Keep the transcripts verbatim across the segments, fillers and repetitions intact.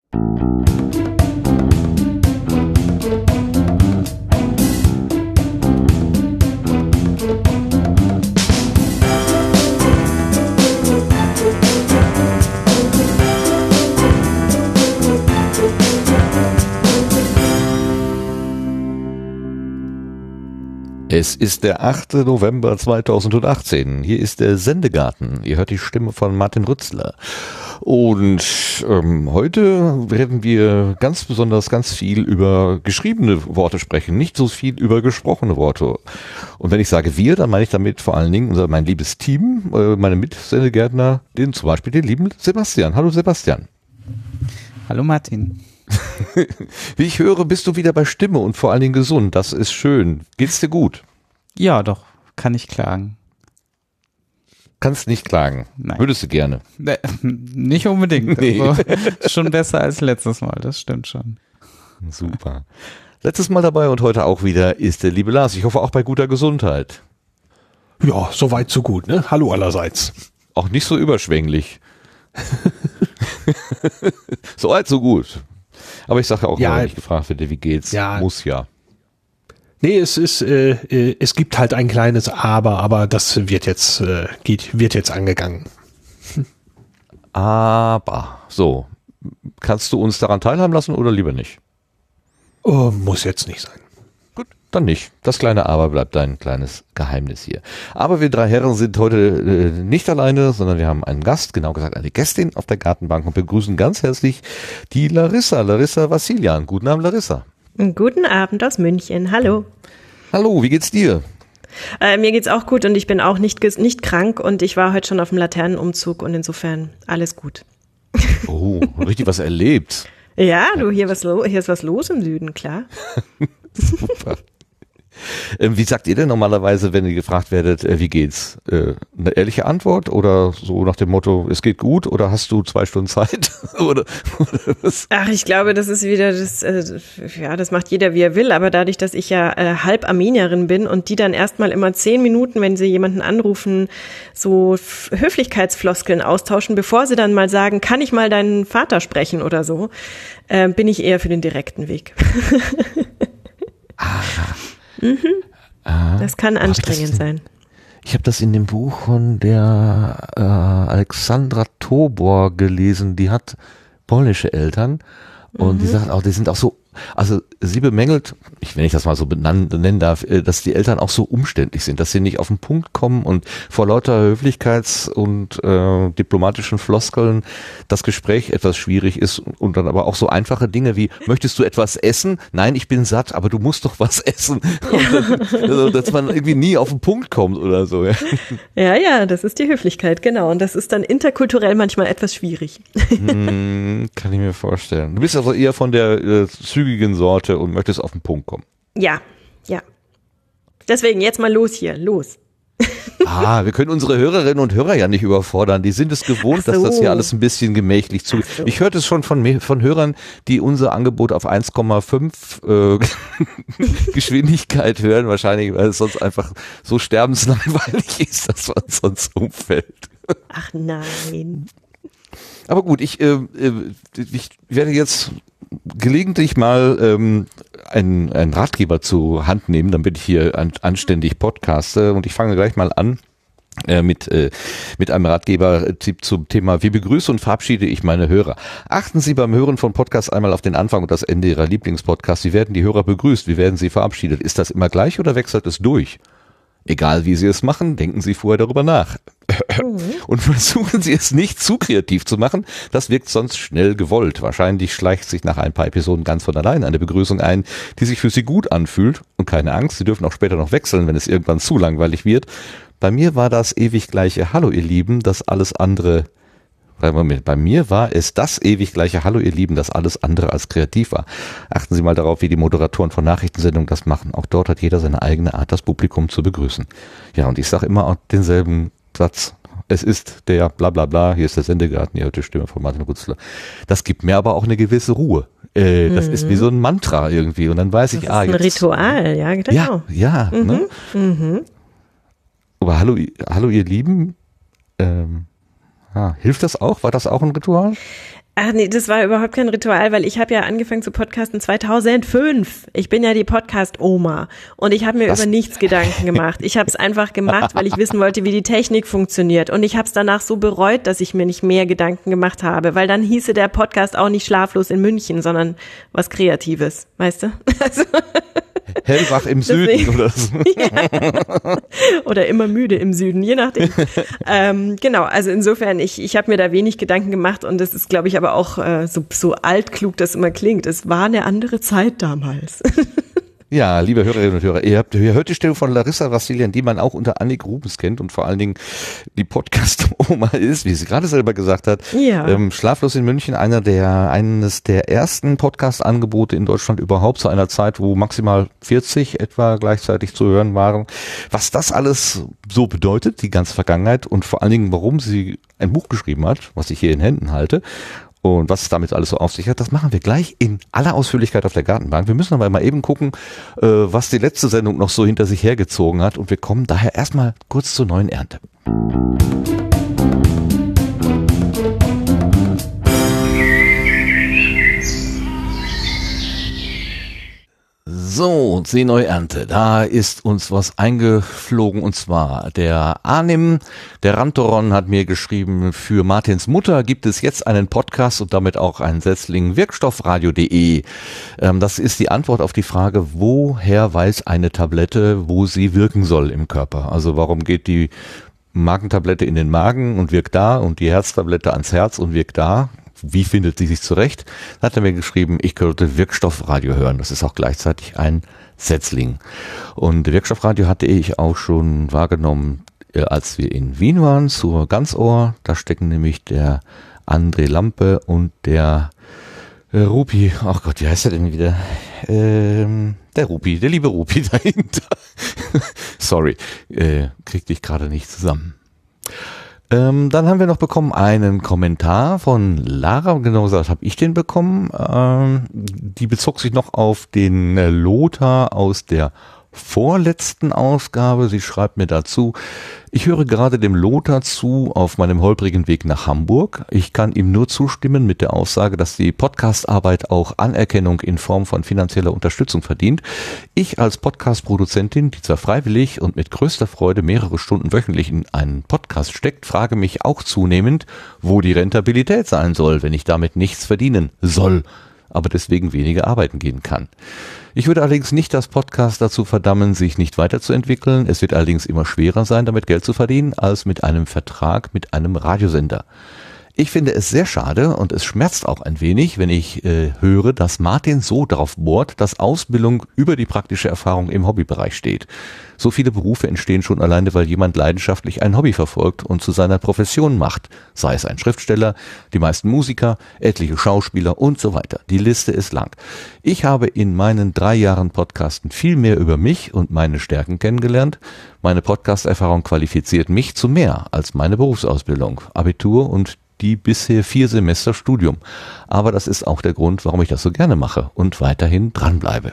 Es ist der achte November zweitausendachtzehn. Hier ist der Sendegarten. Ihr hört die Stimme von Martin Rützler. Und ähm, heute werden wir ganz besonders ganz viel über geschriebene Worte sprechen, nicht so viel über gesprochene Worte. Und wenn ich sage wir, dann meine ich damit vor allen Dingen unser, mein liebes Team, äh, meine Mitsendegärtner, den zum Beispiel den lieben Sebastian. Hallo Sebastian. Hallo Martin. Wie ich höre, bist du wieder bei Stimme und vor allen Dingen gesund. Das ist schön. Geht's dir gut? Ja, doch. Kann ich klagen. Kannst nicht klagen. Nein. Würdest du gerne? Nee, nicht unbedingt. Nee. Also, schon besser als letztes Mal, das stimmt schon. Super. Letztes Mal dabei und heute auch wieder ist der liebe Lars. Ich hoffe auch bei guter Gesundheit. Ja, soweit so gut, ne? Hallo allerseits. Auch nicht so überschwänglich. So alt, so gut. Aber ich sage auch, ja, wenn ich gefragt werde, wie geht's, ja. muss ja. Nee, es ist, äh, äh, es gibt halt ein kleines Aber, aber das wird jetzt, äh, geht, wird jetzt angegangen. Aber, so, kannst du uns daran teilhaben lassen oder lieber nicht? Oh, muss jetzt nicht sein. Gut, dann nicht. Das kleine Aber bleibt ein kleines Geheimnis hier. Aber wir drei Herren sind heute äh, nicht alleine, sondern wir haben einen Gast, genau gesagt eine Gästin auf der Gartenbank und begrüßen ganz herzlich die Larissa, Larissa Vassilian. Guten Abend, Larissa. Guten Abend aus München. Hallo. Hallo, wie geht's dir? Äh, mir geht's auch gut und ich bin auch nicht, nicht krank und ich war heute schon auf dem Laternenumzug und insofern alles gut. Oh, richtig was erlebt. Ja, du, hier, was lo- hier ist was los im Süden, klar. Super. Ähm, wie sagt ihr denn normalerweise, wenn ihr gefragt werdet, äh, wie geht's? Äh, eine ehrliche Antwort oder so nach dem Motto, es geht gut oder hast du zwei Stunden Zeit? oder, oder was? Ach, ich glaube, das ist wieder das, äh, ja, das macht jeder, wie er will, aber dadurch, dass ich ja äh, halb Armenierin bin und die dann erstmal immer zehn Minuten, wenn sie jemanden anrufen, so F- Höflichkeitsfloskeln austauschen, bevor sie dann mal sagen, kann ich mal deinen Vater sprechen oder so, äh, bin ich eher für den direkten Weg. Ah. Mhm. Ah, das kann anstrengend das, sein. Ich habe das in dem Buch von der äh, Alexandra Tobor gelesen, die hat polnische Eltern und Mhm. die sagt auch, die sind auch so, also sie bemängelt, ich, wenn ich das mal so benan- nennen darf, äh, dass die Eltern auch so umständlich sind, dass sie nicht auf den Punkt kommen und vor lauter Höflichkeits- und äh, diplomatischen Floskeln das Gespräch etwas schwierig ist und dann aber auch so einfache Dinge wie, möchtest du etwas essen? Nein, ich bin satt, aber du musst doch was essen. Und dann, also, dass man irgendwie nie auf den Punkt kommt oder so. Ja, Ja, ja, das ist die Höflichkeit, genau. Und das ist dann interkulturell manchmal etwas schwierig. hm, kann ich mir vorstellen. Du bist also eher von der äh, zügigen Sorte und möchtest auf den Punkt kommen. Ja, ja. Deswegen jetzt mal los hier, los. Ah, wir können unsere Hörerinnen und Hörer ja nicht überfordern. Die sind es gewohnt, Ach so. dass das hier alles ein bisschen gemächlich zugeht. so. Ich hörte es schon von, mir- von Hörern, die unser Angebot auf eins Komma fünf äh, Geschwindigkeit hören, wahrscheinlich, weil es sonst einfach so sterbenslangweilig ist, dass man sonst umfällt. Ach nein. Aber gut, ich, äh, äh, ich werde jetzt gelegentlich mal ähm, einen, einen Ratgeber zur Hand nehmen, damit ich hier an, anständig podcaste. Und ich fange gleich mal an äh, mit, äh, mit einem Ratgeber-Tipp zum Thema, wie begrüße und verabschiede ich meine Hörer. Achten Sie beim Hören von Podcasts einmal auf den Anfang und das Ende Ihrer Lieblingspodcasts. Wie werden die Hörer begrüßt? Wie werden sie verabschiedet? Ist das immer gleich oder wechselt es durch? Egal wie Sie es machen, denken Sie vorher darüber nach. Und versuchen Sie es nicht zu kreativ zu machen, das wirkt sonst schnell gewollt. Wahrscheinlich schleicht sich nach ein paar Episoden ganz von allein eine Begrüßung ein, die sich für Sie gut anfühlt. Und keine Angst, Sie dürfen auch später noch wechseln, wenn es irgendwann zu langweilig wird. Bei mir war das ewig gleiche Hallo ihr Lieben, das alles andere... Moment, bei mir war es das ewig gleiche Hallo ihr Lieben, das alles andere als kreativ war. Achten Sie mal darauf, wie die Moderatoren von Nachrichtensendungen das machen. Auch dort hat jeder seine eigene Art, das Publikum zu begrüßen. Ja, und ich sage immer auch denselben Satz. Es ist der bla bla bla, hier ist der Sendegarten, hier hört die Stimme von Martin Rützler. Das gibt mir aber auch eine gewisse Ruhe. Äh, das mhm. ist wie so ein Mantra irgendwie. Und dann weiß das ich, ist ah, ein jetzt. Ritual, ja, genau. Ja, ja. Mhm. Ne? Mhm. Aber hallo, hallo ihr Lieben. Ähm, ah, hilft das auch? War das auch ein Ritual? Ach nee, das war überhaupt kein Ritual, weil ich habe ja angefangen zu podcasten zweitausendfünf. Ich bin ja die Podcast-Oma und ich habe mir das über nichts Gedanken gemacht. Ich habe es einfach gemacht, weil ich wissen wollte, wie die Technik funktioniert und ich habe es danach so bereut, dass ich mir nicht mehr Gedanken gemacht habe, weil dann hieße der Podcast auch nicht Schlaflos in München, sondern was Kreatives, weißt du? Also Hellwach im Süden oder so. Ja. Oder immer müde im Süden, je nachdem. ähm, genau, also insofern, ich, ich habe mir da wenig Gedanken gemacht und das ist, glaube ich, aber auch äh, so, so altklug, das immer klingt. Es war eine andere Zeit damals. Ja, liebe Hörerinnen und Hörer, ihr habt ihr hört die Stimme von Larissa Vassilian, die man auch unter Annik Rubens kennt und vor allen Dingen die Podcast-Oma ist, wie sie gerade selber gesagt hat. Ja. Ähm, Schlaflos in München, einer der, eines der ersten Podcast-Angebote in Deutschland überhaupt zu einer Zeit, wo maximal vierzig etwa gleichzeitig zu hören waren. Was das alles so bedeutet, die ganze Vergangenheit und vor allen Dingen, warum sie ein Buch geschrieben hat, was ich hier in Händen halte. Und was es damit alles so auf sich hat, das machen wir gleich in aller Ausführlichkeit auf der Gartenbank. Wir müssen aber mal eben gucken, äh, was die letzte Sendung noch so hinter sich hergezogen hat. Und wir kommen daher erstmal kurz zur neuen Ernte. So, die neue Ernte. Da ist uns was eingeflogen und zwar der Arnim, der Rantoron hat mir geschrieben, für Martins Mutter gibt es jetzt einen Podcast und damit auch einen Setzling wirkstoffradio punkt de. Ähm, das ist die Antwort auf die Frage, woher weiß eine Tablette, wo sie wirken soll im Körper? Also warum geht die Magentablette in den Magen und wirkt da und die Herztablette ans Herz und wirkt da? Wie findet sie sich zurecht? Da hat er mir geschrieben, ich könnte Wirkstoffradio hören. Das ist auch gleichzeitig ein Setzling. Und Wirkstoffradio hatte ich auch schon wahrgenommen, als wir in Wien waren, zur Ganzohr. Da stecken nämlich der André Lampe und der äh, Rupi. Ach Gott, wie heißt er denn wieder? Ähm, der Rupi, der liebe Rupi dahinter. Sorry, äh, krieg dich gerade nicht zusammen. Ähm, dann haben wir noch bekommen einen Kommentar von Lara, genau gesagt habe ich den bekommen. Ähm, die bezog sich noch auf den äh, Lothar aus der vorletzten Ausgabe. Sie schreibt mir dazu, ich höre gerade dem Lothar zu auf meinem holprigen Weg nach Hamburg. Ich kann ihm nur zustimmen mit der Aussage, dass die Podcast-Arbeit auch Anerkennung in Form von finanzieller Unterstützung verdient. Ich als Podcast-Produzentin, die zwar freiwillig und mit größter Freude mehrere Stunden wöchentlich in einen Podcast steckt, frage mich auch zunehmend, wo die Rentabilität sein soll, wenn ich damit nichts verdienen soll, aber deswegen weniger arbeiten gehen kann. Ich würde allerdings nicht das Podcast dazu verdammen, sich nicht weiterzuentwickeln. Es wird allerdings immer schwerer sein, damit Geld zu verdienen, als mit einem Vertrag mit einem Radiosender. Ich finde es sehr schade und es schmerzt auch ein wenig, wenn ich äh, höre, dass Martin so darauf bohrt, dass Ausbildung über die praktische Erfahrung im Hobbybereich steht. So viele Berufe entstehen schon alleine, weil jemand leidenschaftlich ein Hobby verfolgt und zu seiner Profession macht. Sei es ein Schriftsteller, die meisten Musiker, etliche Schauspieler und so weiter. Die Liste ist lang. Ich habe in meinen drei Jahren Podcasten viel mehr über mich und meine Stärken kennengelernt. Meine Podcast-Erfahrung qualifiziert mich zu mehr als meine Berufsausbildung, Abitur und die bisher vier Semester Studium. Aber das ist auch der Grund, warum ich das so gerne mache und weiterhin dranbleibe.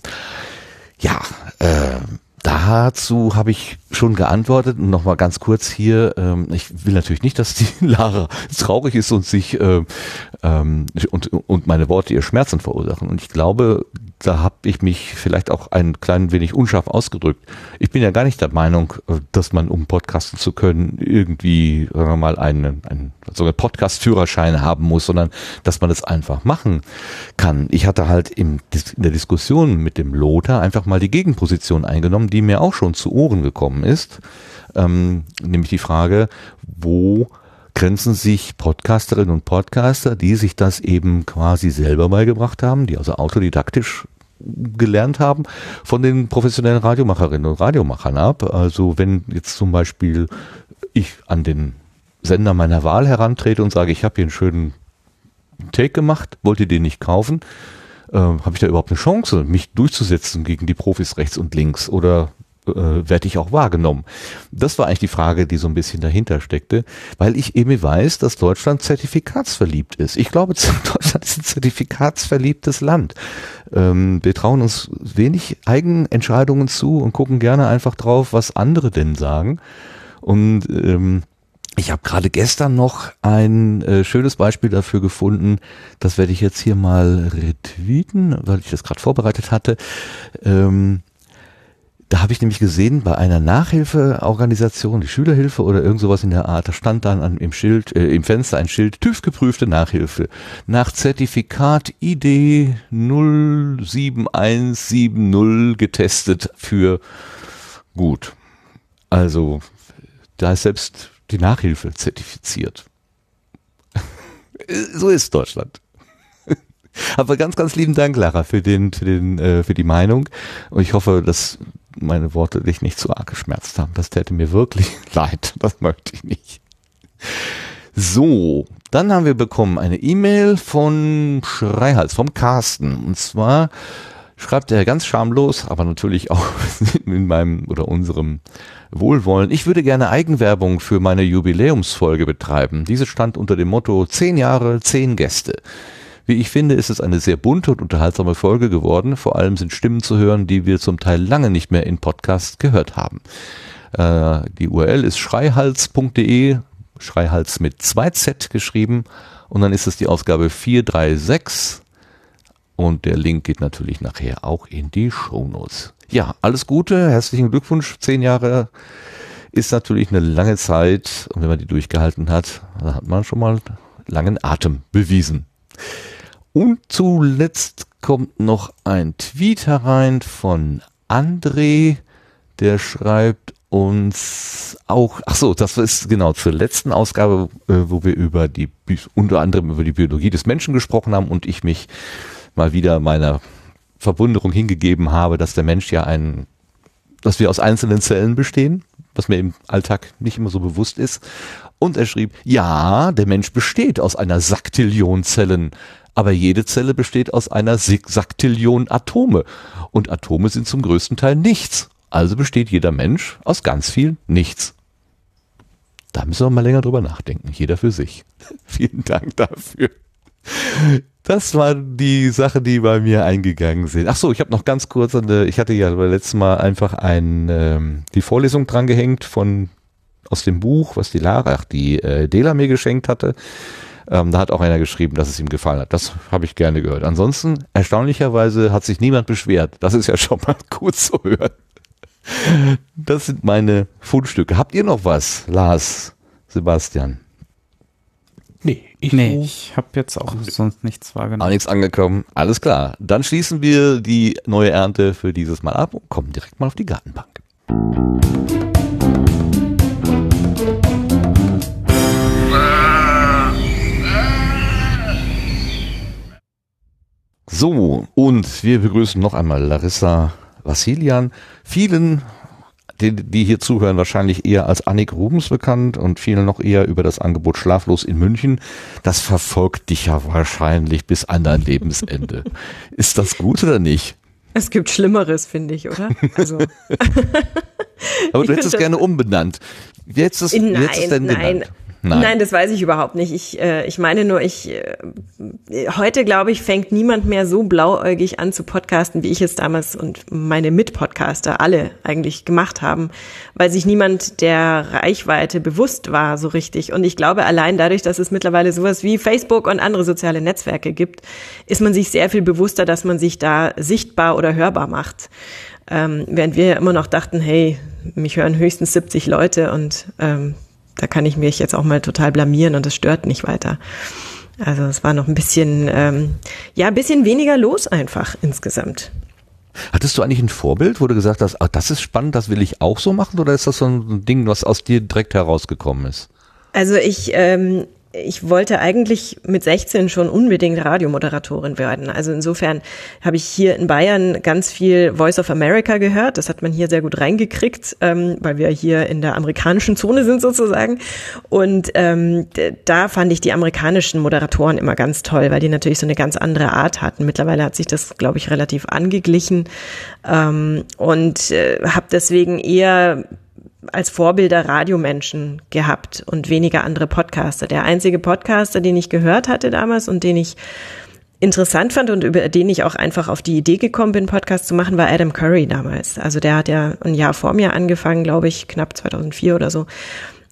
Ja, äh, dazu habe ich schon geantwortet und nochmal ganz kurz hier, ähm, ich will natürlich nicht, dass die Lara traurig ist und sich äh, ähm, und, und meine Worte ihr Schmerzen verursachen. Und ich glaube, da habe ich mich vielleicht auch ein klein wenig unscharf ausgedrückt. Ich bin ja gar nicht der Meinung, dass man, um podcasten zu können, irgendwie, sagen wir mal, einen, einen so einen Podcast-Führerschein haben muss, sondern dass man das einfach machen kann. Ich hatte halt im, in der Diskussion mit dem Lothar einfach mal die Gegenposition eingenommen, die mir auch schon zu Ohren gekommen ist, ähm, nämlich die Frage, wo grenzen sich Podcasterinnen und Podcaster, die sich das eben quasi selber beigebracht haben, die also autodidaktisch gelernt haben, von den professionellen Radiomacherinnen und Radiomachern ab. Also wenn jetzt zum Beispiel ich an den Sender meiner Wahl herantrete und sage, ich habe hier einen schönen Take gemacht, wollt ihr den nicht kaufen, äh, habe ich da überhaupt eine Chance, mich durchzusetzen gegen die Profis rechts und links oder werde ich auch wahrgenommen? Das war eigentlich die Frage, die so ein bisschen dahinter steckte, weil ich eben weiß, dass Deutschland zertifikatsverliebt ist. Ich glaube, Deutschland ist ein zertifikatsverliebtes Land. Ähm, wir trauen uns wenig Eigenentscheidungen zu und gucken gerne einfach drauf, was andere denn sagen. Und ähm, Ich habe gerade gestern noch ein äh, schönes Beispiel dafür gefunden. Das werde ich jetzt hier mal retweeten, weil ich das gerade vorbereitet hatte. Ähm, da habe ich nämlich gesehen, bei einer Nachhilfeorganisation, die Schülerhilfe oder irgend sowas in der Art, da stand dann an, im Schild, äh, im Fenster ein Schild, TÜV geprüfte Nachhilfe. Nach Zertifikat I D null sieben eins sieben null getestet für gut. Also, da ist selbst die Nachhilfe zertifiziert. So ist Deutschland. Aber ganz, ganz lieben Dank, Lara, für den, für den, äh, für die Meinung. Und ich hoffe, dass meine Worte dich nicht zu arg geschmerzt haben. Das täte mir wirklich leid. Das möchte ich nicht. So, dann haben wir bekommen eine E-Mail von Schreihals, vom Carsten. Und zwar schreibt er ganz schamlos, aber natürlich auch in meinem oder unserem Wohlwollen. Ich würde gerne Eigenwerbung für meine Jubiläumsfolge betreiben. Diese stand unter dem Motto zehn Jahre, zehn Gäste. Wie ich finde, ist es eine sehr bunte und unterhaltsame Folge geworden. Vor allem sind Stimmen zu hören, die wir zum Teil lange nicht mehr in Podcasts gehört haben. Äh, die U R L ist schreihals punkt de, Schreihals mit zwei Z geschrieben, und dann ist es die Ausgabe vierhundertsechsunddreißig. Und der Link geht natürlich nachher auch in die Shownotes. Ja, alles Gute, herzlichen Glückwunsch. Zehn Jahre ist natürlich eine lange Zeit. Und wenn man die durchgehalten hat, dann hat man schon mal langen Atem bewiesen. Und zuletzt kommt noch ein Tweet herein von André, der schreibt uns auch, ach so, das ist genau zur letzten Ausgabe, wo wir über die, unter anderem über die Biologie des Menschen gesprochen haben und ich mich mal wieder meiner Verwunderung hingegeben habe, dass der Mensch ja ein, dass wir aus einzelnen Zellen bestehen, was mir im Alltag nicht immer so bewusst ist. Und er schrieb, ja, der Mensch besteht aus einer Saktillion Zellen, aber jede Zelle besteht aus einer Saktillion Atome. Und Atome sind zum größten Teil nichts. Also besteht jeder Mensch aus ganz viel Nichts. Da müssen wir mal länger drüber nachdenken, jeder für sich. Vielen Dank dafür. Das war die Sache, die bei mir eingegangen sind. Ach so, ich habe noch ganz kurz, eine, ich hatte ja beim letzten Mal einfach ein, ähm, die Vorlesung dran gehängt von aus dem Buch, was die Lara, ach, die äh, Dela mir geschenkt hatte. Ähm, da hat auch einer geschrieben, dass es ihm gefallen hat. Das habe ich gerne gehört. Ansonsten, erstaunlicherweise, hat sich niemand beschwert. Das ist ja schon mal gut zu hören. Das sind meine Fundstücke. Habt ihr noch was, Lars, Sebastian? Nee, ich, nee, ich habe jetzt auch sonst nichts wahrgenommen. Auch nichts angekommen. Alles klar. Dann schließen wir die neue Ernte für dieses Mal ab und kommen direkt mal auf die Gartenbank. So, und wir begrüßen noch einmal Larissa Vassilian. Vielen, die, die hier zuhören, wahrscheinlich eher als Annik Rubens bekannt und vielen noch eher über das Angebot Schlaflos in München. Das verfolgt dich ja wahrscheinlich bis an dein Lebensende. Ist das gut oder nicht? Es gibt Schlimmeres, finde ich, oder? Also. Aber du hättest es gerne umbenannt. Wie hättest es, nein, wie hättest es denn nein. genannt? Nein. Nein, das weiß ich überhaupt nicht. Ich, äh, ich meine nur, ich äh, heute, glaube ich, fängt niemand mehr so blauäugig an zu podcasten, wie ich es damals und meine Mitpodcaster alle eigentlich gemacht haben, weil sich niemand der Reichweite bewusst war so richtig. Und ich glaube, allein dadurch, dass es mittlerweile sowas wie Facebook und andere soziale Netzwerke gibt, ist man sich sehr viel bewusster, dass man sich da sichtbar oder hörbar macht. Ähm, während wir immer noch dachten, hey, mich hören höchstens siebzig Leute und ähm, da kann ich mich jetzt auch mal total blamieren und das stört nicht weiter. Also es war noch ein bisschen, ähm, ja, ein bisschen weniger los einfach insgesamt. Hattest du eigentlich ein Vorbild, wo du gesagt hast, ah, das ist spannend, das will ich auch so machen, oder ist das so ein Ding, was aus dir direkt herausgekommen ist? Also ich, ähm, ich wollte eigentlich mit sechzehn schon unbedingt Radiomoderatorin werden. Also insofern habe ich hier in Bayern ganz viel Voice of America gehört. Das hat man hier sehr gut reingekriegt, ähm, weil wir hier in der amerikanischen Zone sind sozusagen. Und ähm, da fand ich die amerikanischen Moderatoren immer ganz toll, weil die natürlich so eine ganz andere Art hatten. Mittlerweile hat sich das, glaube ich, relativ angeglichen ähm, und äh, habe deswegen eher als Vorbilder Radiomenschen gehabt und weniger andere Podcaster. Der einzige Podcaster, den ich gehört hatte damals und den ich interessant fand und über den ich auch einfach auf die Idee gekommen bin, Podcast zu machen, war Adam Curry damals. Also der hat ja ein Jahr vor mir angefangen, glaube ich, knapp zweitausendvier oder so.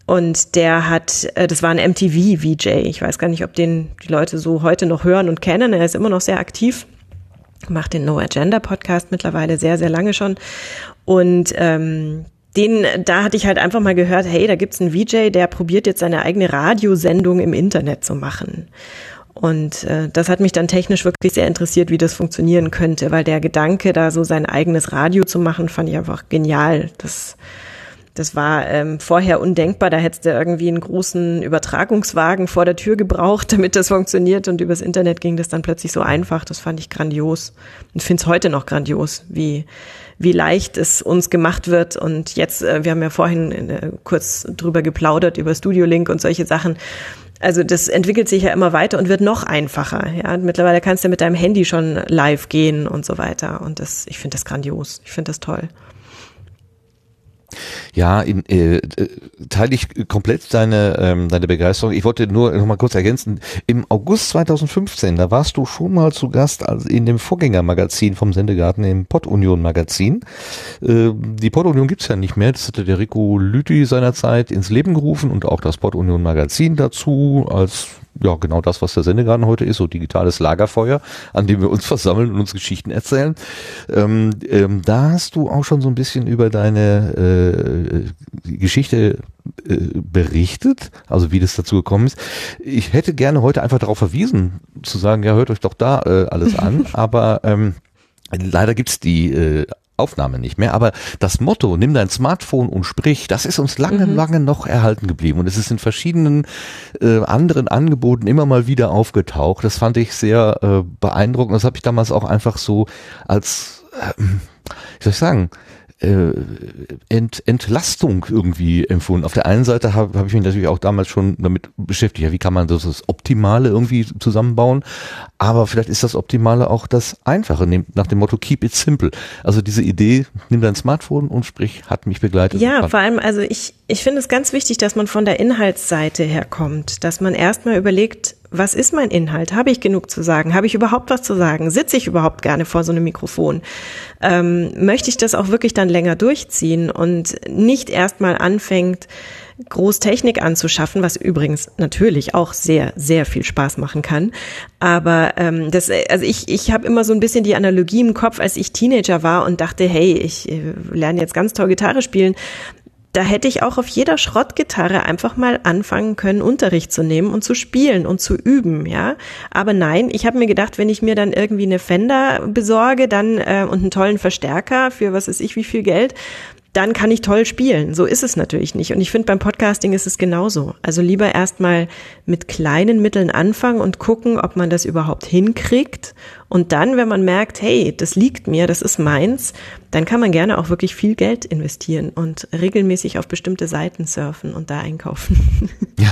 Und der hat, das war ein M T V-V J. Ich weiß gar nicht, ob den die Leute so heute noch hören und kennen. Er ist immer noch sehr aktiv. Macht den No Agenda Podcast mittlerweile sehr, sehr lange schon. Und ähm, den, da hatte ich halt einfach mal gehört, hey, da gibt's einen V J, der probiert jetzt seine eigene Radiosendung im Internet zu machen. Und äh, das hat mich dann technisch wirklich sehr interessiert, wie das funktionieren könnte, weil der Gedanke, da so sein eigenes Radio zu machen, fand ich einfach genial. Das Das war ähm, vorher undenkbar, da hättest du irgendwie einen großen Übertragungswagen vor der Tür gebraucht, damit das funktioniert, und übers Internet ging das dann plötzlich so einfach. Das fand ich grandios und finde es heute noch grandios, wie wie leicht es uns gemacht wird. Und jetzt, äh, wir haben ja vorhin äh, kurz drüber geplaudert, über Studio Link und solche Sachen. Also das entwickelt sich ja immer weiter und wird noch einfacher. Ja, mittlerweile kannst du mit deinem Handy schon live gehen und so weiter. Und das, ich finde das grandios. Ich finde das toll. Ja, in, äh, teile ich komplett deine ähm, deine Begeisterung. Ich wollte nur noch mal kurz ergänzen, im August zweitausendfünfzehn, da warst du schon mal zu Gast also in dem Vorgängermagazin vom Sendegarten, im Pod-Union Magazin. Äh, die Pod-Union gibt's ja nicht mehr, das hatte der Rico Lüthi seinerzeit ins Leben gerufen und auch das Pod-Union Magazin dazu als ja, genau das, was der Sendegarten heute ist, so digitales Lagerfeuer, an dem wir uns versammeln und uns Geschichten erzählen. Ähm, ähm, da hast du auch schon so ein bisschen über deine äh, Geschichte äh, berichtet, also wie das dazu gekommen ist. Ich hätte gerne heute einfach darauf verwiesen, zu sagen, ja, hört euch doch da äh, alles an, aber ähm, leider gibt's die äh, Aufnahme nicht mehr, aber das Motto, nimm dein Smartphone und sprich, das ist uns lange, mhm. lange noch erhalten geblieben und es ist in verschiedenen äh, anderen Angeboten immer mal wieder aufgetaucht. Das fand ich sehr äh, beeindruckend. Das habe ich damals auch einfach so als, äh, wie soll ich sagen, äh, Ent, Entlastung irgendwie empfunden. Auf der einen Seite habe hab ich mich natürlich auch damals schon damit beschäftigt, ja, wie kann man das, das Optimale irgendwie zusammenbauen, aber vielleicht ist das Optimale auch das Einfache, nach dem Motto keep it simple. Also diese Idee, nimm dein Smartphone und sprich, hat mich begleitet. Ja, vor allem, also ich, ich finde es ganz wichtig, dass man von der Inhaltsseite herkommt, dass man erstmal überlegt, was ist mein Inhalt? Habe ich genug zu sagen? Habe ich überhaupt was zu sagen? Sitze ich überhaupt gerne vor so einem Mikrofon? Ähm, möchte ich das auch wirklich dann länger durchziehen und nicht erstmal anfängt, groß Technik anzuschaffen, was übrigens natürlich auch sehr, sehr viel Spaß machen kann. Aber ähm, das, also ich, ich habe immer so ein bisschen die Analogie im Kopf, als ich Teenager war und dachte, hey, ich äh, lerne jetzt ganz toll Gitarre spielen. Da hätte ich auch auf jeder Schrottgitarre einfach mal anfangen können, Unterricht zu nehmen und zu spielen und zu üben, ja. Aber nein, ich habe mir gedacht, wenn ich mir dann irgendwie eine Fender besorge, dann äh, und einen tollen Verstärker für was weiß ich wie viel Geld, dann kann ich toll spielen. So ist es natürlich nicht. Und ich finde, beim Podcasting ist es genauso. Also lieber erstmal mit kleinen Mitteln anfangen und gucken, ob man das überhaupt hinkriegt. Und dann, wenn man merkt, hey, das liegt mir, das ist meins, dann kann man gerne auch wirklich viel Geld investieren und regelmäßig auf bestimmte Seiten surfen und da einkaufen.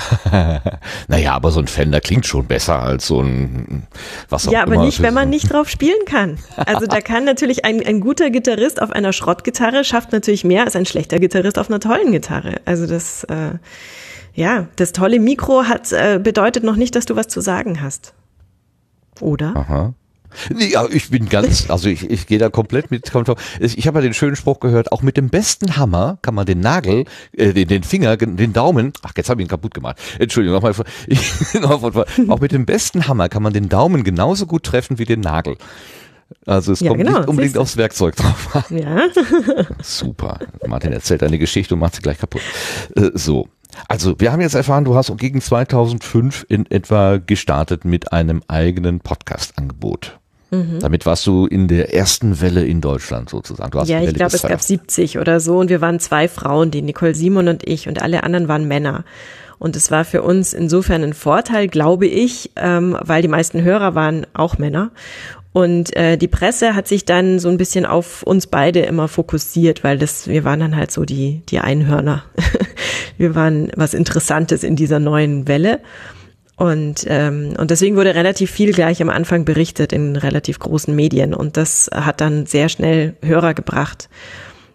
Naja, aber so ein Fender klingt schon besser als so ein, was auch immer. Ja, aber nicht, wenn man nicht drauf spielen kann. Also da kann natürlich ein, ein guter Gitarrist auf einer Schrottgitarre schafft natürlich mehr als ein schlechter Gitarrist auf einer tollen Gitarre. Also das, äh, ja, das tolle Mikro hat, äh, bedeutet noch nicht, dass du was zu sagen hast. Oder? Aha. Ja, ich bin ganz, also ich, ich gehe da komplett mit. Ich habe ja den schönen Spruch gehört, auch mit dem besten Hammer kann man den Nagel, äh, den, den Finger, den Daumen, ach, jetzt habe ich ihn kaputt gemacht. Entschuldigung, nochmal. Noch auch mit dem besten Hammer kann man den Daumen genauso gut treffen wie den Nagel. Also es ja, kommt genau, nicht unbedingt aufs Werkzeug drauf an. Ja. Super. Martin erzählt eine Geschichte und macht sie gleich kaputt. Äh, so. Also, wir haben jetzt erfahren, du hast gegen zweitausendfünf in etwa gestartet mit einem eigenen Podcast-Angebot. Mhm. Damit warst du in der ersten Welle in Deutschland sozusagen. Du hast ja, ich glaube, es gab siebzig oder so und wir waren zwei Frauen, die Nicole Simon und ich, und alle anderen waren Männer. Und es war für uns insofern ein Vorteil, glaube ich, ähm, weil die meisten Hörer waren auch Männer. Und äh, die Presse hat sich dann so ein bisschen auf uns beide immer fokussiert, weil das, wir waren dann halt so die die Einhörner. Wir waren was Interessantes in dieser neuen Welle. Und ähm, und deswegen wurde relativ viel gleich am Anfang berichtet in relativ großen Medien. Und das hat dann sehr schnell Hörer gebracht.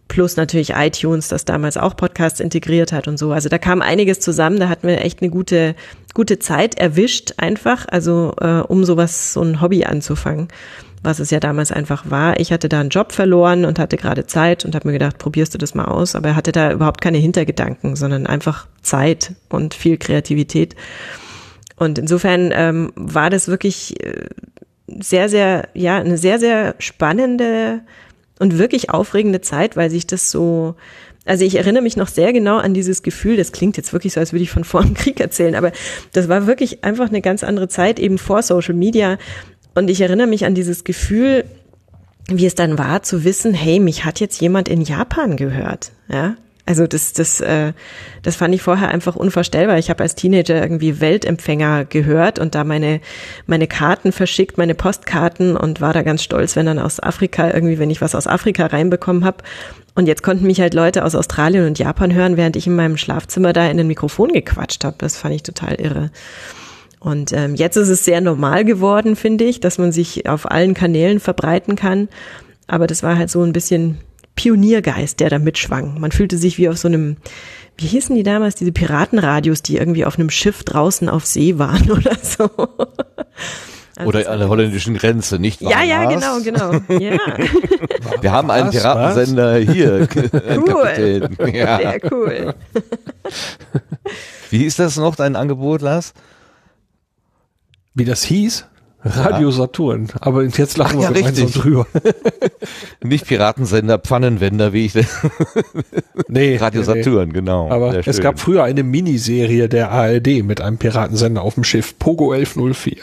plus natürlich iTunes, das damals auch Podcasts integriert hat und so. Also da kam einiges zusammen, da hatten wir echt eine gute gute Zeit erwischt einfach, also äh, um sowas, so ein Hobby anzufangen, was es ja damals einfach war. Ich hatte da einen Job verloren und hatte gerade Zeit und habe mir gedacht, probierst du das mal aus, aber er hatte da überhaupt keine Hintergedanken, sondern einfach Zeit und viel Kreativität. Und insofern ähm, war das wirklich äh, sehr, sehr, ja, eine sehr, sehr spannende und wirklich aufregende Zeit, weil sich das so, also ich erinnere mich noch sehr genau an dieses Gefühl, das klingt jetzt wirklich so, als würde ich von vor dem Krieg erzählen, aber das war wirklich einfach eine ganz andere Zeit, eben vor Social Media. Und ich erinnere mich an dieses Gefühl, wie es dann war, zu wissen, hey, mich hat jetzt jemand in Japan gehört, ja. Also das, das, äh, das fand ich vorher einfach unvorstellbar. Ich habe als Teenager irgendwie Weltempfänger gehört und da meine meine Karten verschickt, meine Postkarten und war da ganz stolz, wenn dann aus Afrika irgendwie, wenn ich was aus Afrika reinbekommen habe. Und jetzt konnten mich halt Leute aus Australien und Japan hören, während ich in meinem Schlafzimmer da in ein Mikrofon gequatscht habe. Das fand ich total irre. Und ähm, jetzt ist es sehr normal geworden, finde ich, dass man sich auf allen Kanälen verbreiten kann. Aber das war halt so ein bisschen Pioniergeist, der da mitschwang. Man fühlte sich wie auf so einem, wie hießen die damals, diese Piratenradios, die irgendwie auf einem Schiff draußen auf See waren oder so. Also oder an der holländischen Grenze, nicht wahr? Ja, ja, genau, genau. Ja. Wir haben einen Piratensender hier. Cool. Ja. Sehr cool. Wie ist das noch, dein Angebot, Lars? Wie das hieß? Radio Saturn, aber jetzt lachen Ach, wir ja, gemeinsam richtig. drüber. Nicht Piratensender, Pfannenwender, wie ich das. Nee, Radio nee, Saturn, nee. genau. Aber es gab früher eine Miniserie der A R D mit einem Piratensender auf dem Schiff, Pogo elf null vier.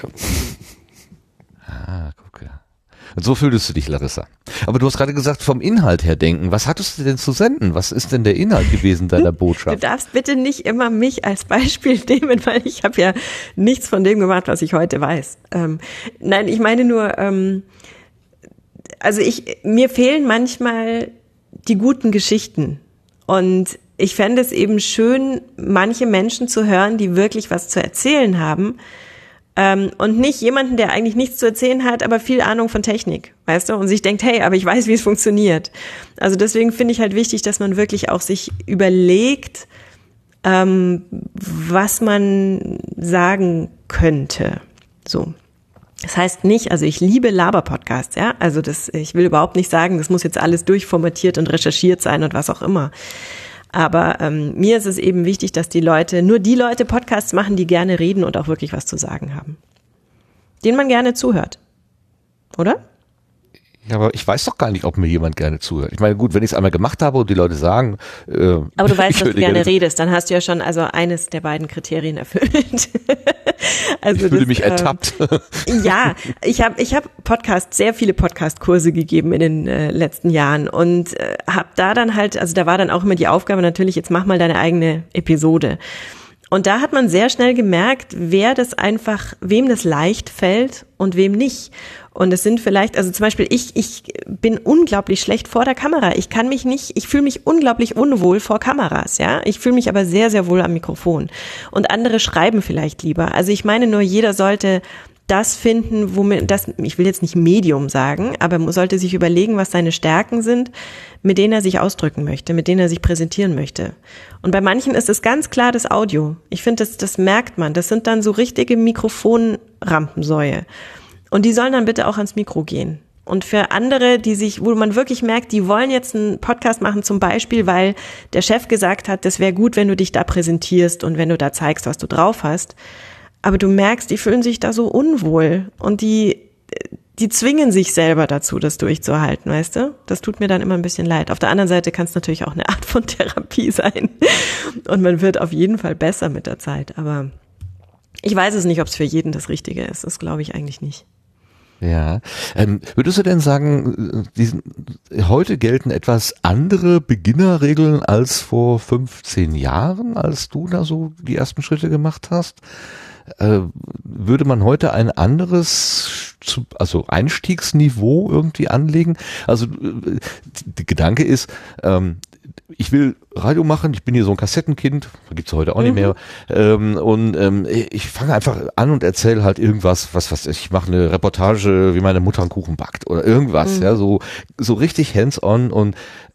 Ah, guck ja. Und so fühltest du dich, Larissa. Aber du hast gerade gesagt, vom Inhalt her denken. Was hattest du denn zu senden? Was ist denn der Inhalt gewesen deiner Botschaft? Du darfst bitte nicht immer mich als Beispiel nehmen, weil ich habe ja nichts von dem gemacht, was ich heute weiß. Ähm, nein, ich meine nur, ähm, also ich, mir fehlen manchmal die guten Geschichten. Und ich fände es eben schön, manche Menschen zu hören, die wirklich was zu erzählen haben. Ähm, und nicht jemanden, der eigentlich nichts zu erzählen hat, aber viel Ahnung von Technik, weißt du, und sich denkt, hey, aber ich weiß, wie es funktioniert. Also deswegen finde ich halt wichtig, dass man wirklich auch sich überlegt, ähm, was man sagen könnte. So. Das heißt nicht, also ich liebe Laber-Podcasts, ja, also das, ich will überhaupt nicht sagen, das muss jetzt alles durchformatiert und recherchiert sein und was auch immer. Aber ähm, mir ist es eben wichtig, dass die Leute, nur die Leute Podcasts machen, die gerne reden und auch wirklich was zu sagen haben. Denen man gerne zuhört. Oder? Ja, aber ich weiß doch gar nicht, ob mir jemand gerne zuhört. Ich meine, gut, wenn ich es einmal gemacht habe und die Leute sagen... Äh, aber du weißt, dass du gerne redest, dann hast du ja schon also eines der beiden Kriterien erfüllt. Also ich fühle das, mich ertappt. Ähm, ja, ich habe ich hab Podcast, sehr viele Podcast-Kurse gegeben in den äh, letzten Jahren und äh, habe da dann halt, also da war dann auch immer die Aufgabe natürlich, jetzt mach mal deine eigene Episode. Und da hat man sehr schnell gemerkt, wer das einfach, wem das leicht fällt und wem nicht. Und es sind vielleicht, also zum Beispiel ich, ich bin unglaublich schlecht vor der Kamera. Ich kann mich nicht, ich fühle mich unglaublich unwohl vor Kameras, ja. Ich fühle mich aber sehr, sehr wohl am Mikrofon. Und andere schreiben vielleicht lieber. Also ich meine nur, jeder sollte das finden, womit, das, ich will jetzt nicht Medium sagen, aber man sollte sich überlegen, was seine Stärken sind, mit denen er sich ausdrücken möchte, mit denen er sich präsentieren möchte. Und bei manchen ist es ganz klar das Audio. Ich finde, das, das merkt man. Das sind dann so richtige Mikrofonrampensäue. Und die sollen dann bitte auch ans Mikro gehen. Und für andere, die sich, wo man wirklich merkt, die wollen jetzt einen Podcast machen, zum Beispiel, weil der Chef gesagt hat, das wäre gut, wenn du dich da präsentierst und wenn du da zeigst, was du drauf hast. Aber du merkst, die fühlen sich da so unwohl und die, die zwingen sich selber dazu, das durchzuhalten, weißt du? Das tut mir dann immer ein bisschen leid. Auf der anderen Seite kann es natürlich auch eine Art von Therapie sein und man wird auf jeden Fall besser mit der Zeit. Aber ich weiß es nicht, ob es für jeden das Richtige ist. Das glaube ich eigentlich nicht. Ja, ähm, würdest du denn sagen, diesen, heute gelten etwas andere Beginnerregeln als vor fünfzehn Jahren, als du da so die ersten Schritte gemacht hast? Äh, würde man heute ein anderes, also Einstiegsniveau irgendwie anlegen? Also der Gedanke ist, ähm, ich will Radio machen, ich bin hier so ein Kassettenkind, gibt's heute auch nicht mehr, ähm, und ähm, ich fange einfach an und erzähle halt irgendwas, was was ich mache eine Reportage, wie meine Mutter einen Kuchen backt oder irgendwas, mhm. ja, so so richtig hands-on und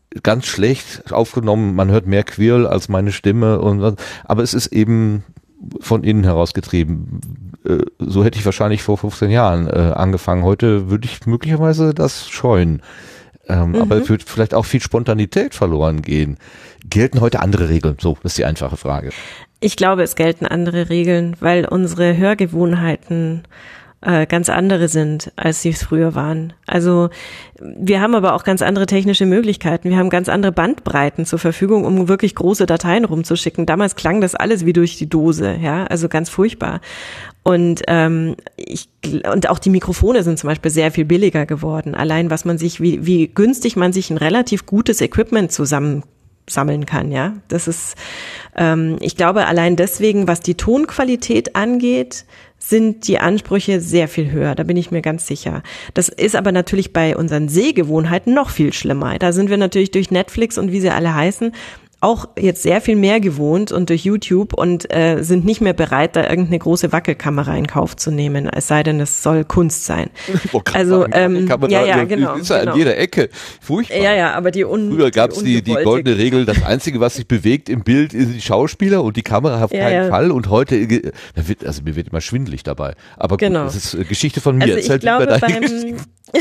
ganz schlecht aufgenommen, man hört mehr Quirl als meine Stimme und was, aber es ist eben von innen herausgetrieben. Äh, so hätte ich wahrscheinlich vor fünfzehn Jahren äh, angefangen. Heute würde ich möglicherweise das scheuen. Ähm, mhm. Aber es wird vielleicht auch viel Spontanität verloren gehen. Gelten heute andere Regeln? So, das ist die einfache Frage. Ich glaube, es gelten andere Regeln, weil unsere Hörgewohnheiten äh, ganz andere sind, als sie es früher waren. Also wir haben aber auch ganz andere technische Möglichkeiten. Wir haben ganz andere Bandbreiten zur Verfügung, um wirklich große Dateien rumzuschicken. Damals klang das alles wie durch die Dose, ja, also ganz furchtbar. Und ähm, ich und auch die Mikrofone sind zum Beispiel sehr viel billiger geworden. Allein was man sich, wie wie günstig man sich ein relativ gutes Equipment zusammen sammeln kann, ja. Das ist, ähm, ich glaube, allein deswegen, was die Tonqualität angeht, sind die Ansprüche sehr viel höher, da bin ich mir ganz sicher. Das ist aber natürlich bei unseren Sehgewohnheiten noch viel schlimmer. Da sind wir natürlich durch Netflix und wie sie alle heißen, auch jetzt sehr viel mehr gewohnt und durch YouTube und äh, sind nicht mehr bereit, da irgendeine große Wackelkamera in Kauf zu nehmen, es sei denn, es soll Kunst sein. Also ähm, ja, ja, genau. Ist ja genau. an jeder Ecke. Furchtbar. Ja, ja, aber die un Früher gab es die, die, die goldene Regel, das Einzige, was sich bewegt im Bild, sind die Schauspieler und die Kamera auf ja, keinen ja. Fall. Und heute, da wird, also mir wird immer schwindelig dabei. Aber gut, genau. das ist Geschichte von mir. Also ich halt glaube, beim,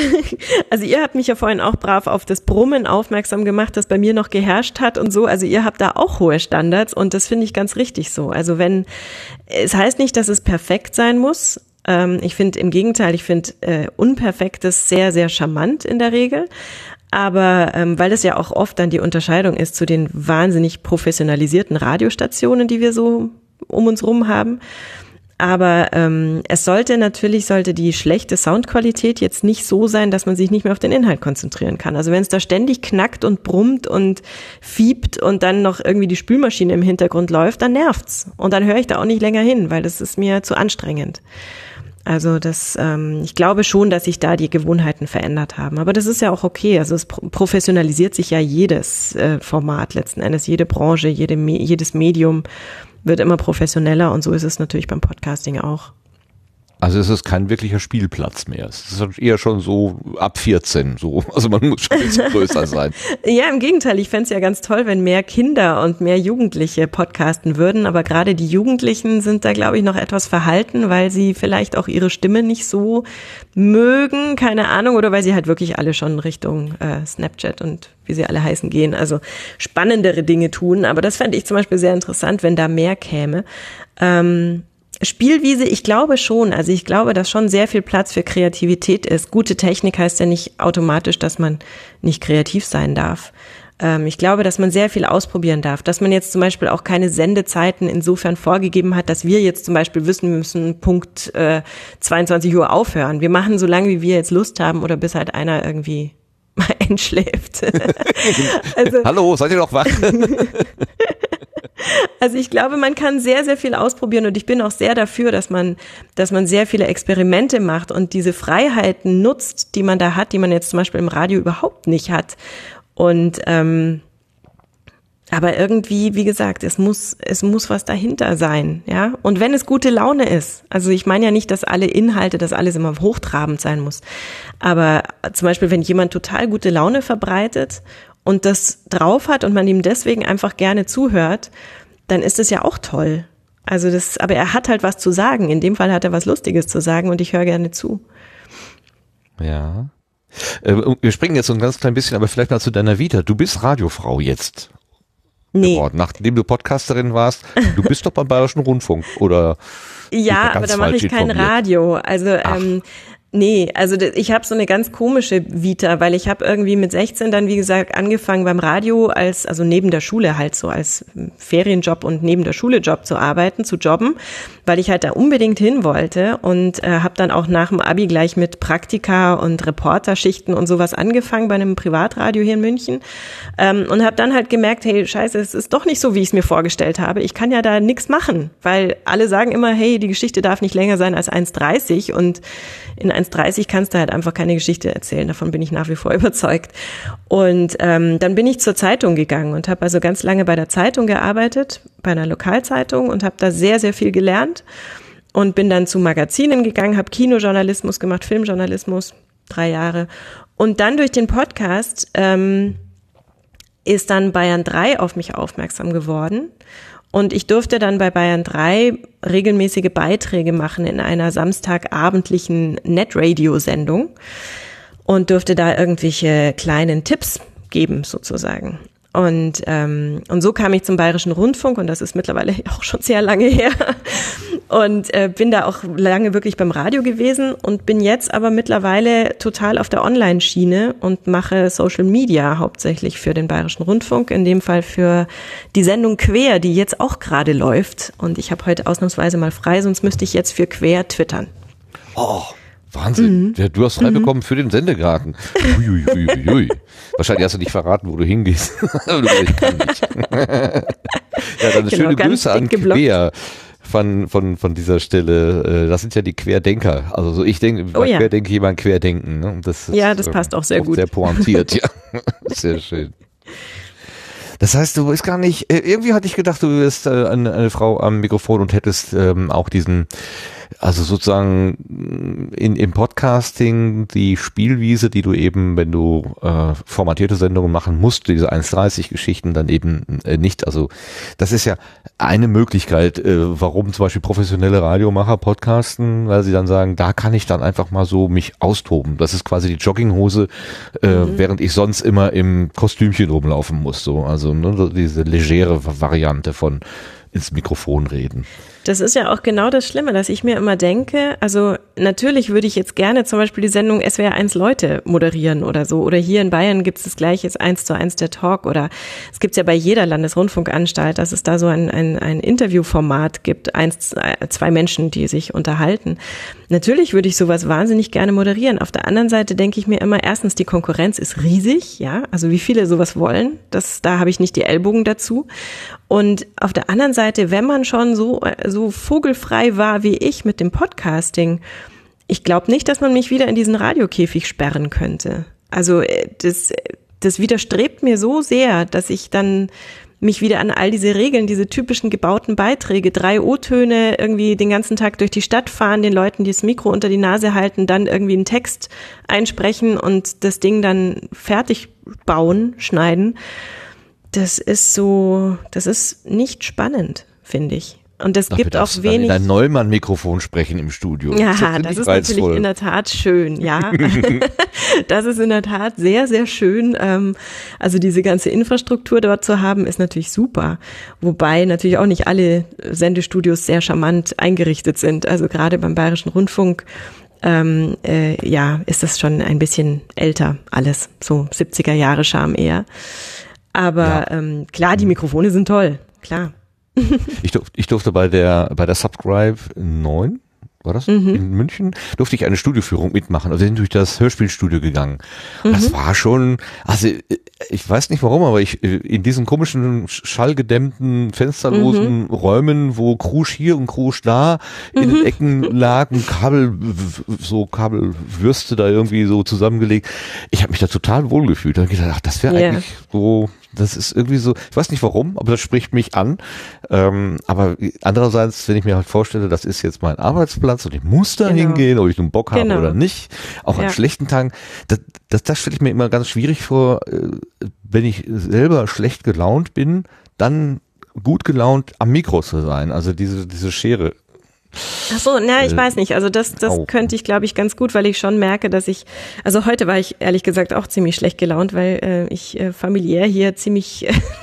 also ihr habt mich ja vorhin auch brav auf das Brummen aufmerksam gemacht, das bei mir noch geherrscht hat und so. Also ihr habt da auch hohe Standards und das finde ich ganz richtig so. Also wenn, es heißt nicht, dass es perfekt sein muss. Ähm, ich finde im Gegenteil, ich finde äh, Unperfektes sehr, sehr charmant in der Regel. Aber ähm, weil es ja auch oft dann die Unterscheidung ist zu den wahnsinnig professionalisierten Radiostationen, die wir so um uns rum haben. Aber ähm, es sollte natürlich, sollte die schlechte Soundqualität jetzt nicht so sein, dass man sich nicht mehr auf den Inhalt konzentrieren kann. Also wenn es da ständig knackt und brummt und fiebt und dann noch irgendwie die Spülmaschine im Hintergrund läuft, dann nervt's. Und dann höre ich da auch nicht länger hin, weil das ist mir zu anstrengend. Also das, ähm, ich glaube schon, dass sich da die Gewohnheiten verändert haben. Aber das ist ja auch okay. Also es professionalisiert sich ja jedes äh, Format letzten Endes, jede Branche, jede, jedes Medium wird immer professioneller und so ist es natürlich beim Podcasting auch. Also es ist kein wirklicher Spielplatz mehr. Es ist eher schon so ab vierzehn so. Also man muss schon ein bisschen größer sein. Ja, im Gegenteil. Ich fände es ja ganz toll, wenn mehr Kinder und mehr Jugendliche podcasten würden. Aber gerade die Jugendlichen sind da, glaube ich, noch etwas verhalten, weil sie vielleicht auch ihre Stimme nicht so mögen. Keine Ahnung. Oder weil sie halt wirklich alle schon Richtung äh, Snapchat und wie sie alle heißen gehen. Also spannendere Dinge tun. Aber das fände ich zum Beispiel sehr interessant, wenn da mehr käme. Ähm, Spielwiese, ich glaube schon. Also ich glaube, dass schon sehr viel Platz für Kreativität ist. Gute Technik heißt ja nicht automatisch, dass man nicht kreativ sein darf. Ähm, ich glaube, dass man sehr viel ausprobieren darf. Dass man jetzt zum Beispiel auch keine Sendezeiten insofern vorgegeben hat, dass wir jetzt zum Beispiel wissen, wir müssen Punkt äh, zweiundzwanzig Uhr aufhören. Wir machen so lange, wie wir jetzt Lust haben oder bis halt einer irgendwie mal einschläft. Also, hallo, seid ihr noch wach? Also ich glaube, man kann sehr, sehr viel ausprobieren und ich bin auch sehr dafür, dass man, dass man sehr viele Experimente macht und diese Freiheiten nutzt, die man da hat, die man jetzt zum Beispiel im Radio überhaupt nicht hat. Und ähm, aber irgendwie, wie gesagt, es muss, es muss was dahinter sein, ja. Und wenn es gute Laune ist, also ich meine ja nicht, dass alle Inhalte, dass alles immer hochtrabend sein muss, aber zum Beispiel, wenn jemand total gute Laune verbreitet und das drauf hat und man ihm deswegen einfach gerne zuhört, dann ist es ja auch toll. Also das, aber er hat halt was zu sagen. In dem Fall hat er was Lustiges zu sagen und ich höre gerne zu. Ja. Äh, wir springen jetzt so ein ganz klein bisschen, aber vielleicht mal zu deiner Vita. Du bist Radiofrau jetzt. Nee. Geworden, nachdem du Podcasterin warst. Du bist doch beim Bayerischen Rundfunk, oder? Ja, aber da mache ich kein Radio. Also Ach. ähm, nee, also ich habe so eine ganz komische Vita, weil ich habe irgendwie mit sechzehn dann, wie gesagt, angefangen beim Radio als, also neben der Schule halt so als Ferienjob und neben der Schule Job zu arbeiten, zu jobben, weil ich halt da unbedingt hin wollte und äh, habe dann auch nach dem Abi gleich mit Praktika und Reporterschichten und sowas angefangen bei einem Privatradio hier in München ähm, und habe dann halt gemerkt, hey, scheiße, es ist doch nicht so, wie ich es mir vorgestellt habe. Ich kann ja da nichts machen, weil alle sagen immer, hey, die Geschichte darf nicht länger sein als eins dreißig und in eins dreißig kannst du halt einfach keine Geschichte erzählen. Davon bin ich nach wie vor überzeugt. Und ähm, dann bin ich zur Zeitung gegangen und habe also ganz lange bei der Zeitung gearbeitet, bei einer Lokalzeitung und habe da sehr, sehr viel gelernt und bin dann zu Magazinen gegangen, habe Kinojournalismus gemacht, Filmjournalismus, drei Jahre. Und dann durch den Podcast ähm, ist dann Bayern drei auf mich aufmerksam geworden. Und ich durfte dann bei Bayern drei regelmäßige Beiträge machen in einer samstagabendlichen Netradio-Sendung und durfte da irgendwelche kleinen Tipps geben sozusagen. Und ähm, und so kam ich zum Bayerischen Rundfunk und das ist mittlerweile auch schon sehr lange her und äh, bin da auch lange wirklich beim Radio gewesen und bin jetzt aber mittlerweile total auf der Online-Schiene und mache Social Media hauptsächlich für den Bayerischen Rundfunk, in dem Fall für die Sendung Quer, die jetzt auch gerade läuft und ich habe heute ausnahmsweise mal frei, sonst müsste ich jetzt für Quer twittern. Oh. Wahnsinn. Mhm. Ja, du hast frei bekommen mhm. für den Sendegarten. Uiuiuiui. Wahrscheinlich hast du nicht verraten, wo du hingehst. Ich kann nicht. Ja, dann genau, schöne Grüße an Quer von, von, von dieser Stelle. Das sind ja die Querdenker. Also so ich denke, bei oh, ja. Querdenke jemand Querdenken. Ne? Das ist, ja, das passt auch sehr gut. Sehr pointiert, ja. Sehr schön. Das heißt, du bist gar nicht, irgendwie hatte ich gedacht, du bist eine, eine Frau am Mikrofon und hättest ähm, auch diesen, also sozusagen in, im Podcasting die Spielwiese, die du eben, wenn du äh, formatierte Sendungen machen musst, diese eins dreißig Geschichten dann eben äh, nicht. Also das ist ja eine Möglichkeit, äh, warum zum Beispiel professionelle Radiomacher podcasten, weil sie dann sagen, da kann ich dann einfach mal so mich austoben. Das ist quasi die Jogginghose, äh, mhm. während ich sonst immer im Kostümchen rumlaufen muss. So, also ne, diese legere Variante von ins Mikrofon reden. Das ist ja auch genau das Schlimme, dass ich mir immer denke, also natürlich würde ich jetzt gerne zum Beispiel die Sendung S W R eins Leute moderieren oder so. Oder hier in Bayern gibt es das gleiche, eins zu eins der Talk. Oder es gibt es ja bei jeder Landesrundfunkanstalt, dass es da so ein, ein, ein Interviewformat gibt, eins, zwei Menschen, die sich unterhalten. Natürlich würde ich sowas wahnsinnig gerne moderieren. Auf der anderen Seite denke ich mir immer, erstens, die Konkurrenz ist riesig, ja, also wie viele sowas wollen, das, da habe ich nicht die Ellbogen dazu. Und auf der anderen Seite, wenn man schon so, so vogelfrei war wie ich mit dem Podcasting, ich glaube nicht, dass man mich wieder in diesen Radiokäfig sperren könnte. Also das, das widerstrebt mir so sehr, dass ich dann mich wieder an all diese Regeln, diese typischen gebauten Beiträge, drei O-Töne, irgendwie den ganzen Tag durch die Stadt fahren, den Leuten das Mikro unter die Nase halten, dann irgendwie einen Text einsprechen und das Ding dann fertig bauen, schneiden. Das ist so, das ist nicht spannend, finde ich. Und es gibt auch wenig. In ein Neumann-Mikrofon sprechen im Studio. Ja, das, das ist reizvoll. Natürlich in der Tat schön, ja. Das ist in der Tat sehr, sehr schön. Also diese ganze Infrastruktur dort zu haben, ist natürlich super. Wobei natürlich auch nicht alle Sendestudios sehr charmant eingerichtet sind. Also gerade beim Bayerischen Rundfunk, ähm, äh, ja, ist das schon ein bisschen älter alles. So siebziger Jahre Charme eher. Aber ja. ähm, klar, die Mikrofone sind toll, klar. Ich, durf, ich durfte bei der bei der Subscribe neun, war das, mhm. in München, durfte ich eine Studioführung mitmachen. Also wir sind durch das Hörspielstudio gegangen. Und mhm. das war schon, also ich weiß nicht warum, aber ich in diesen komischen schallgedämmten, fensterlosen mhm. Räumen, wo Krusch hier und Krusch da in mhm. den Ecken lagen, Kabel, so Kabelwürste da irgendwie so zusammengelegt. Ich habe mich da total wohl gefühlt. Da habe ich gedacht, ach, das wäre yeah. eigentlich so, das ist irgendwie so, ich weiß nicht warum, aber das spricht mich an. Ähm, aber andererseits, wenn ich mir halt vorstelle, das ist jetzt mein Arbeitsplatz und ich muss da genau. hingehen, ob ich nun Bock habe genau. oder nicht, auch ja. an schlechten Tagen, das, das, das stelle ich mir immer ganz schwierig vor, wenn ich selber schlecht gelaunt bin, dann gut gelaunt am Mikro zu sein, also diese, diese Schere. Ach so, na, ich weiß nicht. Also das, das könnte ich, glaube ich, ganz gut, weil ich schon merke, dass ich, also heute war ich ehrlich gesagt auch ziemlich schlecht gelaunt, weil äh, ich äh, familiär hier ziemlich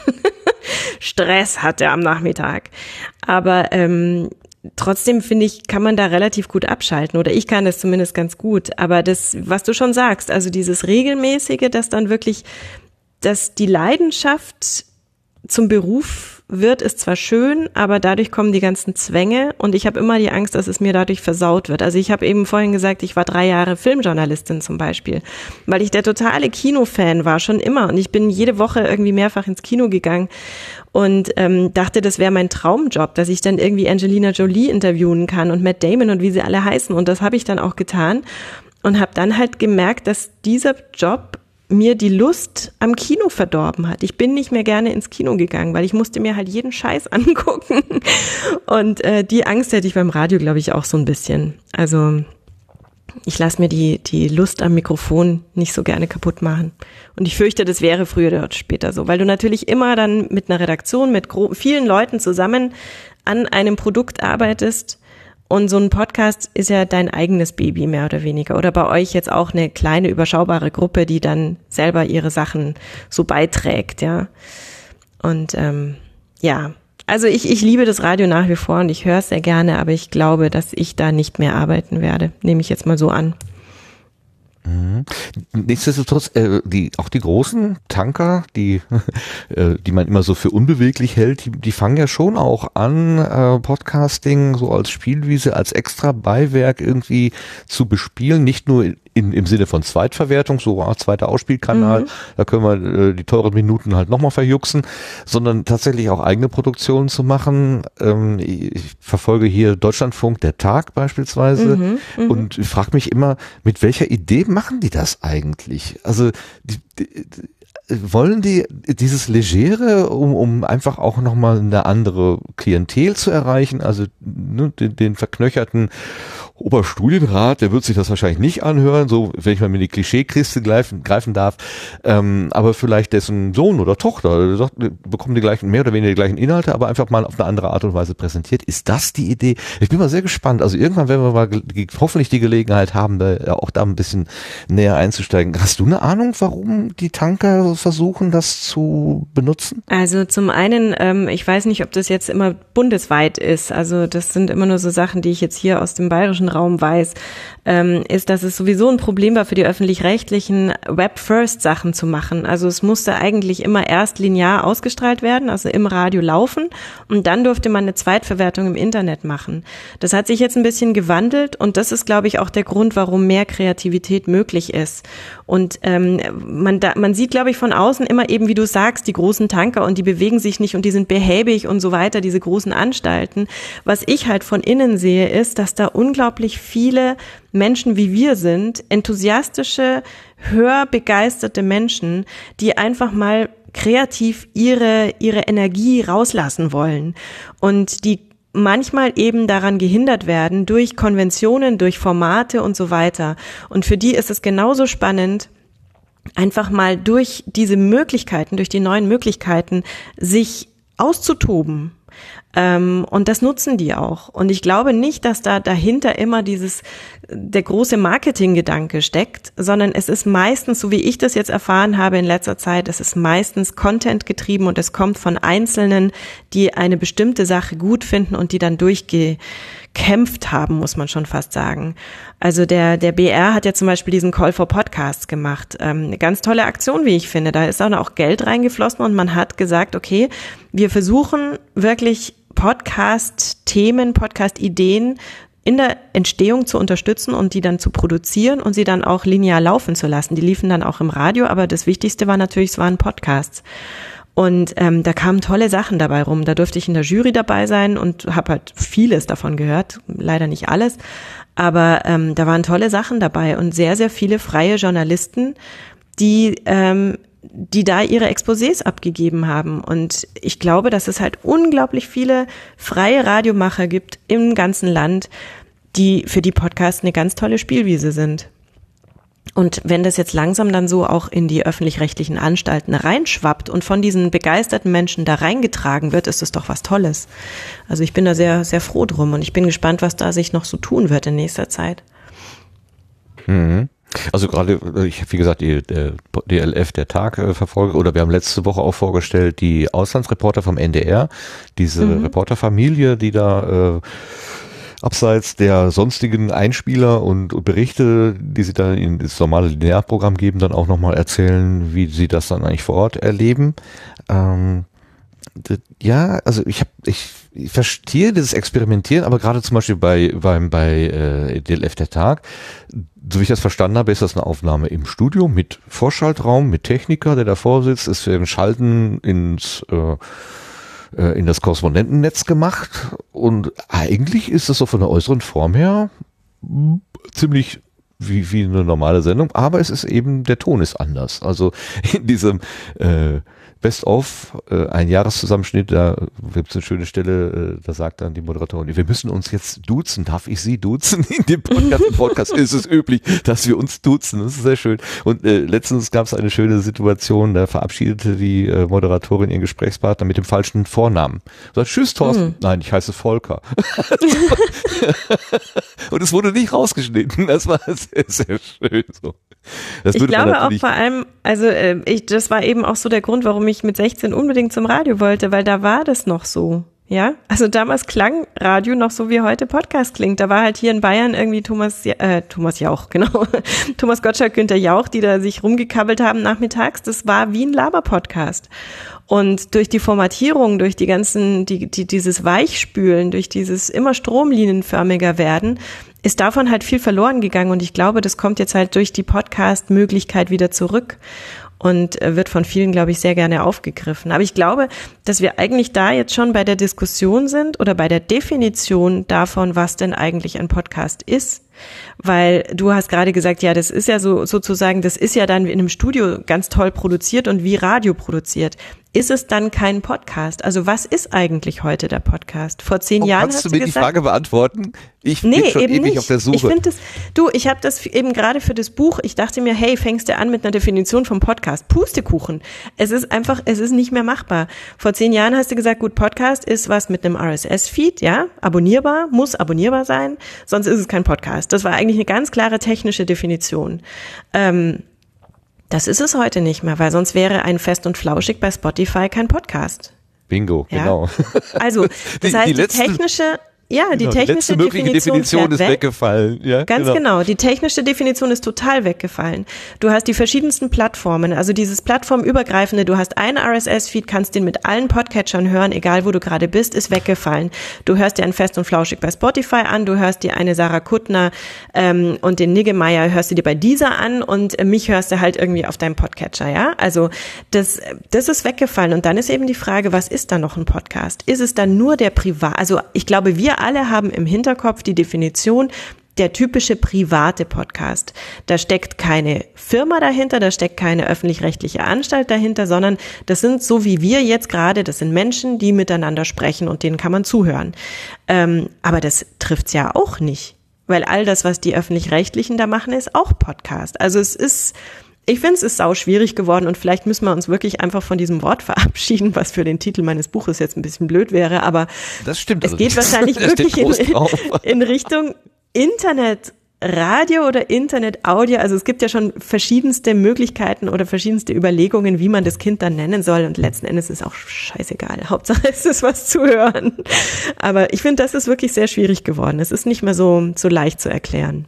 Stress hatte am Nachmittag. Aber ähm, trotzdem finde ich, kann man da relativ gut abschalten oder ich kann das zumindest ganz gut. Aber das, was du schon sagst, also dieses Regelmäßige, dass dann wirklich, dass die Leidenschaft zum Beruf wird, ist zwar schön, aber dadurch kommen die ganzen Zwänge und ich habe immer die Angst, dass es mir dadurch versaut wird. Also ich habe eben vorhin gesagt, ich war drei Jahre Filmjournalistin zum Beispiel, weil ich der totale Kinofan war, schon immer und ich bin jede Woche irgendwie mehrfach ins Kino gegangen und ähm, dachte, das wäre mein Traumjob, dass ich dann irgendwie Angelina Jolie interviewen kann und Matt Damon und wie sie alle heißen und das habe ich dann auch getan und habe dann halt gemerkt, dass dieser Job mir die Lust am Kino verdorben hat. Ich bin nicht mehr gerne ins Kino gegangen, weil ich musste mir halt jeden Scheiß angucken. Und äh, die Angst hätte ich beim Radio, glaube ich, auch so ein bisschen. Also ich lasse mir die, die Lust am Mikrofon nicht so gerne kaputt machen. Und ich fürchte, das wäre früher oder später so, weil du natürlich immer dann mit einer Redaktion, mit gro- vielen Leuten zusammen an einem Produkt arbeitest. Und so ein Podcast ist ja dein eigenes Baby, mehr oder weniger. Oder bei euch jetzt auch eine kleine, überschaubare Gruppe, die dann selber ihre Sachen so beiträgt, ja. Und ähm, ja, also ich, ich liebe das Radio nach wie vor und ich höre es sehr gerne, aber ich glaube, dass ich da nicht mehr arbeiten werde. Nehme ich jetzt mal so an. Mhm. Nichtsdestotrotz, äh, die, auch die großen Tanker, die, äh, die man immer so für unbeweglich hält, die, die fangen ja schon auch an, äh, Podcasting so als Spielwiese, als extra Beiwerk irgendwie zu bespielen, nicht nur in, im Sinne von Zweitverwertung, so ah, zweiter Ausspielkanal, mhm. da können wir äh, die teuren Minuten halt nochmal verjuxen, sondern tatsächlich auch eigene Produktionen zu machen. Ähm, ich verfolge hier Deutschlandfunk, der Tag beispielsweise, mhm, und frage mich immer, mit welcher Idee machen die das eigentlich? Also die, die, wollen die dieses Legere, um, um einfach auch nochmal eine andere Klientel zu erreichen, also ne, den, den verknöcherten Oberstudienrat, der wird sich das wahrscheinlich nicht anhören, so wenn ich mal in die Klischeekiste greifen, greifen darf, ähm, aber vielleicht dessen Sohn oder Tochter sagt, bekommen die gleichen, mehr oder weniger die gleichen Inhalte, aber einfach mal auf eine andere Art und Weise präsentiert. Ist das die Idee? Ich bin mal sehr gespannt. Also irgendwann werden wir mal ge- hoffentlich die Gelegenheit haben, da, auch da ein bisschen näher einzusteigen. Hast du eine Ahnung, warum die Tanker versuchen, das zu benutzen? Also zum einen, ähm, ich weiß nicht, ob das jetzt immer bundesweit ist. Also das sind immer nur so Sachen, die ich jetzt hier aus dem bayerischen Raum weiß, ähm, ist, dass es sowieso ein Problem war für die öffentlich-rechtlichen Web-First-Sachen zu machen. Also es musste eigentlich immer erst linear ausgestrahlt werden, also im Radio laufen, und dann durfte man eine Zweitverwertung im Internet machen. Das hat sich jetzt ein bisschen gewandelt und das ist, glaube ich, auch der Grund, warum mehr Kreativität möglich ist. Und ähm, man, da, man sieht, glaube ich, von außen immer eben, wie du sagst, die großen Tanker und die bewegen sich nicht und die sind behäbig und so weiter, diese großen Anstalten. Was ich halt von innen sehe, ist, dass da unglaublich viele Menschen wie wir sind, enthusiastische, hörbegeisterte Menschen, die einfach mal kreativ ihre, ihre Energie rauslassen wollen und die manchmal eben daran gehindert werden durch Konventionen, durch Formate und so weiter. Und für die ist es genauso spannend, einfach mal durch diese Möglichkeiten, durch die neuen Möglichkeiten, sich auszutoben. Ähm, und das nutzen die auch. Und ich glaube nicht, dass da dahinter immer dieses, der große Marketinggedanke steckt, sondern es ist meistens, so wie ich das jetzt erfahren habe in letzter Zeit, es ist meistens Content getrieben und es kommt von Einzelnen, die eine bestimmte Sache gut finden und die dann durchgekämpft haben, muss man schon fast sagen. Also der, der B R hat ja zum Beispiel diesen Call for Podcasts gemacht. Ähm, eine ganz tolle Aktion, wie ich finde. Da ist auch noch Geld reingeflossen und man hat gesagt, okay, wir versuchen wirklich Podcast-Themen, Podcast-Ideen in der Entstehung zu unterstützen und die dann zu produzieren und sie dann auch linear laufen zu lassen. Die liefen dann auch im Radio, aber das Wichtigste war natürlich, es waren Podcasts. Und ähm, da kamen tolle Sachen dabei rum. Da durfte ich in der Jury dabei sein und habe halt vieles davon gehört, leider nicht alles. Aber ähm, da waren tolle Sachen dabei und sehr, sehr viele freie Journalisten, die ähm, die da ihre Exposés abgegeben haben. Und ich glaube, dass es halt unglaublich viele freie Radiomacher gibt im ganzen Land, die für die Podcasts eine ganz tolle Spielwiese sind. Und wenn das jetzt langsam dann so auch in die öffentlich-rechtlichen Anstalten reinschwappt und von diesen begeisterten Menschen da reingetragen wird, ist das doch was Tolles. Also ich bin da sehr, sehr froh drum und ich bin gespannt, was da sich noch so tun wird in nächster Zeit. Mhm. Also gerade, ich wie gesagt, die, der D L F, der Tag äh, verfolge, oder wir haben letzte Woche auch vorgestellt, die Auslandsreporter vom N D R, diese mhm. Reporterfamilie, die da äh, abseits der sonstigen Einspieler und, und Berichte, die sie dann in das normale Linearprogramm geben, dann auch nochmal erzählen, wie sie das dann eigentlich vor Ort erleben. Ähm, das, ja, also ich habe, ich, ich verstehe dieses Experimentieren, aber gerade zum Beispiel bei beim bei äh, D L F der Tag, so wie ich das verstanden habe, ist das eine Aufnahme im Studio mit Vorschaltraum, mit Techniker, der davor sitzt. Es werden Schalten ins äh, in das Korrespondentennetz gemacht und eigentlich ist es so von der äußeren Form her ziemlich wie, wie eine normale Sendung, aber es ist eben, der Ton ist anders. Also in diesem äh, Best-of, äh, ein Jahreszusammenschnitt, da gibt es eine schöne Stelle, äh, da sagt dann die Moderatorin, wir müssen uns jetzt duzen, darf ich Sie duzen? In dem Podcast, im Podcast ist es üblich, dass wir uns duzen, das ist sehr schön. Und äh, letztens gab es eine schöne Situation, da verabschiedete die äh, Moderatorin ihren Gesprächspartner mit dem falschen Vornamen. Sagt, tschüss Thorsten, hm. Nein, ich heiße Volker. Und es wurde nicht rausgeschnitten, das war sehr, sehr schön so. Das ich glaube auch vor allem, also äh, ich, das war eben auch so der Grund, warum ich mit sechzehn unbedingt zum Radio wollte, weil da war das noch so. Ja, also damals klang Radio noch so, wie heute Podcast klingt. Da war halt hier in Bayern irgendwie Thomas, äh, Thomas Jauch, genau, Thomas Gottschalk, Günther Jauch, die da sich rumgekabbelt haben nachmittags. Das war wie ein Laber-Podcast. Und durch die Formatierung, durch die ganzen, die, die, dieses Weichspülen, durch dieses immer stromlinienförmiger werden, ist davon halt viel verloren gegangen. Und ich glaube, das kommt jetzt halt durch die Podcast-Möglichkeit wieder zurück. Und wird von vielen, glaube ich, sehr gerne aufgegriffen. Aber ich glaube, dass wir eigentlich da jetzt schon bei der Diskussion sind oder bei der Definition davon, was denn eigentlich ein Podcast ist. Weil du hast gerade gesagt, ja, das ist ja so sozusagen, das ist ja dann in einem Studio ganz toll produziert und wie Radio produziert. Ist es dann kein Podcast? Also was ist eigentlich heute der Podcast? Vor zehn Warum Jahren kannst hast du du mir gesagt, die Frage beantworten? Ich nee, bin schon eben ewig nicht. auf der Suche. Ich finde das, du, ich habe das eben gerade für das Buch, ich dachte mir, hey, fängst du an mit einer Definition vom Podcast? Pustekuchen. Es ist einfach, es ist nicht mehr machbar. Vor zehn Jahren hast du gesagt, gut, Podcast ist was mit einem R S S-Feed, ja, abonnierbar, muss abonnierbar sein, sonst ist es kein Podcast. Das war eigentlich eine ganz klare technische Definition. Ähm, Das ist es heute nicht mehr, weil sonst wäre ein Fest und Flauschig bei Spotify kein Podcast. Bingo, ja? Genau. Also, das die, heißt, die, die letzte, technische, ja, die genau, technische die letzte mögliche Definition, Definition ist weg. weggefallen. Ja, Ganz genau. genau, die technische Definition ist total weggefallen. Du hast die verschiedensten Plattformen, also dieses plattformübergreifende, du hast einen R S S-Feed, kannst den mit allen Podcatchern hören, egal wo du gerade bist, ist weggefallen. Du hörst dir ein Fest und Flauschig bei Spotify an, du hörst dir eine Sarah Kuttner ähm, und den Niggemeier hörst du dir bei dieser an und äh, mich hörst du halt irgendwie auf deinem Podcatcher, ja? Also das, das ist weggefallen und dann ist eben die Frage, was ist da noch ein Podcast? Ist es dann nur der Privat, also ich glaube, wir alle haben im Hinterkopf die Definition, der typische private Podcast. Da steckt keine Firma dahinter, da steckt keine öffentlich-rechtliche Anstalt dahinter, sondern das sind so wie wir jetzt gerade, das sind Menschen, die miteinander sprechen und denen kann man zuhören. Ähm, aber das trifft's ja auch nicht, weil all das, was die Öffentlich-Rechtlichen da machen, ist auch Podcast. Also es ist... Ich finde, es ist sau schwierig geworden und vielleicht müssen wir uns wirklich einfach von diesem Wort verabschieden, was für den Titel meines Buches jetzt ein bisschen blöd wäre, aber das stimmt, es also geht wahrscheinlich wirklich in, in Richtung Internetradio oder Internetaudio. Also es gibt ja schon verschiedenste Möglichkeiten oder verschiedenste Überlegungen, wie man das Kind dann nennen soll und letzten Endes ist auch scheißegal. Hauptsache es ist was zu hören. Aber ich finde, das ist wirklich sehr schwierig geworden. Es ist nicht mehr so, so leicht zu erklären.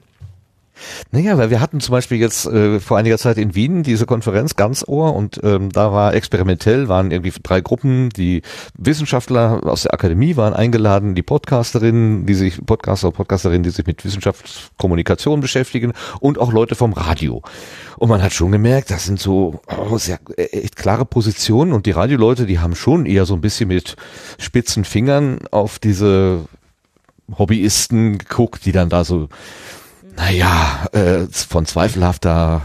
Naja, weil wir hatten zum Beispiel jetzt äh, vor einiger Zeit in Wien diese Konferenz Ganzohr und ähm, da war experimentell, waren irgendwie drei Gruppen, die Wissenschaftler aus der Akademie waren eingeladen, die Podcasterinnen, die sich, Podcaster und Podcasterinnen, die sich mit Wissenschaftskommunikation beschäftigen und auch Leute vom Radio. Und man hat schon gemerkt, das sind so oh, sehr echt klare Positionen und die Radioleute, die haben schon eher so ein bisschen mit spitzen Fingern auf diese Hobbyisten geguckt, die dann da so naja, äh, von zweifelhafter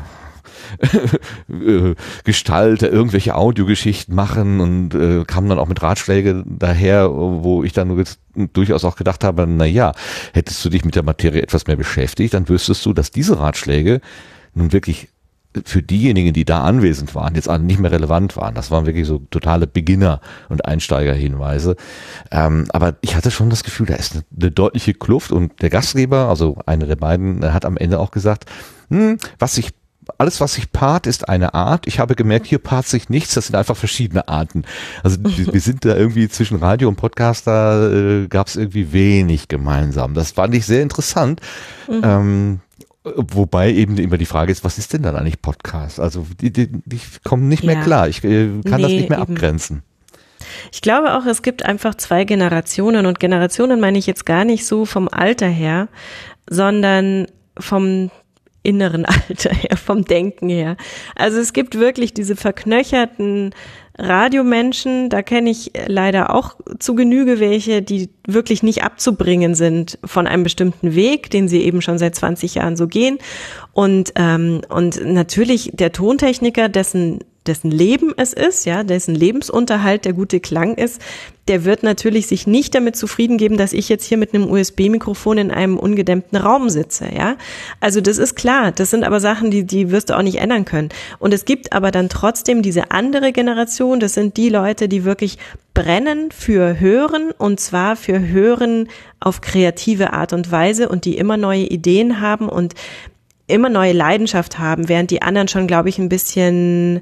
äh, Gestalt irgendwelche Audiogeschichten machen und äh, kamen dann auch mit Ratschläge daher, wo ich dann jetzt durchaus auch gedacht habe, naja, hättest du dich mit der Materie etwas mehr beschäftigt, dann wüsstest du, dass diese Ratschläge nun wirklich für diejenigen, die da anwesend waren, jetzt nicht mehr relevant waren. Das waren wirklich so totale Beginner- und Einsteigerhinweise. Ähm, aber ich hatte schon das Gefühl, da ist eine, eine deutliche Kluft und der Gastgeber, also einer der beiden, hat am Ende auch gesagt, hm, was sich alles, was sich paart, ist eine Art. Ich habe gemerkt, hier paart sich nichts, das sind einfach verschiedene Arten. Also wir sind da irgendwie zwischen Radio und Podcaster, äh, gab es irgendwie wenig gemeinsam. Das fand ich sehr interessant. Mhm. Ähm, Wobei eben immer die Frage ist, was ist denn dann eigentlich Podcast? Also die, die, die kommen nicht mehr ja. klar. Ich äh, kann nee, das nicht mehr eben. abgrenzen. Ich glaube auch, es gibt einfach zwei Generationen und Generationen meine ich jetzt gar nicht so vom Alter her, sondern vom inneren Alter her, vom Denken her. Also es gibt wirklich diese verknöcherten Radiomenschen, da kenne ich leider auch zu Genüge welche, die wirklich nicht abzubringen sind von einem bestimmten Weg, den sie eben schon seit zwanzig Jahren so gehen. Und ähm, und natürlich der Tontechniker, dessen dessen Leben es ist, ja, dessen Lebensunterhalt der gute Klang ist, der wird natürlich sich nicht damit zufrieden geben, dass ich jetzt hier mit einem U S B-Mikrofon in einem ungedämmten Raum sitze, ja. Also das ist klar, das sind aber Sachen, die, die wirst du auch nicht ändern können. Und es gibt aber dann trotzdem diese andere Generation, das sind die Leute, die wirklich brennen für Hören und zwar für Hören auf kreative Art und Weise und die immer neue Ideen haben und immer neue Leidenschaft haben, während die anderen schon, glaube ich, ein bisschen,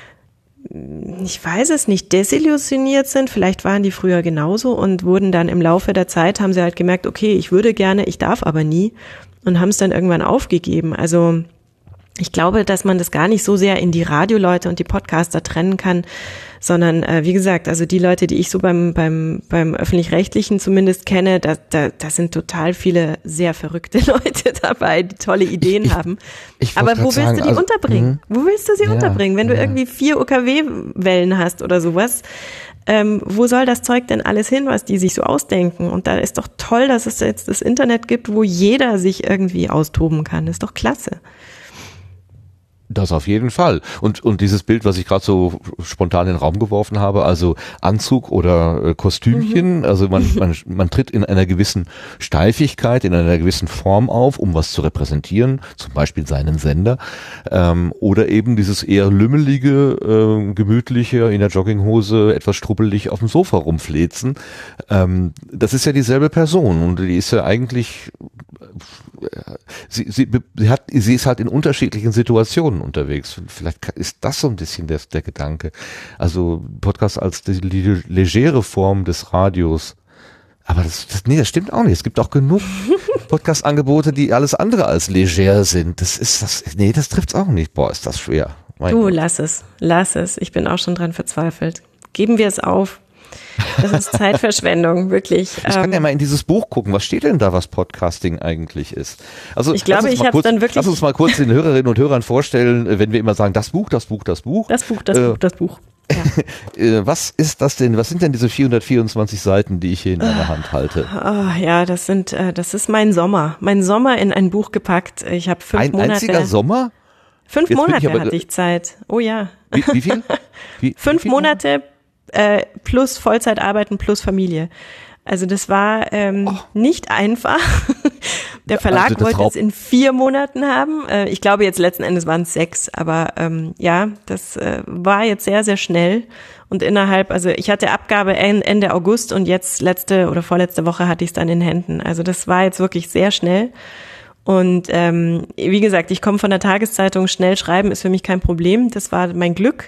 ich weiß es nicht, desillusioniert sind. Vielleicht waren die früher genauso und wurden dann im Laufe der Zeit, haben sie halt gemerkt, okay, ich würde gerne, ich darf aber nie und haben es dann irgendwann aufgegeben. Also ich glaube, dass man das gar nicht so sehr in die Radioleute und die Podcaster trennen kann, sondern äh, wie gesagt, also die Leute, die ich so beim beim beim Öffentlich-Rechtlichen zumindest kenne, da, da, da sind total viele sehr verrückte Leute dabei, die tolle Ideen ich, haben. Ich Aber wo willst sagen, du die also, unterbringen? mh. Wo willst du sie ja, unterbringen? Wenn du ja. irgendwie vier U K W-Wellen hast oder sowas, ähm, wo soll das Zeug denn alles hin, was die sich so ausdenken? Und da ist doch toll, dass es jetzt das Internet gibt, wo jeder sich irgendwie austoben kann. Das ist doch klasse. Das auf jeden Fall. Und und dieses Bild, was ich gerade so spontan in den Raum geworfen habe, also Anzug oder äh, Kostümchen, mhm. also man, man man tritt in einer gewissen Steifigkeit, in einer gewissen Form auf, um was zu repräsentieren, zum Beispiel seinen Sender, ähm, oder eben dieses eher lümmelige, äh, gemütliche, in der Jogginghose, etwas strubbelig auf dem Sofa rumflezen. Ähm, das ist ja dieselbe Person und die ist ja eigentlich, sie, sie, sie hat, sie ist halt in unterschiedlichen Situationen unterwegs. Vielleicht ist das so ein bisschen der, der Gedanke. Also Podcast als die, die legere Form des Radios. Aber das, das, nee, das stimmt auch nicht. Es gibt auch genug Podcast-Angebote, die alles andere als leger sind. Das ist das, nee, das trifft's auch nicht. Boah, ist das schwer. Mein Du, Gott. lass es, lass es. Ich bin auch schon dran verzweifelt. Geben wir es auf. Das ist Zeitverschwendung, wirklich. Ich kann ja mal in dieses Buch gucken. Was steht denn da, was Podcasting eigentlich ist? Also ich glaube, ich habe dann wirklich. Lass uns mal kurz den Hörerinnen und Hörern vorstellen, wenn wir immer sagen, das Buch, das Buch, das Buch. Das Buch, das äh, Buch, das Buch. Ja. Was ist das denn? Was sind denn diese vierhundertvierundzwanzig Seiten, die ich hier in meiner Hand halte? Oh, ja, das sind, das ist mein Sommer. Mein Sommer in ein Buch gepackt. Ich habe fünf ein Monate. Ein einziger Sommer? Fünf Jetzt Monate ich aber, hatte ich Zeit. Oh ja. Wie, wie viel? Wie, fünf wie viel? Monate äh, plus Vollzeitarbeiten plus Familie. Also das war ähm, oh. nicht einfach. Der Verlag also wollte Raub- es in vier Monaten haben. Äh, ich glaube jetzt letzten Endes waren es sechs, aber ähm, ja, das äh, war jetzt sehr, sehr schnell. Und innerhalb, also ich hatte Abgabe Ende August und jetzt letzte oder vorletzte Woche hatte ich es dann in Händen. Also das war jetzt wirklich sehr schnell. Und ähm, wie gesagt, ich komme von der Tageszeitung, schnell schreiben ist für mich kein Problem. Das war mein Glück.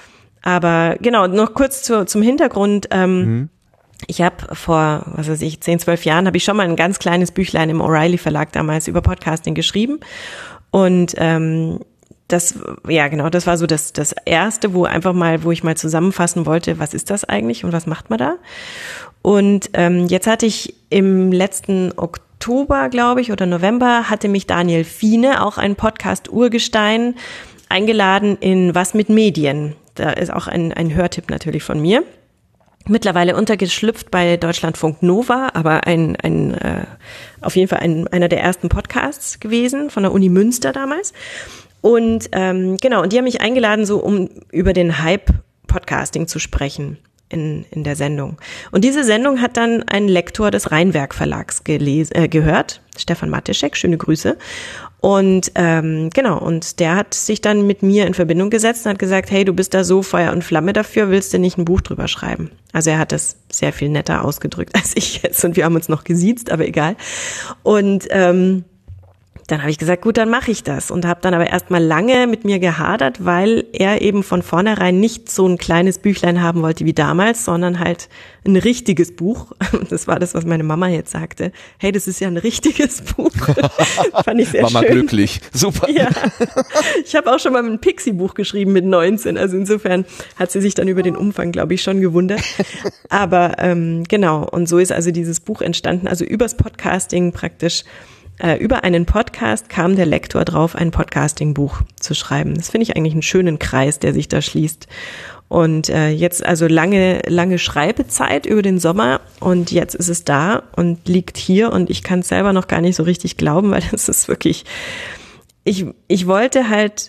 Aber genau, noch kurz zu, zum Hintergrund. Ähm, mhm. Ich habe vor, was weiß ich, zehn, zwölf Jahren habe ich schon mal ein ganz kleines Büchlein im O'Reilly Verlag damals über Podcasting geschrieben. Und ähm, das, ja genau, das war so das, das erste, wo einfach mal, wo ich mal zusammenfassen wollte, was ist das eigentlich und was macht man da? Und ähm, jetzt hatte ich im letzten Oktober, glaube ich, oder November, hatte mich Daniel Fiene, auch ein Podcast-Urgestein, eingeladen in Was mit Medien. Da ist auch ein, ein Hörtipp natürlich von mir. Mittlerweile untergeschlüpft bei Deutschlandfunk Nova, aber ein, ein äh, auf jeden Fall ein, einer der ersten Podcasts gewesen, von der Uni Münster damals. Und ähm, genau, und die haben mich eingeladen, so um über den Hype Podcasting zu sprechen in, in der Sendung. Und diese Sendung hat dann ein Lektor des Rheinwerk Verlags gelesen, äh, gehört, Stefan Matischek, schöne Grüße. Und ähm, genau, und der hat sich dann mit mir in Verbindung gesetzt und hat gesagt, hey, du bist da so Feuer und Flamme dafür, willst du nicht ein Buch drüber schreiben? Also er hat das sehr viel netter ausgedrückt als ich jetzt und wir haben uns noch gesiezt, aber egal. Und ähm, dann habe ich gesagt, gut, dann mache ich das und habe dann aber erstmal lange mit mir gehadert, weil er eben von vornherein nicht so ein kleines Büchlein haben wollte wie damals, sondern halt ein richtiges Buch. Das war das, was meine Mama jetzt sagte. Hey, das ist ja ein richtiges Buch. Fand ich sehr Mama schön. glücklich, super. Ja, ich habe auch schon mal ein Pixie-Buch geschrieben mit neunzehn, also insofern hat sie sich dann über den Umfang, glaube ich, schon gewundert. Aber ähm, genau, und so ist also dieses Buch entstanden, also übers Podcasting praktisch. Äh, über einen Podcast kam der Lektor drauf, ein Podcasting-Buch zu schreiben. Das finde ich eigentlich einen schönen Kreis, der sich da schließt. Und äh, jetzt also lange, lange Schreibezeit über den Sommer und jetzt ist es da und liegt hier und ich kann es selber noch gar nicht so richtig glauben, weil das ist wirklich, ich, ich wollte halt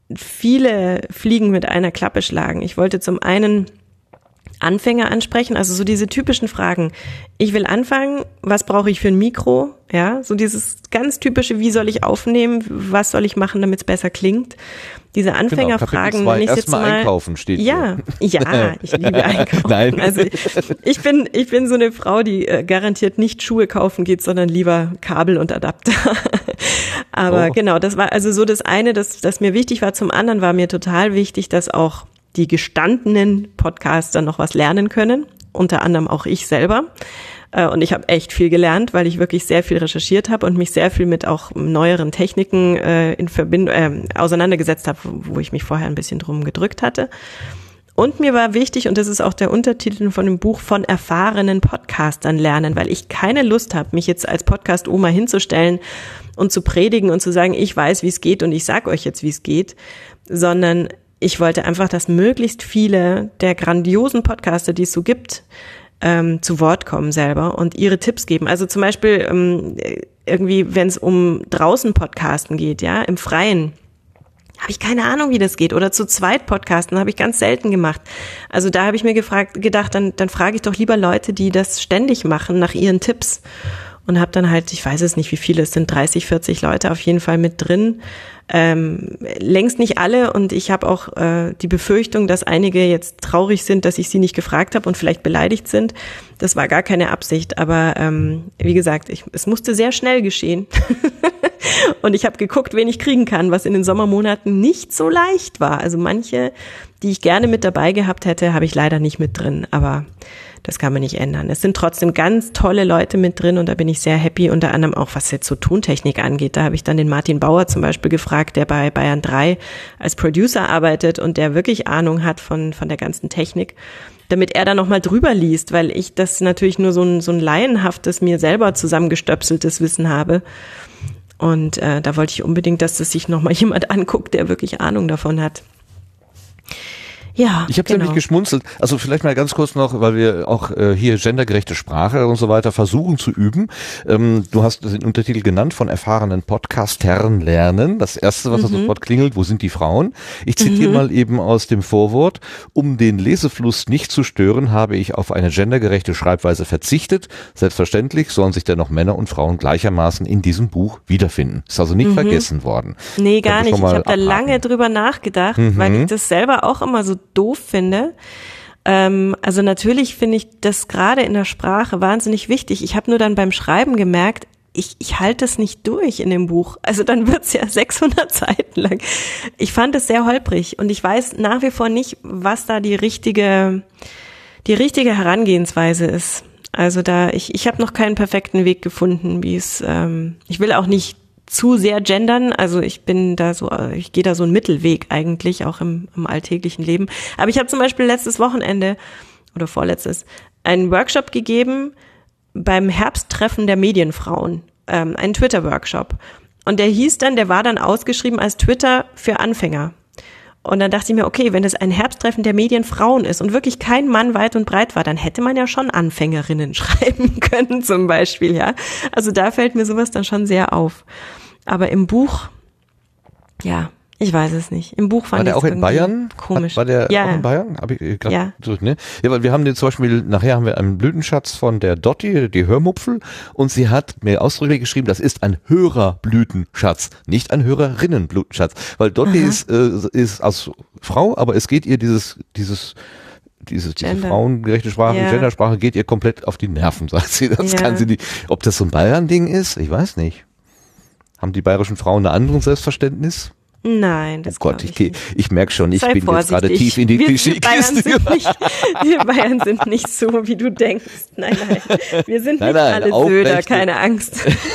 viele Fliegen mit einer Klappe schlagen. Ich wollte zum einen Anfänger ansprechen, also so diese typischen Fragen. Ich will anfangen, was brauche ich für ein Mikro? Ja, so dieses ganz typische, wie soll ich aufnehmen? Was soll ich machen, damit es besser klingt? Diese Anfängerfragen, genau, wenn ich jetzt mal einkaufen steht. Ja, hier. ja, ich liebe Einkaufen. Nein. Also ich bin ich bin so eine Frau, die äh, garantiert nicht Schuhe kaufen geht, sondern lieber Kabel und Adapter. Aber oh. genau, das war also so das eine, das das mir wichtig war. Zum anderen war mir total wichtig, dass auch die gestandenen Podcaster noch was lernen können, unter anderem auch ich selber. Und ich habe echt viel gelernt, weil ich wirklich sehr viel recherchiert habe und mich sehr viel mit auch neueren Techniken äh, in Verbindung äh, auseinandergesetzt habe, wo ich mich vorher ein bisschen drum gedrückt hatte. Und mir war wichtig, und das ist auch der Untertitel von dem Buch, von erfahrenen Podcastern lernen, weil ich keine Lust habe, mich jetzt als Podcast-Oma hinzustellen und zu predigen und zu sagen, ich weiß, wie es geht und ich sag euch jetzt, wie es geht, sondern ich wollte einfach, dass möglichst viele der grandiosen Podcaster, die es so gibt, ähm, zu Wort kommen selber und ihre Tipps geben. Also zum Beispiel ähm, irgendwie, wenn es um draußen Podcasten geht, ja, im Freien, habe ich keine Ahnung, wie das geht. Oder zu zweit Podcasten habe ich ganz selten gemacht. Also da habe ich mir gefragt, gedacht, dann, dann frage ich doch lieber Leute, die das ständig machen, nach ihren Tipps. Und habe dann halt, ich weiß es nicht, wie viele, es sind dreißig, vierzig Leute auf jeden Fall mit drin. Ähm, längst nicht alle und ich habe auch äh, die Befürchtung, dass einige jetzt traurig sind, dass ich sie nicht gefragt habe und vielleicht beleidigt sind. Das war gar keine Absicht, aber ähm, wie gesagt, ich, es musste sehr schnell geschehen. Und ich habe geguckt, wen ich kriegen kann, was in den Sommermonaten nicht so leicht war. Also manche, die ich gerne mit dabei gehabt hätte, habe ich leider nicht mit drin, aber das kann man nicht ändern. Es sind trotzdem ganz tolle Leute mit drin und da bin ich sehr happy, unter anderem auch, was jetzt so Tontechnik angeht. Da habe ich dann den Martin Bauer zum Beispiel gefragt, der bei Bayern drei als Producer arbeitet und der wirklich Ahnung hat von von der ganzen Technik, damit er da nochmal drüber liest, weil ich das natürlich nur so ein, so ein laienhaftes, mir selber zusammengestöpseltes Wissen habe. Und äh, da wollte ich unbedingt, dass das sich nochmal jemand anguckt, der wirklich Ahnung davon hat. Ja, ich habe genau. nämlich geschmunzelt. Also vielleicht mal ganz kurz noch, weil wir auch äh, hier gendergerechte Sprache und so weiter versuchen zu üben. Ähm, du hast den Untertitel genannt, von erfahrenen Podcastern lernen. Das erste, was mhm. da sofort klingelt, wo sind die Frauen? Ich zitiere mhm. mal eben aus dem Vorwort. Um den Lesefluss nicht zu stören, habe ich auf eine gendergerechte Schreibweise verzichtet. Selbstverständlich sollen sich dennoch Männer und Frauen gleichermaßen in diesem Buch wiederfinden. Ist also nicht mhm. vergessen worden. Nee, gar nicht. Ich habe da abhaken. lange drüber nachgedacht, mhm. weil ich das selber auch immer so doof finde. Ähm, also natürlich finde ich das gerade in der Sprache wahnsinnig wichtig. Ich habe nur dann beim Schreiben gemerkt, ich, ich halte es nicht durch in dem Buch. Also dann wird's ja sechshundert Seiten lang. Ich fand es sehr holprig und ich weiß nach wie vor nicht, was da die richtige, die richtige Herangehensweise ist. Also da, ich, ich habe noch keinen perfekten Weg gefunden, wie es, ähm, ich will auch nicht zu sehr gendern, also ich bin da so, ich gehe da so einen Mittelweg eigentlich, auch im, im alltäglichen Leben. Aber ich habe zum Beispiel letztes Wochenende oder vorletztes einen Workshop gegeben beim Herbsttreffen der Medienfrauen, ähm, einen Twitter-Workshop. Und der hieß dann, der war dann ausgeschrieben als Twitter für Anfänger. Und dann dachte ich mir, okay, wenn das ein Herbsttreffen der Medienfrauen ist und wirklich kein Mann weit und breit war, dann hätte man ja schon Anfängerinnen schreiben können zum Beispiel, ja. Also da fällt mir sowas dann schon sehr auf. Aber im Buch, ja, ich weiß es nicht. Im Buch fand ich es auch in Bayern? Komisch. Hat, war der ja. auch in Bayern? Hab ich grad ja. So, ne? Ja, weil wir haben den zum Beispiel, nachher haben wir einen Blütenschatz von der Dotti, die Hörmupfel, und sie hat mir ausdrücklich geschrieben, das ist ein Hörerblütenschatz, nicht ein Hörerinnenblütenschatz. Weil Dotti ist, äh, ist als Frau, aber es geht ihr dieses, dieses, Diese, diese frauengerechte Sprache, ja. Gendersprache geht ihr komplett auf die Nerven, sagt sie. Das ja. kann sie nicht. Ob das so ein Bayern-Ding ist, ich weiß nicht. Haben die bayerischen Frauen ein anderes Selbstverständnis? Nein, das Oh Gott, ich ich, nicht. ich merke schon, ich Sei bin vorsichtig. jetzt gerade tief in die Klischeekiste. Wir Bayern sind nicht so, wie du denkst. Nein, nein. Wir sind nein, nicht nein, alle Söder, keine Angst.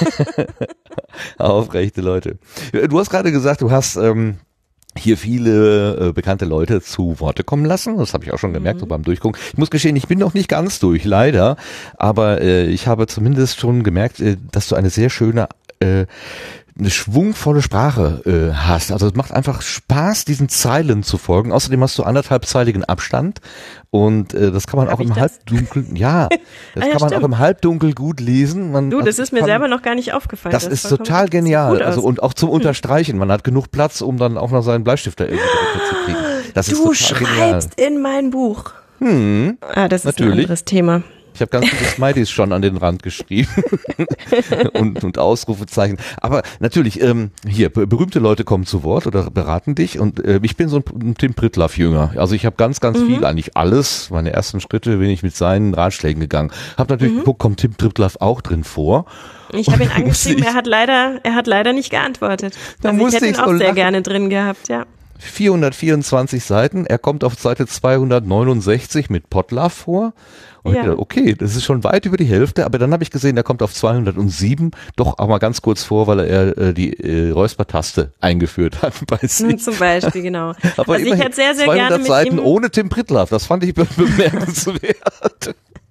Aufrechte Leute. Du hast gerade gesagt, du hast ähm, hier viele äh, bekannte Leute zu Worte kommen lassen. Das habe ich auch schon gemerkt, mhm. so beim Durchgucken. Ich muss gestehen, ich bin noch nicht ganz durch, leider. Aber äh, ich habe zumindest schon gemerkt, äh, dass du eine sehr schöne äh, eine schwungvolle Sprache äh, hast. Also es macht einfach Spaß, diesen Zeilen zu folgen. Außerdem hast du anderthalbzeiligen Abstand und äh, das kann man Hab auch im ich das? Halbdunkel, ja, das Ah, ja, kann man stimmt. auch im Halbdunkel gut lesen. Man, Du, das also ist mir kann, selber noch gar nicht aufgefallen. Das, ist vollkommen- total das sieht genial. gut Also aus. und auch zum Unterstreichen. Man hat genug Platz, um dann auch noch seinen Bleistift da irgendwie direkt zu kriegen. Das ist Du total genial. schreibst in mein Buch. Hm, Ah, das ist ein natürlich. anderes Thema. Ich habe ganz viele Smileys schon an den Rand geschrieben und, und Ausrufezeichen. Aber natürlich, ähm, hier, be- berühmte Leute kommen zu Wort oder beraten dich und äh, ich bin so ein, ein Tim Pritlove-Jünger. Also ich habe ganz, ganz Mhm. viel, eigentlich alles. Meine ersten Schritte bin ich mit seinen Ratschlägen gegangen. Habe natürlich Mhm. geguckt, kommt Tim Pritlove auch drin vor? Ich habe ihn Und da musste angeschrieben, ich- er hat leider, er hat leider nicht geantwortet. Da Also ich musste hätte ihn ich auch so sehr lachen. gerne drin gehabt, ja. vierhundertvierundzwanzig Seiten. Er kommt auf Seite zweihundertneunundsechzig mit Podlove vor. Und Ja. ich dachte, okay, das ist schon weit über die Hälfte, aber dann habe ich gesehen, er kommt auf zweihundertsieben, doch auch mal ganz kurz vor, weil er äh, die äh, Räuspertaste eingeführt hat bei sich. Zum Beispiel, genau. Aber also ich immerhin hätte sehr, sehr zweihundert gerne mit Seiten ihm, ohne Tim Pritlove, das fand ich be- bemerkenswert.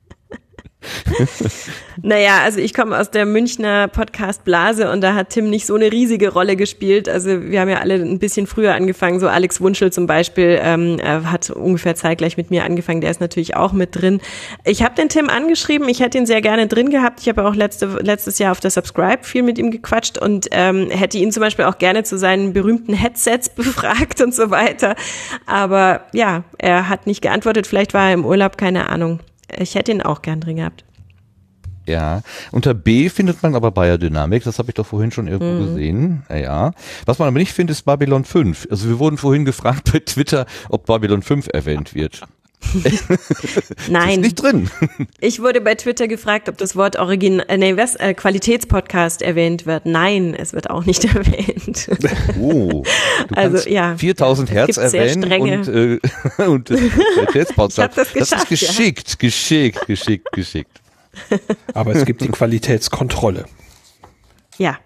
Naja, also ich komme aus der Münchner Podcast-Blase und da hat Tim nicht so eine riesige Rolle gespielt. Also wir haben ja alle ein bisschen früher angefangen, so Alex Wunschel zum Beispiel ähm, er hat ungefähr zeitgleich mit mir angefangen, der ist natürlich auch mit drin. Ich habe den Tim angeschrieben, ich hätte ihn sehr gerne drin gehabt. Ich habe auch letzte, letztes Jahr auf der Subscribe viel mit ihm gequatscht und ähm, hätte ihn zum Beispiel auch gerne zu seinen berühmten Headsets befragt und so weiter. Aber ja, er hat nicht geantwortet, vielleicht war er im Urlaub, keine Ahnung. Ich hätte ihn auch gern drin gehabt. Ja, unter B findet man aber Bayer Dynamics, das habe ich doch vorhin schon irgendwo Mhm. gesehen. Ja, ja. Was man aber nicht findet, ist Babylon fünf. Also wir wurden vorhin gefragt bei Twitter, ob Babylon fünf erwähnt wird. Nein. Ist nicht drin. Ich wurde bei Twitter gefragt, ob das Wort Origin, äh, nee, was, äh, Qualitätspodcast erwähnt wird. Nein, es wird auch nicht erwähnt. Oh, du Also, kannst ja. viertausend Es Hertz gibt sehr erwähnen strenge- und, äh, und das Qualitätspodcast. Ich hab das geschafft, ist ja. geschickt, geschickt, geschickt, geschickt. Aber es gibt die Qualitätskontrolle. Ja.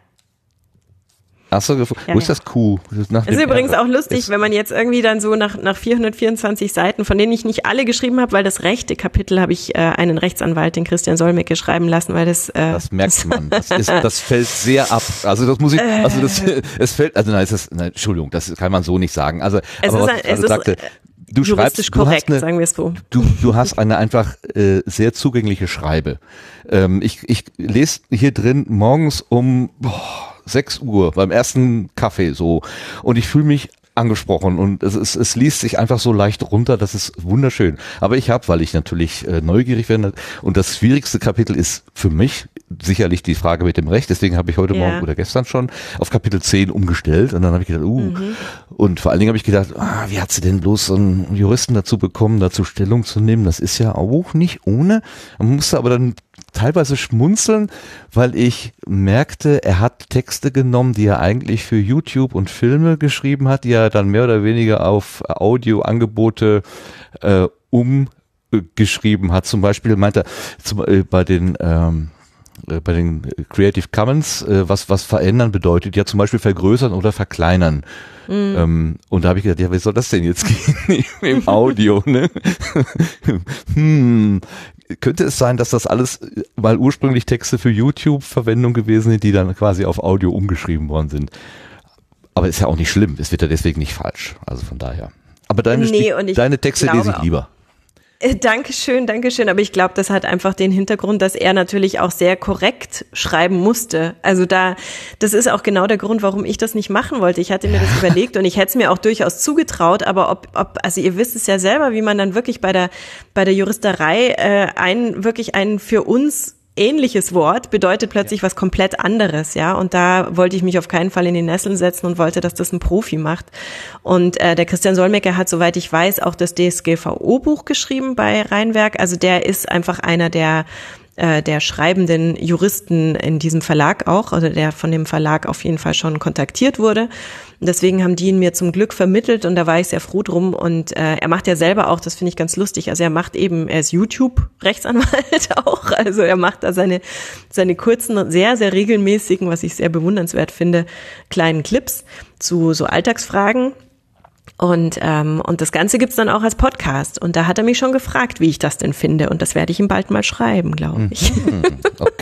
Achso, ja, Ja, wo ist ja. das Q? Das ist, nach Es ist dem übrigens R. auch lustig, Ist- wenn man jetzt irgendwie dann so nach, nach vierhundertvierundzwanzig Seiten, von denen ich nicht alle geschrieben habe, weil das rechte Kapitel habe ich äh, einen Rechtsanwalt, den Christian Solmecke, schreiben lassen, weil das... Äh, Das merkt man. Das, ist, das fällt sehr ab. Also das muss ich, also das, es fällt, also nein, es ist, nein, Entschuldigung, das kann man so nicht sagen. Also, Es aber ist was ein- ich es gerade ist, sagte, du juristisch schreibst, du korrekt, hast eine, sagen wir es so. Du, du hast eine einfach äh, sehr zugängliche Schreibe. Ähm, ich, ich lese hier drin morgens um boah, sechs Uhr beim ersten Kaffee so und ich fühle mich angesprochen und es, es, es liest sich einfach so leicht runter, das ist wunderschön. Aber ich habe, weil ich natürlich äh, neugierig bin und das schwierigste Kapitel ist für mich sicherlich die Frage mit dem Recht, deswegen habe ich heute Ja. Morgen oder gestern schon auf Kapitel zehn umgestellt und dann habe ich gedacht, uh, Mhm. und vor allen Dingen habe ich gedacht, ah, wie hat sie denn bloß so einen Juristen dazu bekommen, dazu Stellung zu nehmen, das ist ja auch nicht ohne. Man musste aber dann teilweise schmunzeln, weil ich merkte, er hat Texte genommen, die er eigentlich für YouTube und Filme geschrieben hat, die er dann mehr oder weniger auf Audioangebote äh, umgeschrieben hat. Zum Beispiel meint er zum, äh, bei den ähm, äh, bei den Creative Commons, äh, was was verändern bedeutet, ja zum Beispiel vergrößern oder verkleinern. Mhm. Ähm, und da habe ich gedacht, ja, wie soll das denn jetzt gehen im Audio, ne? hm, könnte es sein, dass das alles mal ursprünglich Texte für YouTube-Verwendung gewesen sind, die dann quasi auf Audio umgeschrieben worden sind. Aber ist ja auch nicht schlimm, es wird ja deswegen nicht falsch, also von daher. Aber deine, Nee, und ich deine Texte glaube lese ich auch. lieber. Äh, Dankeschön, Dankeschön. Aber ich glaube, das hat einfach den Hintergrund, dass er natürlich auch sehr korrekt schreiben musste. Also da, das ist auch genau der Grund, warum ich das nicht machen wollte. Ich hatte mir das überlegt und ich hätte es mir auch durchaus zugetraut. Aber ob, ob, also ihr wisst es ja selber, wie man dann wirklich bei der, bei der Juristerei äh, ein wirklich ein für uns ähnliches Wort bedeutet plötzlich was komplett anderes, ja. Und da wollte ich mich auf keinen Fall in die Nesseln setzen und wollte, dass das ein Profi macht. Und äh, der Christian Solmecke hat, soweit ich weiß, auch das D S G V O-Buch geschrieben bei Rheinwerk. Also der ist einfach einer der äh, der schreibenden Juristen in diesem Verlag auch, also der von dem Verlag auf jeden Fall schon kontaktiert wurde. Und deswegen haben die ihn mir zum Glück vermittelt und da war ich sehr froh drum. Und äh, er macht ja selber auch, das finde ich ganz lustig, also er macht eben, er ist YouTube-Rechtsanwalt auch, also er macht da seine seine kurzen, sehr, sehr regelmäßigen, was ich sehr bewundernswert finde, kleinen Clips zu so Alltagsfragen. Und ähm, und das Ganze gibt's dann auch als Podcast. Und da hat er mich schon gefragt, wie ich das denn finde. Und das werde ich ihm bald mal schreiben, glaube ich. Hm, okay.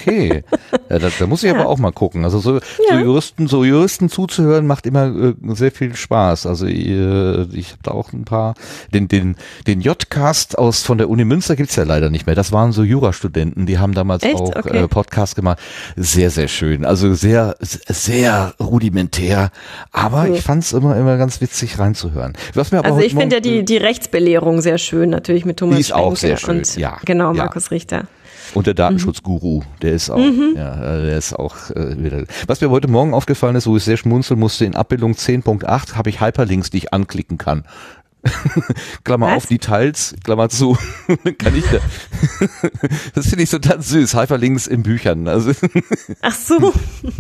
okay. Ja, da, da muss ich Ja. aber auch mal gucken. Also so, Ja. so Juristen, so Juristen zuzuhören macht immer äh, sehr viel Spaß. Also äh, ich habe da auch ein paar. Den den den J-Cast aus von der Uni Münster gibt's ja leider nicht mehr. Das waren so Jurastudenten, die haben damals Echt? auch Okay. äh, Podcast gemacht. Sehr sehr schön. Also sehr sehr rudimentär. Aber Cool. ich fand's immer immer ganz witzig reinzuhören. Was mir aber Also heute ich finde ja Morgen- die, die Rechtsbelehrung sehr schön, natürlich mit Thomas Die ist auch Schwenke sehr schön, und ja. genau, Ja. Markus Richter. Und der Datenschutzguru, der ist auch, ja, äh, der ist auch äh, wieder. Was mir heute Morgen aufgefallen ist, wo ich sehr schmunzeln musste, in Abbildung zehn Punkt acht habe ich Hyperlinks, die ich anklicken kann. Klammer Was? auf, Details, Klammer zu. Kann ich da. Das finde ich so ganz süß. Hyperlinks in Büchern. Also Ach so.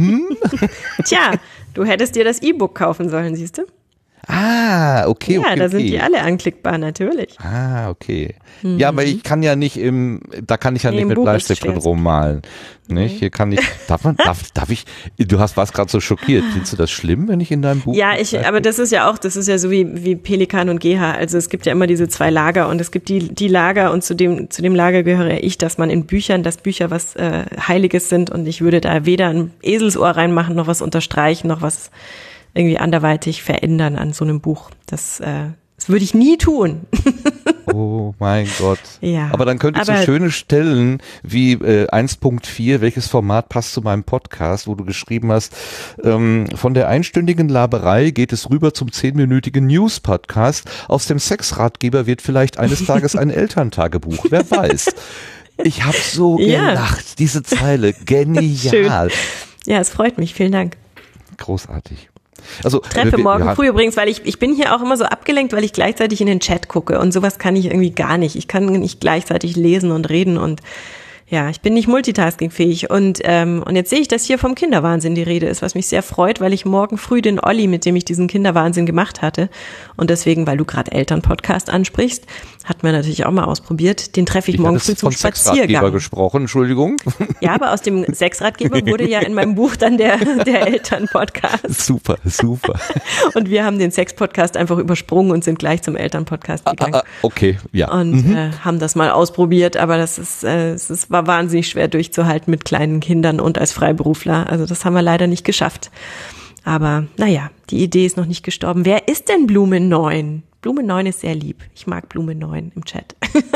Tja, du hättest dir das E-Book kaufen sollen, siehst du? ah, okay, Ja, okay, da okay. sind die alle anklickbar, natürlich. Ah, okay. Ja, aber ich kann ja nicht im, da kann ich ja Nee, nicht im mit Buch ist Bleistift schwer drin zu- rummalen. Nicht? Hier kann ich, darf man, darf, darf ich, du hast, warst gerade so schockiert. Findest du das schlimm, wenn ich in deinem Buch? Ja, ich, aber das ist ja auch, das ist ja so wie, wie Pelikan und Geha. Also es gibt ja immer diese zwei Lager und es gibt die, die Lager und zu dem, zu dem Lager gehöre ich, dass man in Büchern, dass Bücher was äh, Heiliges sind und ich würde da weder ein Eselsohr reinmachen, noch was unterstreichen, noch was irgendwie anderweitig verändern an so einem Buch. Das, äh, das würde ich nie tun. Oh mein Gott. Ja, Aber dann könntest aber- du schöne Stellen wie äh, eins Punkt vier, welches Format passt zu meinem Podcast, wo du geschrieben hast, ähm, von der einstündigen Laberei geht es rüber zum zehnminütigen News-Podcast. Aus dem Sexratgeber wird vielleicht eines Tages ein Elterntagebuch. Wer weiß. Ich habe so Ja. gelacht. Diese Zeile. Genial. Ja, es freut mich. Vielen Dank. Großartig. Also Treppe wir- morgen ja, früh übrigens, weil ich, ich bin hier auch immer so abgelenkt, weil ich gleichzeitig in den Chat gucke und sowas kann ich irgendwie gar nicht. Ich kann nicht gleichzeitig lesen und reden und ja, ich bin nicht multitaskingfähig und ähm, und jetzt sehe ich, dass hier vom Kinderwahnsinn die Rede ist, was mich sehr freut, weil ich morgen früh den Olli, mit dem ich diesen Kinderwahnsinn gemacht hatte und deswegen, weil du gerade Elternpodcast ansprichst, hatten wir natürlich auch mal ausprobiert, den treffe ich, ich morgen hatte früh zum von Sexratgeber Spaziergang. gesprochen, Entschuldigung. Ja, aber aus dem Sexratgeber wurde ja in meinem Buch dann der der Elternpodcast. Super, super. Und wir haben den Sex-Podcast einfach übersprungen und sind gleich zum Eltern-Podcast gegangen. Ah, okay, ja. Und äh, haben das mal ausprobiert, aber das ist, äh, es ist, war wahnsinnig schwer durchzuhalten mit kleinen Kindern und als Freiberufler. Also das haben wir leider nicht geschafft. Aber naja, die Idee ist noch nicht gestorben. Wer ist denn Blume neun? Blume neun ist sehr lieb. Ich mag Blume neun im Chat.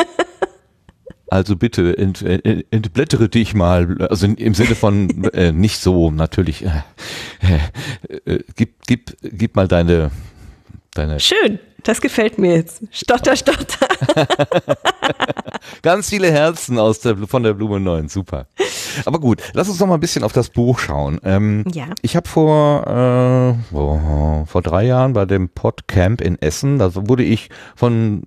Also bitte ent, ent, entblättere dich mal, also in, im Sinne von äh, nicht so natürlich. Äh, äh, äh, gib, gib, gib mal deine, deine Schön, das gefällt mir jetzt. Stotter, stotter. ganz viele Herzen aus der von der Blume neun, super. Aber gut, lass uns noch mal ein bisschen auf das Buch schauen. Ähm, Ja. Ich habe vor äh, oh, vor drei Jahren bei dem Podcamp in Essen, da wurde ich von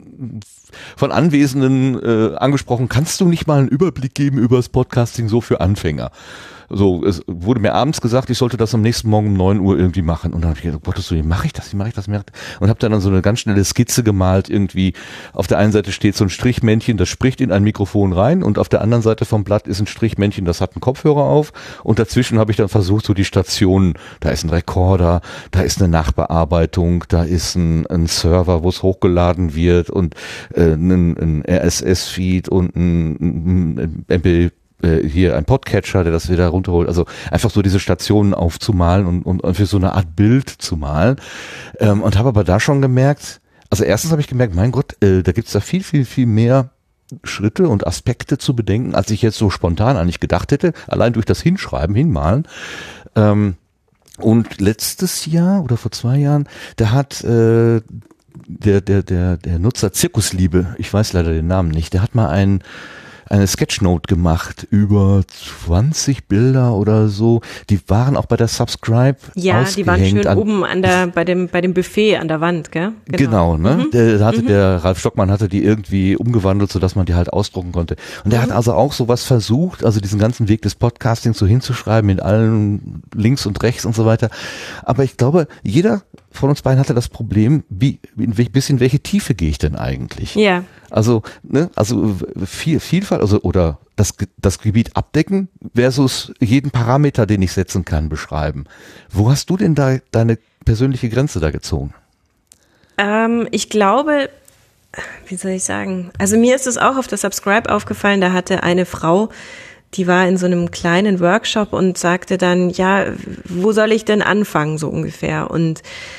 von Anwesenden äh, angesprochen, kannst du nicht mal einen Überblick geben über das Podcasting so für Anfänger? So, es wurde mir abends gesagt, ich sollte das am nächsten Morgen um neun Uhr irgendwie machen. Und dann habe ich gedacht, Gottes Willen, wie mache ich das, wie mache ich das? Und habe dann so eine ganz schnelle Skizze gemalt. Irgendwie auf der einen Seite steht so ein Strichmännchen, das spricht in ein Mikrofon rein und auf der anderen Seite vom Blatt ist ein Strichmännchen, das hat einen Kopfhörer auf. Und dazwischen habe ich dann versucht, so die Stationen, da ist ein Rekorder, da ist eine Nachbearbeitung, da ist ein, ein Server, wo es hochgeladen wird und äh, ein, ein R S S-Feed und ein, ein M P hier ein Podcatcher, der das wieder runterholt, also einfach so diese Stationen aufzumalen und, und, und für so eine Art Bild zu malen ähm, und habe aber da schon gemerkt, also erstens habe ich gemerkt, mein Gott, äh, da gibt's da viel, viel, viel mehr Schritte und Aspekte zu bedenken, als ich jetzt so spontan eigentlich gedacht hätte, allein durch das Hinschreiben, Hinmalen. Ähm, und letztes Jahr oder vor zwei Jahren, da hat äh, der, der, der, der Nutzer Zirkusliebe, ich weiß leider den Namen nicht, der hat mal einen eine Sketchnote gemacht über zwanzig Bilder oder so. Die waren auch bei der Subscribe Ja, ausgehängt. die waren schön an, oben an der, bei dem, bei dem Buffet an der Wand, gell? Genau, ne? Mhm. Der da hatte der Ralf Stockmann hatte die irgendwie umgewandelt, sodass man die halt ausdrucken konnte. Und der Mhm. hat also auch sowas versucht, also diesen ganzen Weg des Podcastings so hinzuschreiben mit allen links und rechts und so weiter. Aber ich glaube, jeder von uns beiden hatte das Problem, wie, in welch, bis in welche Tiefe gehe ich denn eigentlich? Ja. Also, ne, also viel, Vielfalt, also oder das, das Gebiet abdecken versus jeden Parameter, den ich setzen kann, beschreiben. Wo hast du denn da deine persönliche Grenze da gezogen? Ähm, ich glaube, wie soll ich sagen? Also mir ist es auch auf der Subscribe aufgefallen, da hatte eine Frau, die war in so einem kleinen Workshop und sagte dann, ja, wo soll ich denn anfangen, so ungefähr. Und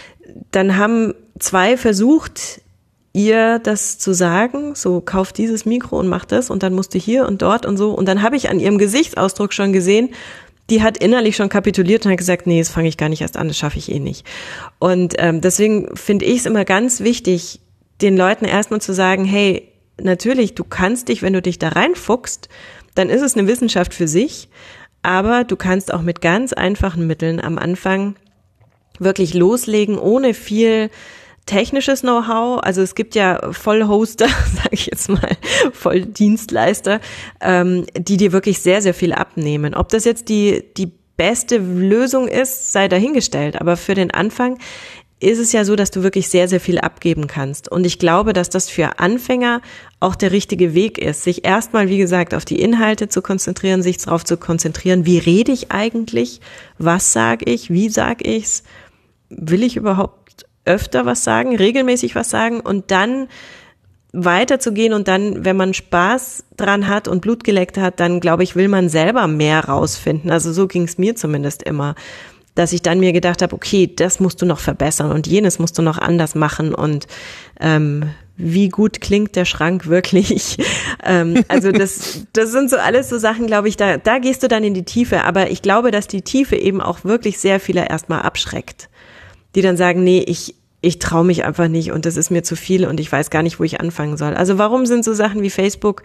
dann haben zwei versucht, ihr das zu sagen, so kauf dieses Mikro und mach das und dann musst du hier und dort und so. Und dann habe ich an ihrem Gesichtsausdruck schon gesehen, die hat innerlich schon kapituliert und hat gesagt, nee, das fange ich gar nicht erst an, das schaffe ich eh nicht. Und ähm, deswegen finde ich es immer ganz wichtig, den Leuten erstmal zu sagen, hey, natürlich, du kannst dich, wenn du dich da reinfuchst, dann ist es eine Wissenschaft für sich, aber du kannst auch mit ganz einfachen Mitteln am Anfang wirklich loslegen, ohne viel technisches Know-how. Also es gibt ja Vollhoster, sage ich jetzt mal, Volldienstleister, ähm, die dir wirklich sehr, sehr viel abnehmen. Ob das jetzt die die beste Lösung ist, sei dahingestellt. Aber für den Anfang ist es ja so, dass du wirklich sehr, sehr viel abgeben kannst. Und ich glaube, dass das für Anfänger auch der richtige Weg ist, sich erstmal, wie gesagt, auf die Inhalte zu konzentrieren, sich darauf zu konzentrieren, wie rede ich eigentlich, was sage ich, wie sage ich's, will ich überhaupt öfter was sagen, regelmäßig was sagen und dann weiterzugehen und dann, wenn man Spaß dran hat und Blut geleckt hat, dann glaube ich, will man selber mehr rausfinden. Also so ging es mir zumindest immer, dass ich dann mir gedacht habe, okay, das musst du noch verbessern und jenes musst du noch anders machen und ähm, wie gut klingt der Schrank wirklich? ähm, also das, das sind so alles so Sachen, glaube ich, da, da gehst du dann in die Tiefe. Aber ich glaube, dass die Tiefe eben auch wirklich sehr viele erstmal abschreckt, die dann sagen, nee, ich ich traue mich einfach nicht und das ist mir zu viel und ich weiß gar nicht, wo ich anfangen soll. Also warum sind so Sachen wie Facebook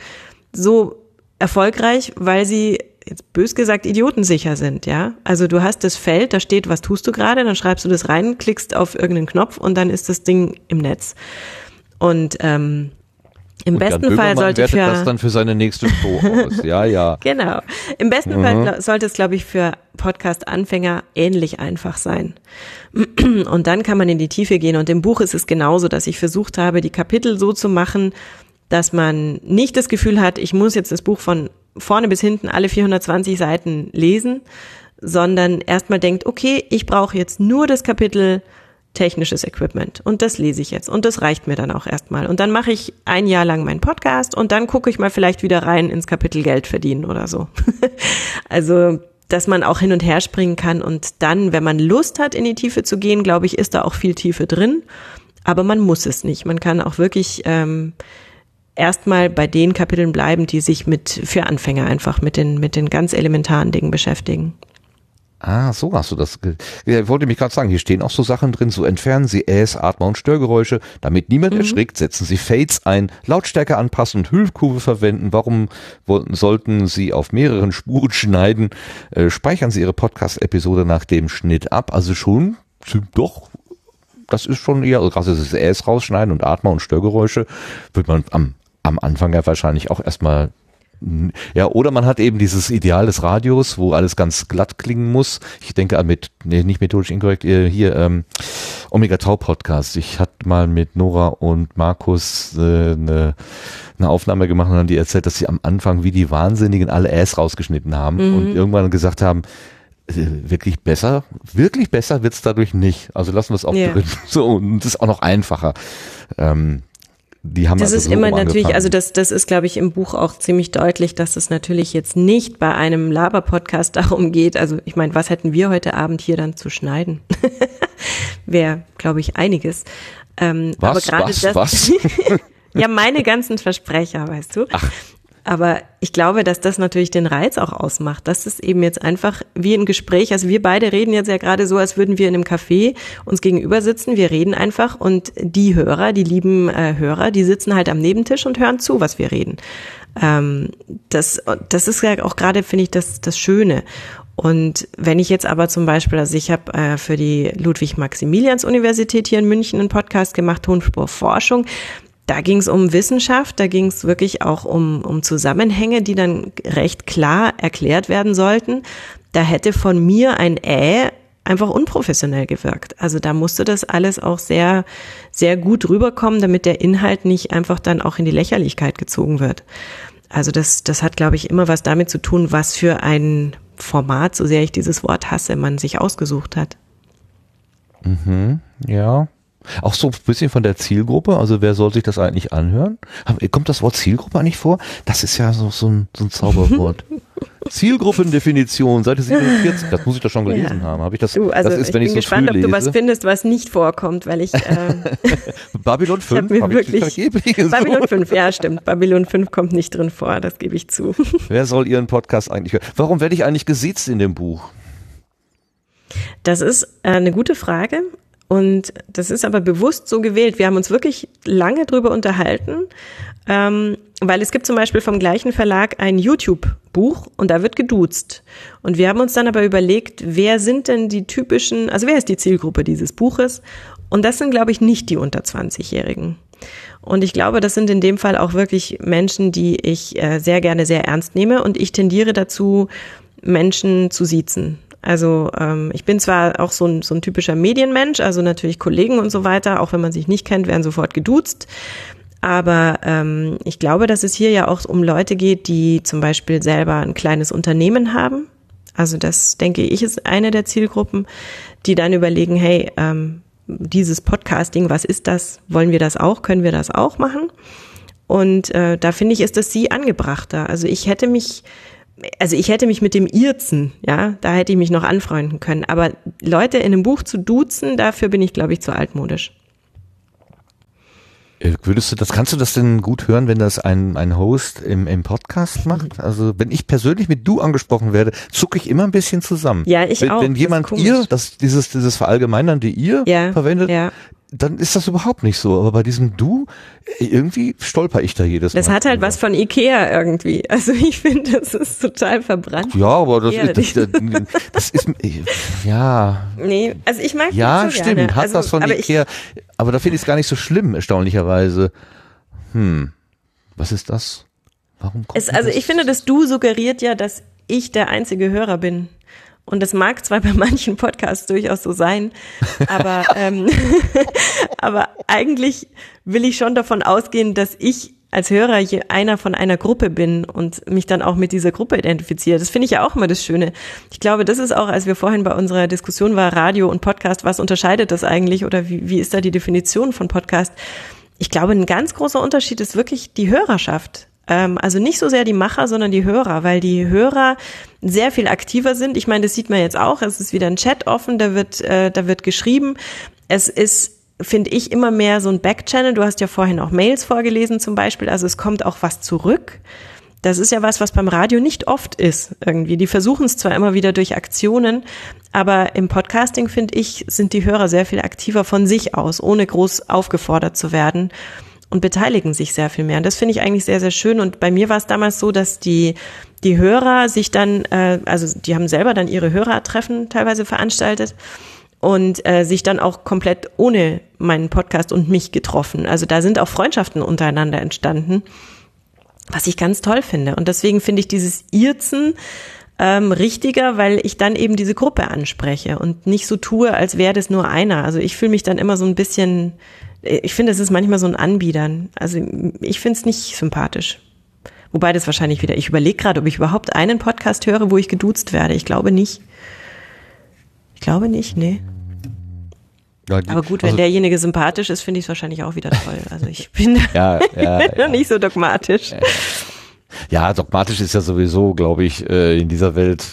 so erfolgreich? Weil sie, jetzt bös gesagt, idiotensicher sind, ja? Also du hast das Feld, da steht, was tust du gerade, dann schreibst du das rein, klickst auf irgendeinen Knopf und dann ist das Ding im Netz. Und ähm, im und besten Jan Fall sollte wertet für das dann für seine nächste Show aus. Ja, ja. Genau. Im besten mhm. Fall sollte es, glaube ich, für Podcast-Anfänger ähnlich einfach sein. Und dann kann man in die Tiefe gehen. Und im Buch ist es genauso, dass ich versucht habe, die Kapitel so zu machen, dass man nicht das Gefühl hat, ich muss jetzt das Buch von vorne bis hinten alle vierhundertzwanzig Seiten lesen, sondern erstmal denkt, okay, ich brauche jetzt nur das Kapitel technisches Equipment und das lese ich jetzt und das reicht mir dann auch erstmal und dann mache ich ein Jahr lang meinen Podcast und dann gucke ich mal vielleicht wieder rein ins Kapitel Geld verdienen oder so. Also, dass man auch hin und her springen kann und dann, wenn man Lust hat, in die Tiefe zu gehen, glaube ich, ist da auch viel Tiefe drin, aber man muss es nicht. Man kann auch wirklich ähm, erstmal bei den Kapiteln bleiben, die sich mit für Anfänger einfach mit den mit den ganz elementaren Dingen beschäftigen. Ah, so hast du das. Ich wollte mich gerade sagen, hier stehen auch so Sachen drin, so entfernen Sie Äs, Atmer und Störgeräusche, damit niemand mhm. erschrickt, setzen Sie Fades ein, Lautstärke anpassen und Hüllkurve verwenden. Warum wollten, sollten Sie auf mehreren Spuren schneiden? Äh, speichern Sie Ihre Podcast-Episode nach dem Schnitt ab. Also schon, doch, das ist schon eher, also gerade das Äs rausschneiden und Atmer und Störgeräusche, wird man am, am Anfang ja wahrscheinlich auch erstmal. Ja, oder man hat eben dieses Ideal des Radios, wo alles ganz glatt klingen muss. Ich denke an mit, nee, nicht methodisch inkorrekt, hier ähm, Omega Tau Podcast. Ich hatte mal mit Nora und Markus äh, eine, eine Aufnahme gemacht und haben die erzählt, dass sie am Anfang wie die Wahnsinnigen alle Äs rausgeschnitten haben mhm. und irgendwann gesagt haben, äh, wirklich besser, wirklich besser wird's dadurch nicht. Also lassen wir es auch yeah. drin. So, und das ist auch noch einfacher. Ähm, Die haben das also ist so immer natürlich, angefangen. also das, das ist, glaube ich, im Buch auch ziemlich deutlich, dass es natürlich jetzt nicht bei einem Laber-Podcast darum geht. Also ich meine, was hätten wir heute Abend hier dann zu schneiden? Wäre, glaube ich, einiges. Ähm, was, aber gerade was, das, was? Ja, meine ganzen Versprecher, weißt du. Ach. Aber ich glaube, dass das natürlich den Reiz auch ausmacht. Das ist eben jetzt einfach wie ein Gespräch. Also wir beide reden jetzt ja gerade so, als würden wir in einem Café uns gegenüber sitzen. Wir reden einfach und die Hörer, die lieben äh, Hörer, die sitzen halt am Nebentisch und hören zu, was wir reden. Ähm, das, das ist ja auch gerade, finde ich, das, das Schöne. Und wenn ich jetzt aber zum Beispiel, also ich habe äh, für die Ludwig-Maximilians-Universität hier in München einen Podcast gemacht, Tonspur Forschung. Da ging es um Wissenschaft, da ging es wirklich auch um, um Zusammenhänge, die dann recht klar erklärt werden sollten. Da hätte von mir ein Äh einfach unprofessionell gewirkt. Also da musste das alles auch sehr, sehr gut rüberkommen, damit der Inhalt nicht einfach dann auch in die Lächerlichkeit gezogen wird. Also das, das hat, glaube ich, immer was damit zu tun, was für ein Format, so sehr ich dieses Wort hasse, man sich ausgesucht hat. Mhm, ja. Auch so ein bisschen von der Zielgruppe, also wer soll sich das eigentlich anhören? Kommt das Wort Zielgruppe eigentlich vor? Das ist ja so, so, ein, so ein Zauberwort. Zielgruppendefinition, Seite siebenundvierzig, das muss ich doch schon gelesen ja. haben. Habe ich das? Du, also das ist, ich wenn bin ich so gespannt, ob lese. du was findest, was nicht vorkommt, weil ich äh, Babylon fünf ich habe ich vergeblich gesucht. Babylon fünf, ja stimmt. Babylon fünf kommt nicht drin vor, das gebe ich zu. Wer soll Ihren Podcast eigentlich hören? Warum werde ich eigentlich gesiezt in dem Buch? Das ist äh, eine gute Frage. Und das ist aber bewusst so gewählt. Wir haben uns wirklich lange drüber unterhalten, ähm, weil es gibt zum Beispiel vom gleichen Verlag ein YouTube-Buch und da wird geduzt. Und wir haben uns dann aber überlegt, wer sind denn die typischen, also wer ist die Zielgruppe dieses Buches? Und das sind, glaube ich, nicht die unter zwanzigjährigen. Und ich glaube, das sind in dem Fall auch wirklich Menschen, die ich äh, sehr gerne sehr ernst nehme. Und ich tendiere dazu, Menschen zu siezen. Also ähm, ich bin zwar auch so ein, so ein typischer Medienmensch, also natürlich Kollegen und so weiter, auch wenn man sich nicht kennt, werden sofort geduzt. Aber ähm, ich glaube, dass es hier ja auch um Leute geht, die zum Beispiel selber ein kleines Unternehmen haben. Also das, denke ich, ist eine der Zielgruppen, die dann überlegen, hey, ähm, dieses Podcasting, was ist das? Wollen wir das auch? Können wir das auch machen? Und äh, da finde ich, ist das Sie angebrachter. Also ich hätte mich Also ich hätte mich mit dem Irzen, ja, da hätte ich mich noch anfreunden können. Aber Leute in einem Buch zu duzen, dafür bin ich, glaube ich, zu altmodisch. Würdest du das, kannst du das denn gut hören, wenn das ein, ein Host im, im Podcast macht? Also wenn ich persönlich mit du angesprochen werde, zucke ich immer ein bisschen zusammen. Ja, ich wenn, auch. Wenn jemand das ihr, das, dieses, dieses verallgemeinernde ihr ja, verwendet, ja. dann ist das überhaupt nicht so. Aber bei diesem Du, irgendwie stolper ich da jedes Mal. Das hat halt was von Ikea irgendwie. Also ich finde, das ist total verbrannt. Ja, aber das ist, das, das, das ist, ja. Nee, also ich mag Ja, das so stimmt, gerne. hat also, was von aber Ikea. Ich, aber da finde ich es gar nicht so schlimm, erstaunlicherweise. Hm, was ist das? Warum kommt es, Also das? ich finde, das Du suggeriert ja, dass ich der einzige Hörer bin. Und das mag zwar bei manchen Podcasts durchaus so sein, aber, ähm, aber eigentlich will ich schon davon ausgehen, dass ich als Hörer hier einer von einer Gruppe bin und mich dann auch mit dieser Gruppe identifiziere. Das finde ich ja auch immer das Schöne. Ich glaube, das ist auch, als wir vorhin bei unserer Diskussion war, Radio und Podcast, was unterscheidet das eigentlich oder wie, wie ist da die Definition von Podcast? Ich glaube, ein ganz großer Unterschied ist wirklich die Hörerschaft. Also nicht so sehr die Macher, sondern die Hörer, weil die Hörer sehr viel aktiver sind. Ich meine, das sieht man jetzt auch. Es ist wieder ein Chat offen, da wird, äh, da wird geschrieben. Es ist, finde ich, immer mehr so ein Backchannel. Du hast ja vorhin auch Mails vorgelesen zum Beispiel. Also es kommt auch was zurück. Das ist ja was, was beim Radio nicht oft ist irgendwie. Die versuchen es zwar immer wieder durch Aktionen, aber im Podcasting, finde ich, sind die Hörer sehr viel aktiver von sich aus, ohne groß aufgefordert zu werden. Und beteiligen sich sehr viel mehr. Und das finde ich eigentlich sehr, sehr schön. Und bei mir war es damals so, dass die die Hörer sich dann, äh, also die haben selber dann ihre Hörertreffen teilweise veranstaltet und äh, sich dann auch komplett ohne meinen Podcast und mich getroffen. Also da sind auch Freundschaften untereinander entstanden, was ich ganz toll finde. Und deswegen finde ich dieses Irzen ähm, richtiger, weil ich dann eben diese Gruppe anspreche und nicht so tue, als wäre das nur einer. Also ich fühle mich dann immer so ein bisschen... Ich finde, es ist manchmal so ein Anbiedern. Also ich finde es nicht sympathisch. Wobei das wahrscheinlich wieder, ich überlege gerade, ob ich überhaupt einen Podcast höre, wo ich geduzt werde. Ich glaube nicht. Ich glaube nicht, nee. Ja, die, aber gut, wenn also, derjenige sympathisch ist, finde ich es wahrscheinlich auch wieder toll. Also ich bin ja, ja, ja. nicht so dogmatisch. Ja, ja, dogmatisch ist ja sowieso, glaube ich, in dieser Welt...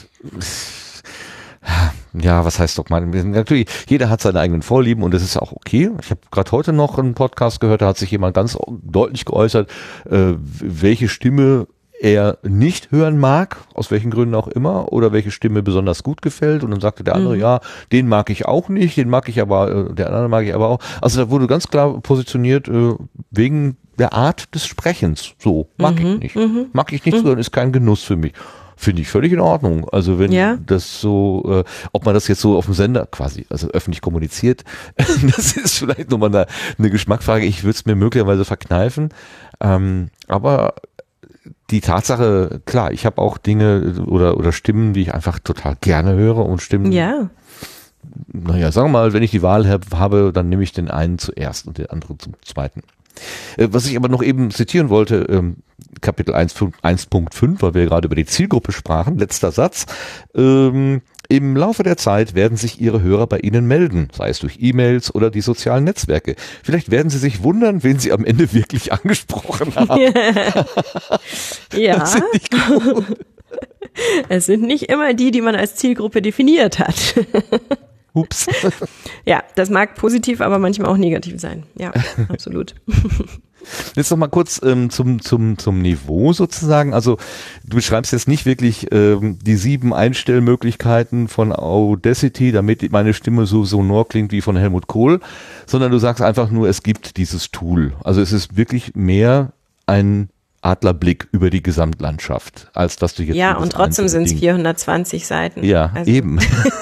Ja, was heißt dogmatisch? Natürlich, jeder hat seine eigenen Vorlieben und das ist auch okay. Ich habe gerade heute noch einen Podcast gehört, da hat sich jemand ganz deutlich geäußert, äh, welche Stimme er nicht hören mag, aus welchen Gründen auch immer, oder welche Stimme besonders gut gefällt. Und dann sagte der andere, mhm. ja, den mag ich auch nicht, den mag ich aber, äh, der andere mag ich aber auch. Also da wurde ganz klar positioniert, äh, wegen der Art des Sprechens. So, mag mhm. ich nicht. Mhm. Mag ich nicht, mhm. sondern ist kein Genuss für mich. Finde ich völlig in Ordnung. Also wenn ja. das so, äh, ob man das jetzt so auf dem Sender quasi, also öffentlich kommuniziert, das ist vielleicht nochmal eine, eine Geschmacksfrage. Ich würde es mir möglicherweise verkneifen. Ähm, aber die Tatsache, klar, ich habe auch Dinge oder oder Stimmen, die ich einfach total gerne höre und Stimmen. Ja. Naja, sagen wir mal, wenn ich die Wahl habe, dann nehme ich den einen zuerst und den anderen zum zweiten. Was ich aber noch eben zitieren wollte, ähm, Kapitel eins Punkt fünf, weil wir gerade über die Zielgruppe sprachen, letzter Satz. Ähm, im Laufe der Zeit werden sich Ihre Hörer bei Ihnen melden, sei es durch E-Mails oder die sozialen Netzwerke. Vielleicht werden Sie sich wundern, wen Sie am Ende wirklich angesprochen haben. Ja. Das finde ich gut. Es sind nicht immer die, die man als Zielgruppe definiert hat. Ups. Ja, das mag positiv, aber manchmal auch negativ sein. Ja, absolut. Jetzt noch mal kurz ähm, zum, zum, zum Niveau sozusagen. Also du beschreibst jetzt nicht wirklich ähm, die sieben Einstellmöglichkeiten von Audacity, damit meine Stimme so sonor klingt wie von Helmut Kohl, sondern du sagst einfach nur, es gibt dieses Tool. Also es ist wirklich mehr ein Adlerblick über die Gesamtlandschaft, als dass du jetzt... Ja, und trotzdem sind es vierhundertzwanzig Seiten. Ja, also. Eben.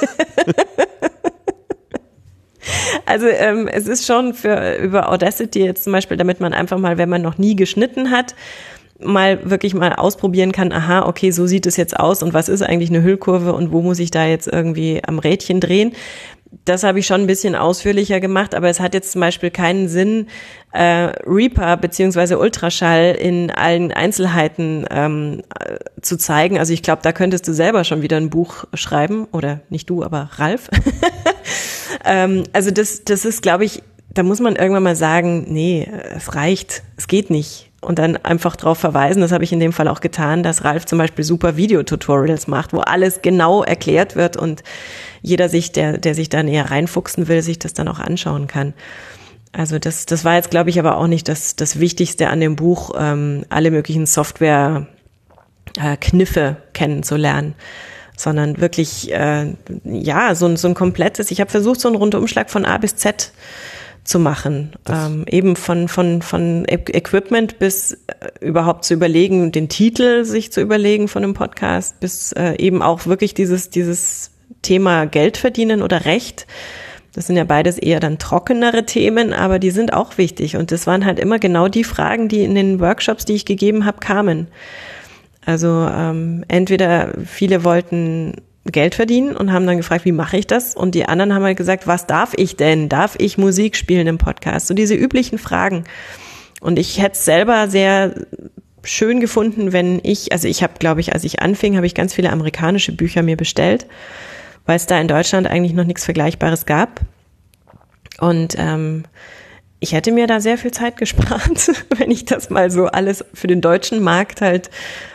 Also ähm, es ist schon für über Audacity jetzt zum Beispiel, damit man einfach mal, wenn man noch nie geschnitten hat, mal wirklich mal ausprobieren kann, aha, okay, so sieht es jetzt aus und was ist eigentlich eine Hüllkurve und wo muss ich da jetzt irgendwie am Rädchen drehen. Das habe ich schon ein bisschen ausführlicher gemacht, aber es hat jetzt zum Beispiel keinen Sinn, äh, Reaper beziehungsweise Ultraschall in allen Einzelheiten ähm, äh, zu zeigen. Also ich glaube, da könntest du selber schon wieder ein Buch schreiben, oder nicht du, aber Ralf. ähm, also das, das ist, glaube ich, da muss man irgendwann mal sagen, nee, es reicht, es geht nicht. Und dann einfach darauf verweisen, das habe ich in dem Fall auch getan, dass Ralf zum Beispiel super Videotutorials macht, wo alles genau erklärt wird und jeder sich, der, der sich da näher reinfuchsen will, sich das dann auch anschauen kann. Also das, das war jetzt, glaube ich, aber auch nicht das, das Wichtigste an dem Buch, ähm, alle möglichen Software-Kniffe äh, kennenzulernen, sondern wirklich, äh, ja, so ein, so ein komplettes, ich habe versucht, so einen Rundumschlag von A bis Z zu machen, ähm, eben von von von Equipment bis äh, überhaupt zu überlegen, den Titel sich zu überlegen von einem Podcast, bis äh, eben auch wirklich dieses dieses Thema Geld verdienen oder Recht. Das sind ja beides eher dann trockenere Themen, aber die sind auch wichtig und das waren halt immer genau die Fragen, die in den Workshops, die ich gegeben habe, kamen. Also ähm, entweder viele wollten Geld verdienen und haben dann gefragt, wie mache ich das? Und die anderen haben halt gesagt, was darf ich denn? Darf ich Musik spielen im Podcast? So diese üblichen Fragen. Und ich hätte es selber sehr schön gefunden, wenn ich, also ich habe, glaube ich, als ich anfing, habe ich ganz viele amerikanische Bücher mir bestellt, weil es da in Deutschland eigentlich noch nichts Vergleichbares gab. Und ähm, ich hätte mir da sehr viel Zeit gespart, wenn ich das mal so alles für den deutschen Markt halt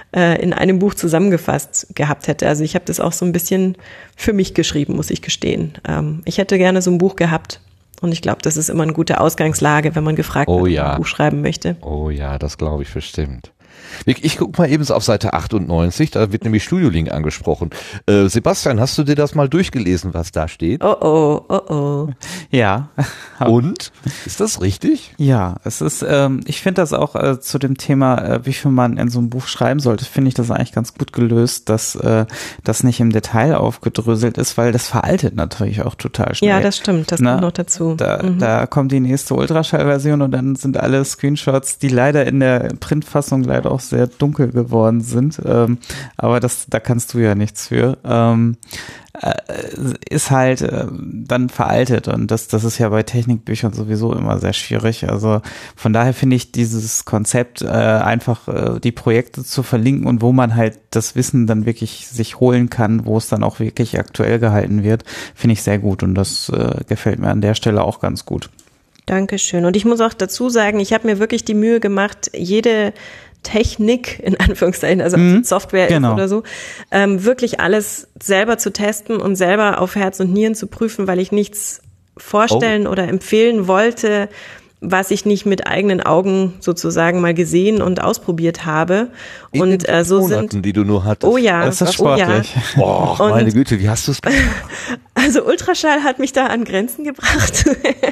in einem Buch zusammengefasst gehabt hätte. Also ich habe das auch so ein bisschen für mich geschrieben, muss ich gestehen. Ich hätte gerne so ein Buch gehabt und ich glaube, das ist immer eine gute Ausgangslage, wenn man gefragt oh, wird, ja. ob man ein Buch schreiben möchte. Oh ja, das glaube ich bestimmt. Ich, ich gucke mal eben so auf Seite achtundneunzig, da wird nämlich Studio Link angesprochen. Äh, Sebastian, hast du dir das mal durchgelesen, was da steht? Oh oh, oh oh. Ja. Und? Ist das richtig? Ja, es ist, ähm, ich finde das auch äh, zu dem Thema, äh, wie viel man in so einem Buch schreiben sollte, finde ich das eigentlich ganz gut gelöst, dass äh, das nicht im Detail aufgedröselt ist, weil das veraltet natürlich auch total schnell. Ja, das stimmt, das Na, kommt noch dazu. Da, mhm. da kommt die nächste Ultraschallversion und dann sind alle Screenshots, die leider in der Printfassung leider auch sehr dunkel geworden sind, ähm, aber das, da kannst du ja nichts für, ähm, äh, ist halt äh, dann veraltet und das, das ist ja bei Technikbüchern sowieso immer sehr schwierig, also von daher finde ich dieses Konzept, äh, einfach äh, die Projekte zu verlinken und wo man halt das Wissen dann wirklich sich holen kann, wo es dann auch wirklich aktuell gehalten wird, finde ich sehr gut und das äh, gefällt mir an der Stelle auch ganz gut. Dankeschön. Und ich muss auch dazu sagen, ich habe mir wirklich die Mühe gemacht, jede Technik, in Anführungszeichen, also mhm, Software genau. ist oder so, ähm, wirklich alles selber zu testen und selber auf Herz und Nieren zu prüfen, weil ich nichts vorstellen oh. oder empfehlen wollte, was ich nicht mit eigenen Augen sozusagen mal gesehen und ausprobiert habe. In und den äh, so Monaten, sind die du nur hattest. Oh ja, das ist sportlich. Oh, ja. Oh, meine Güte, wie hast du es gemacht? Also Ultraschall hat mich da an Grenzen gebracht.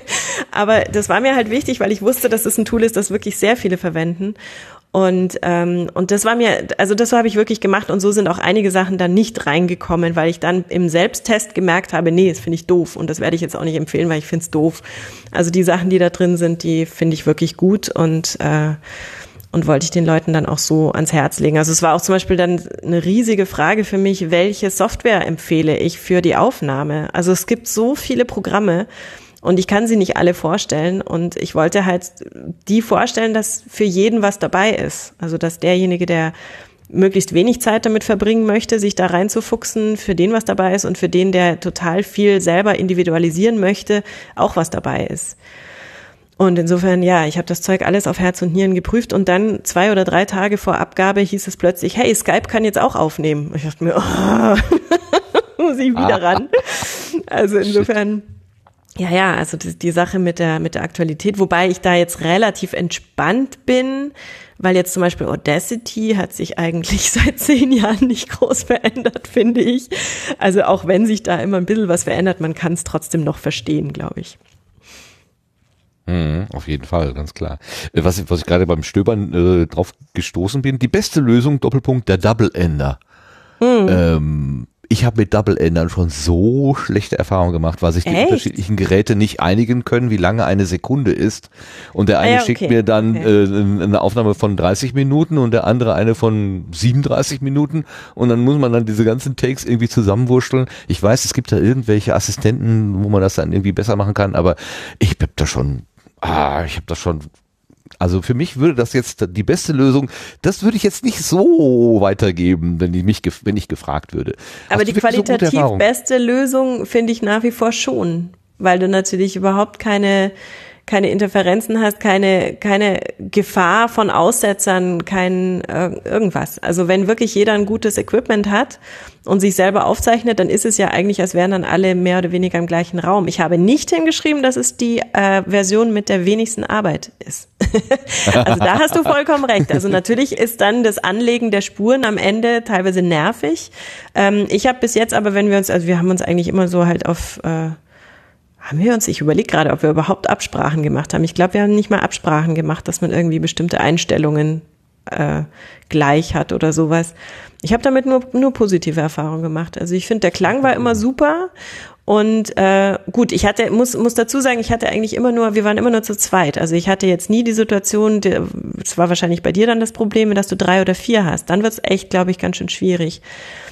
Aber das war mir halt wichtig, weil ich wusste, dass es ein Tool ist, das wirklich sehr viele verwenden. Und ähm, und das war mir, also das habe ich wirklich gemacht und so sind auch einige Sachen dann nicht reingekommen, weil ich dann im Selbsttest gemerkt habe, nee, das finde ich doof und das werde ich jetzt auch nicht empfehlen, weil ich finde es doof. Also die Sachen, die da drin sind, die finde ich wirklich gut und äh, und wollte ich den Leuten dann auch so ans Herz legen. Also es war auch zum Beispiel dann eine riesige Frage für mich, welche Software empfehle ich für die Aufnahme? Also es gibt so viele Programme, und ich kann sie nicht alle vorstellen und ich wollte halt die vorstellen, dass für jeden was dabei ist. Also dass derjenige, der möglichst wenig Zeit damit verbringen möchte, sich da reinzufuchsen, für den was dabei ist und für den, der total viel selber individualisieren möchte, auch was dabei ist. Und insofern, ja, ich habe das Zeug alles auf Herz und Nieren geprüft und dann zwei oder drei Tage vor Abgabe hieß es plötzlich, hey, Skype kann jetzt auch aufnehmen. Ich dachte mir, oh, muss ich wieder ran. Also insofern, ja, ja, also die, die Sache mit der, mit der Aktualität, wobei ich da jetzt relativ entspannt bin, weil jetzt zum Beispiel Audacity hat sich eigentlich seit zehn Jahren nicht groß verändert, finde ich. Also auch wenn sich da immer ein bisschen was verändert, man kann es trotzdem noch verstehen, glaube ich. Mhm, auf jeden Fall, ganz klar. Was, ich- was ich gerade beim Stöbern äh, drauf gestoßen bin, die beste Lösung, Doppelpunkt, der Double-Ender. Hm. Ähm, ich habe mit Double-Endern schon so schlechte Erfahrungen gemacht, weil sich die Echt? unterschiedlichen Geräte nicht einigen können, wie lange eine Sekunde ist. Und der eine Ah ja, schickt okay, mir dann okay. äh, eine Aufnahme von dreißig Minuten und der andere eine von siebenunddreißig Minuten und dann muss man dann diese ganzen Takes irgendwie zusammenwurschteln. Ich weiß, es gibt da irgendwelche Assistenten, wo man das dann irgendwie besser machen kann, aber ich hab da schon, ah, ich habe das schon, also für mich würde das jetzt die beste Lösung, das würde ich jetzt nicht so weitergeben, wenn ich mich, gef- wenn ich gefragt würde. Aber Hast die du wirklich so gute qualitativ Erfahrungen? beste Lösung finde ich nach wie vor schon, weil du natürlich überhaupt keine keine Interferenzen hast, keine keine Gefahr von Aussetzern, kein äh, irgendwas. Also wenn wirklich jeder ein gutes Equipment hat und sich selber aufzeichnet, dann ist es ja eigentlich, als wären dann alle mehr oder weniger im gleichen Raum. Ich habe nicht hingeschrieben, dass es die äh, Version mit der wenigsten Arbeit ist. Also da hast du vollkommen recht. Also natürlich ist dann das Anlegen der Spuren am Ende teilweise nervig. Ähm, ich habe bis jetzt aber, wenn wir uns, also wir haben uns eigentlich immer so halt auf äh, haben wir uns, ich überlege gerade, ob wir überhaupt Absprachen gemacht haben. Ich glaube, wir haben nicht mal Absprachen gemacht, dass man irgendwie bestimmte Einstellungen äh, gleich hat oder sowas. Ich habe damit nur nur positive Erfahrungen gemacht. Also ich finde, der Klang war immer super und äh, gut, ich hatte, muss muss dazu sagen, ich hatte eigentlich immer nur, wir waren immer nur zu zweit. Also ich hatte jetzt nie die Situation, es war wahrscheinlich bei dir dann das Problem, dass du drei oder vier hast. Dann wird es echt, glaube ich, ganz schön schwierig.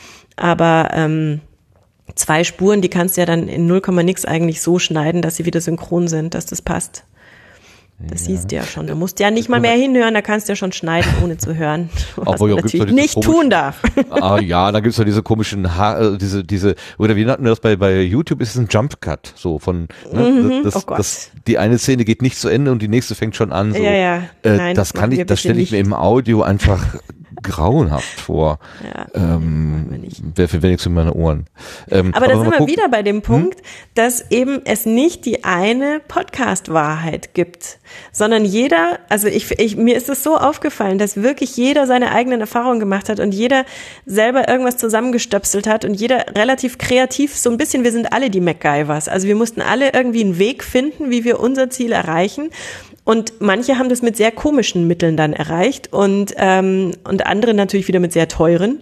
Aber ähm, zwei Spuren, die kannst du ja dann in null Komma nix eigentlich so schneiden, dass sie wieder synchron sind, dass das passt. Das Ja. siehst du ja schon. Du musst ja nicht mal mehr hinhören, da kannst du ja schon schneiden, ohne zu hören. Was Obwohl, man ja, gibt's doch natürlich diese nicht komischen- tun darf. Ah ja, da gibt's doch diese komischen, ha äh, diese, diese, oder wie nannten wir das bei, bei YouTube, ist es ein Jump Cut, so von, ne, Mhm, das, oh Gott. das, die eine Szene geht nicht zu Ende und die nächste fängt schon an, so. Ja, ja. Äh, Nein, das das kann machen ich, wir das bitte stelle ich mir nicht. im Audio einfach grauenhaft vor. Ja, machen wir Ähm, nicht. Wer für wenigstens in meine Ohren. Ähm, Aber da wenn sind man wir guckt- wieder bei dem Punkt, dass eben es nicht die eine Podcast-Wahrheit gibt, sondern jeder, also ich, ich, mir ist es so aufgefallen, dass wirklich jeder seine eigenen Erfahrungen gemacht hat und jeder selber irgendwas zusammengestöpselt hat und jeder relativ kreativ, so ein bisschen, wir sind alle die MacGyvers. Also wir mussten alle irgendwie einen Weg finden, wie wir unser Ziel erreichen. Und manche haben das mit sehr komischen Mitteln dann erreicht und, ähm, und andere natürlich wieder mit sehr teuren.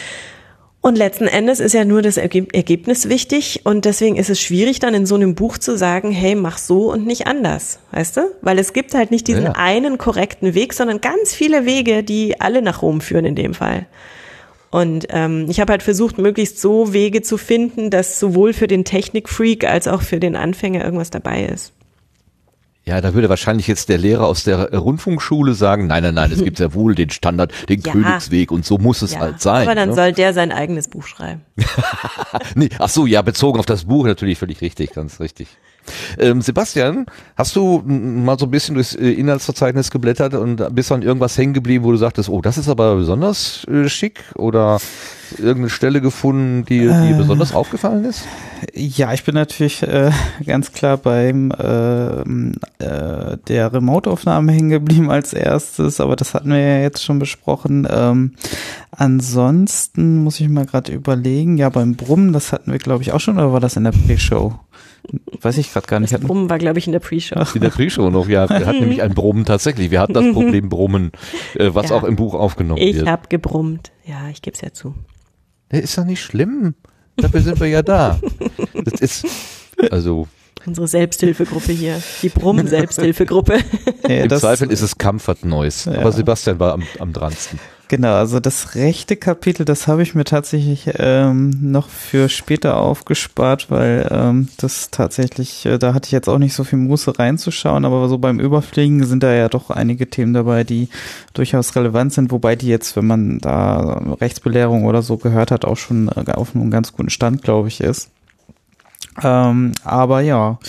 Und letzten Endes ist ja nur das Ergeb- Ergebnis wichtig und deswegen ist es schwierig, dann in so einem Buch zu sagen, hey, mach so und nicht anders, weißt du? Weil es gibt halt nicht diesen Ja. einen korrekten Weg, sondern ganz viele Wege, die alle nach Rom führen in dem Fall. Und ähm, ich habe halt versucht, möglichst so Wege zu finden, dass sowohl für den Technikfreak als auch für den Anfänger irgendwas dabei ist. Ja, da würde wahrscheinlich jetzt der Lehrer aus der äh, Rundfunkschule sagen, nein, nein, nein, es gibt sehr wohl den Standard, den Ja. Königsweg und so muss es Ja, halt sein. aber dann ne? soll der sein eigenes Buch schreiben. Nee, ach so, ja, bezogen auf das Buch natürlich völlig richtig, ganz richtig. Ähm, Sebastian, hast du m, mal so ein bisschen durchs äh, Inhaltsverzeichnis geblättert und bist an irgendwas hängen geblieben, wo du sagtest, oh, das ist aber besonders äh, schick oder irgendeine Stelle gefunden, die dir Äh. besonders aufgefallen ist? Ja, ich bin natürlich äh, ganz klar beim ähm, äh, der Remote-Aufnahme hängen geblieben als erstes, aber das hatten wir ja jetzt schon besprochen. Ähm, ansonsten muss ich mal gerade überlegen, ja, beim Brummen, das hatten wir glaube ich auch schon, oder war das in der Pre-Show? Weiß ich gerade gar nicht. Das Hatten- Brummen war, glaube ich, in der Pre-Show. In der Pre-Show noch, ja, wir hatten nämlich ein Brummen tatsächlich. Wir hatten das Problem Brummen, äh, was Ja. auch im Buch aufgenommen Ich wird. habe gebrummt. Ja, ich gebe es ja zu. Ja, ist doch nicht schlimm. Dafür sind wir ja da. Das ist, also, Unsere Selbsthilfegruppe hier. Die Brummen-Selbsthilfegruppe. Ja, im das- Zweifel ist es Comfort Noise. Ja. Aber Sebastian war am, am dransten. Genau, also das rechte Kapitel, das habe ich mir tatsächlich ähm, noch für später aufgespart, weil ähm, das tatsächlich, äh, da hatte ich jetzt auch nicht so viel Muße reinzuschauen, aber so beim Überfliegen sind da ja doch einige Themen dabei, die durchaus relevant sind, wobei die jetzt, wenn man da Rechtsbelehrung oder so gehört hat, auch schon äh, auf einem ganz guten Stand, glaube ich, ist. Ähm, aber ja,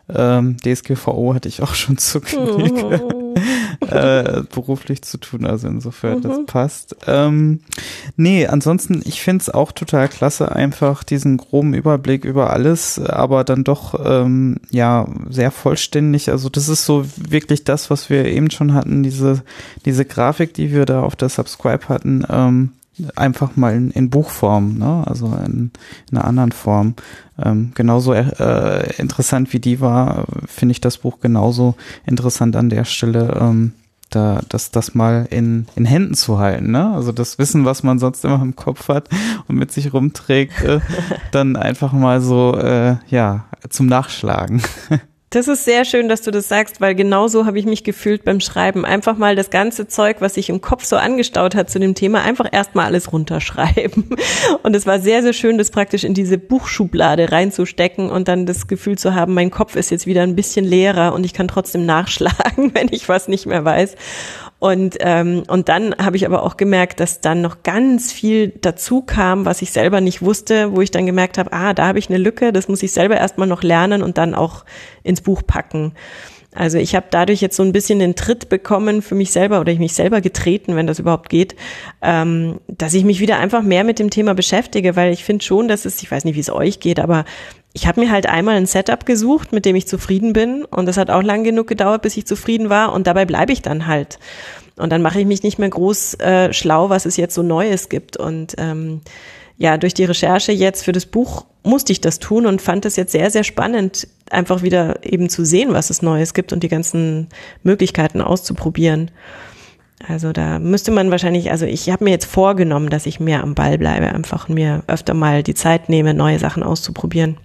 Ähm, D S G V O hatte ich auch schon zu Genüge oh. äh, beruflich zu tun, also insofern, mhm. das passt. Ähm, nee, ansonsten, ich finde es auch total klasse, einfach diesen groben Überblick über alles, aber dann doch, ähm, ja, sehr vollständig. Also das ist so wirklich das, was wir eben schon hatten, diese, diese Grafik, die wir da auf der Subscribe hatten, ähm, einfach mal in, in Buchform, ne? Also in, in einer anderen Form. Ähm, genauso äh, interessant wie die war, finde ich das Buch genauso interessant an der Stelle, ähm, da das das mal in in Händen zu halten, ne? Also das Wissen, was man sonst immer im Kopf hat und mit sich rumträgt, äh, dann einfach mal so äh, ja zum Nachschlagen. Das ist sehr schön, dass du das sagst, weil genau so habe ich mich gefühlt beim Schreiben. Einfach mal das ganze Zeug, was sich im Kopf so angestaut hat zu dem Thema, einfach erstmal alles runterschreiben. Und es war sehr, sehr schön, das praktisch in diese Buchschublade reinzustecken und dann das Gefühl zu haben, mein Kopf ist jetzt wieder ein bisschen leerer und ich kann trotzdem nachschlagen, wenn ich was nicht mehr weiß. Und ähm, und dann habe ich aber auch gemerkt, dass dann noch ganz viel dazu kam, was ich selber nicht wusste, wo ich dann gemerkt habe, ah, da habe ich eine Lücke, das muss ich selber erstmal noch lernen und dann auch ins Buch packen. Also ich habe dadurch jetzt so ein bisschen den Tritt bekommen für mich selber oder ich mich selber getreten, wenn das überhaupt geht, ähm, dass ich mich wieder einfach mehr mit dem Thema beschäftige, weil ich finde schon, dass es, ich weiß nicht, wie es euch geht, aber ich habe mir halt einmal ein Setup gesucht, mit dem ich zufrieden bin und das hat auch lang genug gedauert, bis ich zufrieden war und dabei bleibe ich dann halt. Und dann mache ich mich nicht mehr groß äh, schlau, was es jetzt so Neues gibt. Und ähm, ja, durch die Recherche jetzt für das Buch musste ich das tun und fand es jetzt sehr, sehr spannend, einfach wieder eben zu sehen, was es Neues gibt und die ganzen Möglichkeiten auszuprobieren. Also da müsste man wahrscheinlich, also ich habe mir jetzt vorgenommen, dass ich mehr am Ball bleibe, einfach mir öfter mal die Zeit nehme, neue Sachen auszuprobieren.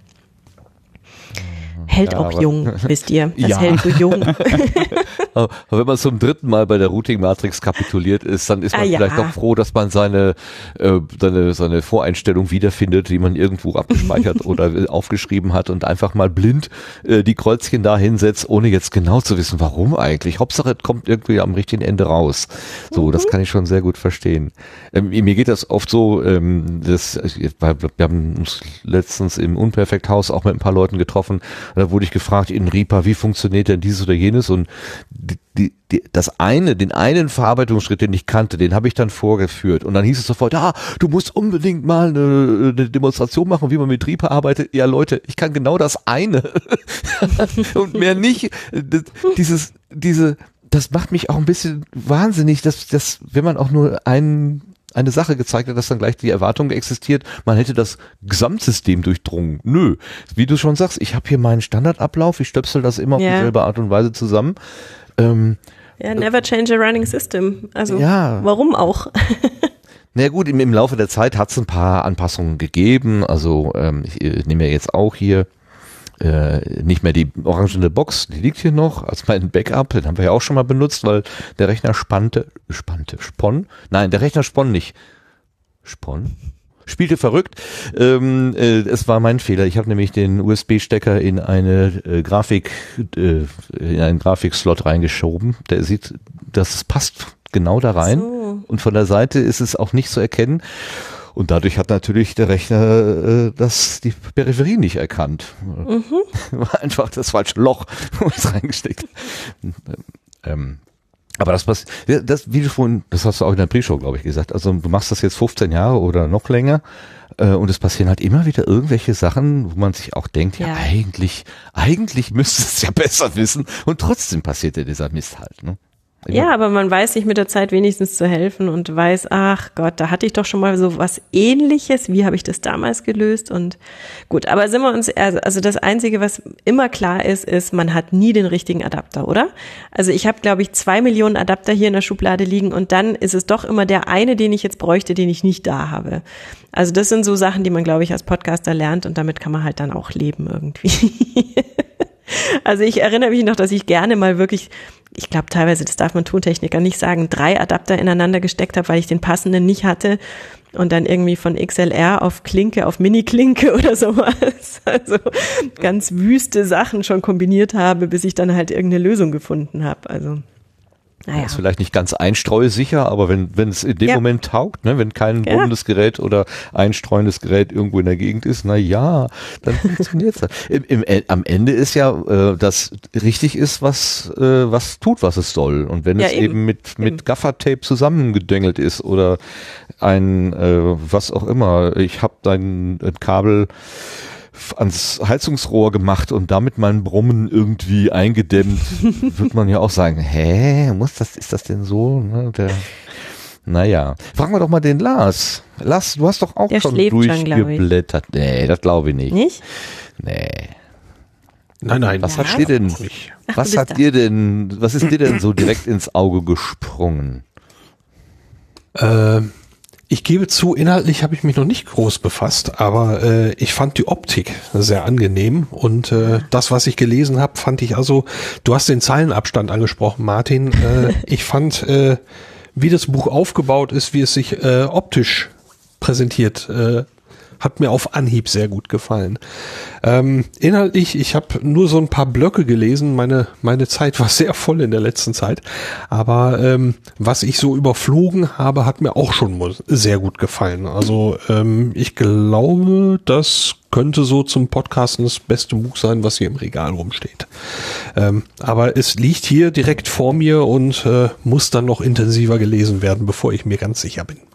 Hält ja, auch jung, wisst ihr. Das ja. hält so jung. Aber wenn man zum dritten Mal bei der Routing-Matrix kapituliert ist, dann ist man ah, vielleicht ja. doch froh, dass man seine, äh, seine, seine Voreinstellung wiederfindet, die man irgendwo abgespeichert oder aufgeschrieben hat und einfach mal blind äh, die Kreuzchen da hinsetzt, ohne jetzt genau zu wissen, warum eigentlich. Hauptsache, es kommt irgendwie am richtigen Ende raus. So, mhm. das kann ich schon sehr gut verstehen. Ähm, mir geht das oft so, ähm, das, wir haben uns letztens im Unperfekthaus auch mit ein paar Leuten getroffen. Da wurde ich gefragt in Reaper, wie funktioniert denn dieses oder jenes? Und die, die, die, das eine, den einen Verarbeitungsschritt, den ich kannte, den habe ich dann vorgeführt. Und dann hieß es sofort, ah, du musst unbedingt mal eine, eine Demonstration machen, wie man mit Reaper arbeitet. Ja, Leute, ich kann genau das eine und mehr nicht. Das, dieses, diese, das macht mich auch ein bisschen wahnsinnig, dass, dass wenn man auch nur einen eine Sache gezeigt hat, dass dann gleich die Erwartung existiert, man hätte das Gesamtsystem durchdrungen. Nö. Wie du schon sagst, ich habe hier meinen Standardablauf, ich stöpsel das immer yeah. auf dieselbe Art und Weise zusammen. Ähm, ja, never change a running system. Also ja. warum auch? Na ja, gut, im, im Laufe der Zeit hat es ein paar Anpassungen gegeben. Also ähm, ich, ich nehme ja jetzt auch hier Äh, nicht mehr die orangene Box, die liegt hier noch als mein Backup, den haben wir ja auch schon mal benutzt, weil der Rechner spannte, spannte, spon? Nein, der Rechner spann nicht. Spon? Spielte verrückt. Ähm, äh, es war mein Fehler. Ich habe nämlich den U S B-Stecker in eine äh, Grafik, äh, in einen Grafikslot reingeschoben. Der sieht, das passt genau da rein. So. Und von der Seite ist es auch nicht zu erkennen. Und dadurch hat natürlich der Rechner äh, das, die Peripherie nicht erkannt. Mhm. War einfach das falsche Loch, wo es reingesteckt. ähm, aber das passiert, das, wie du vorhin, das hast du auch in der Pre-Show, glaube ich, gesagt. Also du machst das jetzt fünfzehn Jahre oder noch länger äh, und es passieren halt immer wieder irgendwelche Sachen, wo man sich auch denkt, ja, ja eigentlich, eigentlich müsste es ja besser wissen und trotzdem passiert ja dieser Mist halt, ne? Ja, aber man weiß sich mit der Zeit wenigstens zu helfen und weiß, ach Gott, da hatte ich doch schon mal so was Ähnliches. Wie habe ich das damals gelöst? Und gut, aber sind wir uns, also das Einzige, was immer klar ist, ist, man hat nie den richtigen Adapter, oder? Also ich habe, glaube ich, zwei Millionen Adapter hier in der Schublade liegen und dann ist es doch immer der eine, den ich jetzt bräuchte, den ich nicht da habe. Also das sind so Sachen, die man, glaube ich, als Podcaster lernt und damit kann man halt dann auch leben irgendwie. Also ich erinnere mich noch, dass ich gerne mal wirklich, ich glaube teilweise, das darf man Tontechniker nicht sagen, drei Adapter ineinander gesteckt habe, weil ich den passenden nicht hatte und dann irgendwie von X L R auf Klinke auf Mini-Klinke oder sowas. Also ganz wüste Sachen schon kombiniert habe, bis ich dann halt irgendeine Lösung gefunden habe. Also Naja. Ist vielleicht nicht ganz einstreusicher, aber wenn wenn es in dem Ja. Moment taugt, ne, wenn kein Ja. brummendes Gerät oder einstreuendes Gerät irgendwo in der Gegend ist, na ja, dann funktioniert es. Im, im, äh, am Ende ist ja, äh, dass richtig ist, was äh, was tut, was es soll. Und wenn Ja, es eben. eben mit mit Eben. Gaffertape zusammengedengelt ist oder ein äh, was auch immer, ich habe ein, ein Kabel ans Heizungsrohr gemacht und damit mein Brummen irgendwie eingedämmt, wird man ja auch sagen, hä, muss das, ist das denn so? Ne, der, naja, fragen wir doch mal den Lars. Lars, du hast doch auch Der schon schläft schon, glaub ich. durchgeblättert. Nee, das glaube ich nicht. Nicht? Nee. Nein, nein. Was Ja. hat dir denn, Nicht. Ach, du was bist hat da. dir denn, was ist dir denn so direkt ins Auge gesprungen? Äh, ich gebe zu, inhaltlich habe ich mich noch nicht groß befasst, aber äh, ich fand die Optik sehr angenehm und äh, das, was ich gelesen habe, fand ich also, du hast den Zeilenabstand angesprochen, Martin, äh, ich fand, äh, wie das Buch aufgebaut ist, wie es sich äh, optisch präsentiert, äh, hat mir auf Anhieb sehr gut gefallen. Ähm, inhaltlich, ich habe nur so ein paar Blöcke gelesen, meine meine Zeit war sehr voll in der letzten Zeit, aber ähm, was ich so überflogen habe, hat mir auch schon mo- sehr gut gefallen. Also ähm, ich glaube, das könnte so zum Podcasten das beste Buch sein, was hier im Regal rumsteht. Ähm, aber es liegt hier direkt vor mir und äh, muss dann noch intensiver gelesen werden, bevor ich mir ganz sicher bin.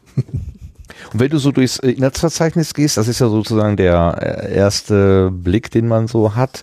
Und wenn du so durchs äh, Inhaltsverzeichnis gehst, das ist ja sozusagen der äh, erste Blick, den man so hat.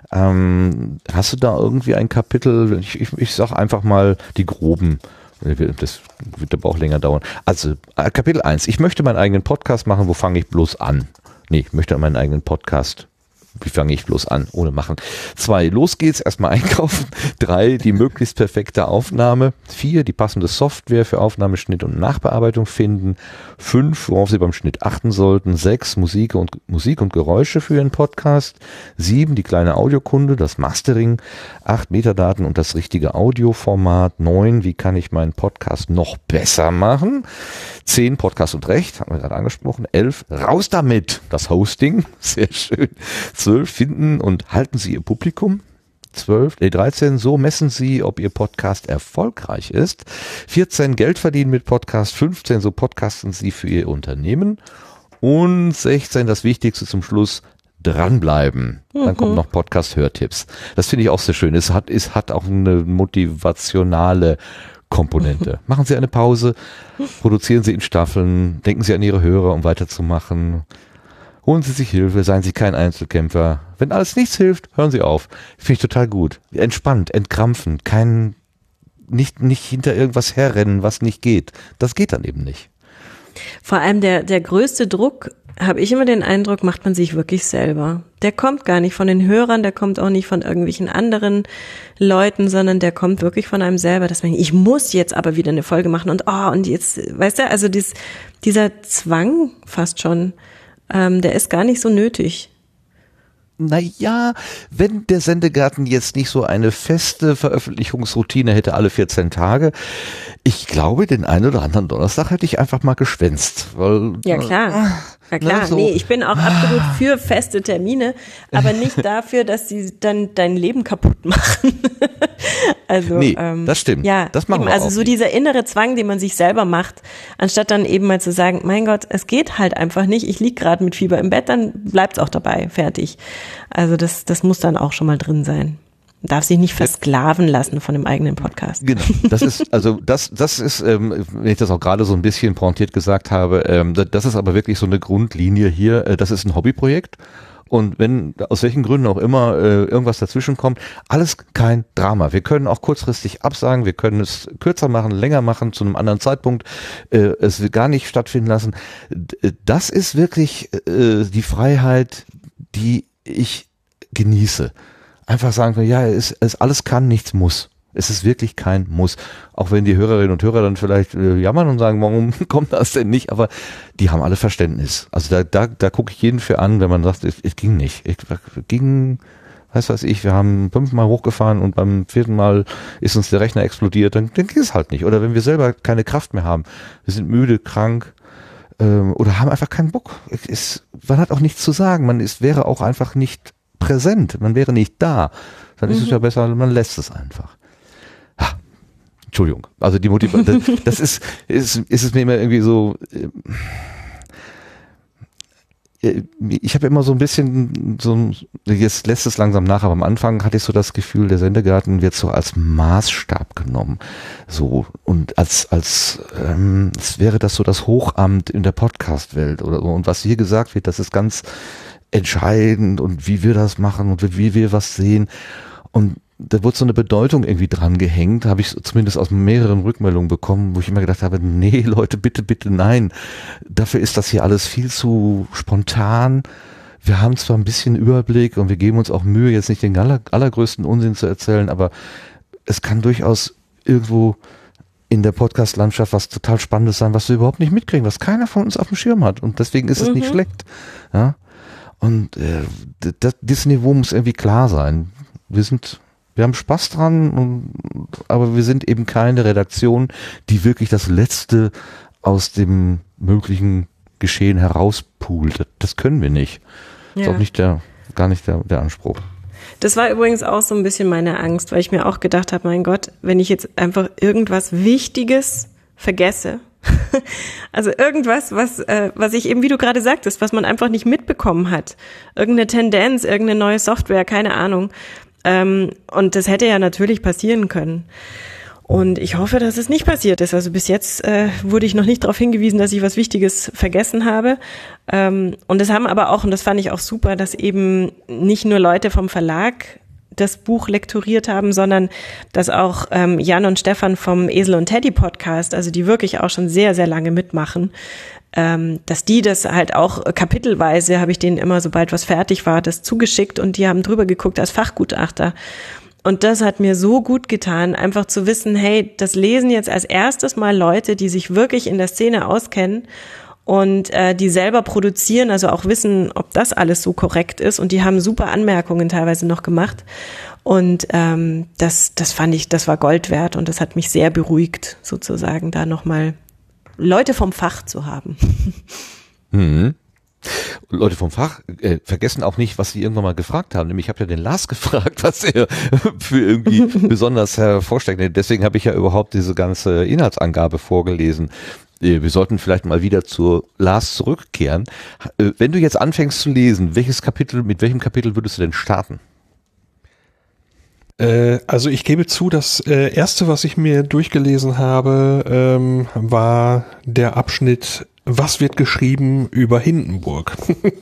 Ähm, hast du da irgendwie ein Kapitel, ich, ich, ich sag einfach mal die groben, das wird aber auch länger dauern. Also äh, Kapitel eins, ich möchte meinen eigenen Podcast machen, wo fange ich bloß an? Nee, ich möchte meinen eigenen Podcast. Wie fange ich bloß an, ohne machen? Zwei, los geht's, erstmal einkaufen. Drei, die möglichst perfekte Aufnahme. Vier, die passende Software für Aufnahme, Schnitt und Nachbearbeitung finden. Fünf, worauf Sie beim Schnitt achten sollten. Sechs, Musik und, Musik und Geräusche für Ihren Podcast. Sieben, die kleine Audiokunde, das Mastering. Acht, Metadaten und das richtige Audioformat. Neun, wie kann ich meinen Podcast noch besser machen? Zehn, Podcast und Recht, haben wir gerade angesprochen. Elf, raus damit, das Hosting, sehr schön. Zwölf, finden und halten Sie Ihr Publikum. Zwölf, nee, dreizehn, so messen Sie, ob Ihr Podcast erfolgreich ist. Vierzehn, Geld verdienen mit Podcast. Fünfzehn, so podcasten Sie für Ihr Unternehmen. Und sechzehn, das Wichtigste zum Schluss, dranbleiben. Dann kommen noch Podcast-Hörtipps. Das finde ich auch sehr schön. Es hat, es hat auch eine motivationale Komponente. Machen Sie eine Pause, produzieren Sie in Staffeln, denken Sie an Ihre Hörer, um weiterzumachen. Holen Sie sich Hilfe, seien Sie kein Einzelkämpfer. Wenn alles nichts hilft, hören Sie auf. Finde ich total gut. Entspannt, entkrampfen, kein, nicht, nicht hinter irgendwas herrennen, was nicht geht. Das geht dann eben nicht. Vor allem der, der größte Druck, habe ich immer den Eindruck, macht man sich wirklich selber. Der kommt gar nicht von den Hörern, der kommt auch nicht von irgendwelchen anderen Leuten, sondern der kommt wirklich von einem selber, dass man, ich muss jetzt aber wieder eine Folge machen und oh, und jetzt, weißt du, also dies, dieser Zwang fast schon, ähm, der ist gar nicht so nötig. Naja, wenn der Sendegarten jetzt nicht so eine feste Veröffentlichungsroutine hätte alle vierzehn Tage, ich glaube, den einen oder anderen Donnerstag hätte ich einfach mal geschwänzt. Weil, Ja klar, ja klar. Ne, so. Nee, ich bin auch absolut für feste Termine, aber nicht dafür, dass sie dann dein Leben kaputt machen. Also Nee, ähm, das stimmt. Ja, Das machen eben, wir also auch so nicht. dieser innere Zwang, den man sich selber macht, anstatt dann eben mal zu sagen, mein Gott, es geht halt einfach nicht. Ich lieg gerade mit Fieber im Bett, dann bleibt's auch dabei, fertig. Also das, das muss dann auch schon mal drin sein. Darf sich nicht versklaven lassen von dem eigenen Podcast. Genau, das ist, also das, das ist, ähm, wenn ich das auch gerade so ein bisschen pointiert gesagt habe, ähm, das ist aber wirklich so eine Grundlinie hier, äh, das ist ein Hobbyprojekt und wenn, aus welchen Gründen auch immer, äh, irgendwas dazwischen kommt, alles kein Drama. Wir können auch kurzfristig absagen, wir können es kürzer machen, länger machen, zu einem anderen Zeitpunkt, äh, es gar nicht stattfinden lassen. D- Das ist wirklich äh, die Freiheit, die ich genieße. Einfach sagen können, ja, es ist alles kann, nichts muss. Es ist wirklich kein Muss. Auch wenn die Hörerinnen und Hörer dann vielleicht äh, jammern und sagen, warum kommt das denn nicht? Aber die haben alle Verständnis. Also da, da, da gucke ich jeden für an, wenn man sagt, es, es ging nicht. Es ging, weiß was ich, wir haben fünfmal hochgefahren und beim vierten Mal ist uns der Rechner explodiert, dann, dann ging es halt nicht. Oder wenn wir selber keine Kraft mehr haben, wir sind müde, krank ähm, oder haben einfach keinen Bock. Es, man hat auch nichts zu sagen. Man ist, wäre auch einfach nicht präsent, man wäre nicht da, dann ist Mhm. es ja besser, man lässt es einfach. Ha. Entschuldigung. Also die Motivation, das, das ist, ist, ist es mir immer irgendwie so, äh, ich habe immer so ein bisschen, so, jetzt lässt es langsam nach, aber am Anfang hatte ich so das Gefühl, der Sendegarten wird so als Maßstab genommen. So, und als, als, ähm, als wäre das so das Hochamt in der Podcast-Welt oder so. Und was hier gesagt wird, das ist ganz entscheidend und wie wir das machen und wie wir was sehen. Und da wurde so eine Bedeutung irgendwie dran gehängt, habe ich zumindest aus mehreren Rückmeldungen bekommen, wo ich immer gedacht habe, nee, Leute, bitte, bitte, nein. Dafür ist das hier alles viel zu spontan. Wir haben zwar ein bisschen Überblick und wir geben uns auch Mühe, jetzt nicht den aller, allergrößten Unsinn zu erzählen, aber es kann durchaus irgendwo in der Podcast-Landschaft was total Spannendes sein, was wir überhaupt nicht mitkriegen, was keiner von uns auf dem Schirm hat. Und deswegen ist es mhm. nicht schlecht. Ja? Und äh, das, dieses Niveau muss irgendwie klar sein. Wir sind Wir haben Spaß dran, und, aber wir sind eben keine Redaktion, die wirklich das Letzte aus dem möglichen Geschehen herauspoolt. Das, das können wir nicht. Ja. Das ist auch nicht der, gar nicht der, der Anspruch. Das war übrigens auch so ein bisschen meine Angst, weil ich mir auch gedacht habe, mein Gott, wenn ich jetzt einfach irgendwas Wichtiges vergesse, also irgendwas, was äh, was ich eben, wie du gerade sagtest, was man einfach nicht mitbekommen hat, irgendeine Tendenz, irgendeine neue Software, keine Ahnung. Ähm, und das hätte ja natürlich passieren können. Und ich hoffe, dass es nicht passiert ist. Also bis jetzt äh, wurde ich noch nicht darauf hingewiesen, dass ich was Wichtiges vergessen habe. Ähm, und das haben aber auch, und das fand ich auch super, dass eben nicht nur Leute vom Verlag das Buch lektoriert haben, sondern dass auch ähm, Jan und Stefan vom Esel und Teddy Podcast, also die wirklich auch schon sehr, sehr lange mitmachen, ähm, dass die das halt auch kapitelweise, habe ich denen immer, sobald was fertig war, das zugeschickt und die haben drüber geguckt als Fachgutachter. Und das hat mir so gut getan, einfach zu wissen, hey, das lesen jetzt als erstes mal Leute, die sich wirklich in der Szene auskennen und äh, die selber produzieren, also auch wissen, ob das alles so korrekt ist. Und die haben super Anmerkungen teilweise noch gemacht. Und ähm, das, das fand ich, das war Gold wert und das hat mich sehr beruhigt, sozusagen da nochmal Leute vom Fach zu haben. Mhm. Leute vom Fach äh, vergessen auch nicht, was sie irgendwann mal gefragt haben. Nämlich, ich habe ja den Lars gefragt, was er für irgendwie besonders hervorsteckt. Deswegen habe ich ja überhaupt diese ganze Inhaltsangabe vorgelesen. Äh, wir sollten vielleicht mal wieder zu Lars zurückkehren. Äh, wenn du jetzt anfängst zu lesen, welches Kapitel, mit welchem Kapitel würdest du denn starten? Äh, also ich gebe zu, das äh, erste, was ich mir durchgelesen habe, ähm, war der Abschnitt Was wird geschrieben über Hindenburg?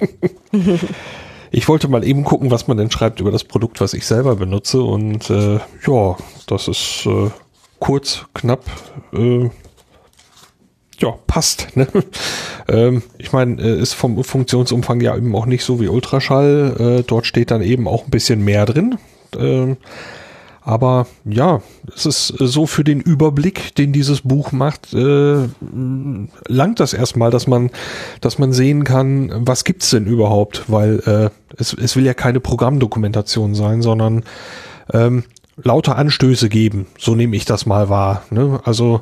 Ich wollte mal eben gucken, was man denn schreibt über das Produkt, was ich selber benutze. Und äh, ja, das ist äh, kurz, knapp, äh, ja, passt. Ne? ähm, ich meine, äh, ist vom Funktionsumfang ja eben auch nicht so wie Ultraschall. Äh, dort steht dann eben auch ein bisschen mehr drin. Ähm, Aber ja, es ist so für den Überblick, den dieses Buch macht, äh, langt das erstmal, dass man, dass man sehen kann, was gibt's denn überhaupt, weil äh, es, es will ja keine Programmdokumentation sein, sondern ähm, lauter Anstöße geben. So nehme ich das mal wahr. Ne? Also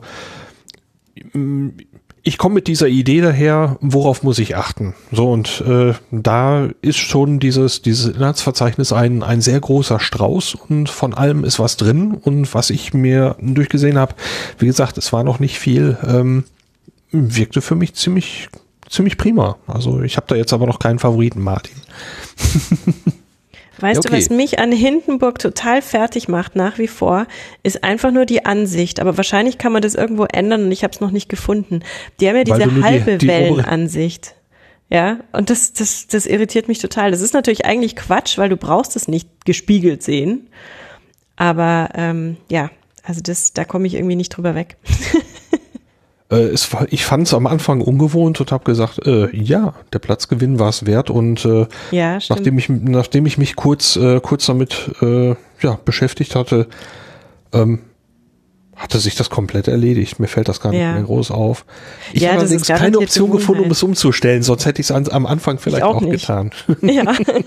ich komme mit dieser Idee daher, worauf muss ich achten? So, und äh, da ist schon dieses dieses Inhaltsverzeichnis ein ein sehr großer Strauß und von allem ist was drin. Und was ich mir durchgesehen habe, wie gesagt, es war noch nicht viel, ähm, wirkte für mich ziemlich ziemlich prima. Also ich habe da jetzt aber noch keinen Favoriten, Martin. Weißt okay. du, was mich an Hindenburg total fertig macht nach wie vor, ist einfach nur die Ansicht. Aber wahrscheinlich kann man das irgendwo ändern und ich habe es noch nicht gefunden. Die haben ja diese halbe die, die Wellenansicht. Ja, und das, das, das irritiert mich total. Das ist natürlich eigentlich Quatsch, weil du brauchst es nicht gespiegelt sehen. Aber ähm, ja, also das, da komme ich irgendwie nicht drüber weg. Äh, es, ich fand es am Anfang ungewohnt und habe gesagt, äh, ja, der Platzgewinn war es wert und äh, ja, nachdem ich nachdem ich mich kurz äh, kurz damit äh, ja beschäftigt hatte, ähm, hatte sich das komplett erledigt. Mir fällt das gar nicht ja. mehr groß auf. Ich ja, habe allerdings keine Option gefunden, um es umzustellen, sonst hätte ich es am Anfang vielleicht auch, auch getan. Ja.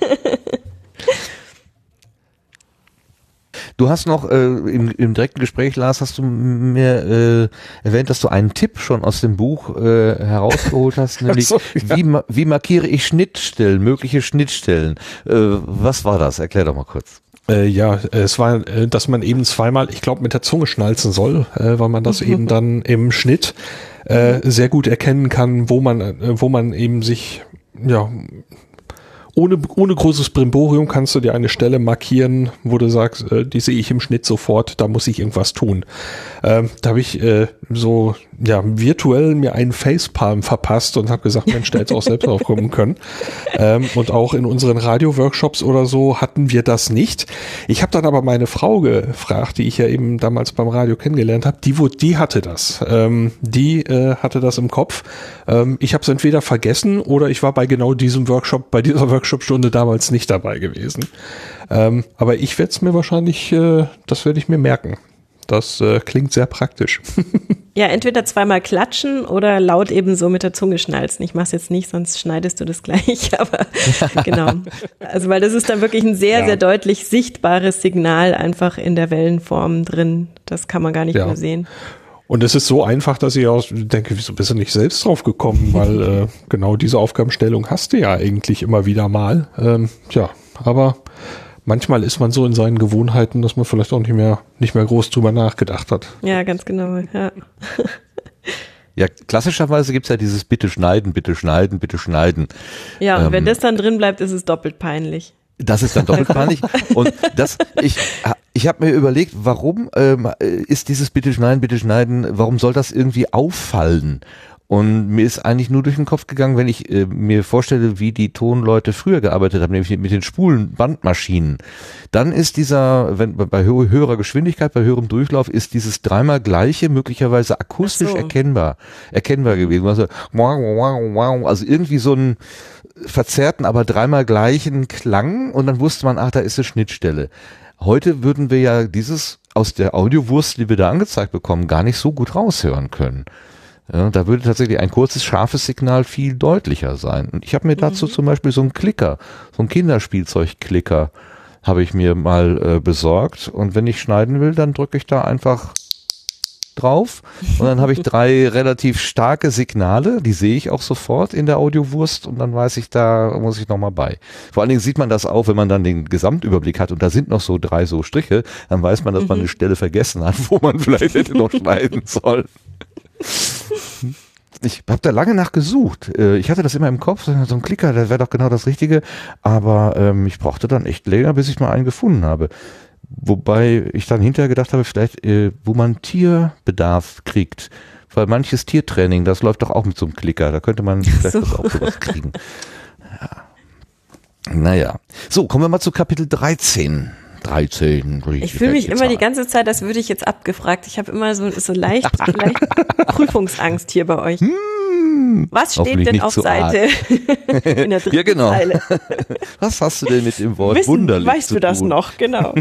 Du hast noch äh, im, im direkten Gespräch, Lars, hast du mir äh, erwähnt, dass du einen Tipp schon aus dem Buch äh, herausgeholt hast, nämlich so, ja. wie, wie markiere ich Schnittstellen, mögliche Schnittstellen. Äh, was war das? Erklär doch mal kurz. Äh, ja, es war, äh, dass man eben zweimal, ich glaube, mit der Zunge schnalzen soll, äh, weil man das eben dann im Schnitt äh, sehr gut erkennen kann, wo man, äh, wo man eben sich, ja, ohne, ohne großes Brimborium kannst du dir eine Stelle markieren, wo du sagst, äh, die sehe ich im Schnitt sofort, da muss ich irgendwas tun. Ähm, da habe ich äh, so ja virtuell mir einen Facepalm verpasst und habe gesagt, Mensch, da hätte auch selbst drauf kommen können. Ähm, und auch in unseren Radio-Workshops oder so hatten wir das nicht. Ich habe dann aber meine Frau gefragt, die ich ja eben damals beim Radio kennengelernt habe, die, die hatte das. Ähm, die äh, hatte das im Kopf. Ähm, ich habe es entweder vergessen oder ich war bei genau diesem Workshop, bei dieser Workshop-Stunde damals nicht dabei gewesen. Ähm, aber ich werde es mir wahrscheinlich, äh, das werde ich mir merken. Das äh, klingt sehr praktisch. Ja, entweder zweimal klatschen oder laut eben so mit der Zunge schnalzen. Ich mach's jetzt nicht, sonst schneidest du das gleich, aber genau. Also weil das ist dann wirklich ein sehr, ja. sehr deutlich sichtbares Signal einfach in der Wellenform drin. Das kann man gar nicht ja. mehr sehen. Und es ist so einfach, dass ich auch denke, wieso bist du nicht selbst drauf gekommen? Weil äh, genau diese Aufgabenstellung hast du ja eigentlich immer wieder mal. Ähm, ja, aber manchmal ist man so in seinen Gewohnheiten, dass man vielleicht auch nicht mehr, nicht mehr groß drüber nachgedacht hat. Ja, ganz genau, ja. Ja, klassischerweise gibt's ja dieses bitte schneiden, bitte schneiden, bitte schneiden. Ja, und ähm, wenn das dann drin bleibt, ist es doppelt peinlich. Das ist dann doppelt peinlich. Und das, ich, ich habe mir überlegt, warum ähm, ist dieses bitte schneiden, bitte schneiden, warum soll das irgendwie auffallen? Und mir ist eigentlich nur durch den Kopf gegangen, wenn ich äh, mir vorstelle, wie die Tonleute früher gearbeitet haben, nämlich mit den spulen Bandmaschinen. Dann ist dieser, wenn bei hö- höherer Geschwindigkeit, bei höherem Durchlauf, ist dieses dreimal gleiche möglicherweise akustisch so. erkennbar, erkennbar gewesen. Also, also irgendwie so einen verzerrten, aber dreimal gleichen Klang und dann wusste man, ach, da ist eine Schnittstelle. Heute würden wir ja dieses aus der Audiowurst, die wir da angezeigt bekommen, gar nicht so gut raushören können. Ja, da würde tatsächlich ein kurzes, scharfes Signal viel deutlicher sein. Und ich habe mir dazu mhm. zum Beispiel so einen Klicker, so einen Kinderspielzeug-Klicker habe ich mir mal äh, besorgt. Und wenn ich schneiden will, dann drücke ich da einfach drauf. Und dann habe ich drei relativ starke Signale, die sehe ich auch sofort in der Audiowurst. Und dann weiß ich, da muss ich nochmal bei. Vor allen Dingen sieht man das auch, wenn man dann den Gesamtüberblick hat. Und da sind noch so drei so Striche. Dann weiß man, dass mhm. man eine Stelle vergessen hat, wo man vielleicht hätte noch schneiden sollen. Ich habe da lange nach gesucht. Ich hatte das immer im Kopf, so ein Klicker, das wäre doch genau das Richtige. Aber ähm, ich brauchte dann echt länger, bis ich mal einen gefunden habe. Wobei ich dann hinterher gedacht habe, vielleicht, äh, wo man Tierbedarf kriegt. Weil manches Tiertraining, das läuft doch auch mit so einem Klicker. Da könnte man vielleicht so. auch sowas kriegen. Ja. Naja. So, kommen wir mal zu Kapitel dreizehn. dreizehn. Ich fühle mich immer die ganze Zeit, als würde ich jetzt abgefragt. Ich habe immer so, so leicht, leicht Prüfungsangst hier bei euch. Hm, Was steht denn auf Seite in der dritten ja, genau. Zeile? Was hast du denn mit dem Wort Wissen, wunderlich weißt zu du das tun? noch? Genau.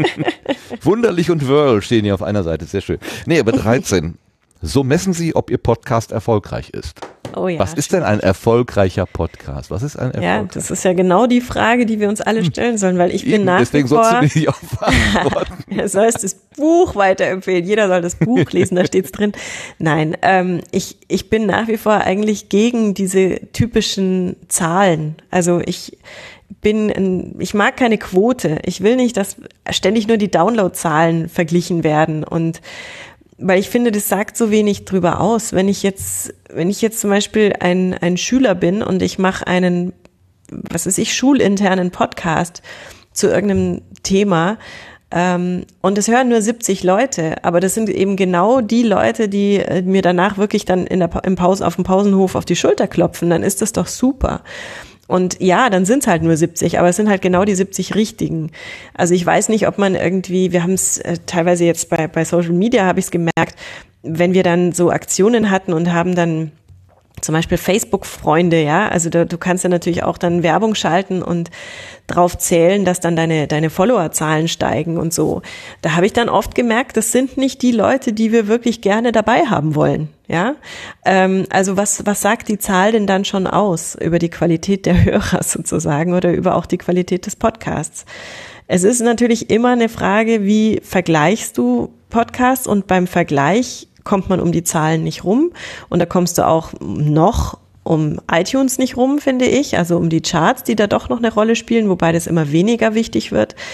Wunderlich und Whirl stehen hier auf einer Seite. Sehr schön. Nee, aber dreizehn. So messen Sie, ob Ihr Podcast erfolgreich ist. Oh ja, Was ist denn ein erfolgreicher Podcast? Was ist ein erfolgreicher? Ja, das ist ja genau die Frage, die wir uns alle stellen sollen, weil ich bin Eben, nach deswegen wie vor... sollst du nicht auf antworten. Du sollst das Buch weiterempfehlen. Jeder soll das Buch lesen, da steht's drin. Nein, ähm, ich, ich bin nach wie vor eigentlich gegen diese typischen Zahlen. Also ich bin, ein, ich mag keine Quote. Ich will nicht, dass ständig nur die Downloadzahlen verglichen werden und weil ich finde, das sagt so wenig drüber aus. Wenn ich jetzt, wenn ich jetzt zum Beispiel ein, ein Schüler bin und ich mache einen, was weiß ich, schulinternen Podcast zu irgendeinem Thema, ähm, und es hören nur siebzig Leute, aber das sind eben genau die Leute, die äh, mir danach wirklich dann in der, im Pause, auf dem Pausenhof auf die Schulter klopfen, dann ist das doch super. Und ja, dann sind es halt nur siebzig, aber es sind halt genau die siebzig richtigen. Also ich weiß nicht, ob man irgendwie, wir haben es äh, teilweise jetzt bei, bei Social Media, habe ich es gemerkt, wenn wir dann so Aktionen hatten und haben dann zum Beispiel Facebook-Freunde, ja, also da, du kannst ja natürlich auch dann Werbung schalten und drauf zählen, dass dann deine deine Followerzahlen steigen und so. Da habe ich dann oft gemerkt, das sind nicht die Leute, die wir wirklich gerne dabei haben wollen, ja. Ähm, also was was sagt die Zahl denn dann schon aus über die Qualität der Hörer sozusagen oder über auch die Qualität des Podcasts? Es ist natürlich immer eine Frage, wie vergleichst du Podcasts und beim Vergleich kommt man um die Zahlen nicht rum und da kommst du auch noch um iTunes nicht rum, finde ich, also um die Charts, die da doch noch eine Rolle spielen, wobei das immer weniger wichtig wird.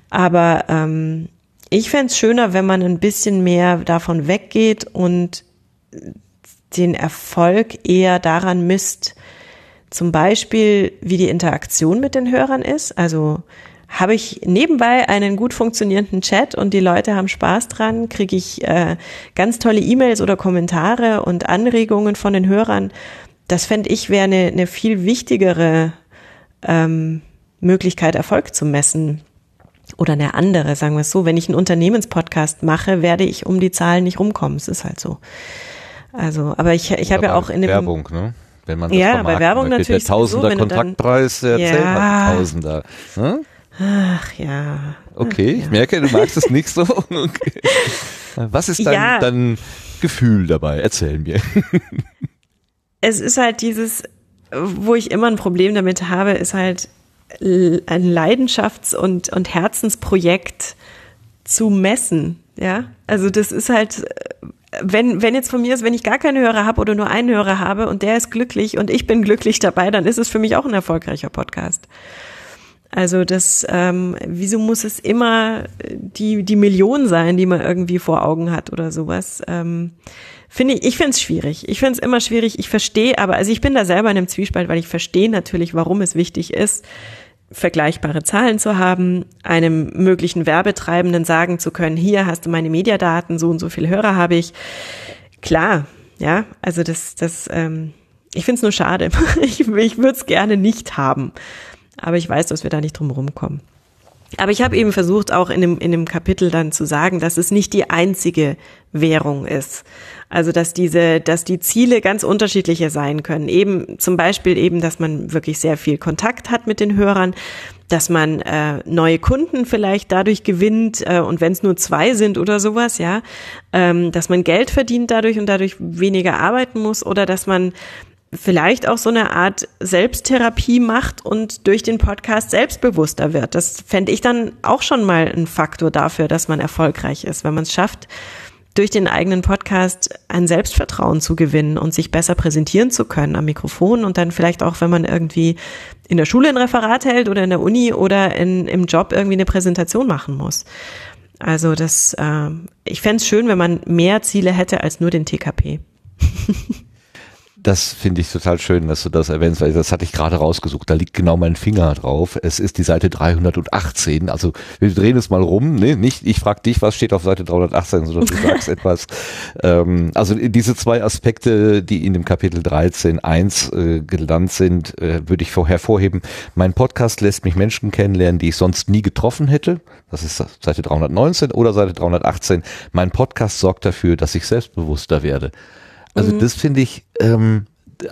Aber ähm, ich fände es schöner, wenn man ein bisschen mehr davon weggeht und den Erfolg eher daran misst, zum Beispiel, wie die Interaktion mit den Hörern ist. Also habe ich nebenbei einen gut funktionierenden Chat und die Leute haben Spaß dran, kriege ich äh, ganz tolle E-Mails oder Kommentare und Anregungen von den Hörern. Das fände ich wäre eine, eine viel wichtigere ähm, Möglichkeit, Erfolg zu messen. Oder eine andere, sagen wir es so. Wenn ich einen Unternehmenspodcast mache, werde ich um die Zahlen nicht rumkommen. Es ist halt so. Also, aber ich, ich habe ja auch in dem Werbung, ne? Wenn man das ja, bei Werbung möchte. natürlich Der Tausender sowieso, Kontaktpreis, der ja. zählt halt Tausender. Hm? Ach ja. Okay, Ach, ich ja. merke, du magst es nicht so. Okay. Was ist dein, Ja. dein Gefühl dabei? Erzähl mir. Es ist halt dieses, wo ich immer ein Problem damit habe, ist halt ein Leidenschafts- und, und Herzensprojekt zu messen. Ja, also das ist halt, wenn, wenn jetzt von mir ist, wenn ich gar keine Hörer habe oder nur einen Hörer habe und der ist glücklich und ich bin glücklich dabei, dann ist es für mich auch ein erfolgreicher Podcast. Also das, ähm, wieso muss es immer die, die Million sein, die man irgendwie vor Augen hat oder sowas? Ähm, finde ich, ich finde es schwierig. Ich finde es immer schwierig. Ich verstehe, aber also ich bin da selber in einem Zwiespalt, weil ich verstehe natürlich, warum es wichtig ist, vergleichbare Zahlen zu haben, einem möglichen Werbetreibenden sagen zu können, hier hast du meine Mediadaten, so und so viele Hörer habe ich. Klar, ja, also das, das, ähm, ich finde es nur schade. Ich, ich würde es gerne nicht haben. Aber ich weiß, dass wir da nicht drum rumkommen. Aber ich habe eben versucht, auch in dem, in dem Kapitel dann zu sagen, dass es nicht die einzige Währung ist. Also, dass diese, dass die Ziele ganz unterschiedliche sein können. Eben, zum Beispiel eben, dass man wirklich sehr viel Kontakt hat mit den Hörern, dass man äh, neue Kunden vielleicht dadurch gewinnt, äh, und wenn es nur zwei sind oder sowas, ja, ähm, dass man Geld verdient dadurch und dadurch weniger arbeiten muss oder dass man vielleicht auch so eine Art Selbsttherapie macht und durch den Podcast selbstbewusster wird. Das fände ich dann auch schon mal ein Faktor dafür, dass man erfolgreich ist, wenn man es schafft, durch den eigenen Podcast ein Selbstvertrauen zu gewinnen und sich besser präsentieren zu können am Mikrofon und dann vielleicht auch, wenn man irgendwie in der Schule ein Referat hält oder in der Uni oder in, im Job irgendwie eine Präsentation machen muss. Also das, äh, ich fände es schön, wenn man mehr Ziele hätte als nur den T K P. Das finde ich total schön, dass du das erwähnst, weil das hatte ich gerade rausgesucht. Da liegt genau mein Finger drauf. Es ist die Seite dreihundertachtzehn. Also wir drehen es mal rum. Nee, nicht, ich frage dich, was steht auf Seite dreihundertachtzehn, sondern du sagst etwas. Ähm, also diese zwei Aspekte, die in dem Kapitel dreizehn Punkt eins äh, gelandet sind, äh, würde ich hervorheben. Mein Podcast lässt mich Menschen kennenlernen, die ich sonst nie getroffen hätte. Das ist Seite dreihundertneunzehn oder Seite dreihundertachtzehn. Mein Podcast sorgt dafür, dass ich selbstbewusster werde. Also das finde ich, ähm,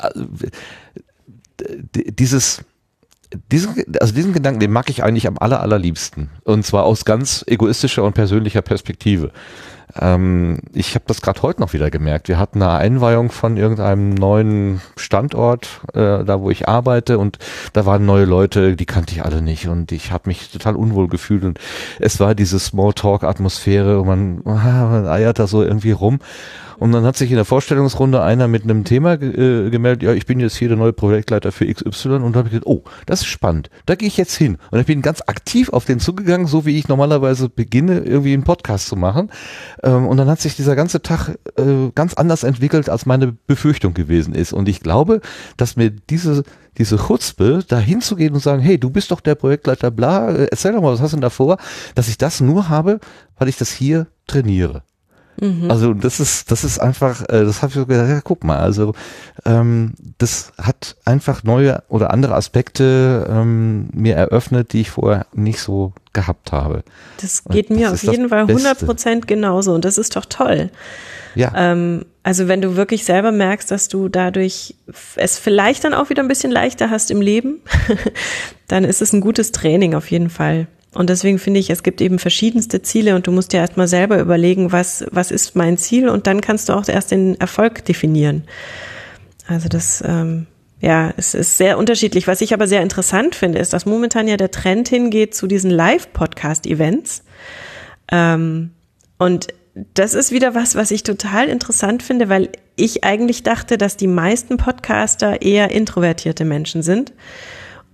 dieses, diesen, also diesen Gedanken, den mag ich eigentlich am aller, allerliebsten. Und zwar aus ganz egoistischer und persönlicher Perspektive. Ähm, ich habe das gerade heute noch wieder gemerkt. Wir hatten eine Einweihung von irgendeinem neuen Standort, äh, da wo ich arbeite, und da waren neue Leute, die kannte ich alle nicht, und ich habe mich total unwohl gefühlt, und es war diese Smalltalk-Atmosphäre, und man, man eiert da so irgendwie rum. Und dann hat sich in der Vorstellungsrunde einer mit einem Thema äh, gemeldet, ja, ich bin jetzt hier der neue Projektleiter für X Y, und da habe ich gedacht, oh, das ist spannend, da gehe ich jetzt hin. Und ich bin ganz aktiv auf den zugegangen, so wie ich normalerweise beginne, irgendwie einen Podcast zu machen. Ähm, und dann hat sich dieser ganze Tag äh, ganz anders entwickelt, als meine Befürchtung gewesen ist. Und ich glaube, dass mir diese diese Chutzpe, da hinzugehen und sagen, hey, du bist doch der Projektleiter, bla, erzähl doch mal, was hast du denn da vor, dass ich das nur habe, weil ich das hier trainiere. Mhm. Also das ist, das ist einfach, äh, das habe ich so gedacht, ja, guck mal, also ähm, das hat einfach neue oder andere Aspekte ähm, mir eröffnet, die ich vorher nicht so gehabt habe. Das geht und mir das auf jeden Fall hundert Prozent genauso, und das ist doch toll. Ja. Ähm, also wenn du wirklich selber merkst, dass du dadurch es vielleicht dann auch wieder ein bisschen leichter hast im Leben, dann ist es ein gutes Training auf jeden Fall. Und deswegen finde ich, es gibt eben verschiedenste Ziele, und du musst dir erstmal selber überlegen, was, was ist mein Ziel, und dann kannst du auch erst den Erfolg definieren. Also das, ähm, ja, es ist sehr unterschiedlich. Was ich aber sehr interessant finde, ist, dass momentan ja der Trend hingeht zu diesen Live-Podcast-Events. Ähm, und das ist wieder was, was ich total interessant finde, weil ich eigentlich dachte, dass die meisten Podcaster eher introvertierte Menschen sind.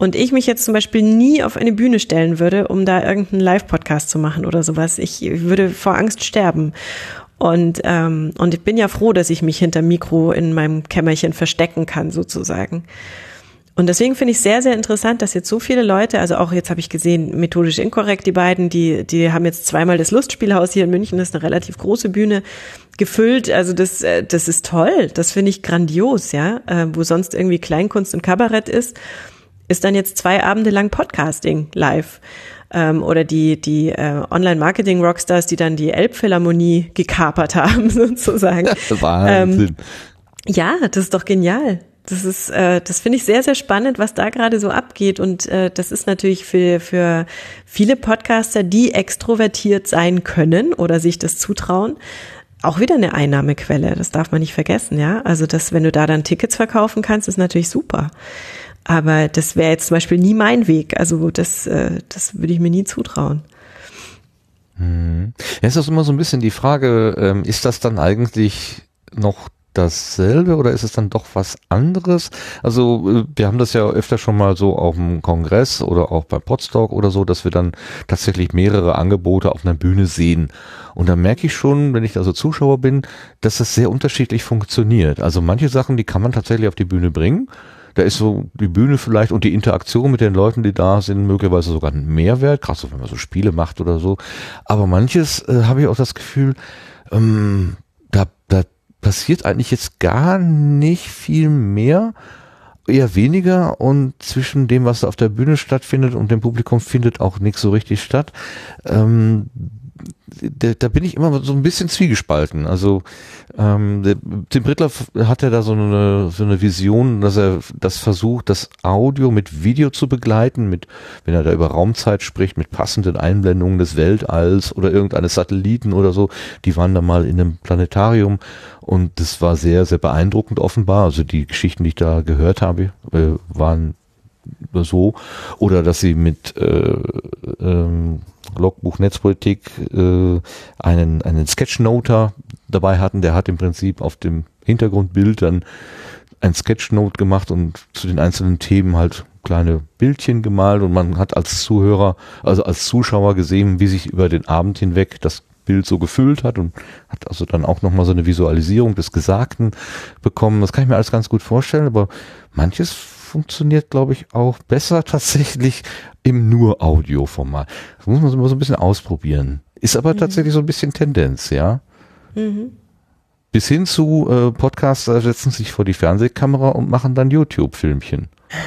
und ich mich jetzt zum Beispiel nie auf eine Bühne stellen würde, um da irgendeinen Live-Podcast zu machen oder sowas. Ich würde vor Angst sterben. Und, ähm, und ich bin ja froh, dass ich mich hinter Mikro in meinem Kämmerchen verstecken kann, sozusagen. Und deswegen finde ich sehr, sehr interessant, dass jetzt so viele Leute, also auch jetzt habe ich gesehen, methodisch inkorrekt, die beiden, die, die haben jetzt zweimal das Lustspielhaus hier in München, das ist eine relativ große Bühne, gefüllt. Also das, das ist toll, das finde ich grandios, ja, äh, wo sonst irgendwie Kleinkunst und Kabarett ist, ist dann jetzt zwei Abende lang Podcasting live. Ähm, oder die, die äh, Online-Marketing-Rockstars, die dann die Elbphilharmonie gekapert haben, sozusagen. Wahnsinn. Ähm, ja, das ist doch genial. Das ist, äh, das finde ich sehr, sehr spannend, was da gerade so abgeht. Und äh, das ist natürlich für für viele Podcaster, die extrovertiert sein können oder sich das zutrauen, auch wieder eine Einnahmequelle. Das darf man nicht vergessen, ja. Also das, wenn du da dann Tickets verkaufen kannst, ist natürlich super. Aber das wäre jetzt zum Beispiel nie mein Weg. Also das, äh, das würde ich mir nie zutrauen. Hm. Ja, ist das immer so ein bisschen die Frage, ähm, ist das dann eigentlich noch dasselbe oder ist es dann doch was anderes? Also wir haben das ja öfter schon mal so auf dem Kongress oder auch beim Podstock oder so, dass wir dann tatsächlich mehrere Angebote auf einer Bühne sehen. Und da merke ich schon, wenn ich da so Zuschauer bin, dass das sehr unterschiedlich funktioniert. Also manche Sachen, die kann man tatsächlich auf die Bühne bringen. Da ist so die Bühne vielleicht und die Interaktion mit den Leuten, die da sind, möglicherweise sogar ein Mehrwert, gerade so, wenn man so Spiele macht oder so. Aber manches äh, habe ich auch das Gefühl, ähm, da, da passiert eigentlich jetzt gar nicht viel mehr, eher weniger, und zwischen dem, was auf der Bühne stattfindet und dem Publikum findet auch nichts so richtig statt. Ähm, da, da bin ich immer so ein bisschen zwiegespalten. Also ähm, der, Tim Pritlove hat ja da so eine so eine Vision, dass er das versucht, das Audio mit Video zu begleiten, mit, wenn er da über Raumzeit spricht, mit passenden Einblendungen des Weltalls oder irgendeines Satelliten oder so. Die waren da mal in einem Planetarium und das war sehr, sehr beeindruckend offenbar. Also die Geschichten, die ich da gehört habe, äh, waren so. Oder dass sie mit äh, ähm, Logbuch Netzpolitik äh, einen einen Sketchnoter dabei hatten, der hat im Prinzip auf dem Hintergrundbild dann ein Sketchnote gemacht und zu den einzelnen Themen halt kleine Bildchen gemalt, und man hat als Zuhörer, also als Zuschauer gesehen, wie sich über den Abend hinweg das Bild so gefüllt hat, und hat also dann auch nochmal so eine Visualisierung des Gesagten bekommen. Das kann ich mir alles ganz gut vorstellen, aber manches funktioniert, glaube ich, auch besser tatsächlich im nur Audio-Format. Das muss man so ein bisschen ausprobieren. Ist aber mhm. tatsächlich so ein bisschen Tendenz, ja. Mhm. Bis hin zu äh, Podcaster setzen sich vor die Fernsehkamera und machen dann YouTube-Filmchen.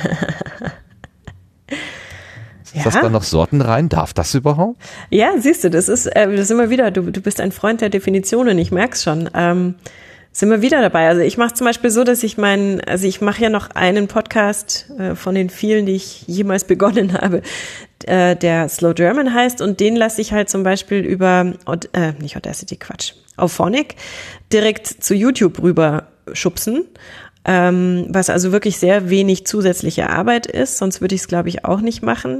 Ist das dann noch sortenrein? Darf das überhaupt? Ja, siehst du, das ist, äh, das ist immer wieder, du, du bist ein Freund der Definitionen, ich merk's schon. Ähm, sind wir wieder dabei. Also ich mache zum Beispiel so, dass ich meinen, also ich mache ja noch einen Podcast äh, von den vielen, die ich jemals begonnen habe, äh, der Slow German heißt, und den lasse ich halt zum Beispiel über, äh, nicht Audacity, Quatsch, Auphonic, direkt zu YouTube rüber schubsen, ähm, was also wirklich sehr wenig zusätzliche Arbeit ist, sonst würde ich es, glaube ich, auch nicht machen,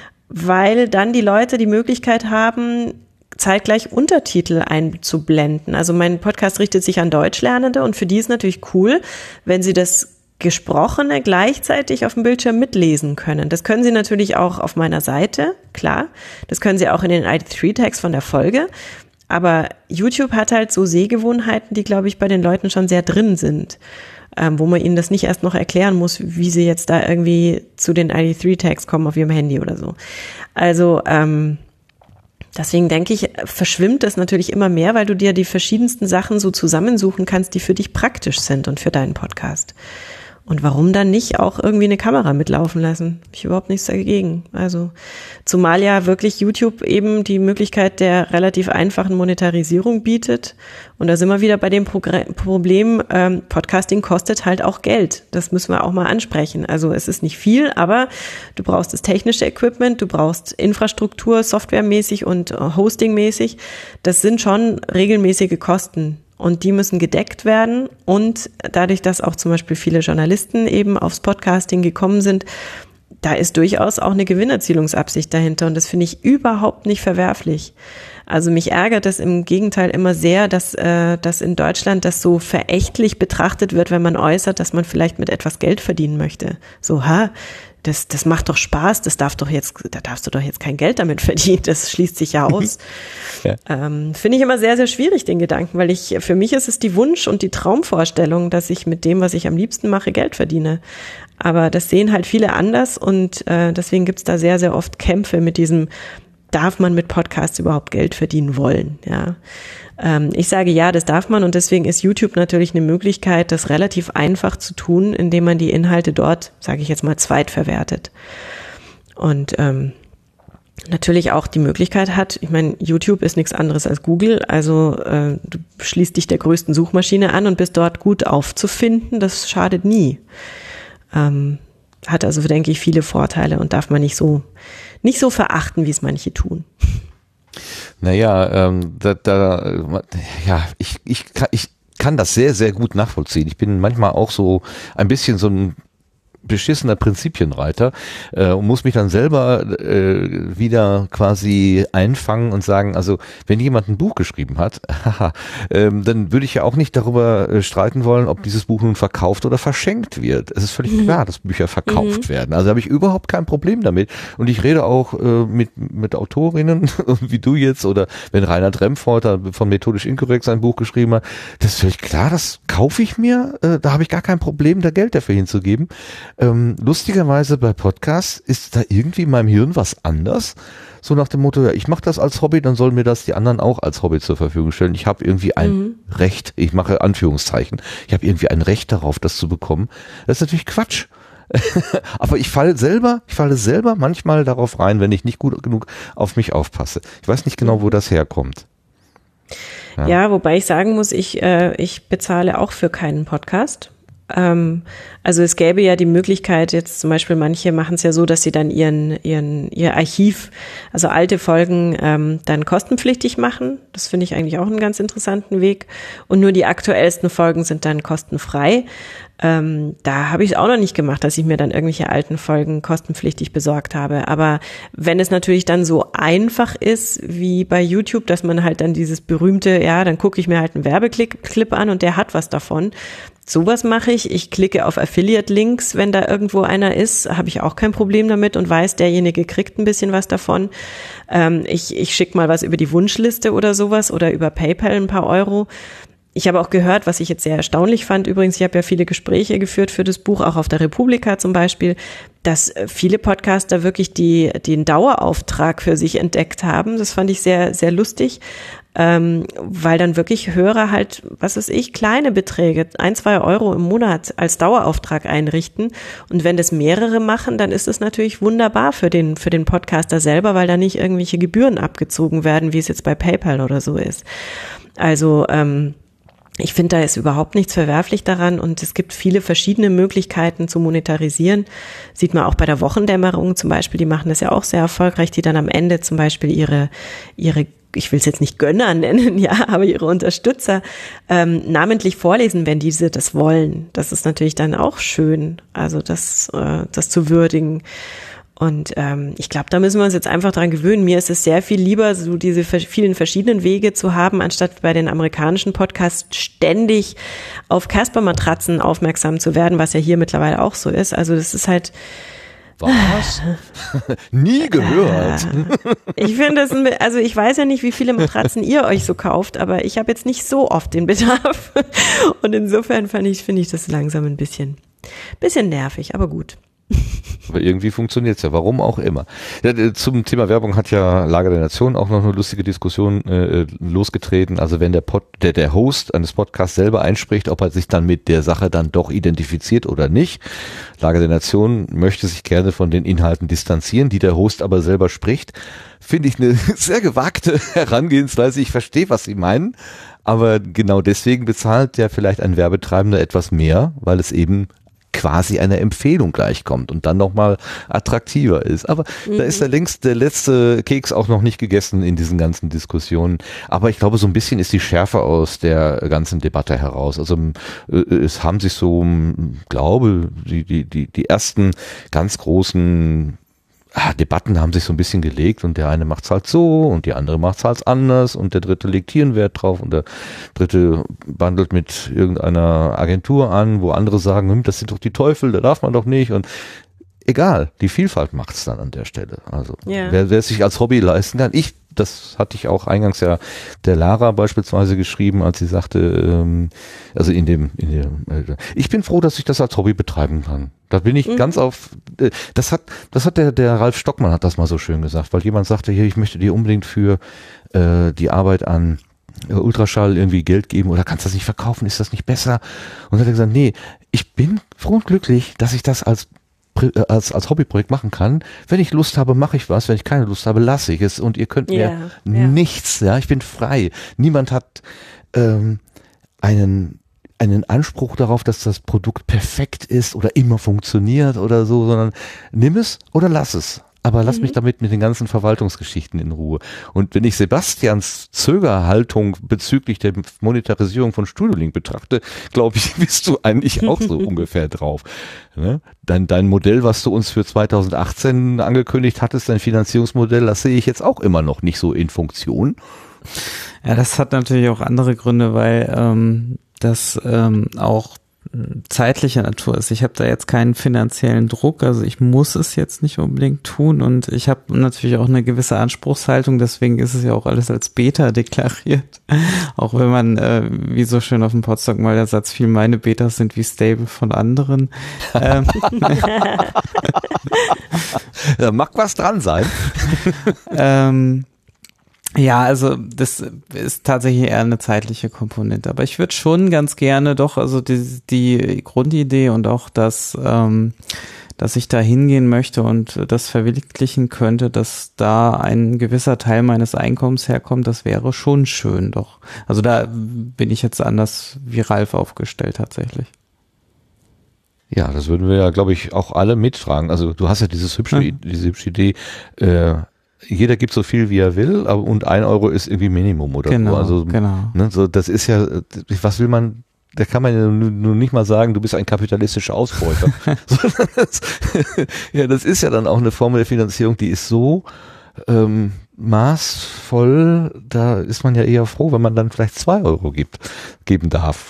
weil dann die Leute die Möglichkeit haben, zeitgleich Untertitel einzublenden. Also mein Podcast richtet sich an Deutschlernende, und für die ist natürlich cool, wenn sie das Gesprochene gleichzeitig auf dem Bildschirm mitlesen können. Das können sie natürlich auch auf meiner Seite, klar. Das können sie auch in den I D drei Tags von der Folge. Aber YouTube hat halt so Sehgewohnheiten, die, glaube ich, bei den Leuten schon sehr drin sind, ähm, wo man ihnen das nicht erst noch erklären muss, wie sie jetzt da irgendwie zu den I D drei Tags kommen auf ihrem Handy oder so. Also, ähm, deswegen denke ich, verschwimmt das natürlich immer mehr, weil du dir die verschiedensten Sachen so zusammensuchen kannst, die für dich praktisch sind und für deinen Podcast. Und warum dann nicht auch irgendwie eine Kamera mitlaufen lassen? Hab ich überhaupt nichts dagegen. Also, zumal ja wirklich YouTube eben die Möglichkeit der relativ einfachen Monetarisierung bietet. Und da sind wir wieder bei dem Progr- Problem, ähm, Podcasting kostet halt auch Geld. Das müssen wir auch mal ansprechen. Also es ist nicht viel, aber du brauchst das technische Equipment, du brauchst Infrastruktur, softwaremäßig und hostingmäßig. Das sind schon regelmäßige Kosten. Und die müssen gedeckt werden, und dadurch, dass auch zum Beispiel viele Journalisten eben aufs Podcasting gekommen sind, da ist durchaus auch eine Gewinnerzielungsabsicht dahinter, und das finde ich überhaupt nicht verwerflich. Also mich ärgert es im Gegenteil immer sehr, dass, äh, dass in Deutschland das so verächtlich betrachtet wird, wenn man äußert, dass man vielleicht mit etwas Geld verdienen möchte. So, ha, das, das macht doch Spaß, das darf doch jetzt, da darfst du doch jetzt kein Geld damit verdienen, das schließt sich ja aus. ja. Ähm, finde ich immer sehr, sehr schwierig, den Gedanken, weil ich, für mich ist es die Wunsch und die Traumvorstellung, dass ich mit dem, was ich am liebsten mache, Geld verdiene. Aber das sehen halt viele anders und äh, deswegen gibt's da sehr, sehr oft Kämpfe mit diesem, darf man mit Podcasts überhaupt Geld verdienen wollen, ja. Ähm, ich sage ja, das darf man und deswegen ist YouTube natürlich eine Möglichkeit, das relativ einfach zu tun, indem man die Inhalte dort, sage ich jetzt mal, zweitverwertet. Und ähm, natürlich auch die Möglichkeit hat, ich meine, YouTube ist nichts anderes als Google, also äh, du schließt dich der größten Suchmaschine an und bist dort gut aufzufinden, das schadet nie. Ähm, hat also, denke ich, viele Vorteile und darf man nicht so, nicht so verachten, wie es manche tun. Naja, ähm, da, da, ja, ich, ich, kann, ich kann das sehr, sehr gut nachvollziehen. Ich bin manchmal auch so ein bisschen so ein beschissener Prinzipienreiter äh, und muss mich dann selber äh, wieder quasi einfangen und sagen, also wenn jemand ein Buch geschrieben hat, haha, ähm, dann würde ich ja auch nicht darüber äh, streiten wollen, ob dieses Buch nun verkauft oder verschenkt wird. Es ist völlig mhm. klar, dass Bücher verkauft mhm. werden. Also habe ich überhaupt kein Problem damit. Und ich rede auch äh, mit mit Autorinnen, wie du jetzt, oder wenn Reinhard Remford von Methodisch Inkorrekt sein Buch geschrieben hat, das ist völlig klar, das kaufe ich mir, äh, da habe ich gar kein Problem, da Geld dafür hinzugeben. Ähm, lustigerweise bei Podcasts ist da irgendwie in meinem Hirn was anders. So nach dem Motto, ja, ich mache das als Hobby, dann sollen mir das die anderen auch als Hobby zur Verfügung stellen. Ich habe irgendwie ein mhm. Recht, ich mache Anführungszeichen, ich habe irgendwie ein Recht darauf, das zu bekommen. Das ist natürlich Quatsch. Aber ich falle selber, ich falle selber manchmal darauf rein, wenn ich nicht gut genug auf mich aufpasse. Ich weiß nicht genau, wo das herkommt. Ja, ja wobei ich sagen muss, ich, äh, ich bezahle auch für keinen Podcast. Also es gäbe ja die Möglichkeit, jetzt zum Beispiel manche machen es ja so, dass sie dann ihren, ihren, ihr Archiv, also alte Folgen ähm, dann kostenpflichtig machen. Das finde ich eigentlich auch einen ganz interessanten Weg. Und nur die aktuellsten Folgen sind dann kostenfrei. Ähm, da habe ich es auch noch nicht gemacht, dass ich mir dann irgendwelche alten Folgen kostenpflichtig besorgt habe. Aber wenn es natürlich dann so einfach ist wie bei YouTube, dass man halt dann dieses berühmte, ja, dann gucke ich mir halt einen Werbeclip an und der hat was davon. Sowas mache ich. Ich klicke auf Affiliate-Links, wenn da irgendwo einer ist, habe ich auch kein Problem damit und weiß, derjenige kriegt ein bisschen was davon. Ähm, ich ich schicke mal was über die Wunschliste oder sowas oder über PayPal ein paar Euro. Ich habe auch gehört, was ich jetzt sehr erstaunlich fand, übrigens, ich habe ja viele Gespräche geführt für das Buch, auch auf der Republika zum Beispiel, dass viele Podcaster wirklich die den Dauerauftrag für sich entdeckt haben. Das fand ich sehr, sehr lustig, ähm, weil dann wirklich Hörer halt, was weiß ich, kleine Beträge, ein, zwei Euro im Monat als Dauerauftrag einrichten. Und wenn das mehrere machen, dann ist es natürlich wunderbar für den für den Podcaster selber, weil da nicht irgendwelche Gebühren abgezogen werden, wie es jetzt bei PayPal oder so ist. Also ähm, ich finde, da ist überhaupt nichts verwerflich daran und es gibt viele verschiedene Möglichkeiten zu monetarisieren. Sieht man auch bei der Wochendämmerung zum Beispiel, die machen das ja auch sehr erfolgreich, die dann am Ende zum Beispiel ihre, ihre ich will es jetzt nicht Gönner nennen, ja, aber ihre Unterstützer ähm, namentlich vorlesen, wenn diese das wollen. Das ist natürlich dann auch schön, also das, äh, das zu würdigen. Und ähm, ich glaube, da müssen wir uns jetzt einfach dran gewöhnen. Mir ist es sehr viel lieber, so diese vielen verschiedenen Wege zu haben, anstatt bei den amerikanischen Podcasts ständig auf Casper-Matratzen aufmerksam zu werden, was ja hier mittlerweile auch so ist. Also das ist halt... Was? Nie gehört. Ich finde das, also ich weiß ja nicht, wie viele Matratzen ihr euch so kauft, aber ich habe jetzt nicht so oft den Bedarf. Und insofern fand ich, finde ich das langsam ein bisschen, bisschen nervig, aber gut. Aber irgendwie funktioniert es ja, warum auch immer. Ja, zum Thema Werbung hat ja Lage der Nation auch noch eine lustige Diskussion äh, losgetreten. Also wenn der, Pod, der, der Host eines Podcasts selber einspricht, ob er sich dann mit der Sache dann doch identifiziert oder nicht. Lage der Nation möchte sich gerne von den Inhalten distanzieren, die der Host aber selber spricht. Finde ich eine sehr gewagte Herangehensweise. Ich verstehe, was Sie meinen, aber genau deswegen bezahlt ja vielleicht ein Werbetreibender etwas mehr, weil es eben quasi einer Empfehlung gleichkommt und dann nochmal attraktiver ist. Aber mhm. da ist ja längst der letzte Keks auch noch nicht gegessen in diesen ganzen Diskussionen. Aber ich glaube, so ein bisschen ist die Schärfe aus der ganzen Debatte heraus. Also es haben sich so, glaube die die die die ersten ganz großen Ah, Debatten haben sich so ein bisschen gelegt und der eine macht's halt so und die andere macht's halt anders und der dritte legt hier einen Wert drauf und der dritte bandelt mit irgendeiner Agentur an, wo andere sagen, hm, das sind doch die Teufel, da darf man doch nicht und egal, die Vielfalt macht's dann an der Stelle. Also ja. wer, wer es sich als Hobby leisten kann, ich, das hatte ich auch eingangs ja der Lara beispielsweise geschrieben, als sie sagte, ähm, also in dem, in dem, äh, ich bin froh, dass ich das als Hobby betreiben kann. Da bin ich mhm. ganz auf, äh, das hat, das hat der, der Ralf Stockmann hat das mal so schön gesagt, weil jemand sagte, hier, ich möchte dir unbedingt für äh, die Arbeit an Ultraschall irgendwie Geld geben oder kannst du das nicht verkaufen, ist das nicht besser? Und dann hat er gesagt, nee, ich bin froh und glücklich, dass ich das als als als Hobbyprojekt machen kann. Wenn ich Lust habe, mache ich was. Wenn ich keine Lust habe, lasse ich es. Und ihr könnt yeah, mir yeah. nichts. Ja, ich bin frei. Niemand hat ähm, einen einen Anspruch darauf, dass das Produkt perfekt ist oder immer funktioniert oder so, sondern nimm es oder lass es. Aber lass mhm. mich damit mit den ganzen Verwaltungsgeschichten in Ruhe. Und wenn ich Sebastians Zögerhaltung bezüglich der Monetarisierung von Studiolink betrachte, glaube ich, bist du eigentlich auch so ungefähr drauf. Ne? Dein, dein Modell, was du uns für zweitausendachtzehn angekündigt hattest, dein Finanzierungsmodell, das sehe ich jetzt auch immer noch nicht so in Funktion. Ja, das hat natürlich auch andere Gründe, weil ähm, das ähm, auch zeitlicher Natur ist. Ich habe da jetzt keinen finanziellen Druck, also ich muss es jetzt nicht unbedingt tun und ich habe natürlich auch eine gewisse Anspruchshaltung, deswegen ist es ja auch alles als Beta deklariert. Auch wenn man, äh, wie so schön auf dem Podstock mal der Satz fiel, meine Betas sind wie Stable von anderen. ähm, da mag was dran sein. ähm, Ja, also das ist tatsächlich eher eine zeitliche Komponente, aber ich würde schon ganz gerne doch, also die, die Grundidee und auch das, ähm, dass ich da hingehen möchte und das verwirklichen könnte, dass da ein gewisser Teil meines Einkommens herkommt, das wäre schon schön doch. Also da bin ich jetzt anders wie Ralf aufgestellt tatsächlich. Ja, das würden wir ja, glaube ich, auch alle mittragen. Also du hast ja dieses hübsche, mhm. diese hübsche Idee, äh, jeder gibt so viel, wie er will, aber und ein Euro ist irgendwie Minimum oder genau, so. Also, genau. Ne, so, das ist ja, was will man, da kann man ja nur nicht mal sagen, du bist ein kapitalistischer Ausbeuter. das, ja, das ist ja dann auch eine Form der Finanzierung, die ist so ähm, maßvoll, da ist man ja eher froh, wenn man dann vielleicht zwei Euro gibt, geben darf.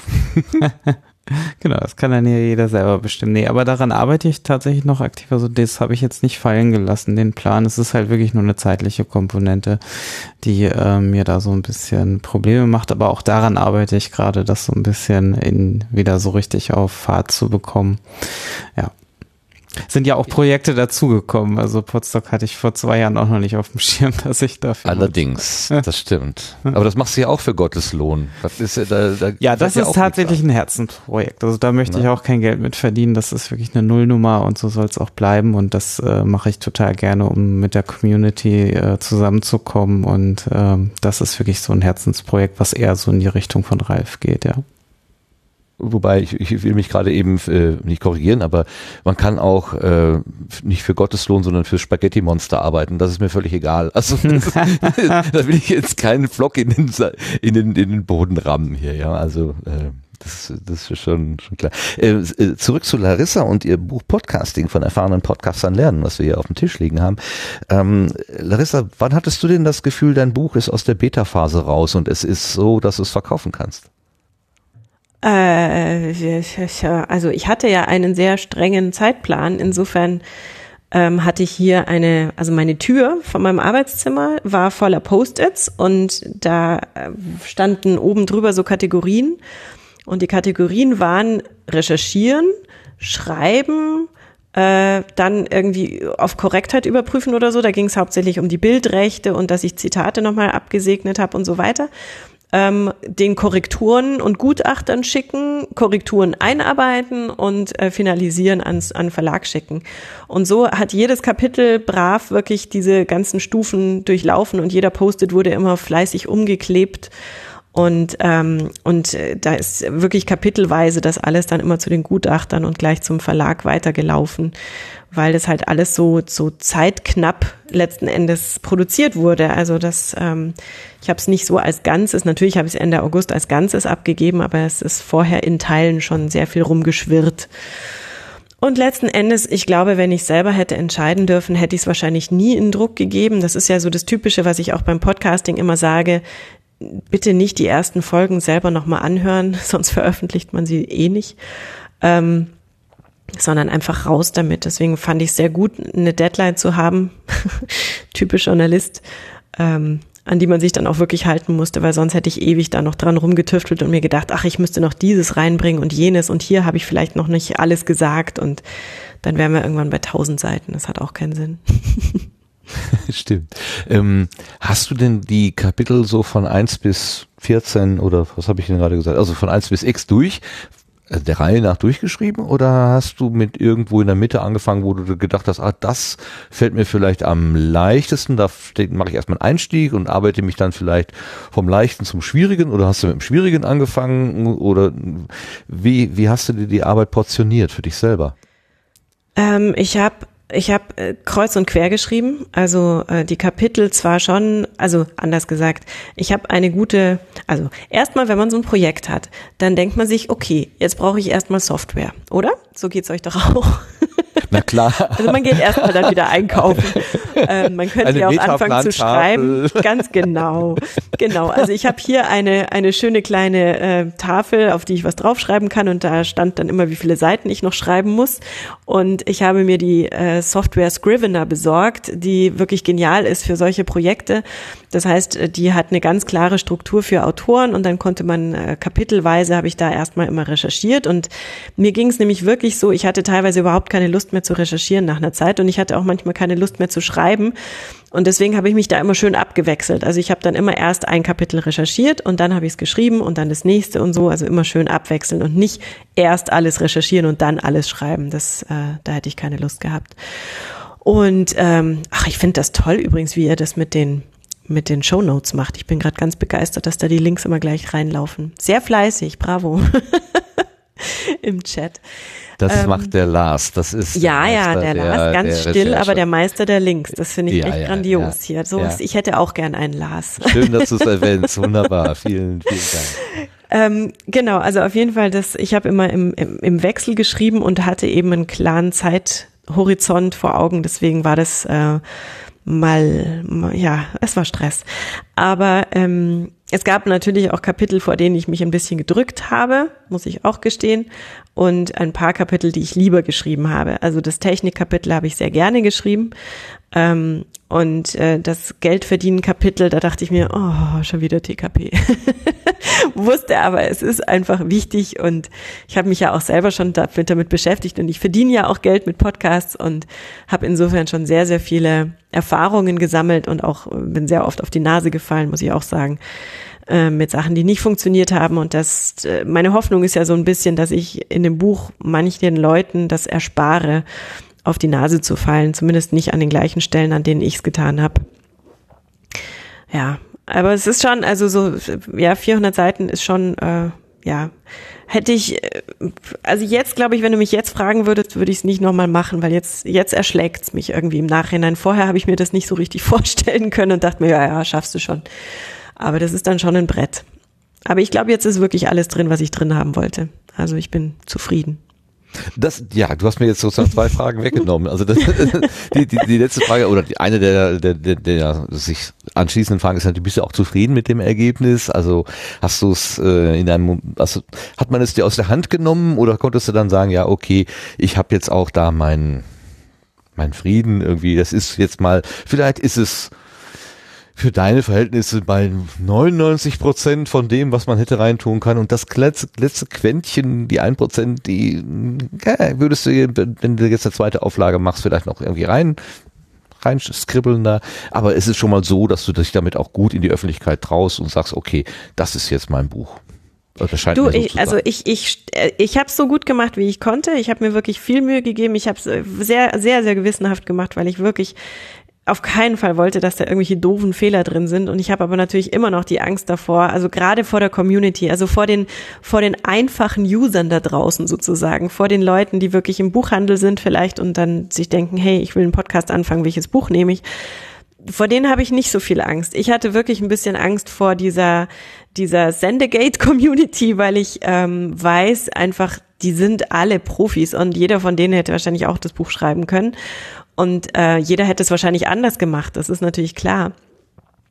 Genau, das kann dann ja jeder selber bestimmen. Nee, aber daran arbeite ich tatsächlich noch aktiv. Also das habe ich jetzt nicht fallen gelassen, den Plan. Es ist halt wirklich nur eine zeitliche Komponente, die äh, mir da so ein bisschen Probleme macht. Aber auch daran arbeite ich gerade, das so ein bisschen in wieder so richtig auf Fahrt zu bekommen. Ja. Sind ja auch Projekte dazugekommen. Also Podstock hatte ich vor zwei Jahren auch noch nicht auf dem Schirm, dass ich dafür... Allerdings, ja. Das stimmt. Aber das machst du ja auch für Gottes Lohn. Das ist ja, da, da ja, das ist ja tatsächlich ein Herzensprojekt. Also da möchte ja. ich auch kein Geld mit verdienen. Das ist wirklich eine Nullnummer und so soll es auch bleiben. Und das äh, mache ich total gerne, um mit der Community äh, zusammenzukommen. Und ähm, das ist wirklich so ein Herzensprojekt, was eher so in die Richtung von Ralf geht, ja. Wobei, ich, ich will mich gerade eben äh, nicht korrigieren, aber man kann auch äh, nicht für Gottes Lohn, sondern für Spaghetti-Monster arbeiten. Das ist mir völlig egal. Also da will ich jetzt keinen Flock in den, in den, in den Boden rammen hier. Ja, also äh, das, das ist schon, schon klar. Äh, zurück zu Larissa und ihr Buch Podcasting von erfahrenen Podcastern lernen, was wir hier auf dem Tisch liegen haben. Ähm, Larissa, wann hattest du denn das Gefühl, dein Buch ist aus der Beta-Phase raus und es ist so, dass du es verkaufen kannst? Also ich hatte ja einen sehr strengen Zeitplan. Insofern ähm, hatte ich hier eine, also meine Tür von meinem Arbeitszimmer war voller Post-its und da standen oben drüber so Kategorien und die Kategorien waren Recherchieren, Schreiben, äh, dann irgendwie auf Korrektheit überprüfen oder so. Da ging es hauptsächlich um die Bildrechte und dass ich Zitate nochmal abgesegnet habe und so weiter. Ähm, den Korrekturen und Gutachtern schicken, Korrekturen einarbeiten und äh, finalisieren ans an Verlag schicken. Und so hat jedes Kapitel brav wirklich diese ganzen Stufen durchlaufen und jeder Post-it wurde immer fleißig umgeklebt. Und ähm, und äh, da ist wirklich kapitelweise das alles dann immer zu den Gutachtern und gleich zum Verlag weitergelaufen, weil das halt alles so so zeitknapp letzten Endes produziert wurde. Also das, ähm, ich habe es nicht so als Ganzes, natürlich habe ich es Ende August als Ganzes abgegeben, aber es ist vorher in Teilen schon sehr viel rumgeschwirrt. Und letzten Endes, ich glaube, wenn ich selber hätte entscheiden dürfen, hätte ich es wahrscheinlich nie in Druck gegeben. Das ist ja so das Typische, was ich auch beim Podcasting immer sage, bitte nicht die ersten Folgen selber nochmal anhören, sonst veröffentlicht man sie eh nicht. Ähm, sondern einfach raus damit. Deswegen fand ich es sehr gut, eine Deadline zu haben, typisch Journalist, ähm, an die man sich dann auch wirklich halten musste, weil sonst hätte ich ewig da noch dran rumgetüftelt und mir gedacht, ach, ich müsste noch dieses reinbringen und jenes und hier habe ich vielleicht noch nicht alles gesagt und dann wären wir irgendwann bei tausend Seiten. Das hat auch keinen Sinn. Stimmt. Ähm, hast du denn die Kapitel so von eins bis vierzehn oder was habe ich denn gerade gesagt, also von eins bis X durch, der Reihe nach durchgeschrieben oder hast du mit irgendwo in der Mitte angefangen, wo du gedacht hast, ah, das fällt mir vielleicht am leichtesten, da mache ich erstmal einen Einstieg und arbeite mich dann vielleicht vom Leichten zum Schwierigen oder hast du mit dem Schwierigen angefangen oder wie, wie hast du dir die Arbeit portioniert für dich selber? Ähm, ich habe Ich habe äh, kreuz und quer geschrieben, also äh, die Kapitel zwar schon, also anders gesagt, ich habe eine gute, also erstmal, wenn man so ein Projekt hat, dann denkt man sich, okay, jetzt brauche ich erstmal Software, oder? So geht's euch doch auch. Na klar. Also man geht erstmal dann wieder einkaufen. Ähm, man könnte ja auch anfangen zu schreiben. Ganz genau. Genau. Also ich habe hier eine eine schöne kleine äh, Tafel, auf die ich was draufschreiben kann und da stand dann immer, wie viele Seiten ich noch schreiben muss. Und ich habe mir die äh, Software Scrivener besorgt, die wirklich genial ist für solche Projekte. Das heißt, die hat eine ganz klare Struktur für Autoren und dann konnte man äh, kapitelweise, habe ich da erstmal immer recherchiert und mir ging es nämlich wirklich so, ich hatte teilweise überhaupt keine Lust mehr zu recherchieren nach einer Zeit und ich hatte auch manchmal keine Lust mehr zu schreiben und deswegen habe ich mich da immer schön abgewechselt. Also ich habe dann immer erst ein Kapitel recherchiert und dann habe ich es geschrieben und dann das nächste und so, also immer schön abwechseln und nicht erst alles recherchieren und dann alles schreiben. Das, äh, da hätte ich keine Lust gehabt. Und ähm, ach, ich finde das toll übrigens, wie ihr das mit den mit den Shownotes macht. Ich bin gerade ganz begeistert, dass da die Links immer gleich reinlaufen. Sehr fleißig, bravo. Im Chat. Das ähm, macht der Lars. Das ist ja, der ja, der, der Lars, ganz der still, aber der Meister der Links. Das finde ich ja, echt ja, grandios ja, hier. So, ja. Ich hätte auch gern einen Lars. Schön, dass du es erwähnst. Wunderbar. Vielen, vielen Dank. Ähm, genau, also auf jeden Fall, das, ich habe immer im, im, im Wechsel geschrieben und hatte eben einen klaren Zeithorizont vor Augen. Deswegen war das äh, mal, mal, ja, es war Stress. Aber ähm, es gab natürlich auch Kapitel, vor denen ich mich ein bisschen gedrückt habe, muss ich auch gestehen, und ein paar Kapitel, die ich lieber geschrieben habe. Also das Technikkapitel habe ich sehr gerne geschrieben ähm, und äh, das Geldverdienen-Kapitel, da dachte ich mir, oh, schon wieder T K P. Wusste aber, es ist einfach wichtig und ich habe mich ja auch selber schon damit, damit beschäftigt und ich verdiene ja auch Geld mit Podcasts und habe insofern schon sehr, sehr viele Erfahrungen gesammelt und auch bin sehr oft auf die Nase gefallen, muss ich auch sagen, äh, mit Sachen, die nicht funktioniert haben. Und das, äh, meine Hoffnung ist ja so ein bisschen, dass ich in dem Buch manchen Leuten das erspare, auf die Nase zu fallen, zumindest nicht an den gleichen Stellen, an denen ich es getan habe. Ja, aber es ist schon, also so, ja, vierhundert Seiten ist schon, äh, ja, hätte ich, also jetzt glaube ich, wenn du mich jetzt fragen würdest, würde ich es nicht nochmal machen, weil jetzt, jetzt erschlägt es mich irgendwie im Nachhinein. Vorher habe ich mir das nicht so richtig vorstellen können und dachte mir, ja, ja, schaffst du schon. Aber das ist dann schon ein Brett. Aber ich glaube, jetzt ist wirklich alles drin, was ich drin haben wollte. Also ich bin zufrieden. Das, ja, du hast mir jetzt sozusagen zwei Fragen weggenommen. Also das, die, die, die letzte Frage oder die eine der, der, der, der sich anschließenden Fragen ist natürlich, bist du auch zufrieden mit dem Ergebnis? Also hast du es äh, in einem, also hat man es dir aus der Hand genommen oder konntest du dann sagen, ja, okay, ich habe jetzt auch da meinen mein Frieden irgendwie. Das ist jetzt mal, vielleicht ist es für deine Verhältnisse bei neunundneunzig Prozent von dem, was man hätte reintun können. Und das letzte, letzte Quäntchen, die ein Prozent, die ja, würdest du, wenn du jetzt eine zweite Auflage machst, vielleicht noch irgendwie rein, rein skribbeln da. Aber es ist schon mal so, dass du dich damit auch gut in die Öffentlichkeit traust und sagst, okay, das ist jetzt mein Buch. Das scheint du, mir so ich, zu also sein. ich, ich, ich habe es so gut gemacht, wie ich konnte. Ich habe mir wirklich viel Mühe gegeben. Ich habe es sehr, sehr, sehr gewissenhaft gemacht, weil ich wirklich auf keinen Fall wollte, dass da irgendwelche doofen Fehler drin sind. Und ich habe aber natürlich immer noch die Angst davor, also gerade vor der Community, also vor den vor den einfachen Usern da draußen sozusagen, vor den Leuten, die wirklich im Buchhandel sind vielleicht und dann sich denken, hey, ich will einen Podcast anfangen, welches Buch nehme ich? Vor denen habe ich nicht so viel Angst. Ich hatte wirklich ein bisschen Angst vor dieser dieser Sendegate-Community, weil ich ähm, weiß einfach, die sind alle Profis und jeder von denen hätte wahrscheinlich auch das Buch schreiben können. Und äh, jeder hätte es wahrscheinlich anders gemacht, das ist natürlich klar.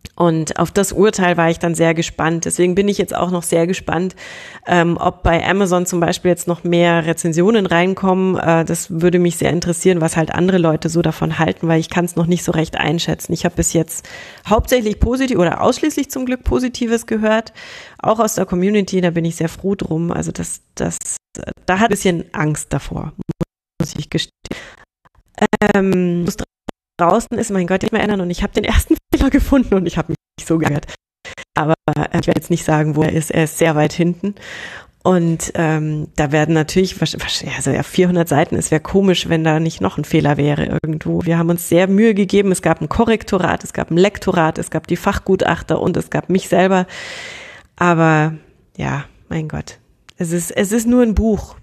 Und auf das Urteil war ich dann sehr gespannt. Deswegen bin ich jetzt auch noch sehr gespannt, ähm, ob bei Amazon zum Beispiel jetzt noch mehr Rezensionen reinkommen. Äh, das würde mich sehr interessieren, was halt andere Leute so davon halten, weil ich kann es noch nicht so recht einschätzen. Ich habe bis jetzt hauptsächlich positiv oder ausschließlich zum Glück Positives gehört, auch aus der Community. Da bin ich sehr froh drum. Also das, das, da hat ein bisschen Angst davor, muss ich gestehen. Ähm, draußen ist, mein Gott, ich mich erinnern und ich habe den ersten Fehler gefunden und ich habe mich so geärgert. Aber äh, ich werde jetzt nicht sagen, wo er ist. Er ist sehr weit hinten. Und ähm, da werden natürlich, also ja, vierhundert Seiten, es wäre komisch, wenn da nicht noch ein Fehler wäre irgendwo. Wir haben uns sehr Mühe gegeben. Es gab ein Korrektorat, es gab ein Lektorat, es gab die Fachgutachter und es gab mich selber. Aber ja, mein Gott, es ist, es ist nur ein Buch.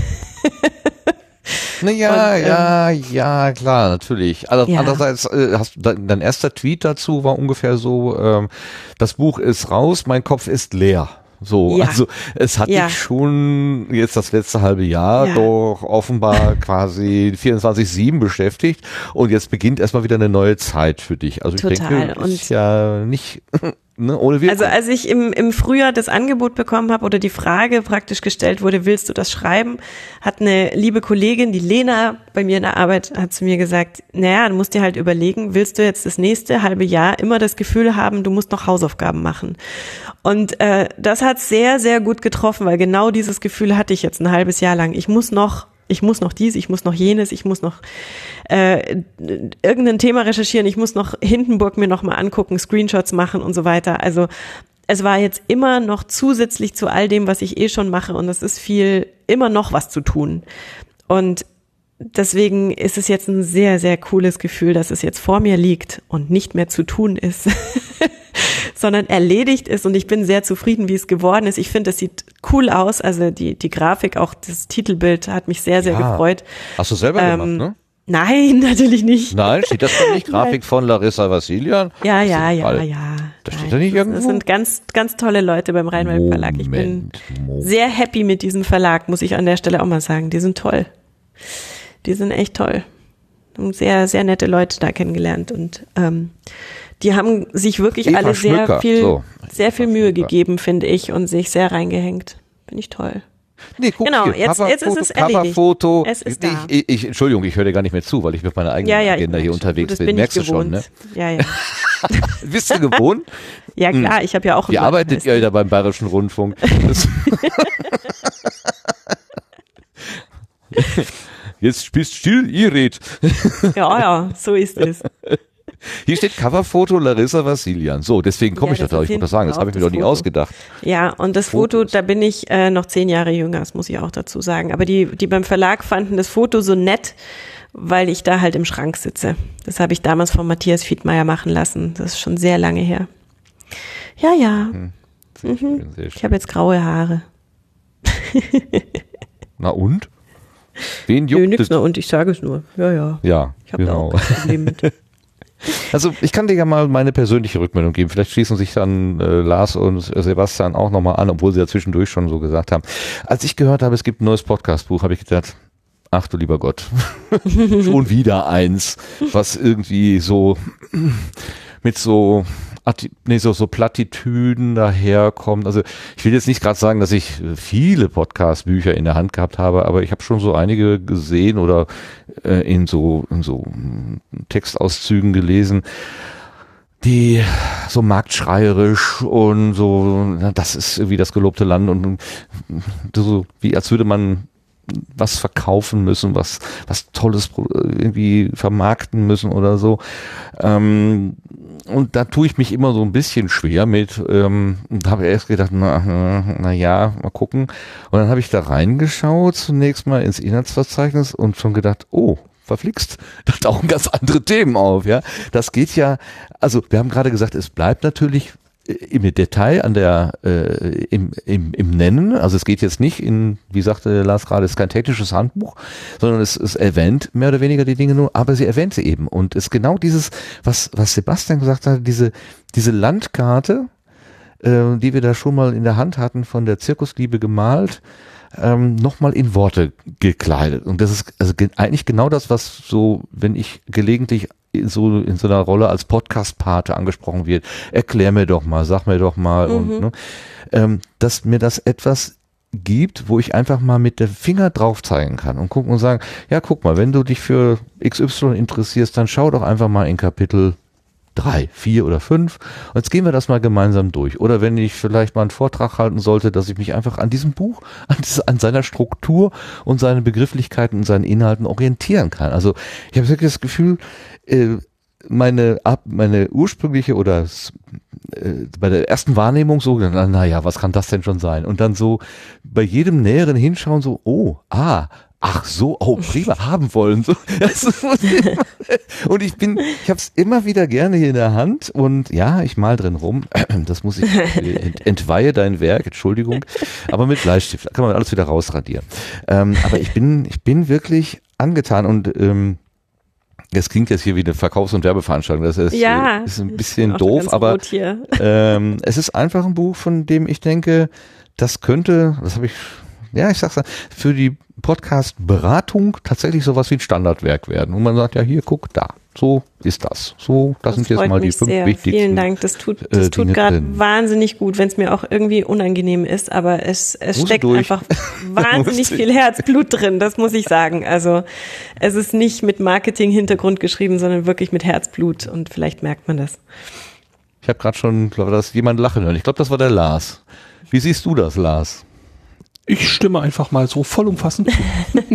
Naja, Und, ähm, ja, ja, klar, natürlich. Also, ja. Andererseits, äh, hast, dein, dein erster Tweet dazu war ungefähr so, ähm, das Buch ist raus, mein Kopf ist leer. So, Ja. also es hat Ja. dich schon jetzt das letzte halbe Jahr Ja. doch offenbar quasi vierundzwanzig sieben beschäftigt und jetzt beginnt erstmal wieder eine neue Zeit für dich. Also ich Total. denke, Und ist ja nicht ne, ohne Wirkung. Also als ich im, im Frühjahr das Angebot bekommen habe oder die Frage praktisch gestellt wurde, willst du das schreiben, hat eine liebe Kollegin, die Lena bei mir in der Arbeit, hat zu mir gesagt, naja, du musst dir halt überlegen, willst du jetzt das nächste halbe Jahr immer das Gefühl haben, du musst noch Hausaufgaben machen? Und äh, das hat sehr, sehr gut getroffen, weil genau dieses Gefühl hatte ich jetzt ein halbes Jahr lang. Ich muss noch Ich muss noch dies, ich muss noch jenes, ich muss noch äh, irgendein Thema recherchieren, ich muss noch Hindenburg mir noch mal angucken, Screenshots machen und so weiter. Also es war jetzt immer noch zusätzlich zu all dem, was ich eh schon mache und es ist viel, immer noch was zu tun. Und deswegen ist es jetzt ein sehr, sehr cooles Gefühl, dass es jetzt vor mir liegt und nicht mehr zu tun ist, sondern erledigt ist und ich bin sehr zufrieden, wie es geworden ist. Ich finde, es sieht cool aus, also die die Grafik, auch das Titelbild hat mich sehr, sehr Ja. gefreut. Hast du selber Ähm, gemacht, ne? Nein, natürlich nicht. Nein, steht das da nicht? Grafik von Larissa Vassilian? Ja, ja, ja, Fall. ja. Das steht Nein, da nicht das- irgendwo? Das sind ganz, ganz tolle Leute beim Rheinwald Verlag. Ich bin Moment, Moment. sehr happy mit diesem Verlag, muss ich an der Stelle auch mal sagen. Die sind toll. Die sind echt toll. Und sehr, sehr nette Leute da kennengelernt und ähm, die haben sich wirklich Eva alle sehr Schmücker. viel, So. sehr viel Eva Mühe Schmücker. gegeben, finde ich, und sich sehr reingehängt. Finde ich toll. Nee, guck Genau, hier, jetzt- jetzt ist es erledigt. Coverfoto. Es ist Nee, da. Ich, ich, Entschuldigung, ich höre dir gar nicht mehr zu, weil ich mit meiner eigenen Ja, ja, ich Agenda merk hier schon. unterwegs das bin. bin Merkst ich du schon, gewohnt. ne? Ja, ja. Bist du gewohnt? Ja, klar, ich habe ja auch Wie einen arbeitet Podcast. ihr da beim Bayerischen Rundfunk? Das Jetzt bist still, ihr redet. Ja, ja, so ist es. Hier steht Coverfoto Larissa Vassilian. So, deswegen komme Ja, ich da das drauf. ist Ich wollte das hinten sagen, das drauf, habe ich mir das doch nicht Foto. ausgedacht. Ja, und das Foto, Fotos. da bin ich äh, noch zehn Jahre jünger, das muss ich auch dazu sagen. Aber die, die beim Verlag fanden das Foto so nett, weil ich da halt im Schrank sitze. Das habe ich damals von Matthias Fiedmeier machen lassen. Das ist schon sehr lange her. Ja, ja. Sehr Mhm. schön, sehr Ich schön. habe jetzt graue Haare. Na und? Wen Nö, juckt nix es? nur. Und ich sage es nur. Ja, ja. Ja, Ich habe genau. da auch kein Problem mit. Also ich kann dir ja mal meine persönliche Rückmeldung geben. Vielleicht schließen sich dann äh, Lars und Sebastian auch nochmal an, obwohl sie ja zwischendurch schon so gesagt haben. Als ich gehört habe, es gibt ein neues Podcast-Buch, habe ich gedacht, ach du lieber Gott, schon wieder eins, was irgendwie so mit so, Atti- nee, so, so Plattitüden daherkommt. Also ich will jetzt nicht gerade sagen, dass ich viele Podcast-Bücher in der Hand gehabt habe, aber ich habe schon so einige gesehen oder äh, in so, in so mm, Textauszügen gelesen, die so marktschreierisch und so, na, das ist irgendwie das gelobte Land und und so, wie als würde man was verkaufen müssen, was was Tolles pro- irgendwie vermarkten müssen oder so. Ähm, und da tue ich mich immer so ein bisschen schwer mit ähm, und habe erst gedacht, na, na, na ja, mal gucken. Und dann habe ich da reingeschaut, zunächst mal ins Inhaltsverzeichnis und schon gedacht, oh, verflixt, da tauchen ganz andere Themen auf, ja. Das geht ja, also wir haben gerade gesagt, es bleibt natürlich im Detail an der äh, im, im, im Nennen, also es geht jetzt nicht in, wie sagte Lars gerade, es ist kein technisches Handbuch, sondern es, es erwähnt mehr oder weniger die Dinge nur, aber sie erwähnt sie eben und es ist genau dieses, was was Sebastian gesagt hat, diese diese Landkarte, äh, die wir da schon mal in der Hand hatten, von der Zirkusliebe gemalt, ähm, nochmal in Worte gekleidet. Und das ist also ge- eigentlich genau das, was so, wenn ich gelegentlich in so in so einer Rolle als Podcast-Pate angesprochen wird, erklär mir doch mal, sag mir doch mal, Mhm. und ne, ähm, dass mir das etwas gibt, wo ich einfach mal mit dem Finger drauf zeigen kann und gucken und sagen, ja, guck mal, wenn du dich für X Y interessierst, dann schau doch einfach mal in Kapitel drei, vier oder fünf. Und jetzt gehen wir das mal gemeinsam durch. Oder wenn ich vielleicht mal einen Vortrag halten sollte, dass ich mich einfach an diesem Buch, an, diese, an seiner Struktur und seinen Begrifflichkeiten und seinen Inhalten orientieren kann. Also ich habe wirklich das Gefühl, äh, meine, meine ursprüngliche oder äh, bei der ersten Wahrnehmung so, na, na ja, was kann das denn schon sein? Und dann so bei jedem näheren Hinschauen so, oh, ah, ach so, oh, prima, haben wollen. So. Und ich bin, ich habe es immer wieder gerne hier in der Hand und ja, ich mal drin rum. Das muss ich, ent, entweihe dein Werk, Entschuldigung, aber mit Bleistift, da kann man alles wieder rausradieren. Ähm, aber ich bin, ich bin wirklich angetan und ähm, das klingt jetzt hier wie eine Verkaufs- und Werbeveranstaltung, das ist, Ja, ist ein bisschen auch doof, ganz aber rot hier. ähm, es ist einfach ein Buch, von dem ich denke, das könnte, das habe ich, ja, ich sag's, für die Podcast-Beratung tatsächlich sowas wie ein Standardwerk werden. Und man sagt, ja, hier, guck, da, so ist das. So, das, das sind jetzt mal die fünf sehr. wichtigsten. Vielen Dank, das tut, das äh, tut gerade wahnsinnig gut, wenn es mir auch irgendwie unangenehm ist, aber es, es steckt durch. einfach wahnsinnig viel Herzblut drin, das muss ich sagen. Also es ist nicht mit Marketing-Hintergrund geschrieben, sondern wirklich mit Herzblut und vielleicht merkt man das. Ich habe gerade schon, glaube dass jemand lachen hören. Ich glaube, das war der Lars. Wie siehst du das, Lars? Ich stimme einfach mal so vollumfassend zu.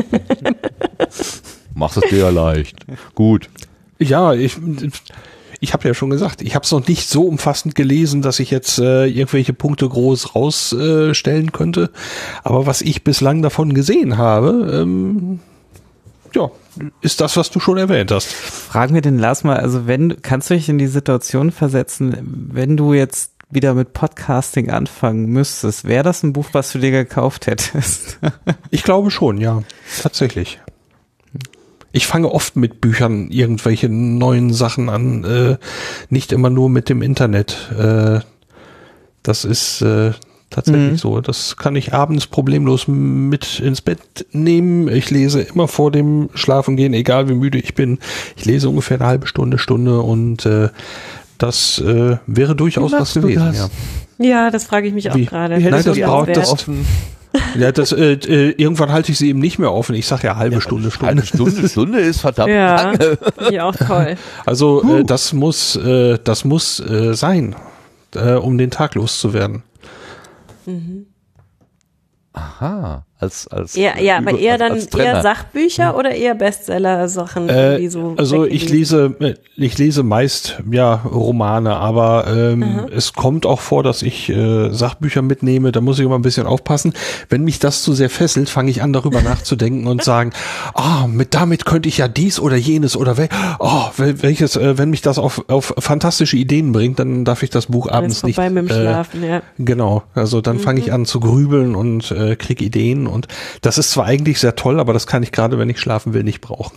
Machst es dir ja leicht. Gut. Ja, ich, ich habe ja schon gesagt, ich habe es noch nicht so umfassend gelesen, dass ich jetzt äh, irgendwelche Punkte groß rausstellen äh, könnte. Aber was ich bislang davon gesehen habe, ähm, ja, ist das, was du schon erwähnt hast. Fragen wir den Lars mal, also wenn, kannst du dich in die Situation versetzen, wenn du jetzt wieder mit Podcasting anfangen müsstest, wäre das ein Buch, was du dir gekauft hättest? Ich glaube schon, ja, tatsächlich. Ich fange oft mit Büchern irgendwelche neuen Sachen an, äh, nicht immer nur mit dem Internet. Äh, das ist äh, tatsächlich mhm. so. Das kann ich abends problemlos mit ins Bett nehmen. Ich lese immer vor dem Schlafengehen, egal wie müde ich bin. Ich lese ungefähr eine halbe Stunde, Stunde und äh, das äh, wäre durchaus was gewesen. Ja. ja, das frage ich mich auch gerade. Nein, das braucht das offen. Ja, das äh, äh, irgendwann halte ich sie eben nicht mehr offen. Ich sage ja halbe ja, Stunde, Stunde. Halbe Stunde, Stunde ist verdammt ja, lange. Ja, auch toll. Also äh, das muss, äh, das muss äh, sein, äh, um den Tag loszuwerden. Mhm. Aha, als als ja, ja, aber eher dann als eher Sachbücher oder eher Bestseller-Sachen? Äh, so also ich lese, ich lese meist ja Romane, aber ähm, es kommt auch vor, dass ich äh, Sachbücher mitnehme. Da muss ich immer ein bisschen aufpassen. Wenn mich das zu sehr fesselt, fange ich an, darüber nachzudenken und sagen, ah, mit damit könnte ich ja dies oder jenes oder wel, oh, wel, welches, äh, wenn mich das auf auf fantastische Ideen bringt, dann darf ich das Buch abends nicht. Vorbei mit dem Schlafen, äh, ja. Genau, also dann mhm. fange ich an zu grübeln und äh, kriege Ideen. Und das ist zwar eigentlich sehr toll, aber das kann ich gerade, wenn ich schlafen will, nicht brauchen.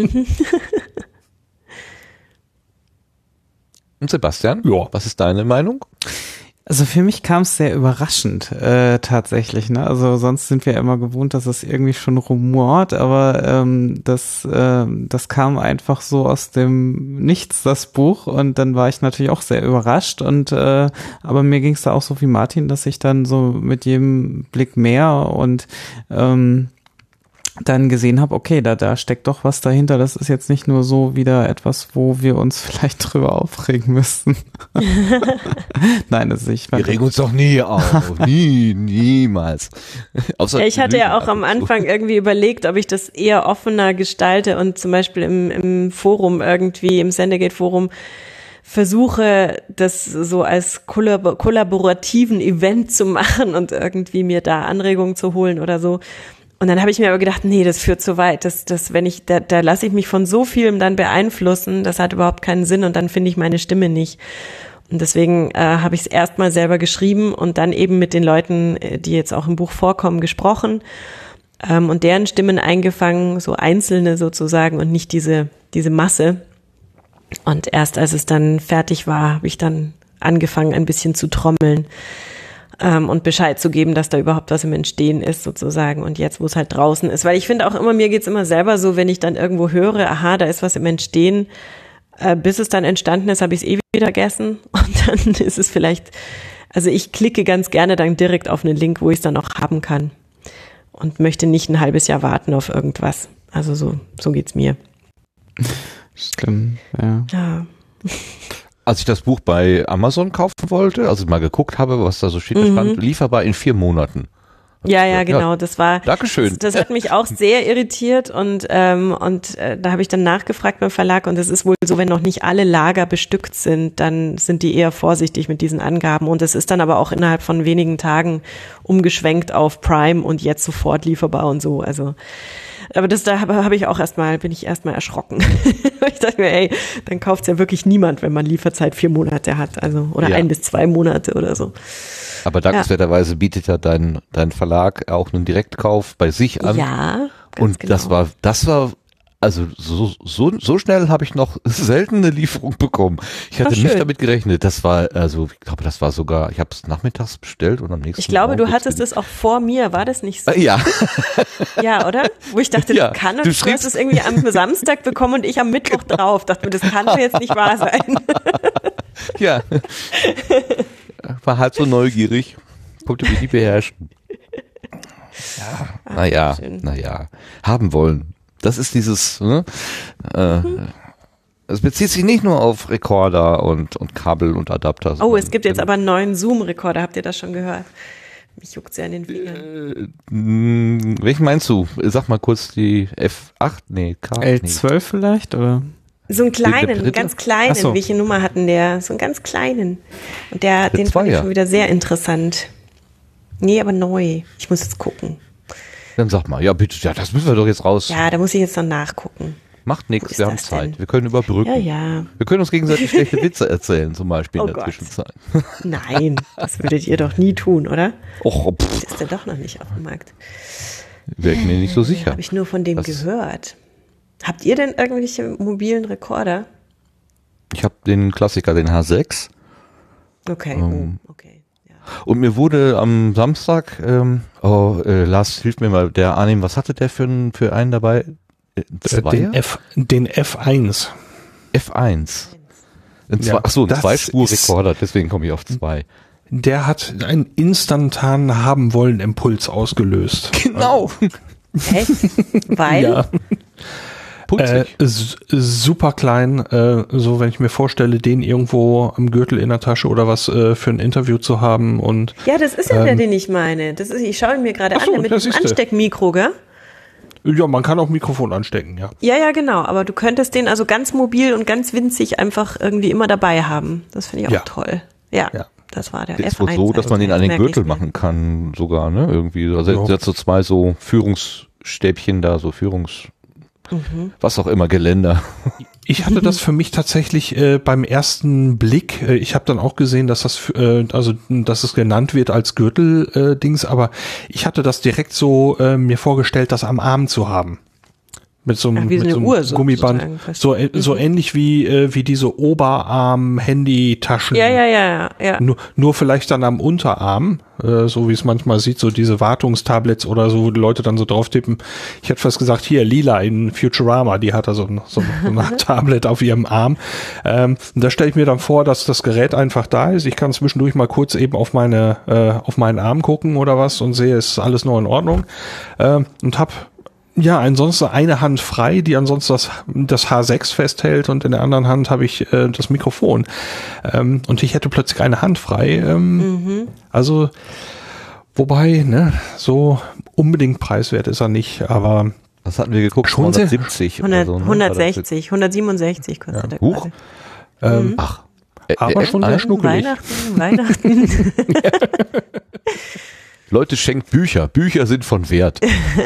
Und Sebastian, ja. Was ist deine Meinung? Also für mich kam es sehr überraschend äh, tatsächlich. Ne? Also sonst sind wir immer gewohnt, dass es irgendwie schon rumort, aber ähm, das, äh, das kam einfach so aus dem Nichts, das Buch. Und dann war ich natürlich auch sehr überrascht. Und äh, aber mir ging es da auch so wie Martin, dass ich dann so mit jedem Blick mehr und ähm, dann gesehen habe, okay, da, da steckt doch was dahinter. Das ist jetzt nicht nur so wieder etwas, wo wir uns vielleicht drüber aufregen müssten. Nein, das ist ich. Wir regen uns doch nie auf. Nie, niemals. Außer ja, ich hatte ja auch am Anfang irgendwie überlegt, ob ich das eher offener gestalte und zum Beispiel im, im Forum irgendwie, im Sendegate-Forum versuche, das so als kollabor- kollaborativen Event zu machen und irgendwie mir da Anregungen zu holen oder so. Und dann habe ich mir aber gedacht, nee, das führt zu weit. Das, das, wenn ich, da, da lasse ich mich von so vielem dann beeinflussen. Das hat überhaupt keinen Sinn und dann finde ich meine Stimme nicht. Und deswegen äh, habe ich es erstmal selber geschrieben und dann eben mit den Leuten, die jetzt auch im Buch vorkommen, gesprochen ähm, und deren Stimmen eingefangen, so einzelne sozusagen und nicht diese, diese Masse. Und erst als es dann fertig war, habe ich dann angefangen, ein bisschen zu trommeln. ähm, und Bescheid zu geben, dass da überhaupt was im Entstehen ist sozusagen und jetzt, wo es halt draußen ist. Weil ich finde auch immer, mir geht's immer selber so, wenn ich dann irgendwo höre, aha, da ist was im Entstehen, äh, bis es dann entstanden ist, habe ich es eh wieder vergessen und dann ist es vielleicht, also ich klicke ganz gerne dann direkt auf einen Link, wo ich es dann auch haben kann und möchte nicht ein halbes Jahr warten auf irgendwas. Also so, so geht's mir. Stimmt, ja. Ja. Als ich das Buch bei Amazon kaufen wollte, also mal geguckt habe, was da so steht, da stand, Mhm. lieferbar in vier Monaten. Ja, ja, genau. Das war. Dankeschön. Das, das hat mich auch sehr irritiert und ähm, und äh, da habe ich dann nachgefragt beim Verlag und es ist wohl so, wenn noch nicht alle Lager bestückt sind, dann sind die eher vorsichtig mit diesen Angaben und es ist dann aber auch innerhalb von wenigen Tagen umgeschwenkt auf Prime und jetzt sofort lieferbar und so. Also, aber das da habe hab ich auch erstmal, bin ich erstmal erschrocken. Ich dachte mir, ey, dann kauft's ja wirklich niemand, wenn man Lieferzeit vier Monate hat, also oder Ja. ein bis zwei Monate oder so. Aber dankenswerterweise bietet ja dein, dein Verlag auch einen Direktkauf bei sich an. Ja, ganz Und genau. das war, das war, also so, so, so schnell habe ich noch selten eine Lieferung bekommen. Ich hatte Ach, nicht schön. damit gerechnet. Das war, also ich glaube, das war sogar, ich habe es nachmittags bestellt und am nächsten Ich glaube, Morgen du hattest wird's es auch vor mir, war das nicht so? wieder- Ja, Ja, oder? Wo ich dachte, Ja, das kann du und du, schriebst- hast es irgendwie am Samstag bekommen und ich am Mittwoch drauf. Dachte mir, das kann doch jetzt nicht wahr sein. ja. War halt so neugierig. Konnte mich nicht beherrschen. Ja, naja, schön. naja. Haben wollen. Das ist dieses, ne? Äh, es bezieht sich nicht nur auf Rekorder und, und Kabel und Adapter. Oh, sondern- es gibt jetzt aber einen neuen Zoom-Rekorder. Habt ihr das schon gehört? Mich juckt's ja in den Fingern. Hm, welchen meinst du? Sag mal kurz die F acht, nee, K. L nee. zwölf vielleicht, oder? So einen kleinen, dritte? einen ganz kleinen. Ach so. Welche Nummer hatten der? So einen ganz kleinen. Und der, Der den fand ich Zweier. schon wieder sehr interessant. Nee, aber neu. Ich muss jetzt gucken. Dann sag mal, ja bitte, ja, das müssen wir doch jetzt raus. Ja, da muss ich jetzt noch nachgucken. Macht Wo nichts, ist wir haben das Zeit. denn? Wir können überbrücken. Ja, ja. Wir können uns gegenseitig schlechte Witze erzählen, zum Beispiel Oh in der Gott. Zwischenzeit. Nein, das würdet ihr doch nie tun, oder? Och, pff, Ist der doch noch nicht auf dem Markt. wäre ich mir nicht so sicher. Habe ich nur von dem Das- gehört. Habt ihr denn irgendwelche mobilen Rekorder? Ich habe den Klassiker, den H sechs. Okay, Ähm, oh, okay. Ja. Und mir wurde am Samstag, ähm, oh, äh, Lars, hilf mir mal, der Arnim, was hatte der für, einen- für einen dabei? Äh, ein Äh, Zweier? Den, F, den F eins. F eins. Ein Ja, zwei, ach so, ein das Zweispur-Rekorder, deswegen komme ich auf zwei. Der hat einen instantanen Haben-Wollen-Impuls ausgelöst. Genau. Echt? Weil? Ja. Äh, Putzig. s- super klein, äh, so wenn ich mir vorstelle, den irgendwo am Gürtel in der Tasche oder was äh, für ein Interview zu haben und Ja, das ist ja der, Ähm, den ich meine. Das ist, ich schaue ihn mir gerade Ach an, so, der mit das dem ist der. Ansteckmikro, gell? ja, man kann auch Mikrofon anstecken, ja. Ja, ja, genau. Aber du könntest den also ganz mobil und ganz winzig einfach irgendwie immer dabei haben. Das finde ich auch Ja. toll. Ja, Ja. das war der, Der F ist wohl eins. so, dass man den an den merke ich Gürtel mir. machen kann, sogar, ne? Irgendwie. Also Ja. er hat so zwei so Führungsstäbchen da, so Führungs, Mhm. was auch immer, Geländer. Ich hatte das für mich tatsächlich äh, beim ersten Blick. Äh, ich habe dann auch gesehen, dass das, f- äh, also dass es genannt wird als Gürtel-Dings, äh, Dings, aber ich hatte das direkt so äh, mir vorgestellt, das am Arm zu haben. Mit so einem, Ach, wie so mit eine so einem Uhr so- Gummiband. sozusagen fast. So, äh, so Mhm. ähnlich wie, äh, wie diese Oberarm-Handy-Taschen. Ja, ja, ja, ja, ja. Nur, nur vielleicht dann am Unterarm, äh, so wie es manchmal sieht, so diese Wartungstablets oder so, wo die Leute dann so drauf tippen. Ich hätte fast gesagt, hier, Lila in Futurama, die hat da so ein, so ein Tablet auf ihrem Arm. Ähm, und da stelle ich mir dann vor, dass das Gerät einfach da ist. Ich kann zwischendurch mal kurz eben auf meine, äh, auf meinen Arm gucken oder was und sehe, ist alles noch in Ordnung. Ähm, und hab ja, ansonsten eine Hand frei, die ansonsten das, das H sechs festhält und in der anderen Hand habe ich äh, das Mikrofon. Ähm, und ich hätte plötzlich eine Hand frei. Ähm, Mhm. Also, wobei, ne, so unbedingt preiswert ist er nicht, aber Was hatten wir geguckt? Schon sehr- hundertsiebzig hundert, oder so. Ne? hundertsechzig, hundertsiebenundsechzig kostet der Huch. gerade. ähm, Ach. Äh, Aber äh, schon äh, sehr schnuckelig. Weihnachten, Weihnachten. Leute, schenkt Bücher. Bücher sind von Wert.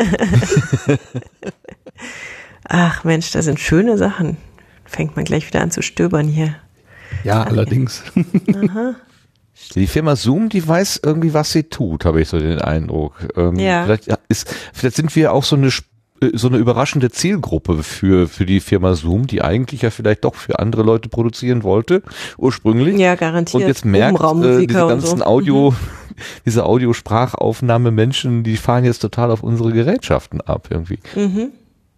Ach Mensch, das sind schöne Sachen. Fängt man gleich wieder an zu stöbern hier. ja, allerdings. Die Firma Zoom, die weiß irgendwie, was sie tut, habe ich so den Eindruck. Ähm, Ja. Vielleicht ist, vielleicht sind wir auch so eine Sp- so eine überraschende Zielgruppe für für die Firma Zoom, die eigentlich ja vielleicht doch für andere Leute produzieren wollte ursprünglich. Ja, garantiert. Und jetzt merkt, äh, Obenraummusiker diese und ganzen so. Audio, diese Audiosprachaufnahme-Menschen, die fahren jetzt total auf unsere Gerätschaften ab irgendwie. Mhm.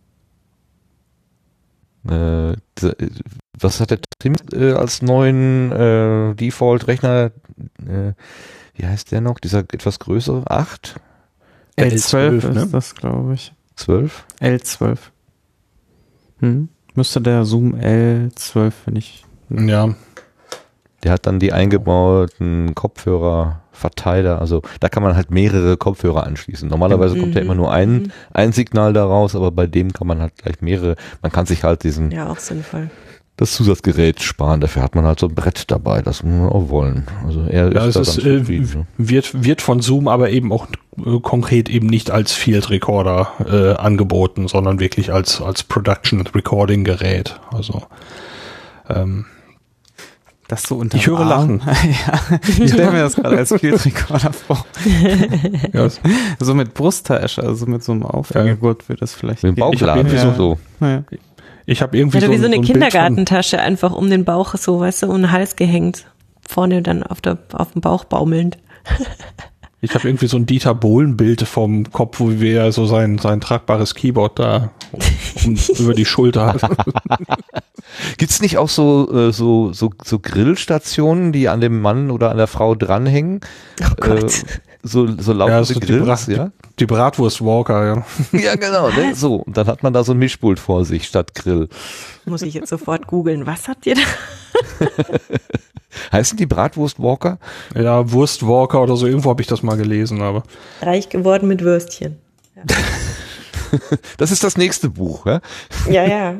Äh, was hat der Tim äh, als neuen äh, Default-Rechner? Äh, wie heißt der noch? Dieser etwas größere? acht? L zwölf ne? ist das, glaube ich. zwölf? L zwölf. Hm? Müsste der Zoom L zwölf, wenn ich... Ja. Der hat dann die eingebauten Kopfhörerverteiler, also da kann man halt mehrere Kopfhörer anschließen. Normalerweise mhm. kommt ja immer nur ein, ein Signal daraus, aber bei dem kann man halt gleich mehrere, man kann sich halt diesen, Ja, auch sinnvoll. das Zusatzgerät sparen, dafür hat man halt so ein Brett dabei, das muss man auch wollen. Also er Ja, ist es da ist, ganz äh, zufrieden, ne? wird, wird von Zoom aber eben auch äh, konkret eben nicht als Field Recorder äh, angeboten, sondern wirklich als, als Production Recording Gerät. Also, ähm, Das so unter Ich höre Arm. Ja, ich stelle mir das gerade als Field Recorder vor. ja, So mit Brusttasche, also mit so einem Aufhängegurt wird das vielleicht Mit dem gehen. Bauchladen, irgendwie so, so- so. Ja. ich habe irgendwie Oder so, wie so eine ein Bild von- Kindergartentasche einfach um den Bauch, so, weißt du, um den Hals gehängt. Vorne dann auf, der, auf dem Bauch baumelnd. Ich habe irgendwie so ein Dieter Bohlen-Bild vom Kopf, wo wir so sein, sein tragbares Keyboard da um, über die Schulter hat. Gibt's nicht auch so, äh, so, so, so Grillstationen, die an dem Mann oder an der Frau dranhängen? Oh Gott. Äh, so, so Ja, laufende das ist die, Grills, Bra ja? die Bratwurst Walker, ja. Ja, genau, ne? So. Und dann hat man da so ein Mischpult vor sich statt Grill. Muss ich jetzt sofort googeln. Was habt ihr da? Heißen die Bratwurst Walker? Ja, Wurst Walker oder so, irgendwo habe ich das mal gelesen, aber. Reich geworden mit Würstchen. Das ist das nächste Buch, ja? Ja, ja.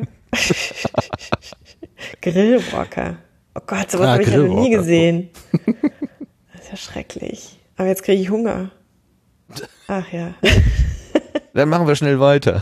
Grillwalker. Oh Gott, sowas Ah, habe ich ja noch nie Grillwalker. gesehen. Das ist ja schrecklich. Aber jetzt kriege ich Hunger. Ach ja. Dann machen wir schnell weiter.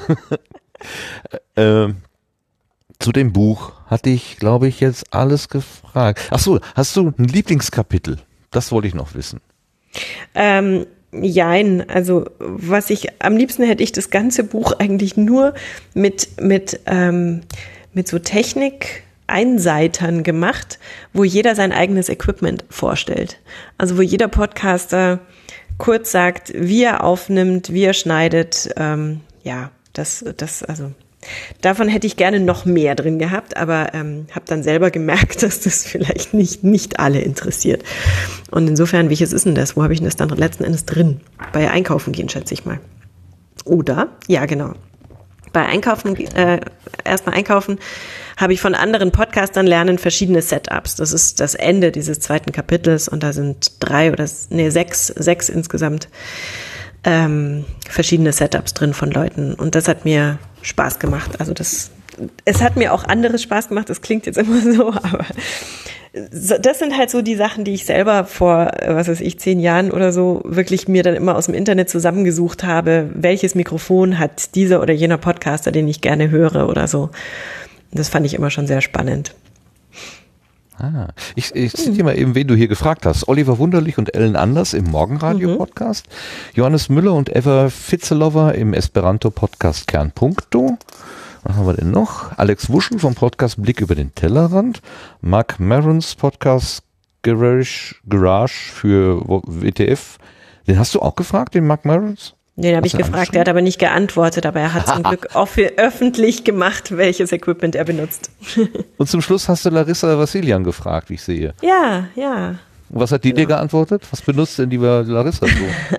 ähm, zu dem Buch hatte ich, glaube ich, jetzt alles gefragt. Ach so, hast du ein Lieblingskapitel? Das wollte ich noch wissen. Ähm, jein, also was ich, am liebsten hätte ich das ganze Buch eigentlich nur mit, mit, ähm, mit so Technik-Einseitern gemacht, wo jeder sein eigenes Equipment vorstellt. Also wo jeder Podcaster kurz sagt, wie er aufnimmt, wie er schneidet, ähm, ja, das, das, also davon hätte ich gerne noch mehr drin gehabt, aber ähm, habe dann selber gemerkt, dass das vielleicht nicht nicht alle interessiert. Und insofern, welches ist denn das? Wo habe ich denn das dann letzten Endes drin? Bei Einkaufen gehen, schätze ich mal. Oder? Ja, genau. Bei Einkaufen, äh, erstmal einkaufen, habe ich von anderen Podcastern lernen verschiedene Setups. Das ist das Ende dieses zweiten Kapitels und da sind drei oder nee, sechs, sechs insgesamt ähm, verschiedene Setups drin von Leuten. Und das hat mir Spaß gemacht. Also das, es hat mir auch anderes Spaß gemacht. Das klingt jetzt immer so, aber so, das sind halt so die Sachen, die ich selber vor, was weiß ich, zehn Jahren oder so wirklich mir dann immer aus dem Internet zusammengesucht habe. Welches Mikrofon hat dieser oder jener Podcaster, den ich gerne höre oder so. Das fand ich immer schon sehr spannend. Ah, ich, ich zitiere mal eben, wen du hier gefragt hast. Oliver Wunderlich und Ellen Anders im Morgenradio-Podcast. Mhm. Johannes Müller und Eva Fitzelover im Esperanto-Podcast Kernpunkto. Was haben wir denn noch? Alex Wuschel vom Podcast Blick über den Tellerrand. Mark Marons Podcast Garage, Garage für W T F. Den hast du auch gefragt, den Mark Marons? Den habe ich gefragt, der hat aber nicht geantwortet, aber er hat zum Glück auch für öffentlich gemacht, welches Equipment er benutzt. Und zum Schluss hast du Larissa Vassilian gefragt, wie ich sehe. Ja, ja. Und was hat die dir geantwortet? Was benutzt denn die Larissa so?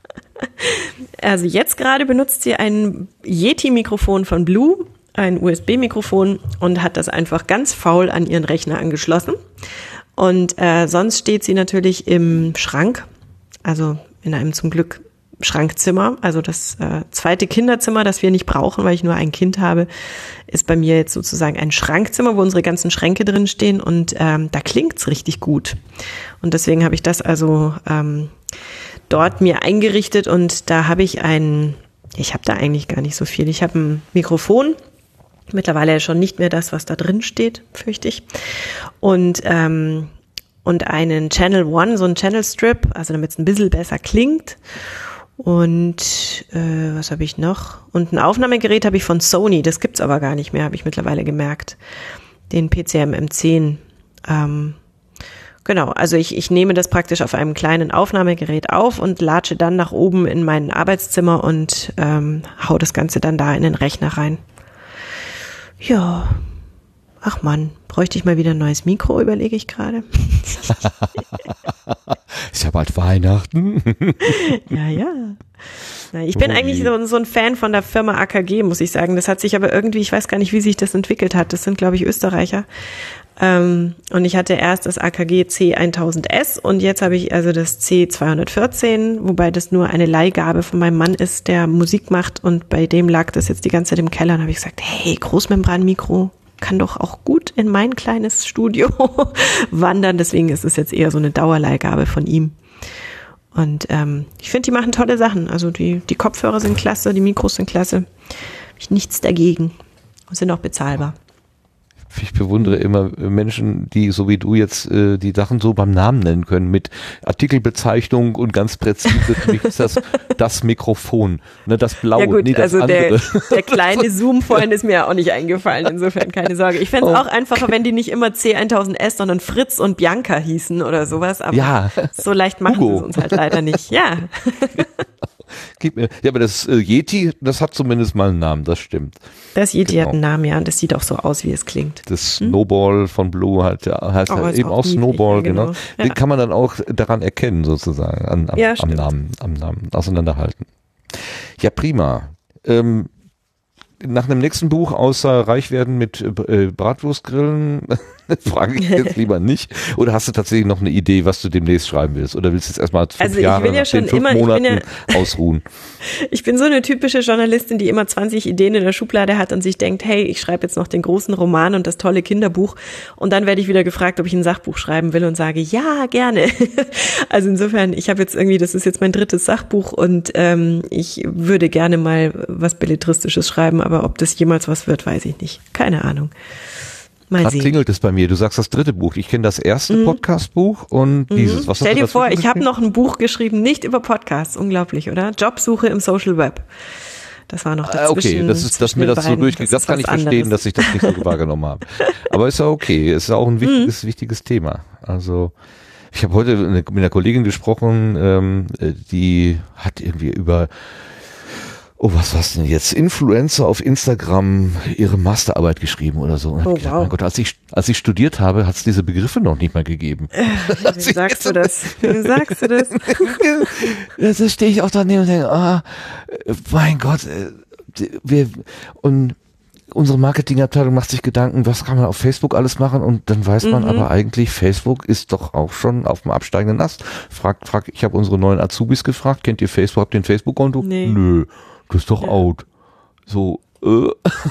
Also jetzt gerade benutzt sie ein Yeti-Mikrofon von Blue, ein U S B-Mikrofon und hat das einfach ganz faul an ihren Rechner angeschlossen. Und äh, sonst steht sie natürlich im Schrank, also in einem zum Glück Schrankzimmer, also das äh, zweite Kinderzimmer, das wir nicht brauchen, weil ich nur ein Kind habe, ist bei mir jetzt sozusagen ein Schrankzimmer, wo unsere ganzen Schränke drin stehen und ähm, da klingt's richtig gut. Und deswegen habe ich das also ähm, dort mir eingerichtet und da habe ich ein, ich habe da eigentlich gar nicht so viel, ich habe ein Mikrofon, mittlerweile schon nicht mehr das, was da drin steht, fürchte ich, und ähm, und einen Channel One, so einen Channel Strip, also damit es ein bisschen besser klingt. Und äh, was habe ich noch? Und ein Aufnahmegerät habe ich von Sony, das gibt's aber gar nicht mehr, habe ich mittlerweile gemerkt. Den P C M M zehn. Ähm, Genau, also ich, ich nehme das praktisch auf einem kleinen Aufnahmegerät auf und latsche dann nach oben in mein Arbeitszimmer und ähm, hau das Ganze dann da in den Rechner rein. Ja, ach Mann, bräuchte ich mal wieder ein neues Mikro, überlege ich gerade. Ist ja bald Weihnachten. Ja, ja. Na, ich bin oh, eigentlich so, so ein Fan von der Firma A K G, muss ich sagen. Das hat sich aber irgendwie, ich weiß gar nicht, wie sich das entwickelt hat. Das sind, glaube ich, Österreicher. Ähm, und ich hatte erst das A K G C tausend S und jetzt habe ich also das C zweihundertvierzehn, wobei das nur eine Leihgabe von meinem Mann ist, der Musik macht, und bei dem lag das jetzt die ganze Zeit im Keller und habe ich gesagt, hey, Großmembranmikro kann doch auch gut in mein kleines Studio wandern, deswegen ist es jetzt eher so eine Dauerleihgabe von ihm. Und ähm, ich finde, die machen tolle Sachen, also die, die Kopfhörer sind klasse, die Mikros sind klasse, habe ich nichts dagegen und sind auch bezahlbar. Ich bewundere immer Menschen, die so wie du jetzt äh, die Sachen so beim Namen nennen können, mit Artikelbezeichnung und ganz präzise. Für mich ist das das Mikrofon, ne, das blaue, ja gut, nee, das also andere. Der, der kleine Zoom vorhin ist mir ja auch nicht eingefallen, insofern keine Sorge. Ich fände es oh. auch einfacher, wenn die nicht immer C tausend S, sondern Fritz und Bianca hießen oder sowas, aber ja. so leicht machen Hugo. sie es uns halt leider nicht. Ja. Gib mir, ja, aber das äh, Yeti, das hat zumindest mal einen Namen, das stimmt. Das Yeti genau. hat einen Namen, ja, und das sieht auch so aus, wie es klingt. Das hm? Snowball von Blue halt, ja, heißt oh, ja eben auch, auch Snowball, ja, genau. genau. Ja. Den kann man dann auch daran erkennen, sozusagen, an, am, ja, am Namen, am Namen auseinanderhalten. Ja, prima. Ähm, nach einem nächsten Buch außer reich werden mit äh, Bratwurstgrillen, frage ich jetzt lieber nicht. Oder hast du tatsächlich noch eine Idee, was du demnächst schreiben willst? Oder willst du jetzt erstmal fünf also ich Jahre will ja nach schon den fünf immer, Monaten ich bin ja, ausruhen? Ich bin so eine typische Journalistin, die immer zwanzig Ideen in der Schublade hat und sich denkt, hey, ich schreibe jetzt noch den großen Roman und das tolle Kinderbuch. Und dann werde ich wieder gefragt, ob ich ein Sachbuch schreiben will und sage, ja, gerne. Also insofern, ich habe jetzt irgendwie, das ist jetzt mein drittes Sachbuch und ähm, ich würde gerne mal was Belletristisches schreiben, aber ob das jemals was wird, weiß ich nicht. Keine Ahnung. Mal Was sehen. klingelt es bei mir? Du sagst das dritte Buch. Ich kenne das erste mhm. Podcast-Buch und mhm. dieses. Was Stell dir vor, ich habe noch ein Buch geschrieben, nicht über Podcasts. Unglaublich, oder? Jobsuche im Social Web. Das war noch dazwischen. Okay, das ist, dass mir das so durchgeht. Das, das kann ich verstehen, anderes. Dass ich das nicht so wahrgenommen habe. Aber ist ja okay. Ist ja auch ein wichtiges, mhm. wichtiges Thema. Also, ich habe heute mit einer Kollegin gesprochen, ähm, die hat irgendwie über Oh, was war's denn jetzt? Influencer auf Instagram ihre Masterarbeit geschrieben oder so. Und oh, gedacht, wow. Mein Gott, als ich, als ich studiert habe, hat es diese Begriffe noch nicht mal gegeben. Äh, wie sagst du das? Wie sagst du das? Da stehe ich auch daneben und denke, ah, mein Gott, wir, und unsere Marketingabteilung macht sich Gedanken, was kann man auf Facebook alles machen, und dann weiß man mhm. aber eigentlich, Facebook ist doch auch schon auf dem absteigenden Ast. Frag, frag, ich habe unsere neuen Azubis gefragt, kennt ihr Facebook, habt ihr ein Facebook-Konto? Nee. Nö. Das ist doch ja. out. So, äh.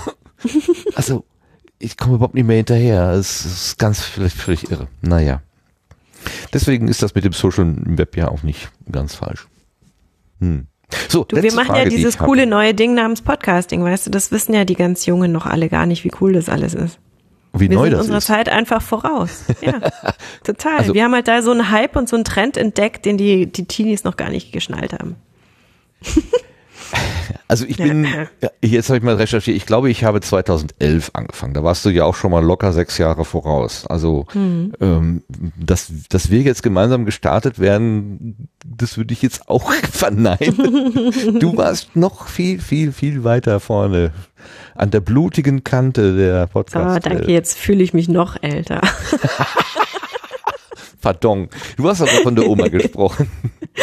Also, ich komme überhaupt nicht mehr hinterher. Es ist ganz völlig, völlig irre. Naja. Deswegen ist das mit dem Social Web ja auch nicht ganz falsch. Hm. So, du, wir machen Frage, ja dieses coole neue Ding namens Podcasting, weißt du, das wissen ja die ganz Jungen noch alle gar nicht, wie cool das alles ist. Wie wir neu sind das unserer ist. Zeit einfach voraus. Ja, total. Also, wir haben halt da so einen Hype und so einen Trend entdeckt, den die, die Teenies noch gar nicht geschnallt haben. Also ich bin, ja, jetzt habe ich mal recherchiert, ich glaube, ich habe zweitausendelf angefangen. Da warst du ja auch schon mal locker sechs Jahre voraus. Also mhm. ähm, dass, dass wir jetzt gemeinsam gestartet werden, das würde ich jetzt auch verneinen. Du warst noch viel, viel, viel weiter vorne an der blutigen Kante der Podcast. Ah, danke, jetzt fühle ich mich noch älter. Pardon, du hast aber von der Oma gesprochen.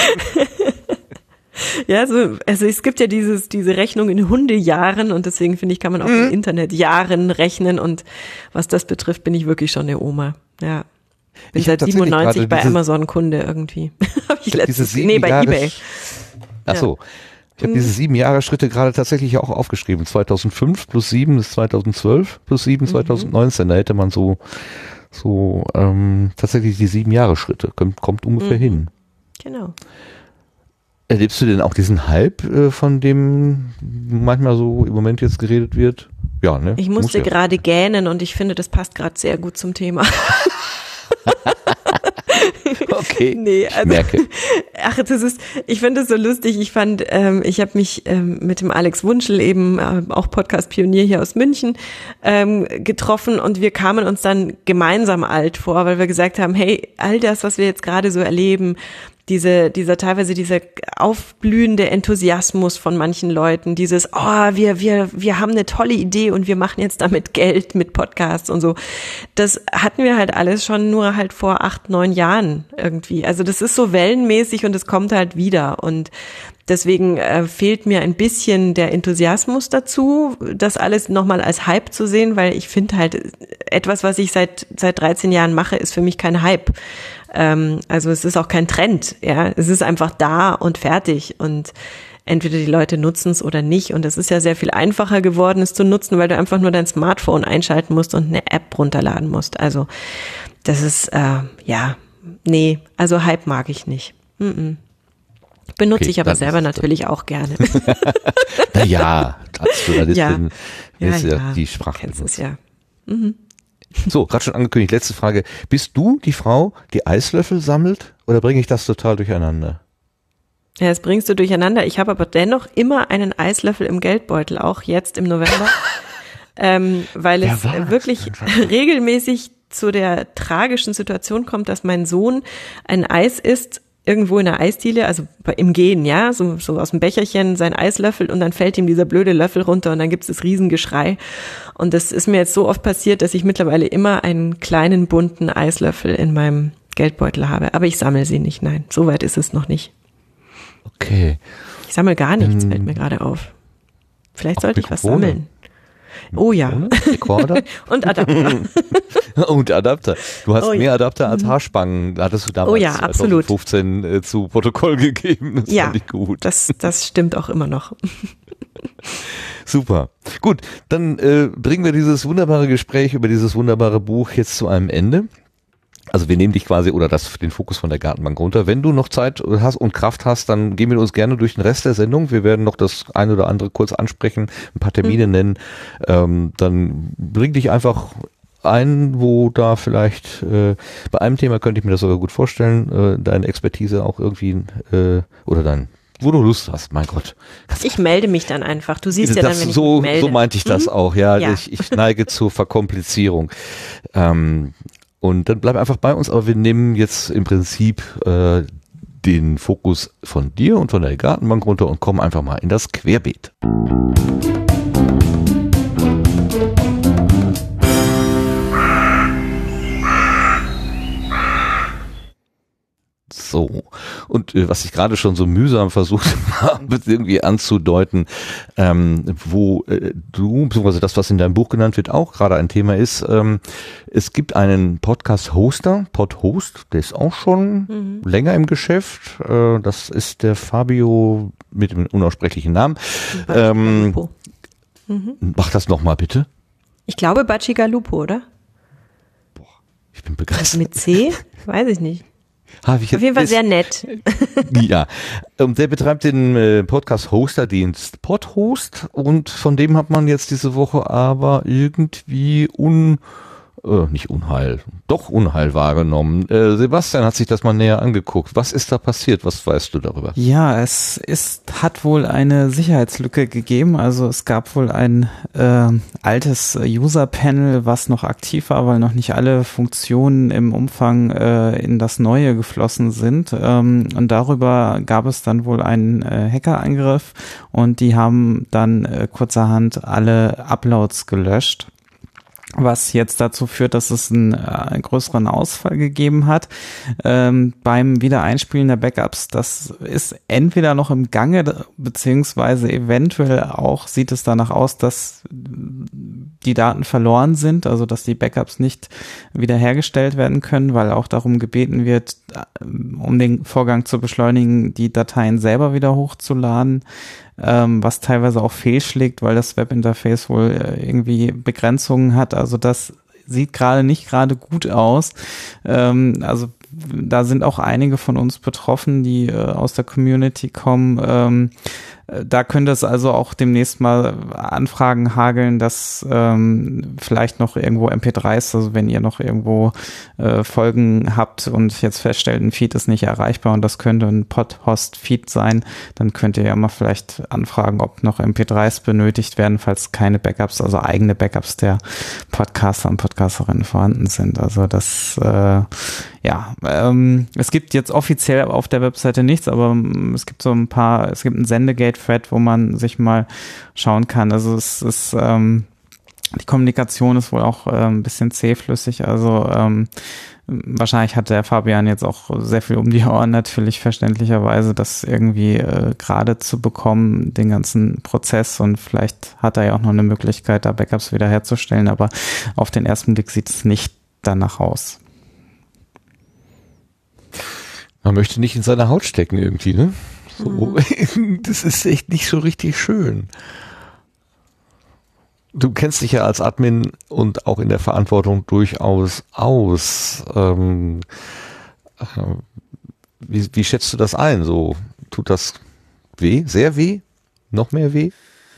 Ja, so, also es gibt ja dieses, diese Rechnung in Hundejahren, und deswegen finde ich, kann man auch mhm. in Internetjahren rechnen, und was das betrifft, bin ich wirklich schon eine Oma. Ja. Bin ich seit siebenundneunzig bei diese, Amazon Kunde irgendwie. Hab ich letztens, diese nee, bei Jahre, eBay. Ach so. Ich habe mhm. diese sieben Jahre Schritte gerade tatsächlich auch aufgeschrieben. zweitausendfünf plus sieben ist zweitausendzwölf plus sieben mhm. zweitausendneunzehn. Da hätte man so, so ähm, tatsächlich die sieben Jahre Schritte. Kommt, kommt ungefähr mhm. hin. Genau. Erlebst du denn auch diesen Hype, äh, von dem manchmal so im Moment jetzt geredet wird? Ja, ne? Ich musste Muss ja. gerade gähnen, und ich finde, das passt gerade sehr gut zum Thema. Okay, nee, also, ich merke. Ach, das ist, ich finde das so lustig. Ich fand, ähm, ich habe mich ähm, mit dem Alex Wunschel, eben äh, auch Podcast-Pionier hier aus München, ähm, getroffen und wir kamen uns dann gemeinsam alt vor, weil wir gesagt haben, hey, all das, was wir jetzt gerade so erleben, diese, dieser teilweise dieser aufblühende Enthusiasmus von manchen Leuten, dieses, oh, wir, wir, wir haben eine tolle Idee und wir machen jetzt damit Geld mit Podcasts und so. Das hatten wir halt alles schon nur halt vor acht, neun Jahren irgendwie. Also das ist so wellenmäßig und es kommt halt wieder und deswegen äh, fehlt mir ein bisschen der Enthusiasmus dazu, das alles nochmal als Hype zu sehen, weil ich finde halt, etwas, was ich seit seit dreizehn Jahren mache, ist für mich kein Hype. Ähm, also es ist auch kein Trend, ja. Es ist einfach da und fertig und entweder die Leute nutzen es oder nicht. Und es ist ja sehr viel einfacher geworden, es zu nutzen, weil du einfach nur dein Smartphone einschalten musst und eine App runterladen musst. Also das ist, äh, ja, nee, also Hype mag ich nicht. Mm-mm. Benutze okay, ich aber selber natürlich auch gerne. Naja, als Journalistin ja. ist ja, ja die Sprache. Kennst es ja. Mhm. So, gerade schon angekündigt, letzte Frage. Bist du die Frau, die Eislöffel sammelt oder bringe ich das total durcheinander? Ja, das bringst du durcheinander. Ich habe aber dennoch immer einen Eislöffel im Geldbeutel, auch jetzt im November, ähm, weil es wirklich regelmäßig zu der tragischen Situation kommt, dass mein Sohn ein Eis isst, irgendwo in der Eisdiele, also im Gehen, ja, so, so aus dem Becherchen sein Eislöffel und dann fällt ihm dieser blöde Löffel runter und dann gibt es das Riesengeschrei. Und das ist mir jetzt so oft passiert, dass ich mittlerweile immer einen kleinen bunten Eislöffel in meinem Geldbeutel habe. Aber ich sammle sie nicht, nein, so weit ist es noch nicht. Okay. Ich sammle gar nichts, ähm, fällt mir gerade auf. Vielleicht sollte ich was Mikrofone. sammeln. Oh ja. Rekorder? Und Adapter. Und Adapter. Du hast Oh ja. mehr Adapter als Haarspangen. Hattest du damals Oh ja, absolut. zwanzig fünfzehn äh, zu Protokoll gegeben. Das Ja, fand ich gut. das, das stimmt auch immer noch. Super. Gut, dann äh, bringen wir dieses wunderbare Gespräch über dieses wunderbare Buch jetzt zu einem Ende. Also wir nehmen dich quasi oder das den Fokus von der Gartenbank runter. Wenn du noch Zeit hast und Kraft hast, dann gehen wir uns gerne durch den Rest der Sendung. Wir werden noch das eine oder andere kurz ansprechen, ein paar Termine mhm. nennen. Ähm, dann bring dich einfach ein, wo da vielleicht äh, bei einem Thema könnte ich mir das sogar gut vorstellen, äh, deine Expertise auch irgendwie äh, oder dein wo du Lust hast, mein Gott. Ich melde mich dann einfach. Du siehst ja das, dann, wenn ich so, mich melde. So meinte ich das mhm. auch, ja. ja. Ich, ich neige zur Verkomplizierung. Ähm, Und dann bleib einfach bei uns, aber wir nehmen jetzt im Prinzip äh, den Fokus von dir und von der Gartenbank runter und kommen einfach mal in das Querbeet. So, und äh, was ich gerade schon so mühsam versucht habe, irgendwie anzudeuten, ähm, wo äh, du, beziehungsweise das, was in deinem Buch genannt wird, auch gerade ein Thema ist, ähm, es gibt einen Podcast-Hoster, Podhost, der ist auch schon mhm. länger im Geschäft, äh, das ist der Fabio mit dem unaussprechlichen Namen. Ähm, mhm. Mach das nochmal bitte. Ich glaube Bacigalupo, oder? Boah, ich bin begeistert. Mit C? Weiß ich nicht. Auf jeden Fall sehr nett. Ja, und der betreibt den äh, Podcast-Hoster-Dienst Podhost und von dem hat man jetzt diese Woche aber irgendwie un... Äh, nicht Unheil, doch Unheil wahrgenommen. Äh, Sebastian hat sich das mal näher angeguckt. Was ist da passiert? Was weißt du darüber? Ja, es ist, hat wohl eine Sicherheitslücke gegeben. Also es gab wohl ein äh, altes User-Panel, was noch aktiv war, weil noch nicht alle Funktionen im Umfang äh, in das Neue geflossen sind. Ähm, und darüber gab es dann wohl einen äh, Hackerangriff und die haben dann äh, kurzerhand alle Uploads gelöscht, was jetzt dazu führt, dass es einen, äh, einen größeren Ausfall gegeben hat ähm, beim Wiedereinspielen der Backups. Das ist entweder noch im Gange, beziehungsweise eventuell auch sieht es danach aus, dass die Daten verloren sind, also dass die Backups nicht wiederhergestellt werden können, weil auch darum gebeten wird, um den Vorgang zu beschleunigen, die Dateien selber wieder hochzuladen. Ähm, was teilweise auch fehlschlägt, weil das Webinterface wohl äh, irgendwie Begrenzungen hat. Also das sieht gerade nicht gerade gut aus. Ähm, also da sind auch einige von uns betroffen, die äh, aus der Community kommen. Ähm, da könnte es also auch demnächst mal Anfragen hageln, dass ähm, vielleicht noch irgendwo M P dreis, also wenn ihr noch irgendwo äh, Folgen habt und jetzt feststellt, ein Feed ist nicht erreichbar und das könnte ein Podhost-Feed sein, dann könnt ihr ja mal vielleicht anfragen, ob noch M P dreis benötigt werden, falls keine Backups, also eigene Backups der Podcaster und Podcasterinnen vorhanden sind. Also das, äh, ja, ähm, es gibt jetzt offiziell auf der Webseite nichts, aber ähm, es gibt so ein paar, es gibt ein Sendegate-Thread, wo man sich mal schauen kann. Also es ist, ähm, die Kommunikation ist wohl auch äh, ein bisschen zähflüssig, also ähm, wahrscheinlich hat der Fabian jetzt auch sehr viel um die Ohren, natürlich verständlicherweise, das irgendwie äh, gerade zu bekommen, den ganzen Prozess, und vielleicht hat er ja auch noch eine Möglichkeit, da Backups wiederherzustellen, aber auf den ersten Blick sieht es nicht danach aus. Man möchte nicht in seiner Haut stecken irgendwie, ne? So, mhm. Das ist echt nicht so richtig schön. Du kennst dich ja als Admin und auch in der Verantwortung durchaus aus. Ähm, äh, wie, wie schätzt du das ein? So, tut das weh? Sehr weh? Noch mehr weh?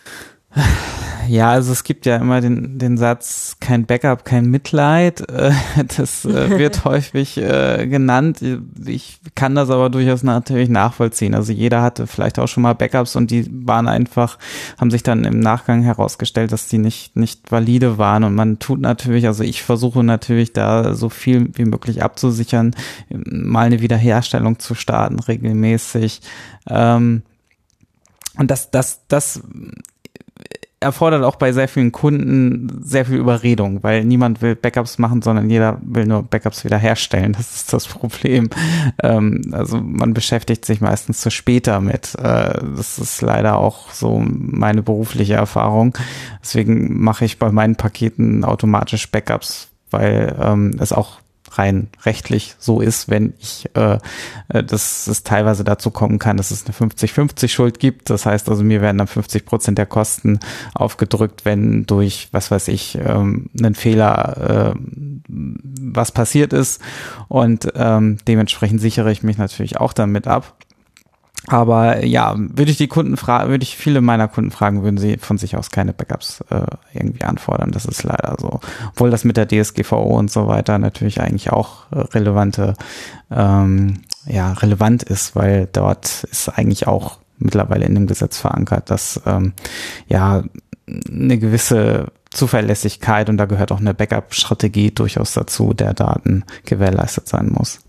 Ja, also es gibt ja immer den, den Satz, kein Backup, kein Mitleid. Das wird häufig genannt. Ich kann das aber durchaus natürlich nachvollziehen. Also jeder hatte vielleicht auch schon mal Backups und die waren einfach, haben sich dann im Nachgang herausgestellt, dass die nicht, nicht valide waren. Und man tut natürlich, also ich versuche natürlich da so viel wie möglich abzusichern, mal eine Wiederherstellung zu starten, regelmäßig. Und das, das, das erfordert auch bei sehr vielen Kunden sehr viel Überredung, weil niemand will Backups machen, sondern jeder will nur Backups wiederherstellen. Das ist das Problem. Ähm, also man beschäftigt sich meistens zu spät damit. Äh, das ist leider auch so meine berufliche Erfahrung. Deswegen mache ich bei meinen Paketen automatisch Backups, weil ähm, es auch rein rechtlich so ist, wenn ich, äh, dass es teilweise dazu kommen kann, dass es eine fünfzig fünfzig Schuld gibt. Das heißt also, mir werden dann fünfzig Prozent der Kosten aufgedrückt, wenn durch, was weiß ich, ähm, einen Fehler äh, was passiert ist. Und ähm, dementsprechend sichere ich mich natürlich auch damit ab. Aber ja, würde ich die Kunden fragen, würde ich viele meiner Kunden fragen, würden sie von sich aus keine Backups äh, irgendwie anfordern. Das ist leider so. Obwohl das mit der D S G V O und so weiter natürlich eigentlich auch relevante, ähm, ja, relevant ist, weil dort ist eigentlich auch mittlerweile in dem Gesetz verankert, dass ähm, ja eine gewisse Zuverlässigkeit, und da gehört auch eine Backup-Strategie durchaus dazu, der Daten gewährleistet sein muss.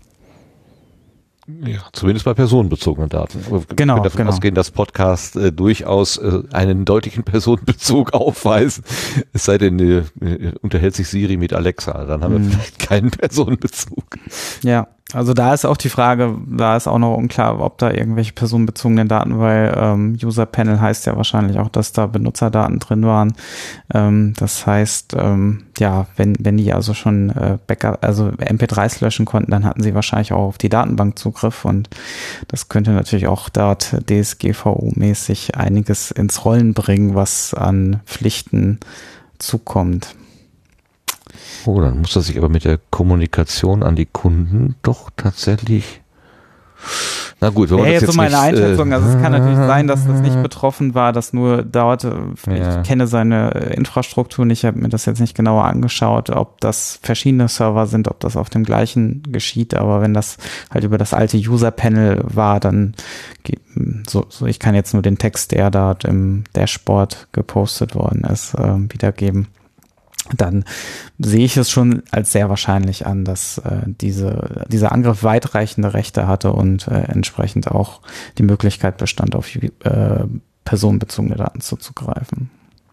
Ja, zumindest bei personenbezogenen Daten. Genau, ich kann davon genau. ausgehen, dass Podcasts äh, durchaus äh, einen deutlichen Personenbezug aufweisen. Es sei denn, äh, äh, unterhält sich Siri mit Alexa, dann haben hm. wir vielleicht keinen Personenbezug. Ja, also da ist auch die Frage, da ist auch noch unklar, ob da irgendwelche personenbezogenen Daten, weil ähm, User Panel heißt ja wahrscheinlich auch, dass da Benutzerdaten drin waren. Ähm, das heißt, ähm, ja, wenn wenn die also schon äh, Backup, also M P dreis löschen konnten, dann hatten sie wahrscheinlich auch auf die Datenbank Zugriff, und das könnte natürlich auch dort D S G V O-mäßig einiges ins Rollen bringen, was an Pflichten zukommt. Oh, dann muss das sich aber mit der Kommunikation an die Kunden doch tatsächlich. Na gut, wenn man ja, das jetzt jetzt so meine nicht, Einschätzung. Äh, also es kann natürlich sein, dass das nicht betroffen war, dass nur dauerte. Ja. Ich kenne seine Infrastruktur nicht, ich habe mir das jetzt nicht genauer angeschaut, ob das verschiedene Server sind, ob das auf dem gleichen geschieht. Aber wenn das halt über das alte User-Panel war, dann so, so ich kann jetzt nur den Text, der da im Dashboard gepostet worden ist, äh, wiedergeben. Dann sehe ich es schon als sehr wahrscheinlich an, dass äh, diese, dieser Angriff weitreichende Rechte hatte und äh, entsprechend auch die Möglichkeit bestand, auf äh, personenbezogene Daten zuzugreifen.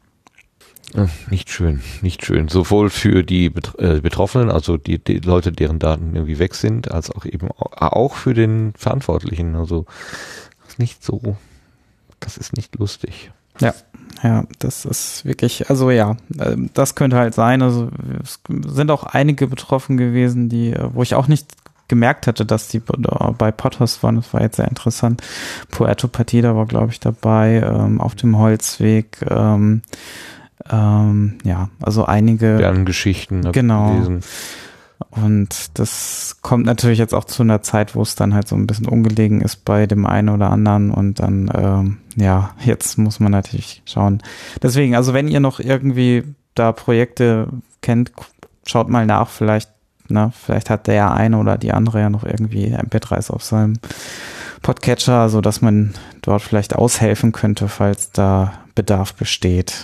Nicht schön, nicht schön. Sowohl für die Bet- äh, Betroffenen, also die, die Leute, deren Daten irgendwie weg sind, als auch eben auch für den Verantwortlichen. Also das ist nicht so, das ist nicht lustig. Ja, ja, das ist wirklich, also ja, das könnte halt sein. Also es sind auch einige betroffen gewesen, die, wo ich auch nicht gemerkt hatte, dass die bei Podhost waren. Das war jetzt sehr interessant. Puerto Partida war, glaube ich, dabei, ähm, auf dem Holzweg. Ähm, ähm, ja, also einige Sternengeschichten habe genau. ich gelesen. Und das kommt natürlich jetzt auch zu einer Zeit, wo es dann halt so ein bisschen ungelegen ist bei dem einen oder anderen und dann, ähm, ja, jetzt muss man natürlich schauen. Deswegen, also wenn ihr noch irgendwie da Projekte kennt, schaut mal nach, vielleicht, ne, vielleicht hat der eine oder die andere ja noch irgendwie M P drei s auf seinem Podcatcher, so dass man dort vielleicht aushelfen könnte, falls da Bedarf besteht.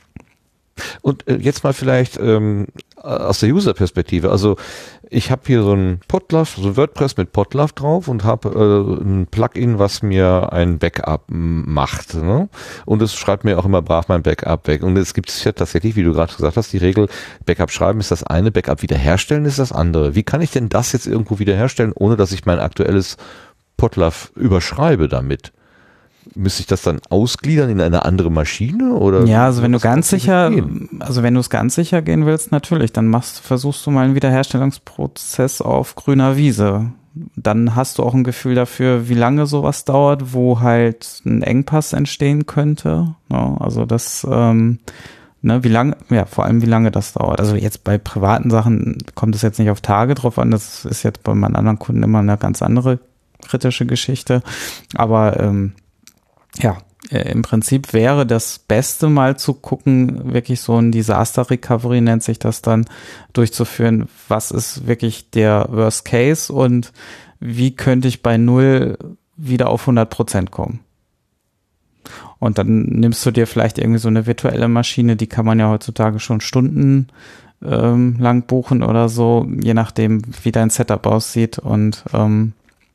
Und äh, jetzt mal vielleicht ähm, aus der User-Perspektive. Also ich habe hier so ein Podlove, so WordPress mit Podlove drauf und habe äh, ein Plugin, was mir ein Backup macht. Ne? Und es schreibt mir auch immer brav mein Backup weg. Und es gibt ja tatsächlich, wie du gerade gesagt hast, die Regel, Backup schreiben ist das eine, Backup wiederherstellen ist das andere. Wie kann ich denn das jetzt irgendwo wiederherstellen, ohne dass ich mein aktuelles Podlove überschreibe damit? Müsste ich das dann ausgliedern in eine andere Maschine oder? Ja, also wenn du ganz sicher, also wenn du es ganz sicher gehen willst, natürlich, dann machst, versuchst du mal einen Wiederherstellungsprozess auf grüner Wiese. Dann hast du auch ein Gefühl dafür, wie lange sowas dauert, wo halt ein Engpass entstehen könnte. Ja, also das, ähm, ne, wie lange, ja, vor allem wie lange das dauert. Also jetzt bei privaten Sachen kommt es jetzt nicht auf Tage drauf an. Das ist jetzt bei meinen anderen Kunden immer eine ganz andere kritische Geschichte. Aber ähm, ja, äh, im Prinzip wäre das Beste mal zu gucken, wirklich so ein Disaster Recovery nennt sich das dann, durchzuführen. Was ist wirklich der Worst Case und wie könnte ich bei Null wieder auf hundert Prozent kommen? Und dann nimmst du dir vielleicht irgendwie so eine virtuelle Maschine, die kann man ja heutzutage schon Stunden ähm, lang buchen oder so, je nachdem, wie dein Setup aussieht und ähm,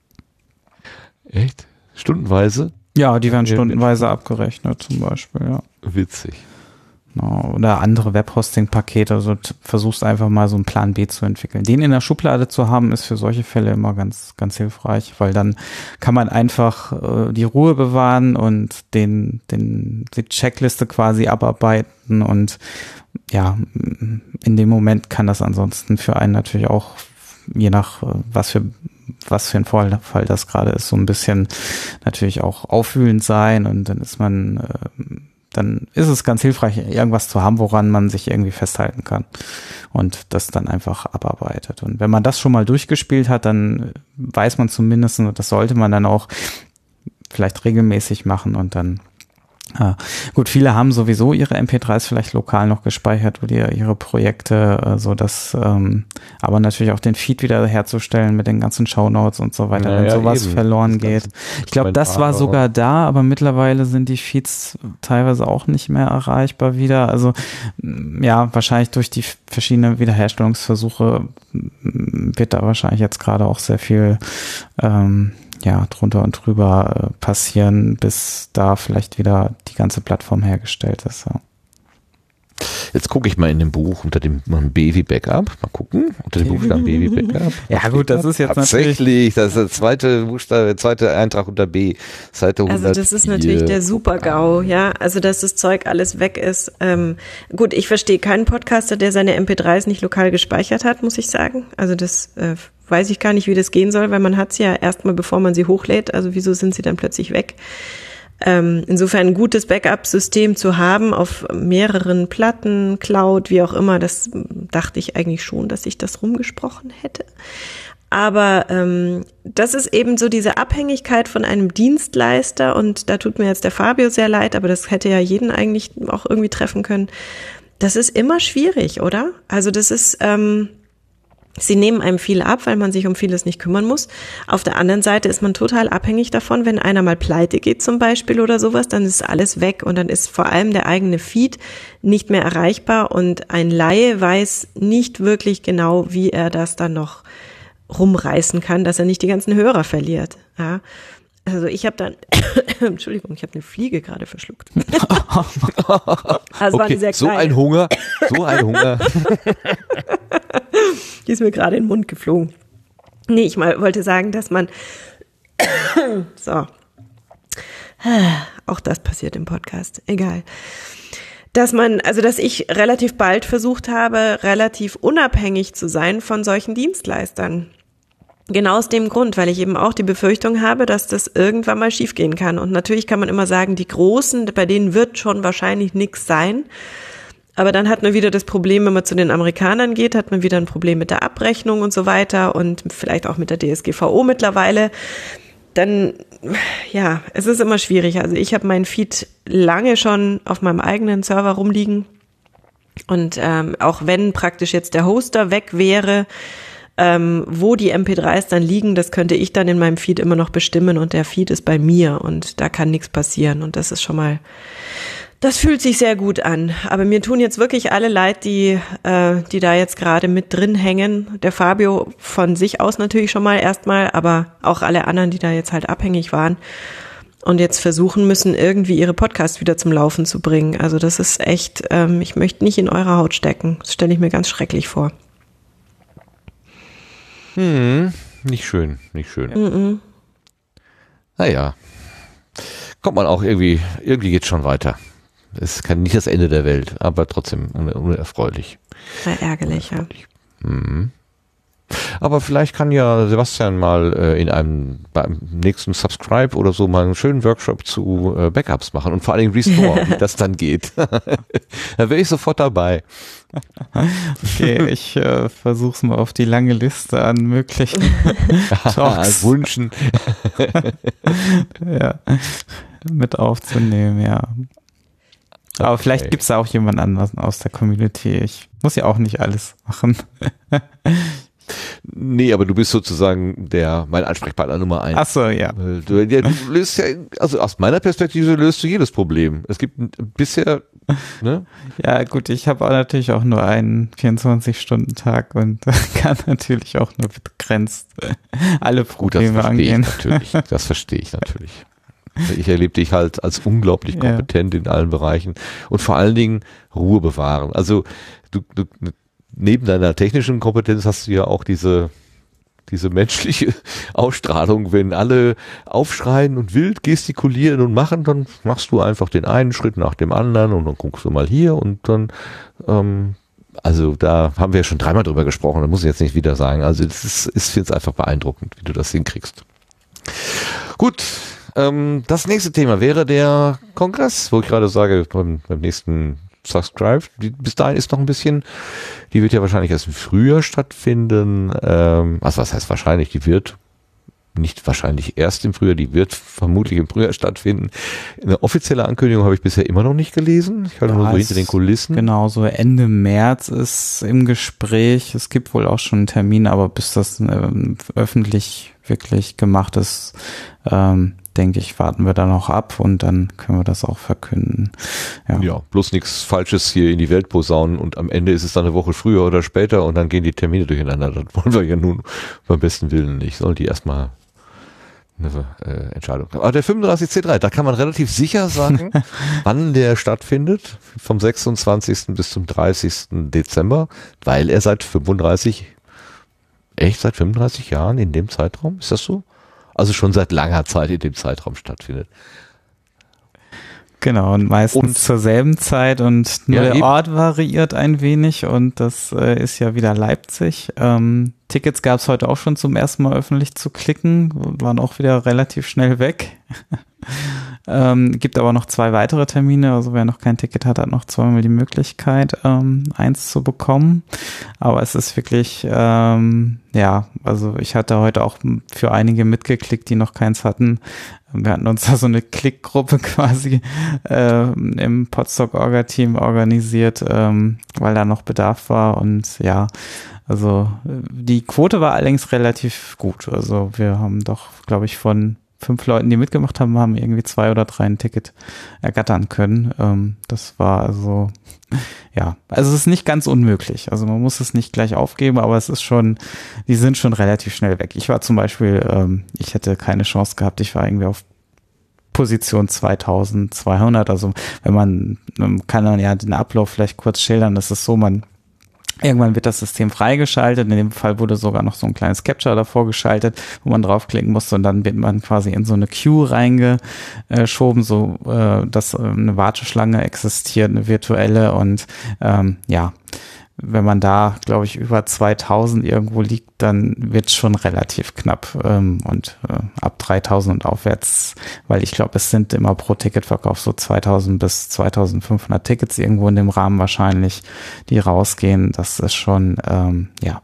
echt? Stundenweise? Ja, die werden stundenweise abgerechnet zum Beispiel, ja. Witzig. No, oder andere Webhosting-Pakete, also t- versuchst einfach mal so einen Plan B zu entwickeln. Den in der Schublade zu haben, ist für solche Fälle immer ganz, ganz hilfreich, weil dann kann man einfach äh, die Ruhe bewahren und den, den, die Checkliste quasi abarbeiten und ja, in dem Moment kann das ansonsten für einen natürlich auch, je nach was für was für ein Fall das gerade ist, so ein bisschen natürlich auch aufwühlend sein und dann ist man, äh, dann ist es ganz hilfreich, irgendwas zu haben, woran man sich irgendwie festhalten kann und das dann einfach abarbeitet. Und wenn man das schon mal durchgespielt hat, dann weiß man zumindest, und das sollte man dann auch vielleicht regelmäßig machen und dann Ah, gut, viele haben sowieso ihre M P drei s vielleicht lokal noch gespeichert oder ihre Projekte, äh, so dass, ähm, aber natürlich auch den Feed wieder herzustellen mit den ganzen Shownotes und so weiter, naja, wenn sowas eben. verloren geht. Ich glaube, das war sogar da, aber mittlerweile sind die Feeds teilweise auch nicht mehr erreichbar wieder. Also ja, wahrscheinlich durch die verschiedenen Wiederherstellungsversuche wird da wahrscheinlich jetzt gerade auch sehr viel ähm, ja, drunter und drüber äh, passieren, bis da vielleicht wieder die ganze Plattform hergestellt ist. Ja. Jetzt gucke ich mal in dem Buch unter dem B wie Backup. Mal gucken. Unter dem Buchstaben B wie Backup. Ja gut, das ist jetzt tatsächlich, natürlich. Das ist der zweite Buchstabe, der zweite Eintrag unter B. Seite hundertvier. Also das ist natürlich der Super-GAU, ja. Also dass das Zeug alles weg ist. Ähm, gut, ich verstehe keinen Podcaster, der seine M P drei s nicht lokal gespeichert hat, muss ich sagen. Also das äh, weiß ich gar nicht, wie das gehen soll, weil man hat sie ja erstmal, bevor man sie hochlädt. Also wieso sind sie dann plötzlich weg? Ähm, insofern ein gutes Backup-System zu haben auf mehreren Platten, Cloud, wie auch immer, das dachte ich eigentlich schon, dass ich das rumgesprochen hätte. Aber ähm, das ist eben so diese Abhängigkeit von einem Dienstleister und da tut mir jetzt der Fabio sehr leid, aber das hätte ja jeden eigentlich auch irgendwie treffen können. Das ist immer schwierig, oder? Also das ist... Ähm, Sie nehmen einem viel ab, weil man sich um vieles nicht kümmern muss. Auf der anderen Seite ist man total abhängig davon, wenn einer mal pleite geht zum Beispiel oder sowas, dann ist alles weg und dann ist vor allem der eigene Feed nicht mehr erreichbar und ein Laie weiß nicht wirklich genau, wie er das dann noch rumreißen kann, dass er nicht die ganzen Hörer verliert. Ja. Also ich habe dann, Entschuldigung, ich habe eine Fliege gerade verschluckt. Also okay, sehr so ein Hunger, so ein Hunger. Die ist mir gerade in den Mund geflogen. Nee, ich mal wollte sagen, dass man, so, auch das passiert im Podcast, egal. Dass man, also dass ich relativ bald versucht habe, relativ unabhängig zu sein von solchen Dienstleistern. Genau aus dem Grund, weil ich eben auch die Befürchtung habe, dass das irgendwann mal schiefgehen kann. Und natürlich kann man immer sagen, die Großen, bei denen wird schon wahrscheinlich nichts sein. Aber dann hat man wieder das Problem, wenn man zu den Amerikanern geht, hat man wieder ein Problem mit der Abrechnung und so weiter und vielleicht auch mit der D S G V O mittlerweile. Dann, ja, es ist immer schwierig. Also ich habe meinen Feed lange schon auf meinem eigenen Server rumliegen. Und ähm, auch wenn praktisch jetzt der Hoster weg wäre, ähm, wo die M P drei s dann liegen, das könnte ich dann in meinem Feed immer noch bestimmen und der Feed ist bei mir und da kann nichts passieren und das ist schon mal, das fühlt sich sehr gut an. Aber mir tun jetzt wirklich alle leid, die äh, die da jetzt gerade mit drin hängen. Der Fabio von sich aus natürlich schon mal erstmal, aber auch alle anderen, die da jetzt halt abhängig waren. Und jetzt versuchen müssen, irgendwie ihre Podcasts wieder zum Laufen zu bringen. Also das ist echt, ähm, ich möchte nicht in eure Haut stecken. Das stelle ich mir ganz schrecklich vor. Hm, nicht schön, nicht schön. Mm-mm. Naja, kommt man auch irgendwie, irgendwie geht's schon weiter. Es kann nicht das Ende der Welt, aber trotzdem unerfreulich. Ja, ärgerlich, unerfreulich. Ja. Mhm. Aber vielleicht kann ja Sebastian mal äh, in einem beim nächsten Subscribe oder so mal einen schönen Workshop zu äh, Backups machen und vor allen Dingen Restore, wie das dann geht. Da wäre ich sofort dabei. Okay, ich äh, versuch's mal auf die lange Liste an möglichen Talks Wünschen ja, mit aufzunehmen, ja. Aber okay. Vielleicht gibt's da auch jemand anderen aus der Community. Ich muss ja auch nicht alles machen. Nee, aber du bist sozusagen der, mein Ansprechpartner Nummer eins. Ach so, ja. Du, ja, du löst ja, also aus meiner Perspektive löst du jedes Problem. Es gibt bisher, ne? Ja, gut, ich habe auch natürlich auch nur einen vierundzwanzig-Stunden-Tag und kann natürlich auch nur begrenzt alle Probleme gut, das angehen. Ich natürlich. Das verstehe ich natürlich. Ich erlebe dich halt als unglaublich kompetent ja. in allen Bereichen und vor allen Dingen Ruhe bewahren. Also du, du neben deiner technischen Kompetenz hast du ja auch diese diese menschliche Ausstrahlung. Wenn alle aufschreien und wild gestikulieren und machen, dann machst du einfach den einen Schritt nach dem anderen und dann guckst du mal hier und dann ähm, also da haben wir ja schon dreimal drüber gesprochen, da muss ich jetzt nicht wieder sagen. Also es ist, ist jetzt einfach beeindruckend, wie du das hinkriegst. Gut, ähm, das nächste Thema wäre der Kongress, wo ich gerade sage, beim, beim nächsten Subscribe, die, bis dahin ist noch ein bisschen, die wird ja wahrscheinlich erst im Frühjahr stattfinden, ähm, also was heißt wahrscheinlich, die wird nicht wahrscheinlich erst im Frühjahr, die wird vermutlich im Frühjahr stattfinden. Eine offizielle Ankündigung habe ich bisher immer noch nicht gelesen, ich halte nur so hinter den Kulissen. Genau, so Ende März ist im Gespräch, es gibt wohl auch schon einen Termin, aber bis das äh, öffentlich wirklich gemacht ist, ähm, denke ich, warten wir da noch ab und dann können wir das auch verkünden. Ja, ja, bloß nichts Falsches hier in die Welt posaunen und am Ende ist es dann eine Woche früher oder später und dann gehen die Termine durcheinander. Das wollen wir ja nun beim besten Willen nicht. Sollen die erstmal eine äh, Entscheidung haben. Aber der fünfunddreißig C drei, da kann man relativ sicher sagen, wann der stattfindet. Vom sechsundzwanzigsten bis zum dreißigsten Dezember, weil er seit fünfunddreißig, echt seit fünfunddreißig Jahren in dem Zeitraum, ist das so? Also schon seit langer Zeit in dem Zeitraum stattfindet. Genau, und meistens und, zur selben Zeit und nur ja, der eben. Ort variiert ein wenig und das äh, ist ja wieder Leipzig. Ähm, Tickets gab es heute auch schon zum ersten Mal öffentlich zu klicken, waren auch wieder relativ schnell weg. ähm, gibt aber noch zwei weitere Termine, also wer noch kein Ticket hat, hat noch zweimal die Möglichkeit, ähm, eins zu bekommen. Aber es ist wirklich, ähm, ja, also ich hatte heute auch für einige mitgeklickt, die noch keins hatten. Wir hatten uns da so eine Klickgruppe quasi äh, im Podstock-Orga-Team organisiert, ähm, weil da noch Bedarf war und ja, also die Quote war allerdings relativ gut. Also wir haben doch, glaube ich, von fünf Leuten, die mitgemacht haben, haben irgendwie zwei oder drei ein Ticket ergattern können. Ähm, das war also, ja, also es ist nicht ganz unmöglich. Also man muss es nicht gleich aufgeben, aber es ist schon, die sind schon relativ schnell weg. Ich war zum Beispiel, ähm, ich hätte keine Chance gehabt, ich war irgendwie auf Position zweitausendzweihundert. Also wenn man, man kann dann ja den Ablauf vielleicht kurz schildern, das ist so, man irgendwann wird das System freigeschaltet. In dem Fall wurde sogar noch so ein kleines Capture davor geschaltet, wo man draufklicken musste und dann wird man quasi in so eine Queue reingeschoben, so äh, dass äh, eine Warteschlange existiert, eine virtuelle und ähm, ja, wenn man da, glaube ich, über zweitausend irgendwo liegt, dann wird es schon relativ knapp ähm, und äh, ab dreitausend und aufwärts, weil ich glaube, es sind immer pro Ticketverkauf so zweitausend bis zweitausendfünfhundert Tickets irgendwo in dem Rahmen wahrscheinlich, die rausgehen. Das ist schon, ähm, ja,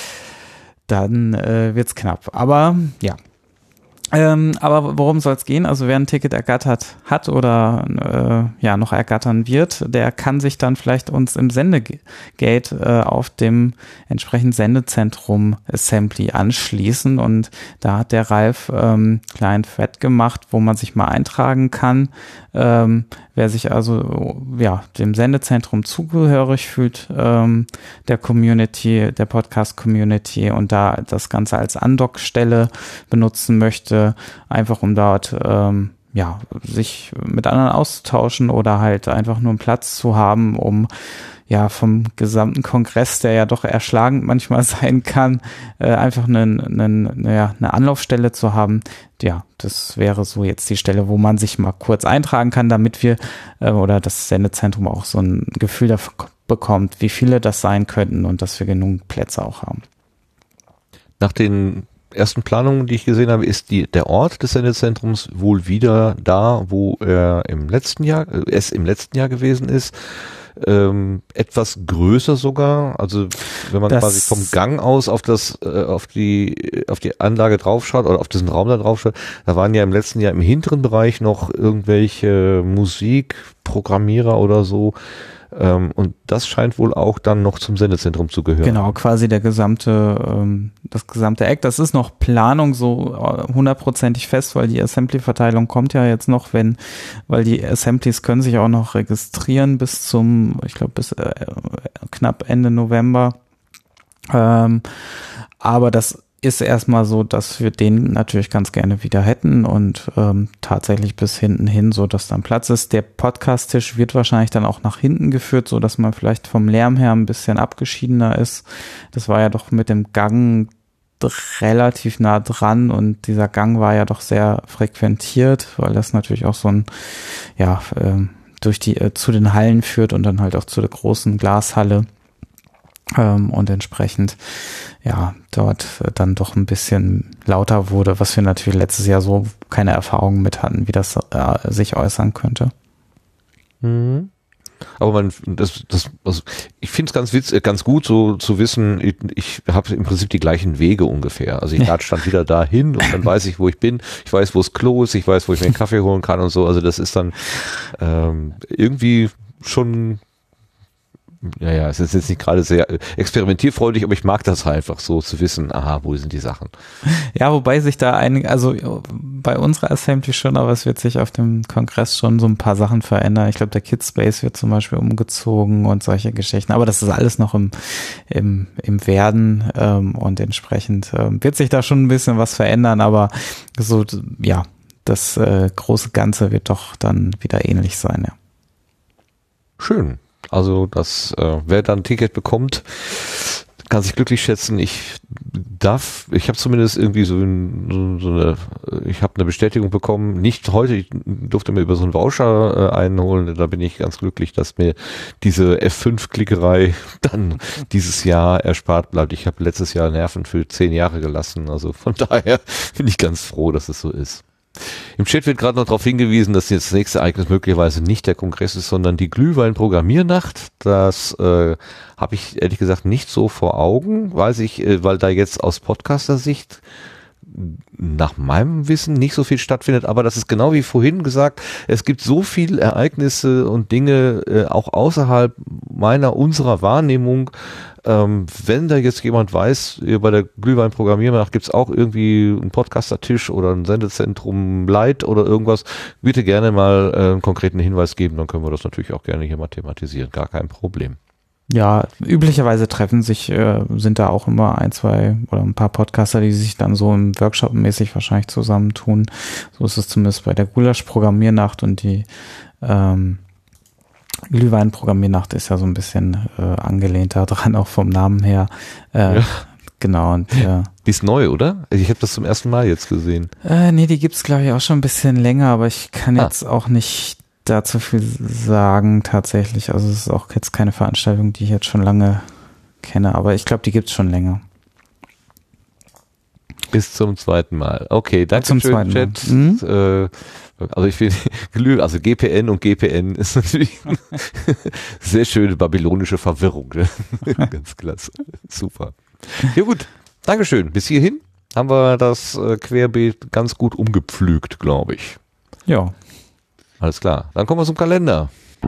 dann äh, wird es knapp. Aber ja. Ähm, aber worum soll es gehen? Also wer ein Ticket ergattert hat oder äh, ja noch ergattern wird, der kann sich dann vielleicht uns im Sendegate äh, auf dem entsprechenden Sendezentrum Assembly anschließen, und da hat der Ralf ähm, kleinen Thread gemacht, wo man sich mal eintragen kann. Ähm, wer sich also ja dem Sendezentrum zugehörig fühlt, ähm, der Community, der Podcast-Community, und da das Ganze als Andockstelle benutzen möchte, einfach um dort ähm, ja sich mit anderen auszutauschen oder halt einfach nur einen Platz zu haben, um ja vom gesamten Kongress, der ja doch erschlagend manchmal sein kann, äh, einfach eine, eine, ja, eine Anlaufstelle zu haben. Ja, das wäre so jetzt die Stelle, wo man sich mal kurz eintragen kann, damit wir äh, oder das Sendezentrum auch so ein Gefühl dafür bekommt, wie viele das sein könnten und dass wir genug Plätze auch haben. Nach den ersten Planungen, die ich gesehen habe, ist die, der Ort des Sendezentrums wohl wieder da, wo er im letzten Jahr, äh, es im letzten Jahr gewesen ist. Ähm, etwas größer sogar, also wenn man das quasi vom Gang aus auf das, äh, auf die, auf die Anlage draufschaut oder auf diesen Raum da draufschaut, da waren ja im letzten Jahr im hinteren Bereich noch irgendwelche Musikprogrammierer oder so. Ähm, und das scheint wohl auch dann noch zum Sendezentrum zu gehören. Genau, quasi der gesamte, ähm, das gesamte Eck. Das ist noch Planung so hundertprozentig fest, weil die Assembly-Verteilung kommt ja jetzt noch, wenn, weil die Assemblies können sich auch noch registrieren bis zum, ich glaube bis äh, knapp Ende November. Ähm, aber das ist erstmal so, dass wir den natürlich ganz gerne wieder hätten und ähm, tatsächlich bis hinten hin, so dass dann Platz ist. Der Podcast-Tisch wird wahrscheinlich dann auch nach hinten geführt, so dass man vielleicht vom Lärm her ein bisschen abgeschiedener ist. Das war ja doch mit dem Gang relativ nah dran, und dieser Gang war ja doch sehr frequentiert, weil das natürlich auch so ein, ja, äh, durch die, äh, zu den Hallen führt und dann halt auch zu der großen Glashalle. Ähm, und entsprechend ja dort äh, dann doch ein bisschen lauter wurde, was wir natürlich letztes Jahr so keine Erfahrung mit hatten, wie das äh, sich äußern könnte. Mhm. Aber man, das, das, also ich finde es ganz witz, ganz gut, so zu wissen, ich, ich habe im Prinzip die gleichen Wege ungefähr. Also ich lade stand wieder dahin und dann weiß ich, wo ich bin. Ich weiß, wo das Klo ist. Ich weiß, wo ich mir einen Kaffee holen kann und so. Also das ist dann ähm, irgendwie schon. Ja, ja, es ist jetzt nicht gerade sehr experimentierfreudig, aber ich mag das einfach so zu wissen, aha, wo sind die Sachen. Ja, wobei sich da einige, also bei unserer Assembly schon, aber es wird sich auf dem Kongress schon so ein paar Sachen verändern. Ich glaube, der Kidspace wird zum Beispiel umgezogen und solche Geschichten, aber das ist alles noch im, im, im Werden ähm, und entsprechend ähm, wird sich da schon ein bisschen was verändern, aber so, ja, das äh, große Ganze wird doch dann wieder ähnlich sein, ja. Schön. Also das, äh, wer dann ein Ticket bekommt, kann sich glücklich schätzen. Ich darf, ich habe zumindest irgendwie so, ein, so eine, ich habe eine Bestätigung bekommen, nicht heute, ich durfte mir über so einen Voucher äh, einholen, da bin ich ganz glücklich, dass mir diese F fünf Klickerei dann dieses Jahr erspart bleibt. Ich habe letztes Jahr Nerven für zehn Jahre gelassen, also von daher bin ich ganz froh, dass es so ist. Im Chat wird gerade noch darauf hingewiesen, dass jetzt das nächste Ereignis möglicherweise nicht der Kongress ist, sondern die Glühwein-Programmiernacht. Das äh, habe ich ehrlich gesagt nicht so vor Augen, weiß ich, äh, weil da jetzt aus Podcaster-Sicht nach meinem Wissen nicht so viel stattfindet, aber das ist genau wie vorhin gesagt, es gibt so viele Ereignisse und Dinge äh, auch außerhalb meiner, unserer Wahrnehmung. Ähm, wenn da jetzt jemand weiß, bei der Glühwein-Programmiernacht gibt es auch irgendwie einen Podcaster-Tisch oder ein Sendezentrum Light oder irgendwas, bitte gerne mal äh, einen konkreten Hinweis geben, dann können wir das natürlich auch gerne hier mal thematisieren, gar kein Problem. Ja, üblicherweise treffen sich, äh, sind da auch immer ein, zwei oder ein paar Podcaster, die sich dann so im Workshop-mäßig wahrscheinlich zusammentun. So ist es zumindest bei der Gulasch-Programmiernacht, und die ähm, Glühwein-Programmiernacht ist ja so ein bisschen äh, angelehnt da dran, auch vom Namen her. Äh, ja. Genau. Und, äh, die ist neu, oder? Ich habe das zum ersten Mal jetzt gesehen. Äh, nee, die gibt's glaube ich auch schon ein bisschen länger, aber ich kann ah. jetzt auch nicht dazu viel sagen tatsächlich. Also es ist auch jetzt keine Veranstaltung, die ich jetzt schon lange kenne, aber ich glaube, die gibt's schon länger. Bis zum zweiten Mal. Okay, danke zum schön, zweiten Chat. Mhm. Äh, also ich finde, also G P N und G P N ist natürlich eine sehr schöne babylonische Verwirrung. Ne? Ganz klasse. Super. Ja gut, Dankeschön. Bis hierhin haben wir das äh, Querbeet ganz gut umgepflügt, glaube ich. Ja. Alles klar. Dann kommen wir zum Kalender.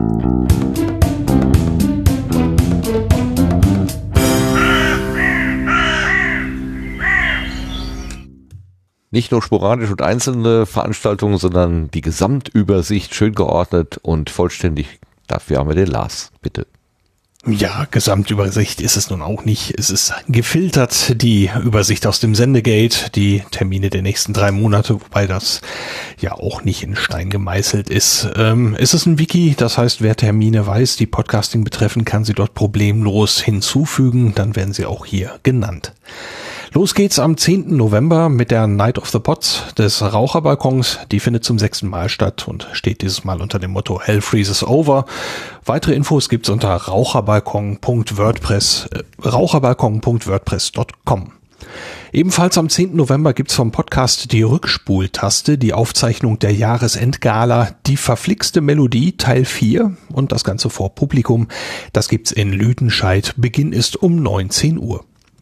Nicht nur sporadisch und einzelne Veranstaltungen, sondern die Gesamtübersicht schön geordnet und vollständig. Dafür haben wir den Lars. Bitte. Ja, Gesamtübersicht ist es nun auch nicht. Es ist gefiltert, die Übersicht aus dem Sendegate, die Termine der nächsten drei Monate, wobei das ja auch nicht in Stein gemeißelt ist. Ähm, es ist ein Wiki, das heißt, wer Termine weiß, die Podcasting betreffen, kann sie dort problemlos hinzufügen. Dann werden sie auch hier genannt. Los geht's am zehnten November mit der Night of the Pots des Raucherbalkons. Die findet zum sechsten Mal statt und steht dieses Mal unter dem Motto Hell Freezes Over. Weitere Infos gibt's unter raucherbalkon punkt wordpress, äh, raucherbalkon punkt wordpress punkt com. Ebenfalls am zehnten November gibt's vom Podcast die Rückspultaste, die Aufzeichnung der Jahresendgala, die verflixte Melodie Teil vier und das Ganze vor Publikum. Das gibt's in Lüdenscheid. Beginn ist um neunzehn Uhr.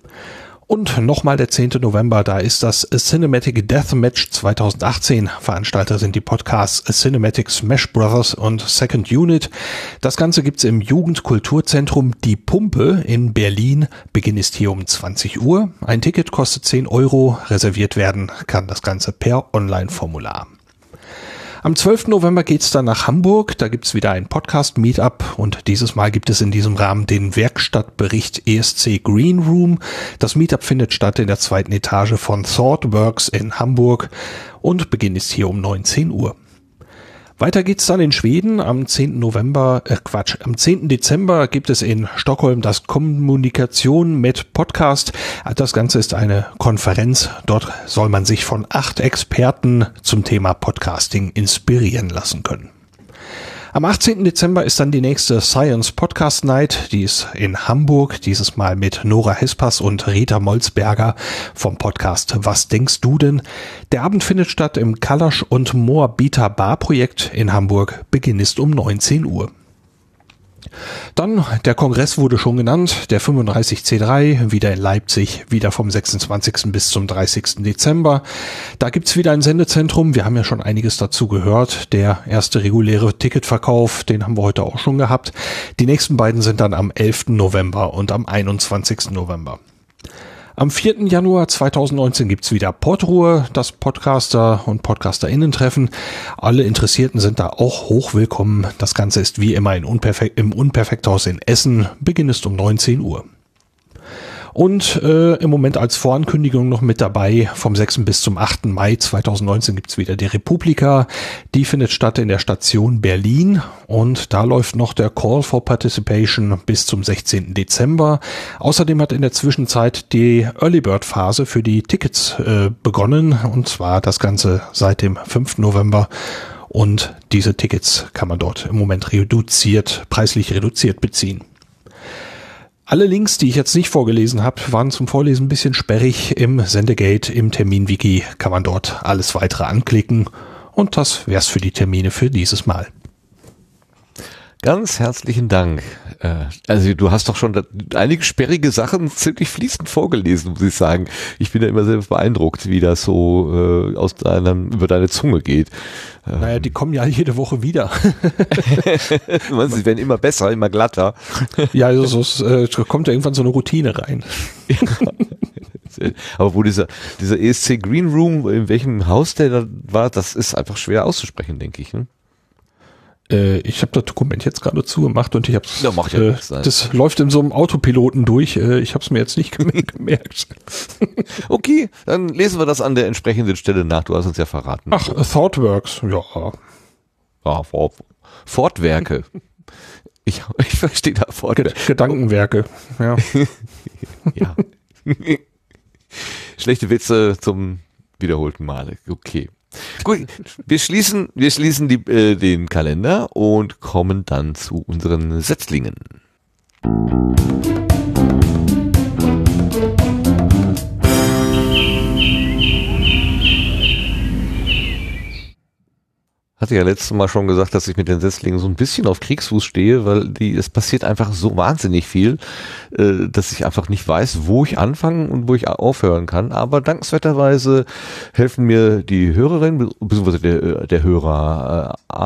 Und nochmal der zehnte November, da ist das Cinematic Deathmatch zweitausendachtzehn. Veranstalter sind die Podcasts Cinematic Smash Brothers und Second Unit. Das Ganze gibt's im Jugendkulturzentrum Die Pumpe in Berlin. Beginn ist hier um zwanzig Uhr. Ein Ticket kostet zehn Euro. Reserviert werden kann das Ganze per Online-Formular. Am zwölften November geht's dann nach Hamburg. Da gibt's wieder ein Podcast-Meetup und dieses Mal gibt es in diesem Rahmen den Werkstattbericht E S C Green Room. Das Meetup findet statt in der zweiten Etage von ThoughtWorks in Hamburg und Beginn ist hier um neunzehn Uhr. Weiter geht's dann in Schweden am zehnten November, äh Quatsch, am zehnten Dezember gibt es in Stockholm das Kommunikation mit Podcast. Das Ganze ist eine Konferenz. Dort soll man sich von acht Experten zum Thema Podcasting inspirieren lassen können. Am achtzehnten Dezember ist dann die nächste Science Podcast Night. Die ist in Hamburg, dieses Mal mit Nora Hespas und Rita Molzberger vom Podcast Was denkst du denn? Der Abend findet statt im Kalasch und Moabiter Bar Projekt in Hamburg. Beginn ist um neunzehn Uhr. Dann, der Kongress wurde schon genannt, der fünfunddreißig C drei, wieder in Leipzig, wieder vom sechsundzwanzigsten bis zum dreißigsten Dezember. Da gibt's wieder ein Sendezentrum, wir haben ja schon einiges dazu gehört. Der erste reguläre Ticketverkauf, den haben wir heute auch schon gehabt. Die nächsten beiden sind dann am elften November und am einundzwanzigsten November. Am vierten Januar zweitausendneunzehn gibt's wieder Podruhe, das Podcaster- und PodcasterInnen-Treffen. Alle Interessierten sind da auch hochwillkommen. Das Ganze ist wie immer in Unperfekt, im Unperfekthaus in Essen. Beginn ist um neunzehn Uhr. Und äh, im Moment als Vorankündigung noch mit dabei, vom sechsten bis zum achten Mai zweitausendneunzehn gibt's wieder die Republika. Die findet statt in der Station Berlin und da läuft noch der Call for Participation bis zum sechzehnten Dezember. Außerdem hat in der Zwischenzeit die Early Bird Phase für die Tickets äh, begonnen und zwar das Ganze seit dem fünften November. Und diese Tickets kann man dort im Moment reduziert, preislich reduziert beziehen. Alle Links, die ich jetzt nicht vorgelesen habe, waren zum Vorlesen ein bisschen sperrig. Im Sendegate, im Terminwiki kann man dort alles weitere anklicken. Und das wär's für die Termine für dieses Mal. Ganz herzlichen Dank. Also du hast doch schon einige sperrige Sachen ziemlich fließend vorgelesen, muss ich sagen. Ich bin ja immer sehr beeindruckt, wie das so äh, aus deinem, über deine Zunge geht. Naja, die kommen ja jede Woche wieder. Sie werden immer besser, immer glatter. Ja, also es äh, kommt ja irgendwann so eine Routine rein. Aber wo dieser, dieser E S C Green Room, in welchem Haus der da war, das ist einfach schwer auszusprechen, denke ich. Ne? Äh, ich habe das Dokument jetzt gerade zugemacht und ich habe ja, macht ja äh, nichts, das läuft in so einem Autopiloten durch. Äh, ich habe es mir jetzt nicht gemerkt. Okay, dann lesen wir das an der entsprechenden Stelle nach. Du hast uns ja verraten. Ach, ThoughtWorks, ja. Ja, Fortwerke. Ich, ich verstehe da Fortwerke. Gedankenwerke, ja. Ja. Schlechte Witze zum wiederholten Male. Okay. Gut, wir schließen, wir schließen die, äh, den Kalender und kommen dann zu unseren Setzlingen. Hatte ja letztes Mal schon gesagt, dass ich mit den Setzlingen so ein bisschen auf Kriegsfuß stehe, weil die, es passiert einfach so wahnsinnig viel, äh, dass ich einfach nicht weiß, wo ich anfangen und wo ich aufhören kann. Aber dankenswerterweise helfen mir die Hörerin, beziehungsweise der, der Hörer äh,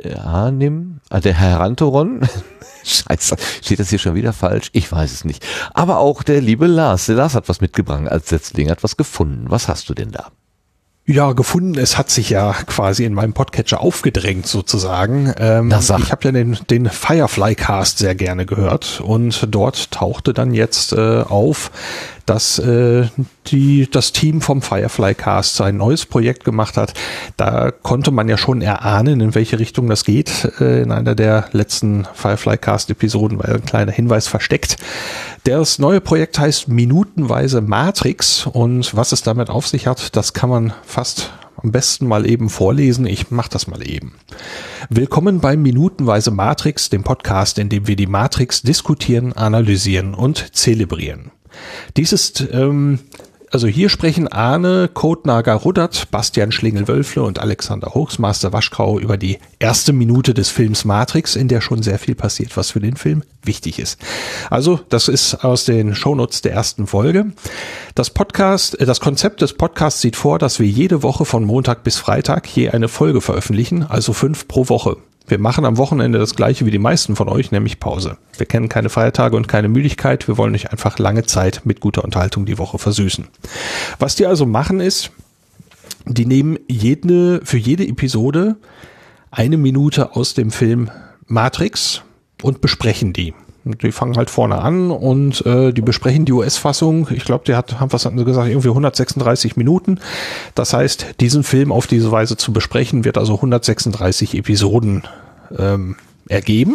Arnim, äh, der Herr Rantoron. Scheiße, steht das hier schon wieder falsch? Ich weiß es nicht. Aber auch der liebe Lars. Der Lars hat was mitgebracht als Setzling, hat was gefunden. Was hast du denn da? Ja, gefunden. Es hat sich ja quasi in meinem Podcatcher aufgedrängt sozusagen. Ähm, ich habe ja den, den Firefly-Cast sehr gerne gehört und dort tauchte dann jetzt äh, auf, dass äh, die das Team vom Firefly-Cast ein neues Projekt gemacht hat. Da konnte man ja schon erahnen, in welche Richtung das geht. Äh, in einer der letzten Firefly-Cast-Episoden war ein kleiner Hinweis versteckt. Das neue Projekt heißt Minutenweise Matrix und was es damit auf sich hat, das kann man fast am besten mal eben vorlesen. Ich mache das mal eben. Willkommen bei Minutenweise Matrix, dem Podcast, in dem wir die Matrix diskutieren, analysieren und zelebrieren. Dies ist, ähm, also hier sprechen Arne Kotnager-Ruddert, Bastian Schlingel-Wölfle und Alexander Hochsmaster Waschkau über die erste Minute des Films Matrix, in der schon sehr viel passiert, was für den Film wichtig ist. Also, das ist aus den Shownotes der ersten Folge. Das Podcast, äh, das Konzept des Podcasts sieht vor, dass wir jede Woche von Montag bis Freitag je eine Folge veröffentlichen, also fünf pro Woche. Wir machen am Wochenende das gleiche wie die meisten von euch, nämlich Pause. Wir kennen keine Feiertage und keine Müdigkeit. Wir wollen euch einfach lange Zeit mit guter Unterhaltung die Woche versüßen. Was die also machen ist, die nehmen jede, für jede Episode eine Minute aus dem Film Matrix und besprechen die. Die fangen halt vorne an und äh, die besprechen die U S-Fassung. Ich glaube, die hat, haben was hatten sie gesagt, irgendwie hundertsechsunddreißig Minuten. Das heißt, diesen Film auf diese Weise zu besprechen, wird also hundertsechsunddreißig Episoden ähm, ergeben.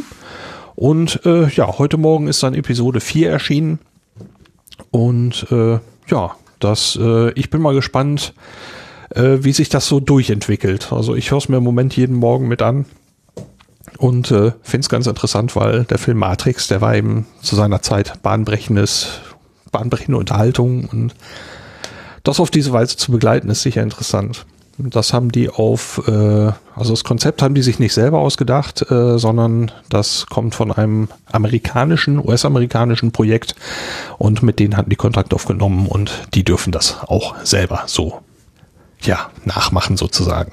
Und äh, ja, heute Morgen ist dann Episode vier erschienen. Und äh, ja, das, äh, ich bin mal gespannt, äh, wie sich das so durchentwickelt. Also ich höre es mir im Moment jeden Morgen mit an. Und äh, finde es ganz interessant, weil der Film Matrix, der war eben zu seiner Zeit bahnbrechendes, bahnbrechende Unterhaltung und das auf diese Weise zu begleiten, ist sicher interessant. Das haben die auf, äh, also das Konzept haben die sich nicht selber ausgedacht, äh, sondern das kommt von einem amerikanischen, U S-amerikanischen Projekt und mit denen hatten die Kontakt aufgenommen und die dürfen das auch selber so, ja, nachmachen sozusagen.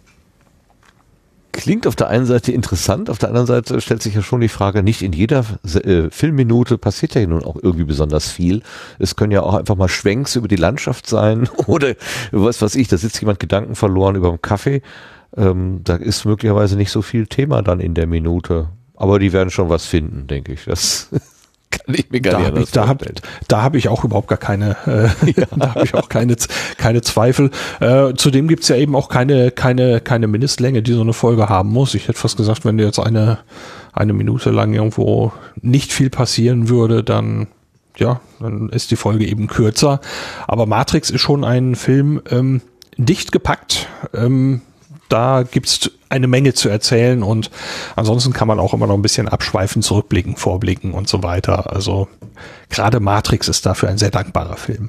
Klingt auf der einen Seite interessant, auf der anderen Seite stellt sich ja schon die Frage, nicht in jeder äh, Filmminute passiert ja nun auch irgendwie besonders viel. Es können ja auch einfach mal Schwenks über die Landschaft sein oder was weiß ich, da sitzt jemand Gedanken verloren über den Kaffee. Ähm, da ist möglicherweise nicht so viel Thema dann in der Minute. Aber die werden schon was finden, denke ich. Das kann ich mir gar da nicht Da habe da hab ich auch überhaupt gar keine, äh, ja. da habe ich auch keine, keine Zweifel. Äh, zudem gibt's ja eben auch keine, keine, keine Mindestlänge, die so eine Folge haben muss. Ich hätte fast gesagt, wenn dir jetzt eine, eine Minute lang irgendwo nicht viel passieren würde, dann, ja, dann ist die Folge eben kürzer. Aber Matrix ist schon ein Film, ähm, dicht gepackt, ähm, da gibt's eine Menge zu erzählen und ansonsten kann man auch immer noch ein bisschen abschweifen, zurückblicken, vorblicken und so weiter. Also gerade Matrix ist dafür ein sehr dankbarer Film.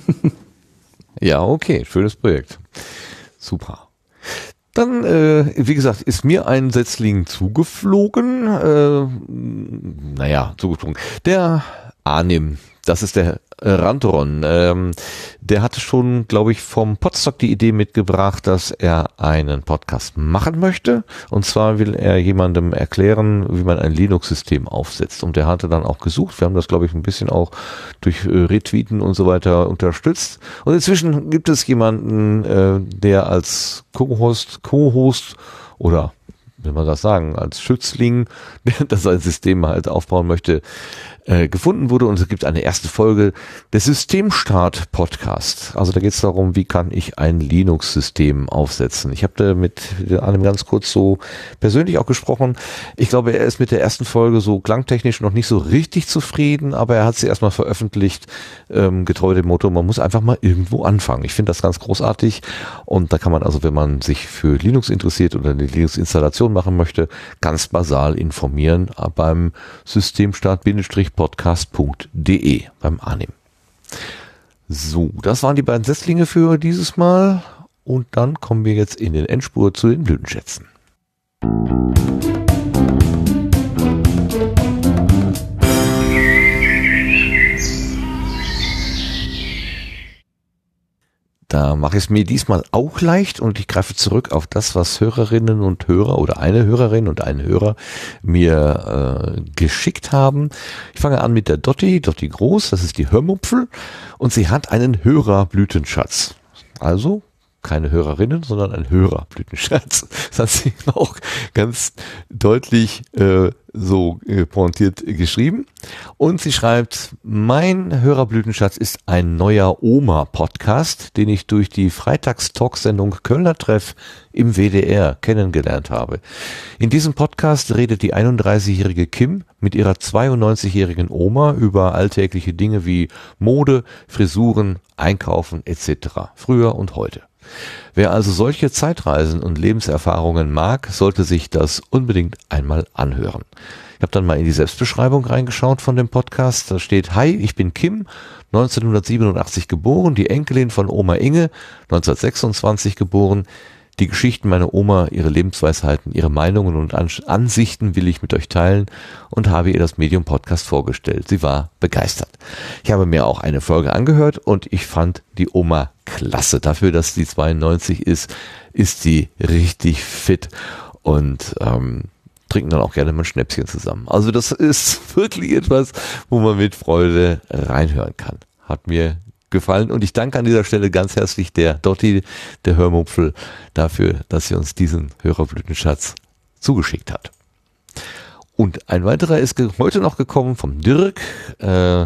Ja, okay, schönes Projekt. Super. Dann, äh, wie gesagt, ist mir ein Setzling zugeflogen. Äh, naja, zugeflogen. Der Arnim, das ist der Rantoron, ähm, der hatte schon, glaube ich, vom Podstock die Idee mitgebracht, dass er einen Podcast machen möchte. Und zwar will er jemandem erklären, wie man ein Linux-System aufsetzt. Und der hatte dann auch gesucht. Wir haben das, glaube ich, ein bisschen auch durch äh, Retweeten und so weiter unterstützt. Und inzwischen gibt es jemanden, äh, der als Co-Host, Co-Host oder will man das sagen, als Schützling, der das ein System halt aufbauen möchte, äh, gefunden wurde. Und es gibt eine erste Folge des Systemstart-Podcast. Also da geht es darum, wie kann ich ein Linux-System aufsetzen. Ich habe da mit einem ganz kurz so persönlich auch gesprochen. Ich glaube, er ist mit der ersten Folge so klangtechnisch noch nicht so richtig zufrieden, aber er hat sie erstmal veröffentlicht, ähm, getreu dem Motto, man muss einfach mal irgendwo anfangen. Ich finde das ganz großartig und da kann man also, wenn man sich für Linux interessiert oder eine Linux-Installation machen möchte, ganz basal informieren beim Systemstart-podcast punkt de beim Arnim. So, das waren die beiden Setzlinge für dieses Mal und dann kommen wir jetzt in den Endspurt zu den Blütenschätzen. Da mache ich es mir diesmal auch leicht und ich greife zurück auf das, was Hörerinnen und Hörer oder eine Hörerin und ein Hörer mir äh, geschickt haben. Ich fange an mit der Dotti, Dotti Groß, das ist die Hörmupfel und sie hat einen Hörerblütenschatz. Also keine Hörerinnen, sondern ein Hörerblütenschatz. Das hat sie auch ganz deutlich äh, so äh, pointiert geschrieben. Und sie schreibt, mein Hörerblütenschatz ist ein neuer Oma-Podcast, den ich durch die Freitags-Talksendung Kölner Treff im W D R kennengelernt habe. In diesem Podcast redet die einunddreißigjährige Kim mit ihrer zweiundneunzigjährigen Oma über alltägliche Dinge wie Mode, Frisuren, Einkaufen et cetera. Früher und heute. Wer also solche Zeitreisen und Lebenserfahrungen mag, sollte sich das unbedingt einmal anhören. Ich habe dann mal in die Selbstbeschreibung reingeschaut von dem Podcast. Da steht, hi, ich bin Kim, neunzehnhundertsiebenundachtzig geboren, die Enkelin von Oma Inge, neunzehnhundertsechsundzwanzig geboren. Die Geschichten meiner Oma, ihre Lebensweisheiten, ihre Meinungen und Ansichten will ich mit euch teilen und habe ihr das Medium Podcast vorgestellt. Sie war begeistert. Ich habe mir auch eine Folge angehört und ich fand die Oma klasse. Dafür, dass die zweiundneunzig ist, ist sie richtig fit und ähm, trinken dann auch gerne mal ein Schnäpschen zusammen. Also das ist wirklich etwas, wo man mit Freude reinhören kann. Hat mir gefallen und ich danke an dieser Stelle ganz herzlich der Dotti, der Hörmupfel, dafür, dass sie uns diesen Hörerblütenschatz zugeschickt hat. Und ein weiterer ist heute noch gekommen vom Dirk, äh,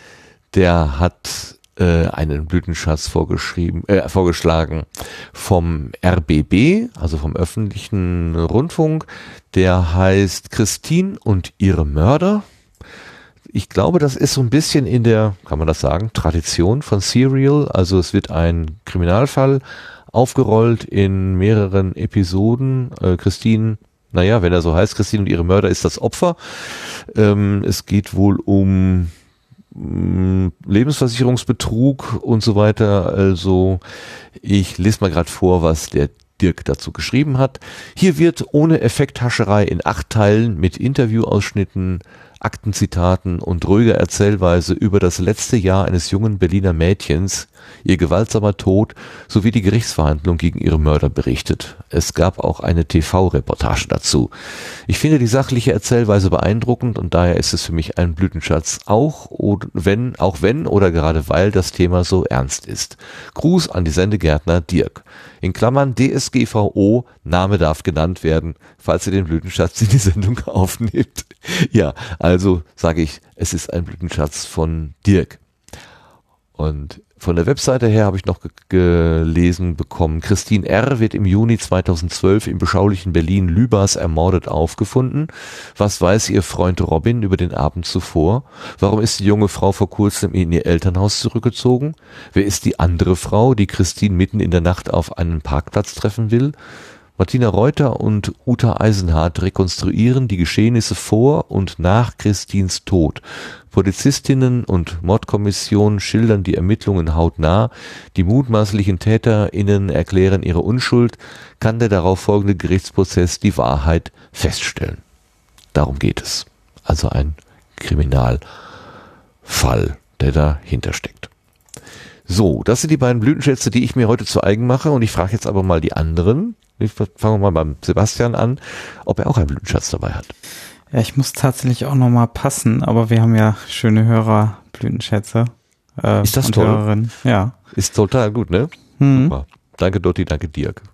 der hat äh, einen Blütenschatz vorgeschrieben, äh, vorgeschlagen vom R B B, also vom öffentlichen Rundfunk, der heißt Christine und ihre Mörder. Ich glaube, das ist so ein bisschen in der, kann man das sagen, Tradition von Serial. Also es wird ein Kriminalfall aufgerollt in mehreren Episoden. Äh, Christine, naja, wenn er so heißt, Christine und ihre Mörder ist das Opfer. Ähm, es geht wohl um mh, Lebensversicherungsbetrug und so weiter. Also ich lese mal gerade vor, was der Dirk dazu geschrieben hat. Hier wird ohne Effekthascherei in acht Teilen mit Interviewausschnitten, Aktenzitaten und ruhiger Erzählweise über das letzte Jahr eines jungen Berliner Mädchens, ihr gewaltsamer Tod sowie die Gerichtsverhandlung gegen ihre Mörder berichtet. Es gab auch eine T V-Reportage dazu. Ich finde die sachliche Erzählweise beeindruckend und daher ist es für mich ein Blütenschatz, auch wenn, auch wenn oder gerade weil das Thema so ernst ist. Gruß an die Sendegärtner Dirk. In Klammern D S G V O, Name darf genannt werden, falls ihr den Blütenschatz in die Sendung aufnehmt. Ja, also sage ich, es ist ein Blütenschatz von Dirk. Und von der Webseite her habe ich noch ge- gelesen bekommen, Christine R. wird im Juni zweitausendzwölf im beschaulichen Berlin Lübars ermordet aufgefunden. Was weiß ihr Freund Robin über den Abend zuvor? Warum ist die junge Frau vor kurzem in ihr Elternhaus zurückgezogen? Wer ist die andere Frau, die Christine mitten in der Nacht auf einem Parkplatz treffen will? Martina Reuter und Uta Eisenhardt rekonstruieren die Geschehnisse vor und nach Christines Tod. Polizistinnen und Mordkommission schildern die Ermittlungen hautnah. Die mutmaßlichen TäterInnen erklären ihre Unschuld. Kann der darauf folgende Gerichtsprozess die Wahrheit feststellen? Darum geht es. Also ein Kriminalfall, der dahinter steckt. So, das sind die beiden Blütenschätze, die ich mir heute zu eigen mache. Und ich frage jetzt aber mal die anderen. Fangen wir mal beim Sebastian an, ob er auch einen Blütenschatz dabei hat. Ja, ich muss tatsächlich auch nochmal passen, aber wir haben ja schöne Hörerblütenschätze. Äh, ist das und toll? Hörerinnen. Ja. Ist total gut, ne? Hm. Super. Danke Dotti, danke Dirk.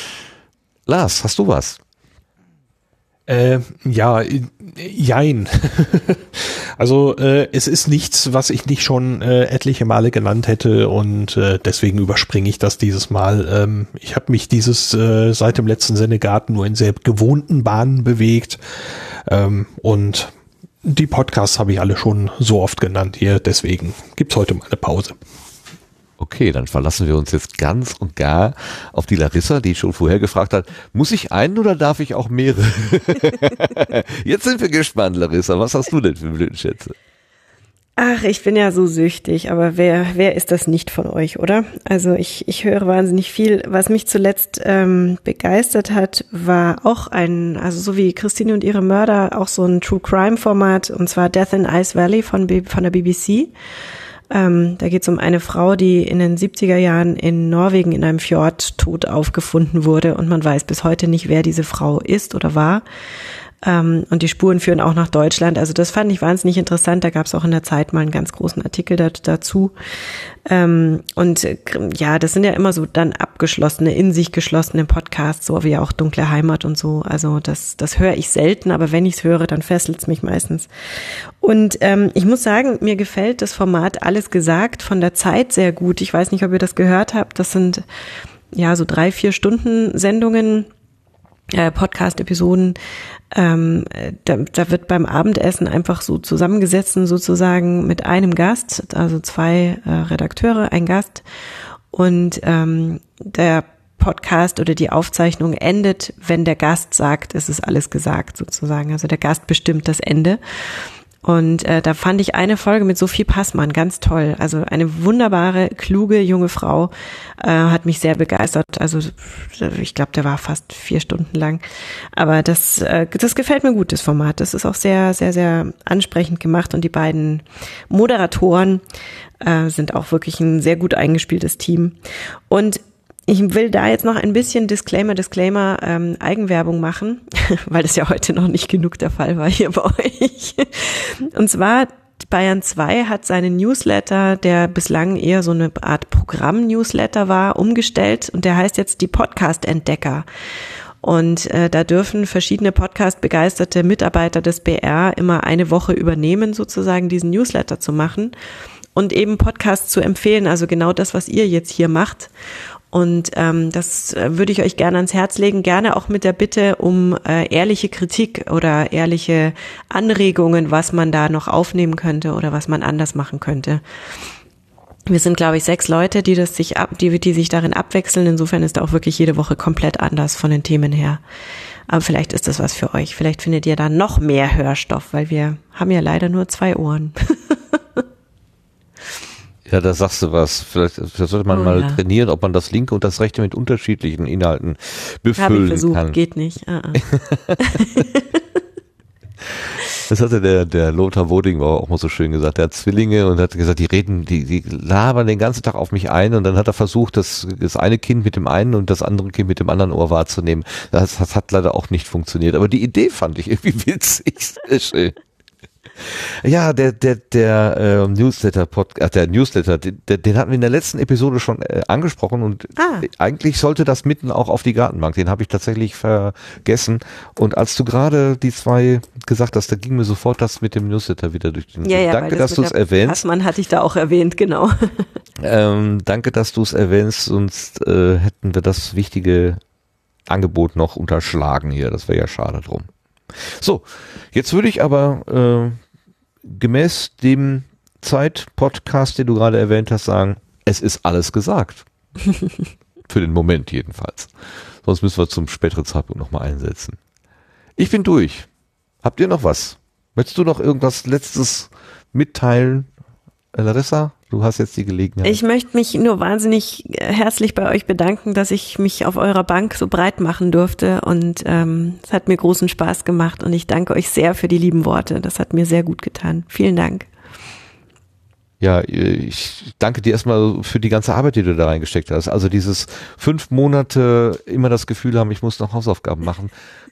Lars, hast du was? Äh, ja, jein. Also äh, es ist nichts, was ich nicht schon äh, etliche Male genannt hätte und äh, deswegen überspringe ich das dieses Mal. Ähm, ich habe mich dieses äh, seit dem letzten Sendegarten nur in sehr gewohnten Bahnen bewegt ähm, und die Podcasts habe ich alle schon so oft genannt hier, deswegen gibt's heute mal eine Pause. Okay, dann verlassen wir uns jetzt ganz und gar auf die Larissa, die schon vorher gefragt hat, muss ich einen oder darf ich auch mehrere? Jetzt sind wir gespannt, Larissa. Was hast du denn für Blütenschätze? Ach, ich bin ja so süchtig, aber wer wer ist das nicht von euch, oder? Also ich ich höre wahnsinnig viel. Was mich zuletzt ähm, begeistert hat, war auch ein, also so wie Christine und ihre Mörder, auch so ein True Crime Format, und zwar Death in Ice Valley von B- von der B B C. Ähm, da geht es um eine Frau, die in den siebziger Jahren in Norwegen in einem Fjord tot aufgefunden wurde, und man weiß bis heute nicht, wer diese Frau ist oder war. Ähm, und die Spuren führen auch nach Deutschland. Also das fand ich wahnsinnig interessant. Da gab es auch in der Zeit mal einen ganz großen Artikel da, dazu. Ähm, und äh, ja, das sind ja immer so dann abgeschlossene, in sich geschlossene Podcasts, so wie auch Dunkle Heimat und so. Also das, das höre ich selten, aber wenn ich es höre, dann fesselt es mich meistens. Und ähm, ich muss sagen, mir gefällt das Format Alles gesagt von der Zeit sehr gut. Ich weiß nicht, ob ihr das gehört habt. Das sind ja so drei, vier Stunden Sendungen, äh, Podcast-Episoden. Ähm, da, da wird beim Abendessen einfach so zusammengesetzt sozusagen mit einem Gast, also zwei äh, Redakteure, ein Gast, und ähm, der Podcast oder die Aufzeichnung endet, wenn der Gast sagt, es ist alles gesagt sozusagen. Also der Gast bestimmt das Ende. Und äh, da fand ich eine Folge mit Sophie Passmann ganz toll. Also eine wunderbare, kluge, junge Frau, äh, hat mich sehr begeistert. Also ich glaube, der war fast vier Stunden lang. Aber das, äh, das gefällt mir gut, das Format. Das ist auch sehr, sehr, sehr ansprechend gemacht. Und die beiden Moderatoren äh, sind auch wirklich ein sehr gut eingespieltes Team. Und ich will da jetzt noch ein bisschen Disclaimer, Disclaimer, ähm, Eigenwerbung machen, weil das ja heute noch nicht genug der Fall war hier bei euch. Und zwar, Bayern zwei hat seinen Newsletter, der bislang eher so eine Art Programm-Newsletter war, umgestellt, und der heißt jetzt die Podcast-Entdecker. Und äh, da dürfen verschiedene Podcast-begeisterte Mitarbeiter des B R immer eine Woche übernehmen, sozusagen diesen Newsletter zu machen und eben Podcasts zu empfehlen, also genau das, was ihr jetzt hier macht. Und ähm, das äh, würde ich euch gerne ans Herz legen, gerne auch mit der Bitte um äh, ehrliche Kritik oder ehrliche Anregungen, was man da noch aufnehmen könnte oder was man anders machen könnte. Wir sind, glaube ich, sechs Leute, die das sich ab, die, die sich darin abwechseln. Insofern ist da auch wirklich jede Woche komplett anders von den Themen her. Aber vielleicht ist das was für euch. Vielleicht findet ihr da noch mehr Hörstoff, weil wir haben ja leider nur zwei Ohren. Ja, da sagst du was. Vielleicht, vielleicht sollte man oh, mal ja. trainieren, ob man das linke und das rechte mit unterschiedlichen Inhalten befüllen Hab ich versucht, kann. Geht nicht. Uh -uh. Das hatte der, der Lothar Wodingbauer auch mal so schön gesagt. Der hat Zwillinge und hat gesagt, die reden, die, die labern den ganzen Tag auf mich ein, und dann hat er versucht, das, das eine Kind mit dem einen und das andere Kind mit dem anderen Ohr wahrzunehmen. Das, das hat leider auch nicht funktioniert. Aber die Idee fand ich irgendwie witzig. Sehr schön. Ja, der der der äh, Newsletter Podcast, der Newsletter, den, den hatten wir in der letzten Episode schon äh, angesprochen, und ah. eigentlich sollte das mitten auch auf die Gartenbank. Den habe ich tatsächlich vergessen. Und als du gerade die zwei gesagt hast, da ging mir sofort das mit dem Newsletter wieder durch den. Ja, ja, danke, das dass du es erwähnst. Passmann hatte ich da auch erwähnt, genau. Ähm, danke, dass du es erwähnst, sonst äh, hätten wir das wichtige Angebot noch unterschlagen hier. Das wäre ja schade drum. So, jetzt würde ich aber äh, gemäß dem Zeit-Podcast, den du gerade erwähnt hast, sagen, es ist alles gesagt. Für den Moment jedenfalls. Sonst müssen wir zum späteren Zeitpunkt nochmal einsetzen. Ich bin durch. Habt ihr noch was? Möchtest du noch irgendwas Letztes mitteilen, Larissa? Du hast jetzt die Gelegenheit. Ich möchte mich nur wahnsinnig herzlich bei euch bedanken, dass ich mich auf eurer Bank so breit machen durfte, und ähm, es hat mir großen Spaß gemacht, und ich danke euch sehr für die lieben Worte. Das hat mir sehr gut getan. Vielen Dank. Ja, ich danke dir erstmal für die ganze Arbeit, die du da reingesteckt hast. Also dieses fünf Monate immer das Gefühl haben, ich muss noch Hausaufgaben machen.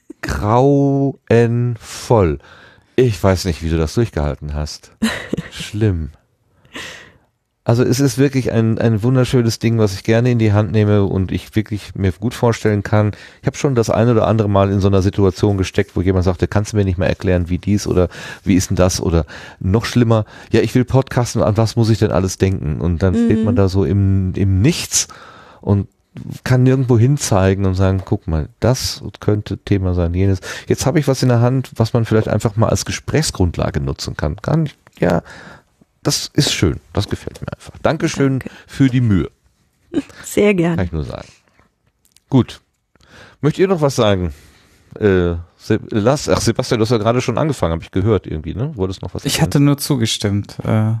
Grauenvoll. Ich weiß nicht, wie du das durchgehalten hast. Schlimm. Also es ist wirklich ein ein wunderschönes Ding, was ich gerne in die Hand nehme und ich wirklich mir gut vorstellen kann. Ich habe schon das ein oder andere Mal in so einer Situation gesteckt, wo jemand sagte, kannst du mir nicht mal erklären, wie dies oder wie ist denn das, oder noch schlimmer, ja, ich will podcasten, an was muss ich denn alles denken? Und dann mhm. steht man da so im im Nichts und kann nirgendwo hinzeigen und sagen, guck mal, das könnte Thema sein, jenes. Jetzt habe ich was in der Hand, was man vielleicht einfach mal als Gesprächsgrundlage nutzen kann. Kann ich, ja, das ist schön. Das gefällt mir einfach. Dankeschön Danke. für die Mühe. Sehr gerne. Kann ich nur sagen. Gut. Möchtet ihr noch was sagen? äh, Lars, ach Sebastian, du hast ja gerade schon angefangen, habe ich gehört irgendwie, ne? Wolltest noch was Ich erzählen? hatte nur zugestimmt. Äh.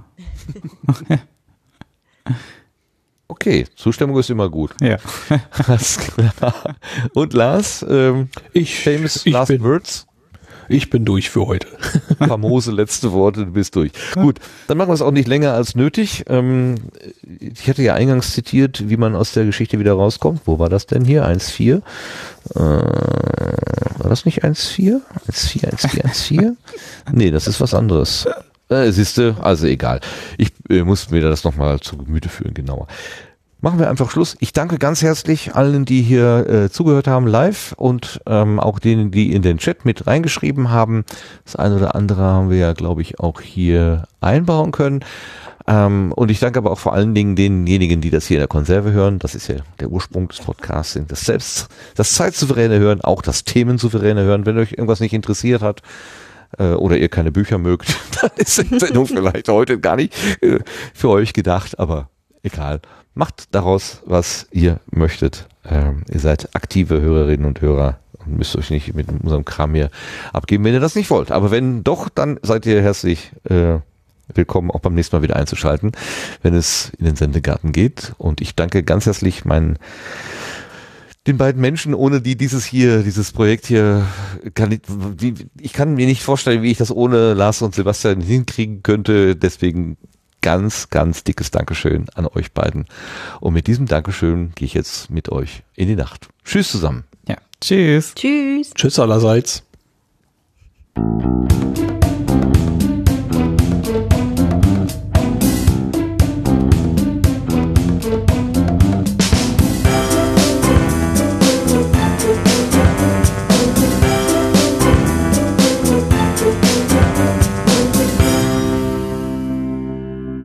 Okay, Zustimmung ist immer gut. Ja. Alles klar. Und Lars, ähm, Ich, famous ich, last bin, words? ich bin durch für heute. Famose letzte Worte, du bist durch. Gut, dann machen wir es auch nicht länger als nötig. Ähm, ich hatte ja eingangs zitiert, wie man aus der Geschichte wieder rauskommt. Wo war das denn hier? eins Punkt vier. Äh, war das nicht eins Punkt vier? eins Punkt vier, eins Punkt vier, eins Punkt vier? Nee, das ist was anderes. Äh, siehste, also egal. Ich äh, muss mir das nochmal zu Gemüte führen, genauer. Machen wir einfach Schluss. Ich danke ganz herzlich allen, die hier äh, zugehört haben live und ähm, auch denen, die in den Chat mit reingeschrieben haben. Das eine oder andere haben wir ja, glaube ich, auch hier einbauen können. Ähm, und ich danke aber auch vor allen Dingen denjenigen, die das hier in der Konserve hören. Das ist ja der Ursprung des Podcasts, das selbst, das zeitsouveräne Hören, auch das themensouveräne Hören. Wenn euch irgendwas nicht interessiert hat, oder ihr keine Bücher mögt, dann ist die Sendung vielleicht heute gar nicht äh, für euch gedacht, aber egal. Macht daraus, was ihr möchtet. Ähm, ihr seid aktive Hörerinnen und Hörer und müsst euch nicht mit unserem Kram hier abgeben, wenn ihr das nicht wollt. Aber wenn doch, dann seid ihr herzlich äh, willkommen, auch beim nächsten Mal wieder einzuschalten, wenn es in den Sendegarten geht. Und ich danke ganz herzlich meinen den beiden Menschen, ohne die dieses hier, dieses Projekt hier, kann ich, die, ich kann mir nicht vorstellen, wie ich das ohne Lars und Sebastian hinkriegen könnte. Deswegen ganz, ganz dickes Dankeschön an euch beiden. Und mit diesem Dankeschön gehe ich jetzt mit euch in die Nacht. Tschüss zusammen. Ja. Tschüss. Tschüss. Tschüss allerseits. Thank you.